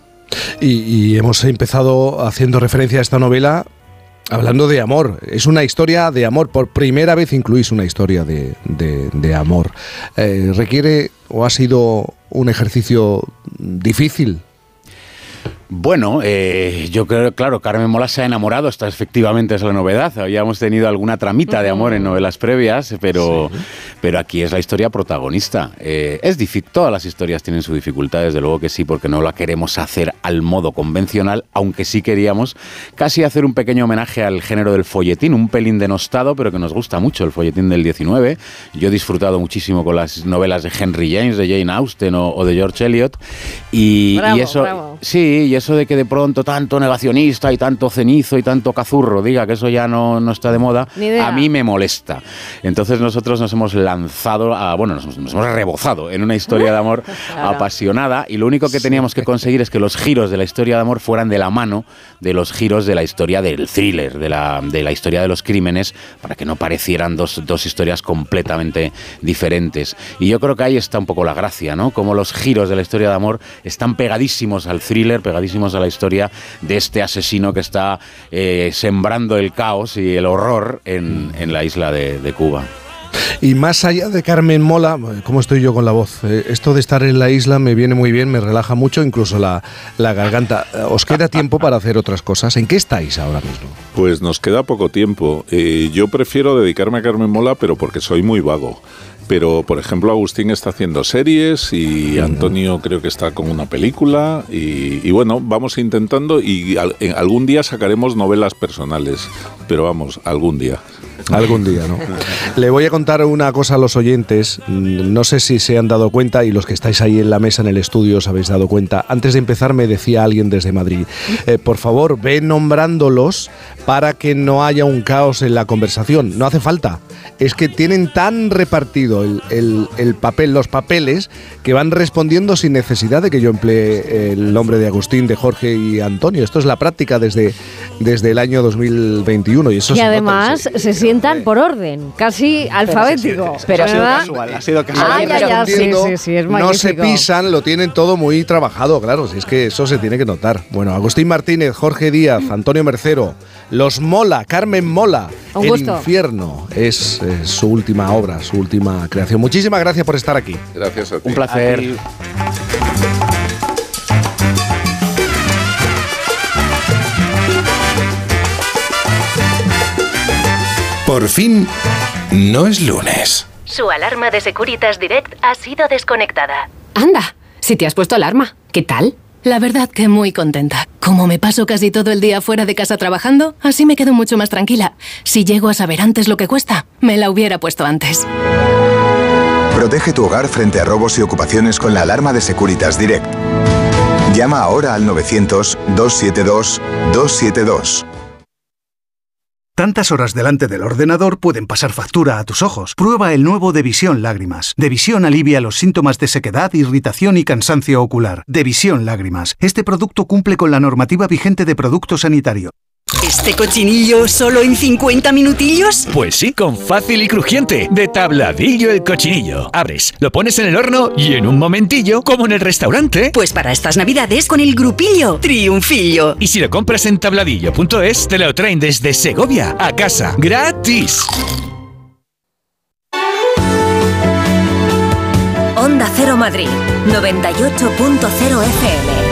Y hemos empezado haciendo referencia a esta novela hablando de amor. Es una historia de amor. Por primera vez incluís una historia de amor. ¿Requiere o ha sido un ejercicio difícil? Bueno, yo creo, claro, Carmen Mola se ha enamorado, esta efectivamente es la novedad. Habíamos tenido alguna tramita de amor en novelas previas, pero aquí es la historia protagonista. Es difícil, todas las historias tienen su dificultad, desde luego que sí, porque no la queremos hacer al modo convencional, aunque sí queríamos casi hacer un pequeño homenaje al género del folletín, un pelín denostado, pero que nos gusta mucho, el folletín del 19. Yo he disfrutado muchísimo con las novelas de Henry James, de Jane Austen o de George Eliot, y eso, sí, y eso de que de pronto tanto negacionista y tanto cenizo y tanto cazurro diga que eso ya no está de moda, a mí me molesta. Entonces nosotros nos hemos lanzado nos hemos rebozado en una historia de amor apasionada, y lo único que teníamos que conseguir es que los giros de la historia de amor fueran de la mano de los giros de la historia del thriller, de la historia de los crímenes, para que no parecieran dos historias completamente diferentes. Y yo creo que ahí está un poco la gracia, ¿no? Como los giros de la historia de amor están pegadísimos al thriller, pegadísimos a la historia de este asesino que está sembrando el caos y el horror en la isla de Cuba. Y más allá de Carmen Mola, ¿cómo estoy yo con la voz? Esto de estar en la isla me viene muy bien, me relaja mucho, incluso la garganta. ¿Os queda tiempo para hacer otras cosas? ¿En qué estáis ahora mismo? Pues nos queda poco tiempo. Yo prefiero dedicarme a Carmen Mola, pero porque soy muy vago. Pero, por ejemplo, Agustín está haciendo series y Antonio creo que está con una película y bueno, vamos intentando y algún día sacaremos novelas personales, pero vamos, algún día. Algún día, ¿no? Le voy a contar una cosa a los oyentes, no sé si se han dado cuenta y los que estáis ahí en la mesa en el estudio os habéis dado cuenta. Antes de empezar me decía alguien desde Madrid, por favor, ve nombrándolos para que no haya un caos en la conversación. No hace falta, es que tienen tan repartido el papel, los papeles, que van respondiendo sin necesidad de que yo emplee el nombre de Agustín, de Jorge y Antonio. Esto es la práctica desde el año 2021 y eso y además se sientan por orden, casi alfabético. Pero ha sido casual, ha sido casual. Sí, es magnífico. No se pisan, lo tienen todo muy trabajado, claro, si es que eso se tiene que notar. Bueno, Agustín Martínez, Jorge Díaz, Antonio Mercero, Los Mola, Carmen Mola, Un El gusto. Infierno es su última obra, su última creación. Muchísimas gracias por estar aquí. Gracias a ti. Un placer. Por fin, no es lunes. Su alarma de Securitas Direct ha sido desconectada. Anda, si te has puesto alarma, ¿qué tal? La verdad que muy contenta. Como me paso casi todo el día fuera de casa trabajando, así me quedo mucho más tranquila. Si llego a saber antes lo que cuesta, me la hubiera puesto antes. Protege tu hogar frente a robos y ocupaciones con la alarma de Securitas Direct. Llama ahora al 900-272-272. Tantas horas delante del ordenador pueden pasar factura a tus ojos. Prueba el nuevo Devisión Lágrimas. Devisión alivia los síntomas de sequedad, irritación y cansancio ocular. Devisión Lágrimas. Este producto cumple con la normativa vigente de producto sanitario. ¿Este cochinillo solo en 50 minutillos? Pues sí, con Fácil y Crujiente, de Tabladillo el Cochinillo. Abres, lo pones en el horno y en un momentillo, como en el restaurante. Pues para estas navidades con el grupillo Triunfillo. Y si lo compras en tabladillo.es, te lo traen desde Segovia a casa, gratis. Onda Cero Madrid, 98.0 FM.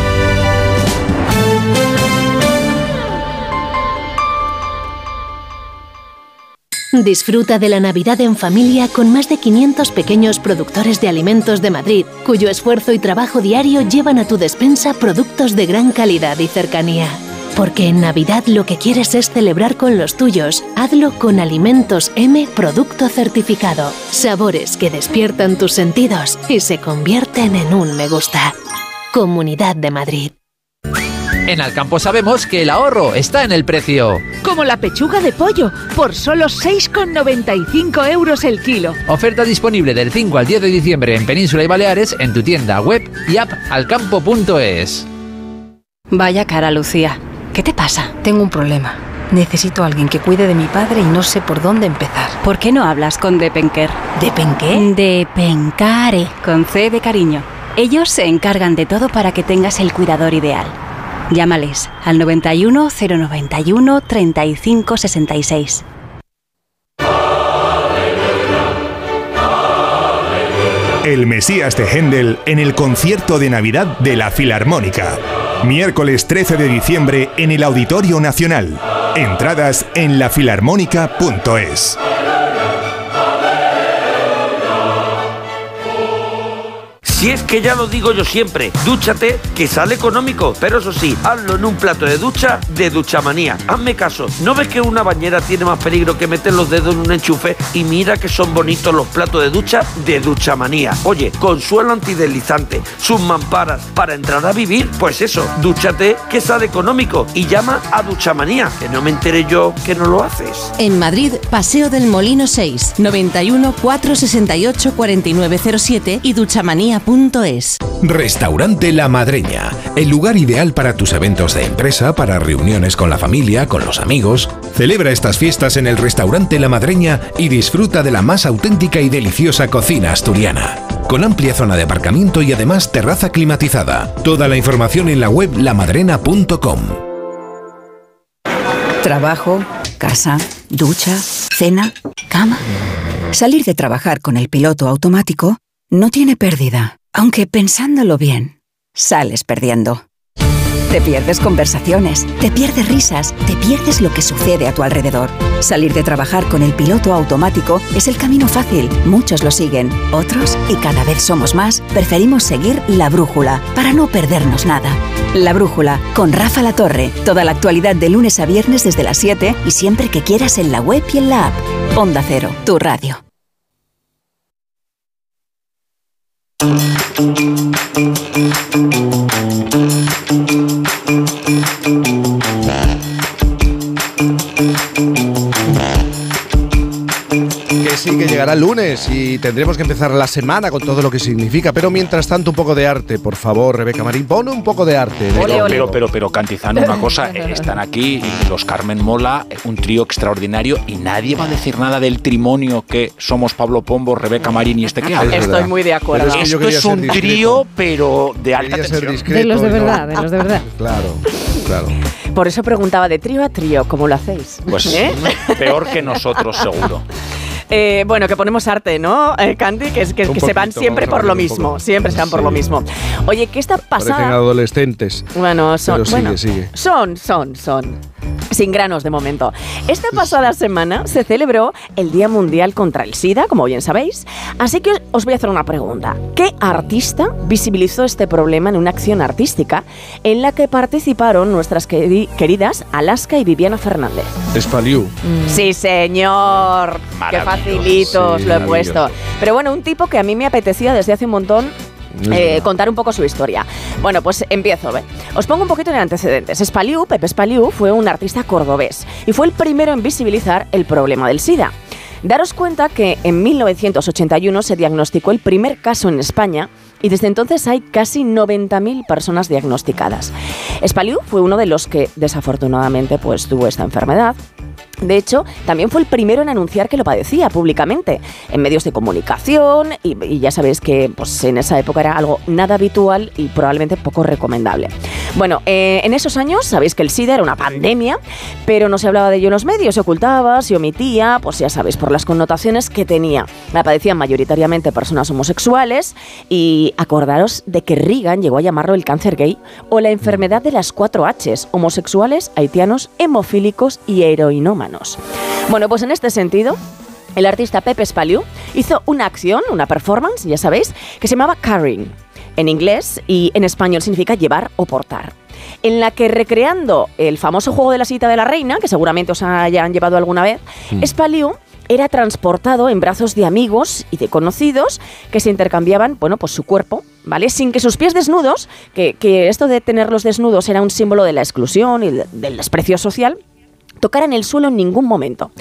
Disfruta de la Navidad en familia con más de 500 pequeños productores de alimentos de Madrid, cuyo esfuerzo y trabajo diario llevan a tu despensa productos de gran calidad y cercanía. Porque en Navidad lo que quieres es celebrar con los tuyos. Hazlo con Alimentos M Producto Certificado. Sabores que despiertan tus sentidos y se convierten en un me gusta. Comunidad de Madrid. En Alcampo sabemos que el ahorro está en el precio. Como la pechuga de pollo, por solo 6,95 euros el kilo. Oferta disponible del 5 al 10 de diciembre en Península y Baleares en tu tienda web y app alcampo.es. Vaya cara, Lucía. ¿Qué te pasa? Tengo un problema. Necesito a alguien que cuide de mi padre y no sé por dónde empezar. ¿Por qué no hablas con Depenker? ¿Depenqué? Depencare, con C de cariño. Ellos se encargan de todo para que tengas el cuidador ideal. Llámales al 91 091 35 66. El Mesías de Händel en el concierto de Navidad de la Filarmónica. Miércoles 13 de diciembre en el Auditorio Nacional. Entradas en lafilarmónica.es. Si es que ya lo digo yo siempre, dúchate, que sale económico, pero eso sí, hazlo en un plato de ducha de Duchamanía. Hazme caso, ¿no ves que una bañera tiene más peligro que meter los dedos en un enchufe? Y mira que son bonitos los platos de ducha de Duchamanía. Oye, con suelo antideslizante, sus mamparas, para entrar a vivir, pues eso, dúchate, que sale económico, y llama a Duchamanía, que no me enteré yo que no lo haces. En Madrid, Paseo del Molino 6, 91 468 4907 y duchamanía.es. Restaurante La Madreña, el lugar ideal para tus eventos de empresa, para reuniones con la familia, con los amigos. Celebra estas fiestas en el Restaurante La Madreña y disfruta de la más auténtica y deliciosa cocina asturiana. Con amplia zona de aparcamiento y además terraza climatizada. Toda la información en la web lamadrena.com. Trabajo, casa, ducha, cena, cama. Salir de trabajar con el piloto automático no tiene pérdida, aunque pensándolo bien, sales perdiendo. Te pierdes conversaciones, te pierdes risas, te pierdes lo que sucede a tu alrededor. Salir de trabajar con el piloto automático es el camino fácil. Muchos lo siguen, otros, y cada vez somos más, preferimos seguir la brújula para no perdernos nada. La Brújula, con Rafa La Torre. Toda la actualidad de lunes a viernes desde las 7 y siempre que quieras en la web y en la app. Onda Cero, tu radio. Que sí, que llegará el lunes y tendremos que empezar la semana con todo lo que significa. Pero mientras tanto, un poco de arte, por favor, Rebeca Marín, pone un poco de arte. Pero Cantizano, una cosa, están aquí los Carmen Mola, un trío extraordinario, y nadie va a decir nada del trimonio que somos Pablo Pombo, Rebeca Marín y este que habla. Estoy muy de acuerdo. Es que esto es un trío, pero de alta tensión. De los de verdad, de los de verdad. Claro. Por eso preguntaba de trío a trío, ¿cómo lo hacéis? Pues peor que nosotros, seguro. Bueno, que ponemos arte, ¿no, Candy? Que se van siempre por lo mismo. Siempre se van por lo mismo. Oye, que esta pasada... Parecen adolescentes. Bueno, son... Pero sigue. Son. Sin granos de momento. Esta pasada semana se celebró el Día Mundial contra el SIDA, como bien sabéis. Así que os voy a hacer una pregunta. ¿Qué artista visibilizó este problema en una acción artística en la que participaron nuestras queridas Alaska y Viviana Fernández? Espaliú. Sí, señor. Qué facilito os lo he puesto. Pero bueno, un tipo que a mí me apetecía desde hace un montón contar un poco su historia. Bueno, pues empiezo. Os pongo un poquito en antecedentes. Pepe Espaliú fue un artista cordobés y fue el primero en visibilizar el problema del SIDA. Daros cuenta que en 1981 se diagnosticó el primer caso en España y desde entonces hay casi 90.000 personas diagnosticadas. Espaliú fue uno de los que desafortunadamente pues tuvo esta enfermedad. De hecho, también fue el primero en anunciar que lo padecía públicamente en medios de comunicación y ya sabéis que pues, en esa época era algo nada habitual y probablemente poco recomendable. Bueno, en esos años sabéis que el SIDA era una pandemia, pero no se hablaba de ello en los medios, se ocultaba, se omitía, pues ya sabéis, por las connotaciones que tenía. La padecían mayoritariamente personas homosexuales y acordaros de que Reagan llegó a llamarlo el cáncer gay o la enfermedad de las 4 Hs, homosexuales, haitianos, hemofílicos y heroinómanos. Bueno, pues en este sentido, el artista Pepe Espaliú hizo una acción, una performance, ya sabéis, que se llamaba Carrying, en inglés, y en español significa llevar o portar, en la que, recreando el famoso juego de la sillita de la reina, que seguramente os hayan llevado alguna vez, Espaliú era transportado en brazos de amigos y de conocidos que se intercambiaban, bueno, pues su cuerpo, ¿vale? Sin que sus pies desnudos, que esto de tenerlos desnudos era un símbolo de la exclusión y del desprecio social, tocaran el suelo en ningún momento.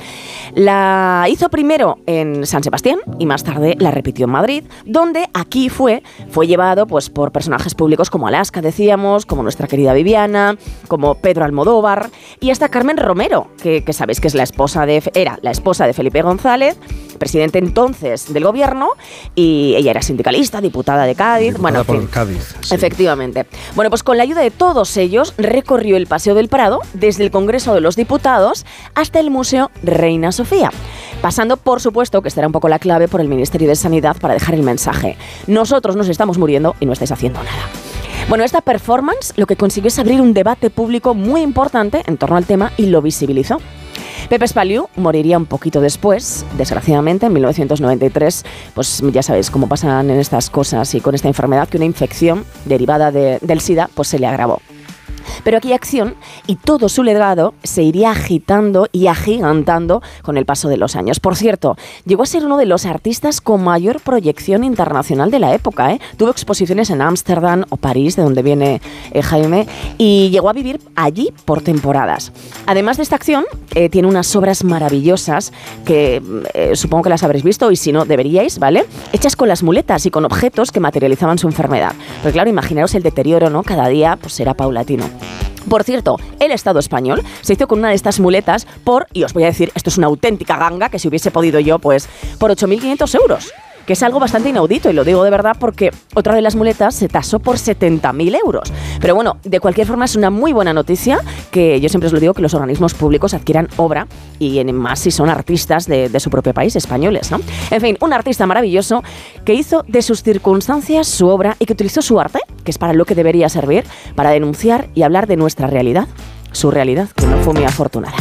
La hizo primero en San Sebastián y más tarde la repitió en Madrid, donde aquí fue llevado pues por personajes públicos como Alaska, decíamos, como nuestra querida Viviana, como Pedro Almodóvar y hasta Carmen Romero, que sabéis que es era la esposa de Felipe González, presidente entonces del gobierno, y ella era sindicalista, diputada de Cádiz. Diputada por Cádiz, sí. Efectivamente. Bueno, pues con la ayuda de todos ellos recorrió el Paseo del Prado desde el Congreso de los Diputados hasta el Museo Reina Sofía, pasando, por supuesto, que esta era un poco la clave, por el Ministerio de Sanidad para dejar el mensaje: nosotros nos estamos muriendo y no estáis haciendo nada. Bueno, esta performance lo que consiguió es abrir un debate público muy importante en torno al tema y lo visibilizó. Pepe Espaliú moriría un poquito después, desgraciadamente, en 1993. Pues ya sabéis cómo pasan en estas cosas y con esta enfermedad, que una infección derivada del SIDA pues se le agravó. Pero aquella acción y todo su legado se iría agitando y agigantando con el paso de los años. Por cierto, llegó a ser uno de los artistas con mayor proyección internacional de la época, ¿eh? Tuvo exposiciones en Ámsterdam o París, de donde viene Jaime, y llegó a vivir allí por temporadas. Además de esta acción, tiene unas obras maravillosas que supongo que las habréis visto, y si no, deberíais, ¿vale? Hechas con las muletas y con objetos que materializaban su enfermedad. Pero claro, imaginaros el deterioro, ¿no? Cada día pues era paulatino. Por cierto, el Estado español se hizo con una de estas muletas y os voy a decir, esto es una auténtica ganga, que si hubiese podido yo, pues por 8.500 euros. que es algo bastante inaudito, y lo digo de verdad porque otra de las muletas se tasó por 70.000 euros. Pero bueno, de cualquier forma es una muy buena noticia que yo siempre os lo digo, que los organismos públicos adquieran obra, y más si son artistas de su propio país, españoles, ¿no? En fin, un artista maravilloso que hizo de sus circunstancias su obra y que utilizó su arte, que es para lo que debería servir, para denunciar y hablar de nuestra realidad, su realidad, que no fue muy afortunada.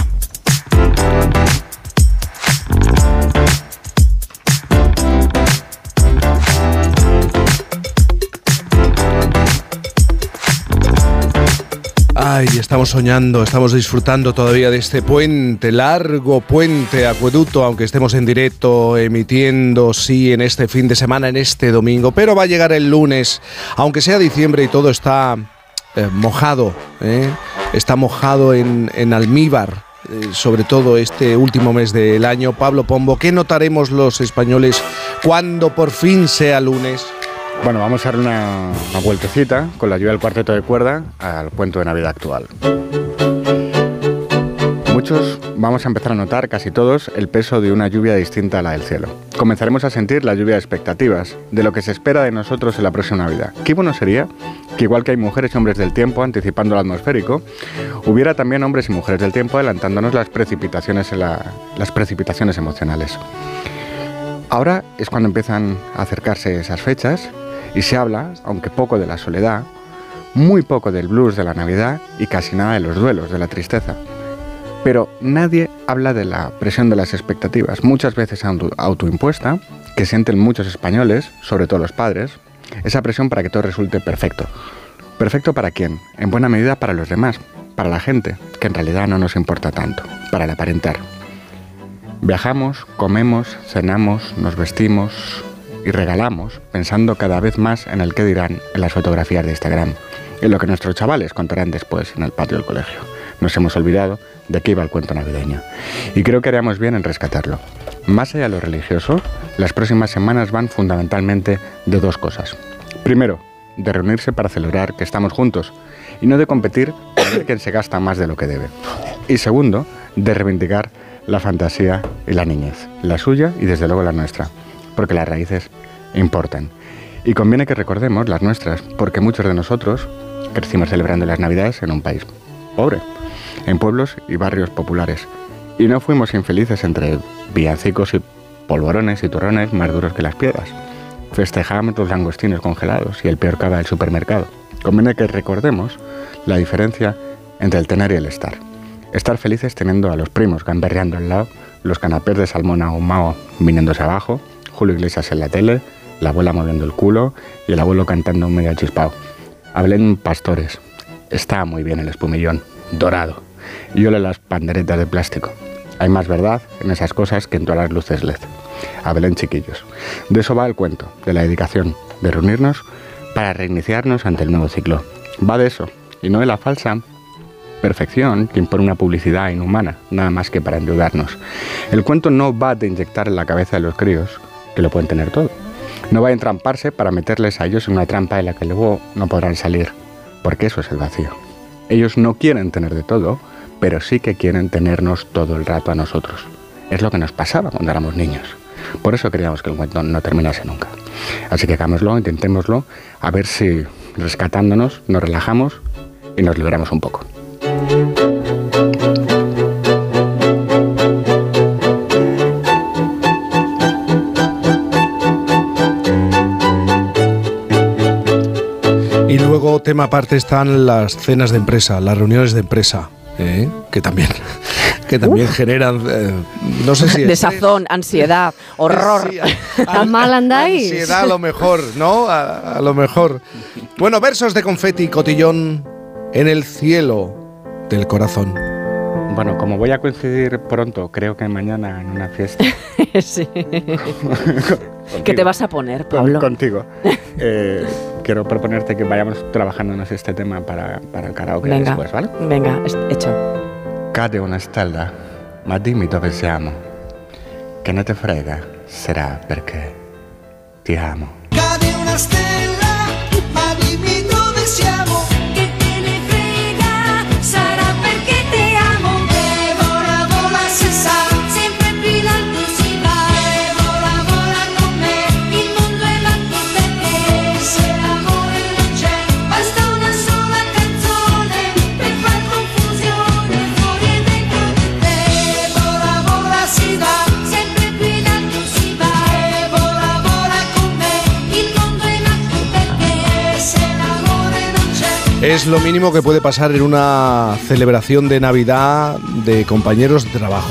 Ay, estamos soñando, estamos disfrutando todavía de este puente, largo puente, acueducto, aunque estemos en directo, emitiendo, sí, en este fin de semana, en este domingo, pero va a llegar el lunes, aunque sea diciembre y todo está mojado, está mojado en almíbar, sobre todo este último mes del año. Pablo Pombo, ¿qué notaremos los españoles cuando por fin sea lunes? Bueno, vamos a dar una vueltecita con la ayuda del cuarteto de cuerda al cuento de Navidad actual. Muchos vamos a empezar a notar, casi todos, el peso de una lluvia distinta a la del cielo. Comenzaremos a sentir la lluvia de expectativas, de lo que se espera de nosotros en la próxima Navidad. Qué bueno sería que, igual que hay mujeres y hombres del tiempo anticipando lo atmosférico, hubiera también hombres y mujeres del tiempo adelantándonos las precipitaciones emocionales. Ahora es cuando empiezan a acercarse esas fechas y se habla, aunque poco, de la soledad, muy poco del blues de la Navidad y casi nada de los duelos, de la tristeza. Pero nadie habla de la presión de las expectativas, muchas veces autoimpuesta, que sienten muchos españoles, sobre todo los padres, esa presión para que todo resulte perfecto. ¿Perfecto para quién? En buena medida para los demás, para la gente, que en realidad no nos importa tanto, para el aparentar. Viajamos, comemos, cenamos, nos vestimos y regalamos, pensando cada vez más en el qué dirán en las fotografías de Instagram, en lo que nuestros chavales contarán después en el patio del colegio. Nos hemos olvidado de qué iba el cuento navideño, y creo que haríamos bien en rescatarlo. Más allá de lo religioso, las próximas semanas van fundamentalmente de dos cosas. Primero, de reunirse para celebrar que estamos juntos, y no de competir para ver quién se gasta más de lo que debe. Y segundo, de reivindicar la fantasía y la niñez, la suya y desde luego la nuestra, porque las raíces importan. Y conviene que recordemos las nuestras, porque muchos de nosotros crecimos celebrando las Navidades en un país pobre, en pueblos y barrios populares, y no fuimos infelices entre villancicos y polvorones y turrones más duros que las piedras. Festejamos los langostinos congelados y el peor cava del supermercado. Conviene que recordemos la diferencia entre el tener y el estar. Estar felices teniendo a los primos gamberreando al lado, los canapés de salmón ahumado viniéndose abajo, Julio Iglesias en la tele, la abuela moviendo el culo y el abuelo cantando medio chispao. Hablen pastores. Está muy bien el espumillón, dorado, y ole las panderetas de plástico. Hay más verdad en esas cosas que en todas las luces LED. Hablen chiquillos. De eso va el cuento, de la dedicación, de reunirnos para reiniciarnos ante el nuevo ciclo. Va de eso, y no de la falsa perfección que impone una publicidad inhumana, nada más que para endeudarnos. El cuento no va de inyectar en la cabeza de los críos, que lo pueden tener todo. No va a entramparse para meterles a ellos en una trampa de la que luego no podrán salir, porque eso es el vacío. Ellos no quieren tener de todo, pero sí que quieren tenernos todo el rato a nosotros. Es lo que nos pasaba cuando éramos niños. Por eso queríamos que el cuento no terminase nunca. Así que hagámoslo, intentémoslo, a ver si rescatándonos nos relajamos y nos liberamos un poco. Y luego, tema aparte, están las cenas de empresa, las reuniones de empresa, que también generan, no sé si... Desazón, ansiedad, horror. Sí, ¿Tan mal andáis? Ansiedad a lo mejor, ¿no? A lo mejor. Bueno, versos de confeti, cotillón en el cielo del corazón. Bueno, como voy a coincidir pronto, creo que mañana en una fiesta. Sí. ¿Qué te vas a poner, Pablo? Contigo. Quiero proponerte que vayamos trabajándonos este tema para el karaoke después, ¿vale? Venga, hecho. Cade una stella, ma dimmi dove siamo. Che non te frega, sarà perché ti amo. Cade una stella, ma dimmi dove siamo. Che te ne frega, sarà perché te amo. E vola, vola, si sa, sempre più in alto si va. E vola, vola con me, il Es lo mínimo que puede pasar en una celebración de Navidad de compañeros de trabajo.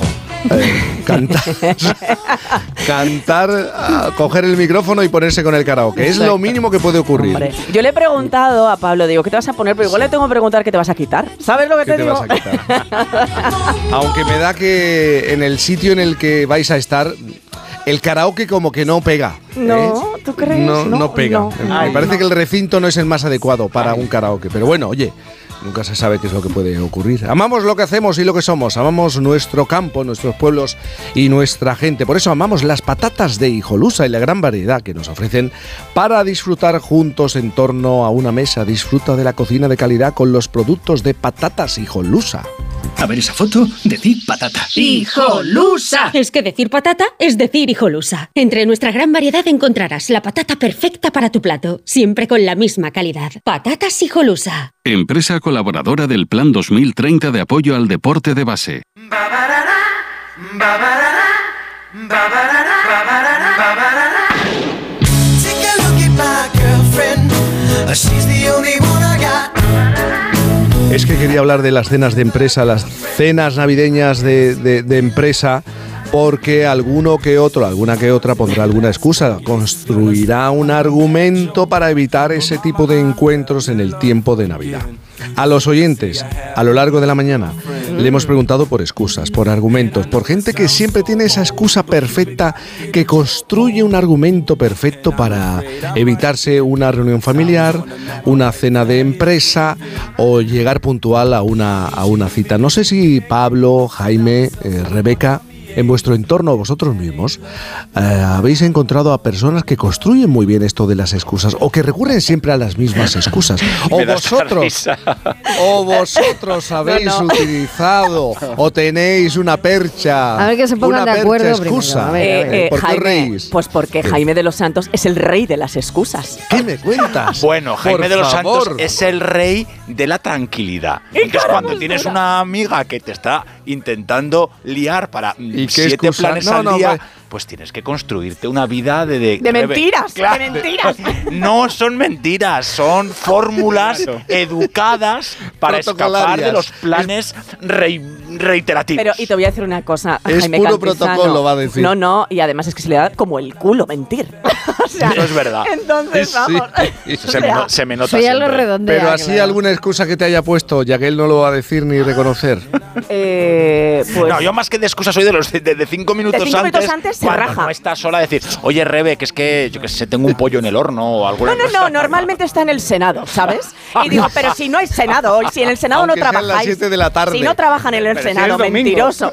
Cantar, coger el micrófono y ponerse con el karaoke. Es lo mínimo que puede ocurrir. Hombre, yo le he preguntado a Pablo, digo, ¿qué te vas a poner? Pero igual le tengo que preguntar qué te vas a quitar. ¿Sabes lo que te digo? Vas a quitar? Aunque me da que en el sitio en el que vais a estar, el karaoke como que no pega. No, ¿tú crees? No pega. No. Me parece que el recinto no es el más adecuado para un karaoke. Pero bueno, oye, nunca se sabe qué es lo que puede ocurrir. Amamos lo que hacemos y lo que somos. Amamos nuestro campo, nuestros pueblos y nuestra gente. Por eso amamos las patatas de Hijolusa y la gran variedad que nos ofrecen para disfrutar juntos en torno a una mesa. Disfruta de la cocina de calidad con los productos de Patatas Hijolusa. A ver esa foto, decir patata. ¡Hijolusa! Es que decir patata es decir Hijolusa. Entre nuestra gran variedad encontrarás la patata perfecta para tu plato, siempre con la misma calidad. Patatas Hijolusa. Empresa colaboradora del Plan 2030 de apoyo al deporte de base. Es que quería hablar de las cenas de empresa, las cenas navideñas de empresa, porque alguna que otra pondrá alguna excusa, construirá un argumento para evitar ese tipo de encuentros en el tiempo de Navidad. A los oyentes, a lo largo de la mañana, le hemos preguntado por excusas, por argumentos, por gente que siempre tiene esa excusa perfecta, que construye un argumento perfecto para evitarse una reunión familiar, una cena de empresa o llegar puntual a una cita. No sé si Pablo, Jaime, Rebeca, en vuestro entorno, vosotros mismos, habéis encontrado a personas que construyen muy bien esto de las excusas o que recurren siempre a las mismas excusas. O vosotros habéis utilizado o tenéis una percha. A ver que se pongan de acuerdo. Excusa. ¿Por qué reís? Pues porque Jaime de los Santos es el rey de las excusas. ¿Qué me cuentas? Bueno, Jaime de los Santos es el rey de la tranquilidad. Entonces, cuando tienes una amiga que te está intentando liar para 7 planes al día, pues tienes que construirte una vida de mentiras, claro, de mentiras. No son mentiras, son fórmulas educadas para escapar de los planes reiterativos. Pero, y te voy a decir una cosa, es Jaime puro Cantizano. protocolo, va a decir. No, y además es que se le da como el culo mentir. O sea, eso es verdad. Entonces, vamos. Se me nota Eso ya siempre. lo redondea. Pero así alguna excusa que te haya puesto, ya que él no lo va a decir ni reconocer. Pues, no, yo más que de excusa soy de los de 5 minutos de 5 minutos antes se cuando raja. No estás sola a decir, oye Rebe, que es que yo que sé, tengo un pollo en el horno o alguna cosa. No, normalmente está en el Senado, ¿sabes? Y digo, pero si no hay Senado, si en el Senado aunque no sean las trabajáis. 7 de la tarde. Si no trabajan en el Pero Senado, si es mentiroso.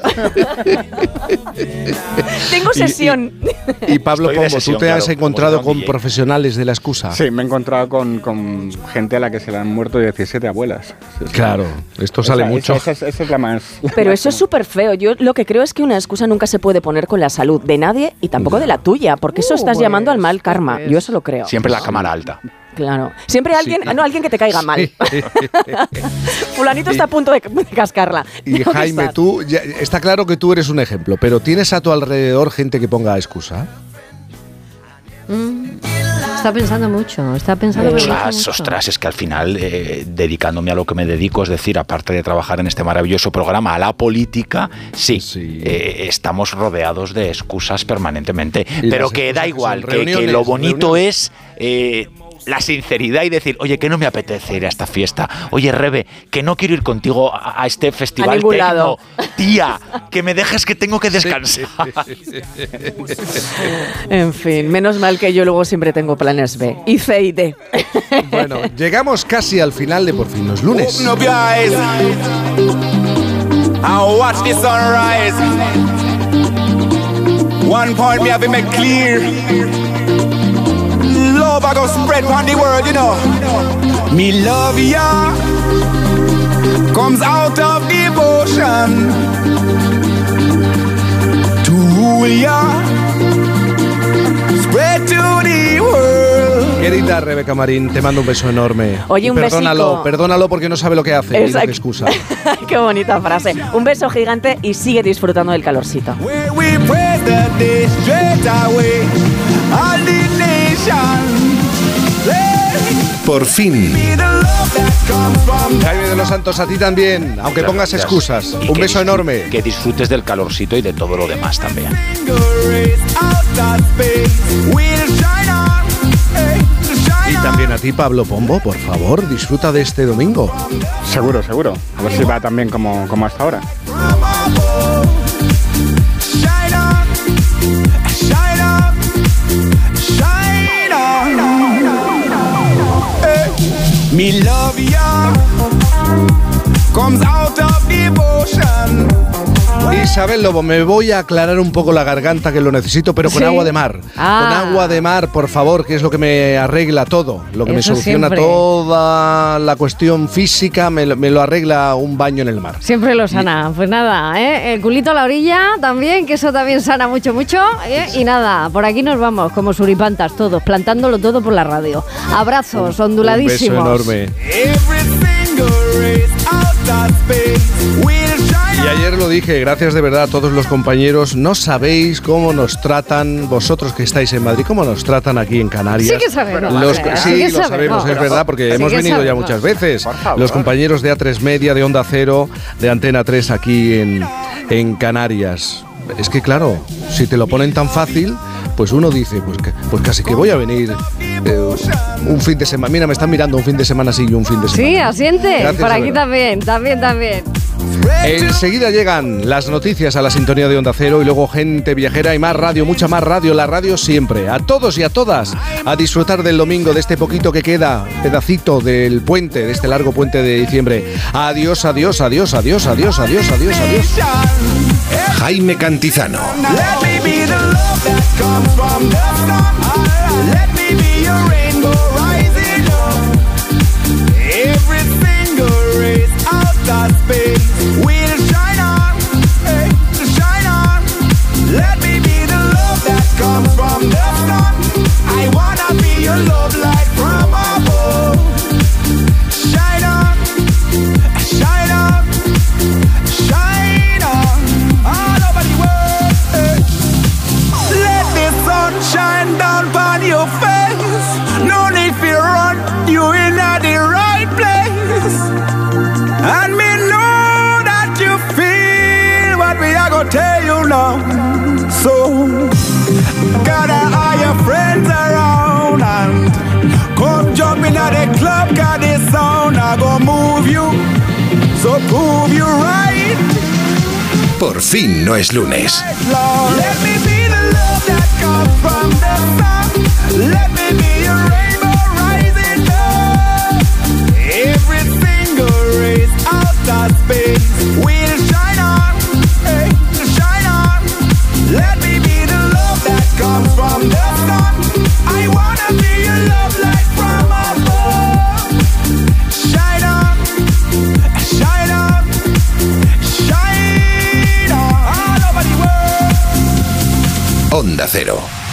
Tengo sesión. Y Pablo Estoy de Pombo, sesión, ¿tú te has claro, encontrado como con DJ. profesionales de la excusa? Sí, me he encontrado con gente a la que se le han muerto 17 abuelas. Claro, esto sale mucho. Esa es la más... Pero eso es súper feo. Yo lo que creo es que una excusa nunca se puede poner con la salud de nadie y tampoco de la tuya, porque eso estás llamando al mal karma. Yo eso lo creo. Siempre la cámara alta. Claro. Siempre alguien, alguien que te caiga mal. Fulanito está a punto de cascarla. Y Tengo que Jaime, estar. tú, está claro que tú eres un ejemplo, pero ¿tienes a tu alrededor gente que ponga excusa? Está pensando mucho, Ostras, es que al final, dedicándome a lo que me dedico, es decir, aparte de trabajar en este maravilloso programa, a la política, sí. Estamos rodeados de excusas permanentemente. Pero que da igual, que lo bonito es... la sinceridad y decir, oye, que no me apetece ir a esta fiesta. Oye, Rebe, que no quiero ir contigo a este festival. A ningún lado. Tía, que me dejes que tengo que descansar. En fin, menos mal que yo luego siempre tengo planes B y C y D. Bueno, llegamos casi al final de Por fin no es lunes. Open up your eyes and watch the sunrise. One point me have to make clear. Love I go spread on the world, you know. Me love ya comes out of devotion to rule ya, spread to the world. Querida Rebeca Marín, te mando un beso enorme. Oye, y un besico. Perdónalo porque no sabe lo que hace. Y no te excusa. Qué bonita frase. Un beso gigante y sigue disfrutando del calorcito. We praise the day straight away. All the nation. Por fin. Be the love that Jaime de los Santos, a ti también, aunque Muchas pongas gracias. excusas. Y Un que beso enorme. Que disfrutes del calorcito y de todo lo demás también. Y también a ti, Pablo Pombo, por favor, disfruta de este domingo. Seguro, seguro. A ver si va tan bien como hasta ahora. Me love ya comes out of devotion. Isabel Lobo, me voy a aclarar un poco la garganta, que lo necesito, pero con Sí. agua de mar. Ah. Con agua de mar, por favor, que es lo que me arregla todo. Lo que me Eso soluciona siempre. toda la cuestión física, me lo arregla un baño en el mar. Siempre lo sana. Pues nada, el culito a la orilla también, que eso también sana mucho, mucho. Y nada, por aquí nos vamos, como suripantas todos, plantándolo todo por la radio. Abrazos onduladísimos. Un beso enorme. Y ayer lo dije, gracias de verdad a todos los compañeros. No sabéis cómo nos tratan, vosotros que estáis en Madrid, cómo nos tratan aquí en Canarias. Sí que sabemos. Sí, lo sabemos, es verdad, porque Sí hemos que venido ya sabemos. muchas veces. Por favor. Los compañeros de A3 Media, de Onda Cero, de Antena 3 aquí en Canarias. Es que claro, si te lo ponen tan fácil, pues uno dice, pues casi que voy a venir un fin de semana. Mira, me están mirando un fin de semana sí y un fin de semana. Sí, asiente. Gracias, Por de aquí verdad. también. Enseguida llegan las noticias a la sintonía de Onda Cero y luego gente viajera y más radio, mucha más radio, la radio siempre. A todos y a todas, a disfrutar del domingo, de este poquito que queda, pedacito del puente, de este largo puente de diciembre. Adiós, adiós, adiós, adiós, adiós, adiós, adiós, adiós. Jaime Cantizano. Let me be the love that comes from the sun. Let me be your rainbow rising up. Every single race out of space will shine on, hey, shine on. Let me be the love that comes from the sun. I wanna be your love light from above. Shine on, shine on, shine on. All over the world, hey. Let the sun shine down on your face. No need to run, you in the right place. And me know that you feel what we are gonna tell you now. So, gather all your friends around and come jump in at the club, got this sound I gonna move you. So prove you right. Por fin no es lunes. Lord, let me be the love that comes from the sun. Let me be your rainbow rising up. Every single race out of space will shine on, hey, shine on. Let me be the love that comes from the sun. I wanna be your love light from above. Shine on, shine on, shine on all over the world. Onda Cero.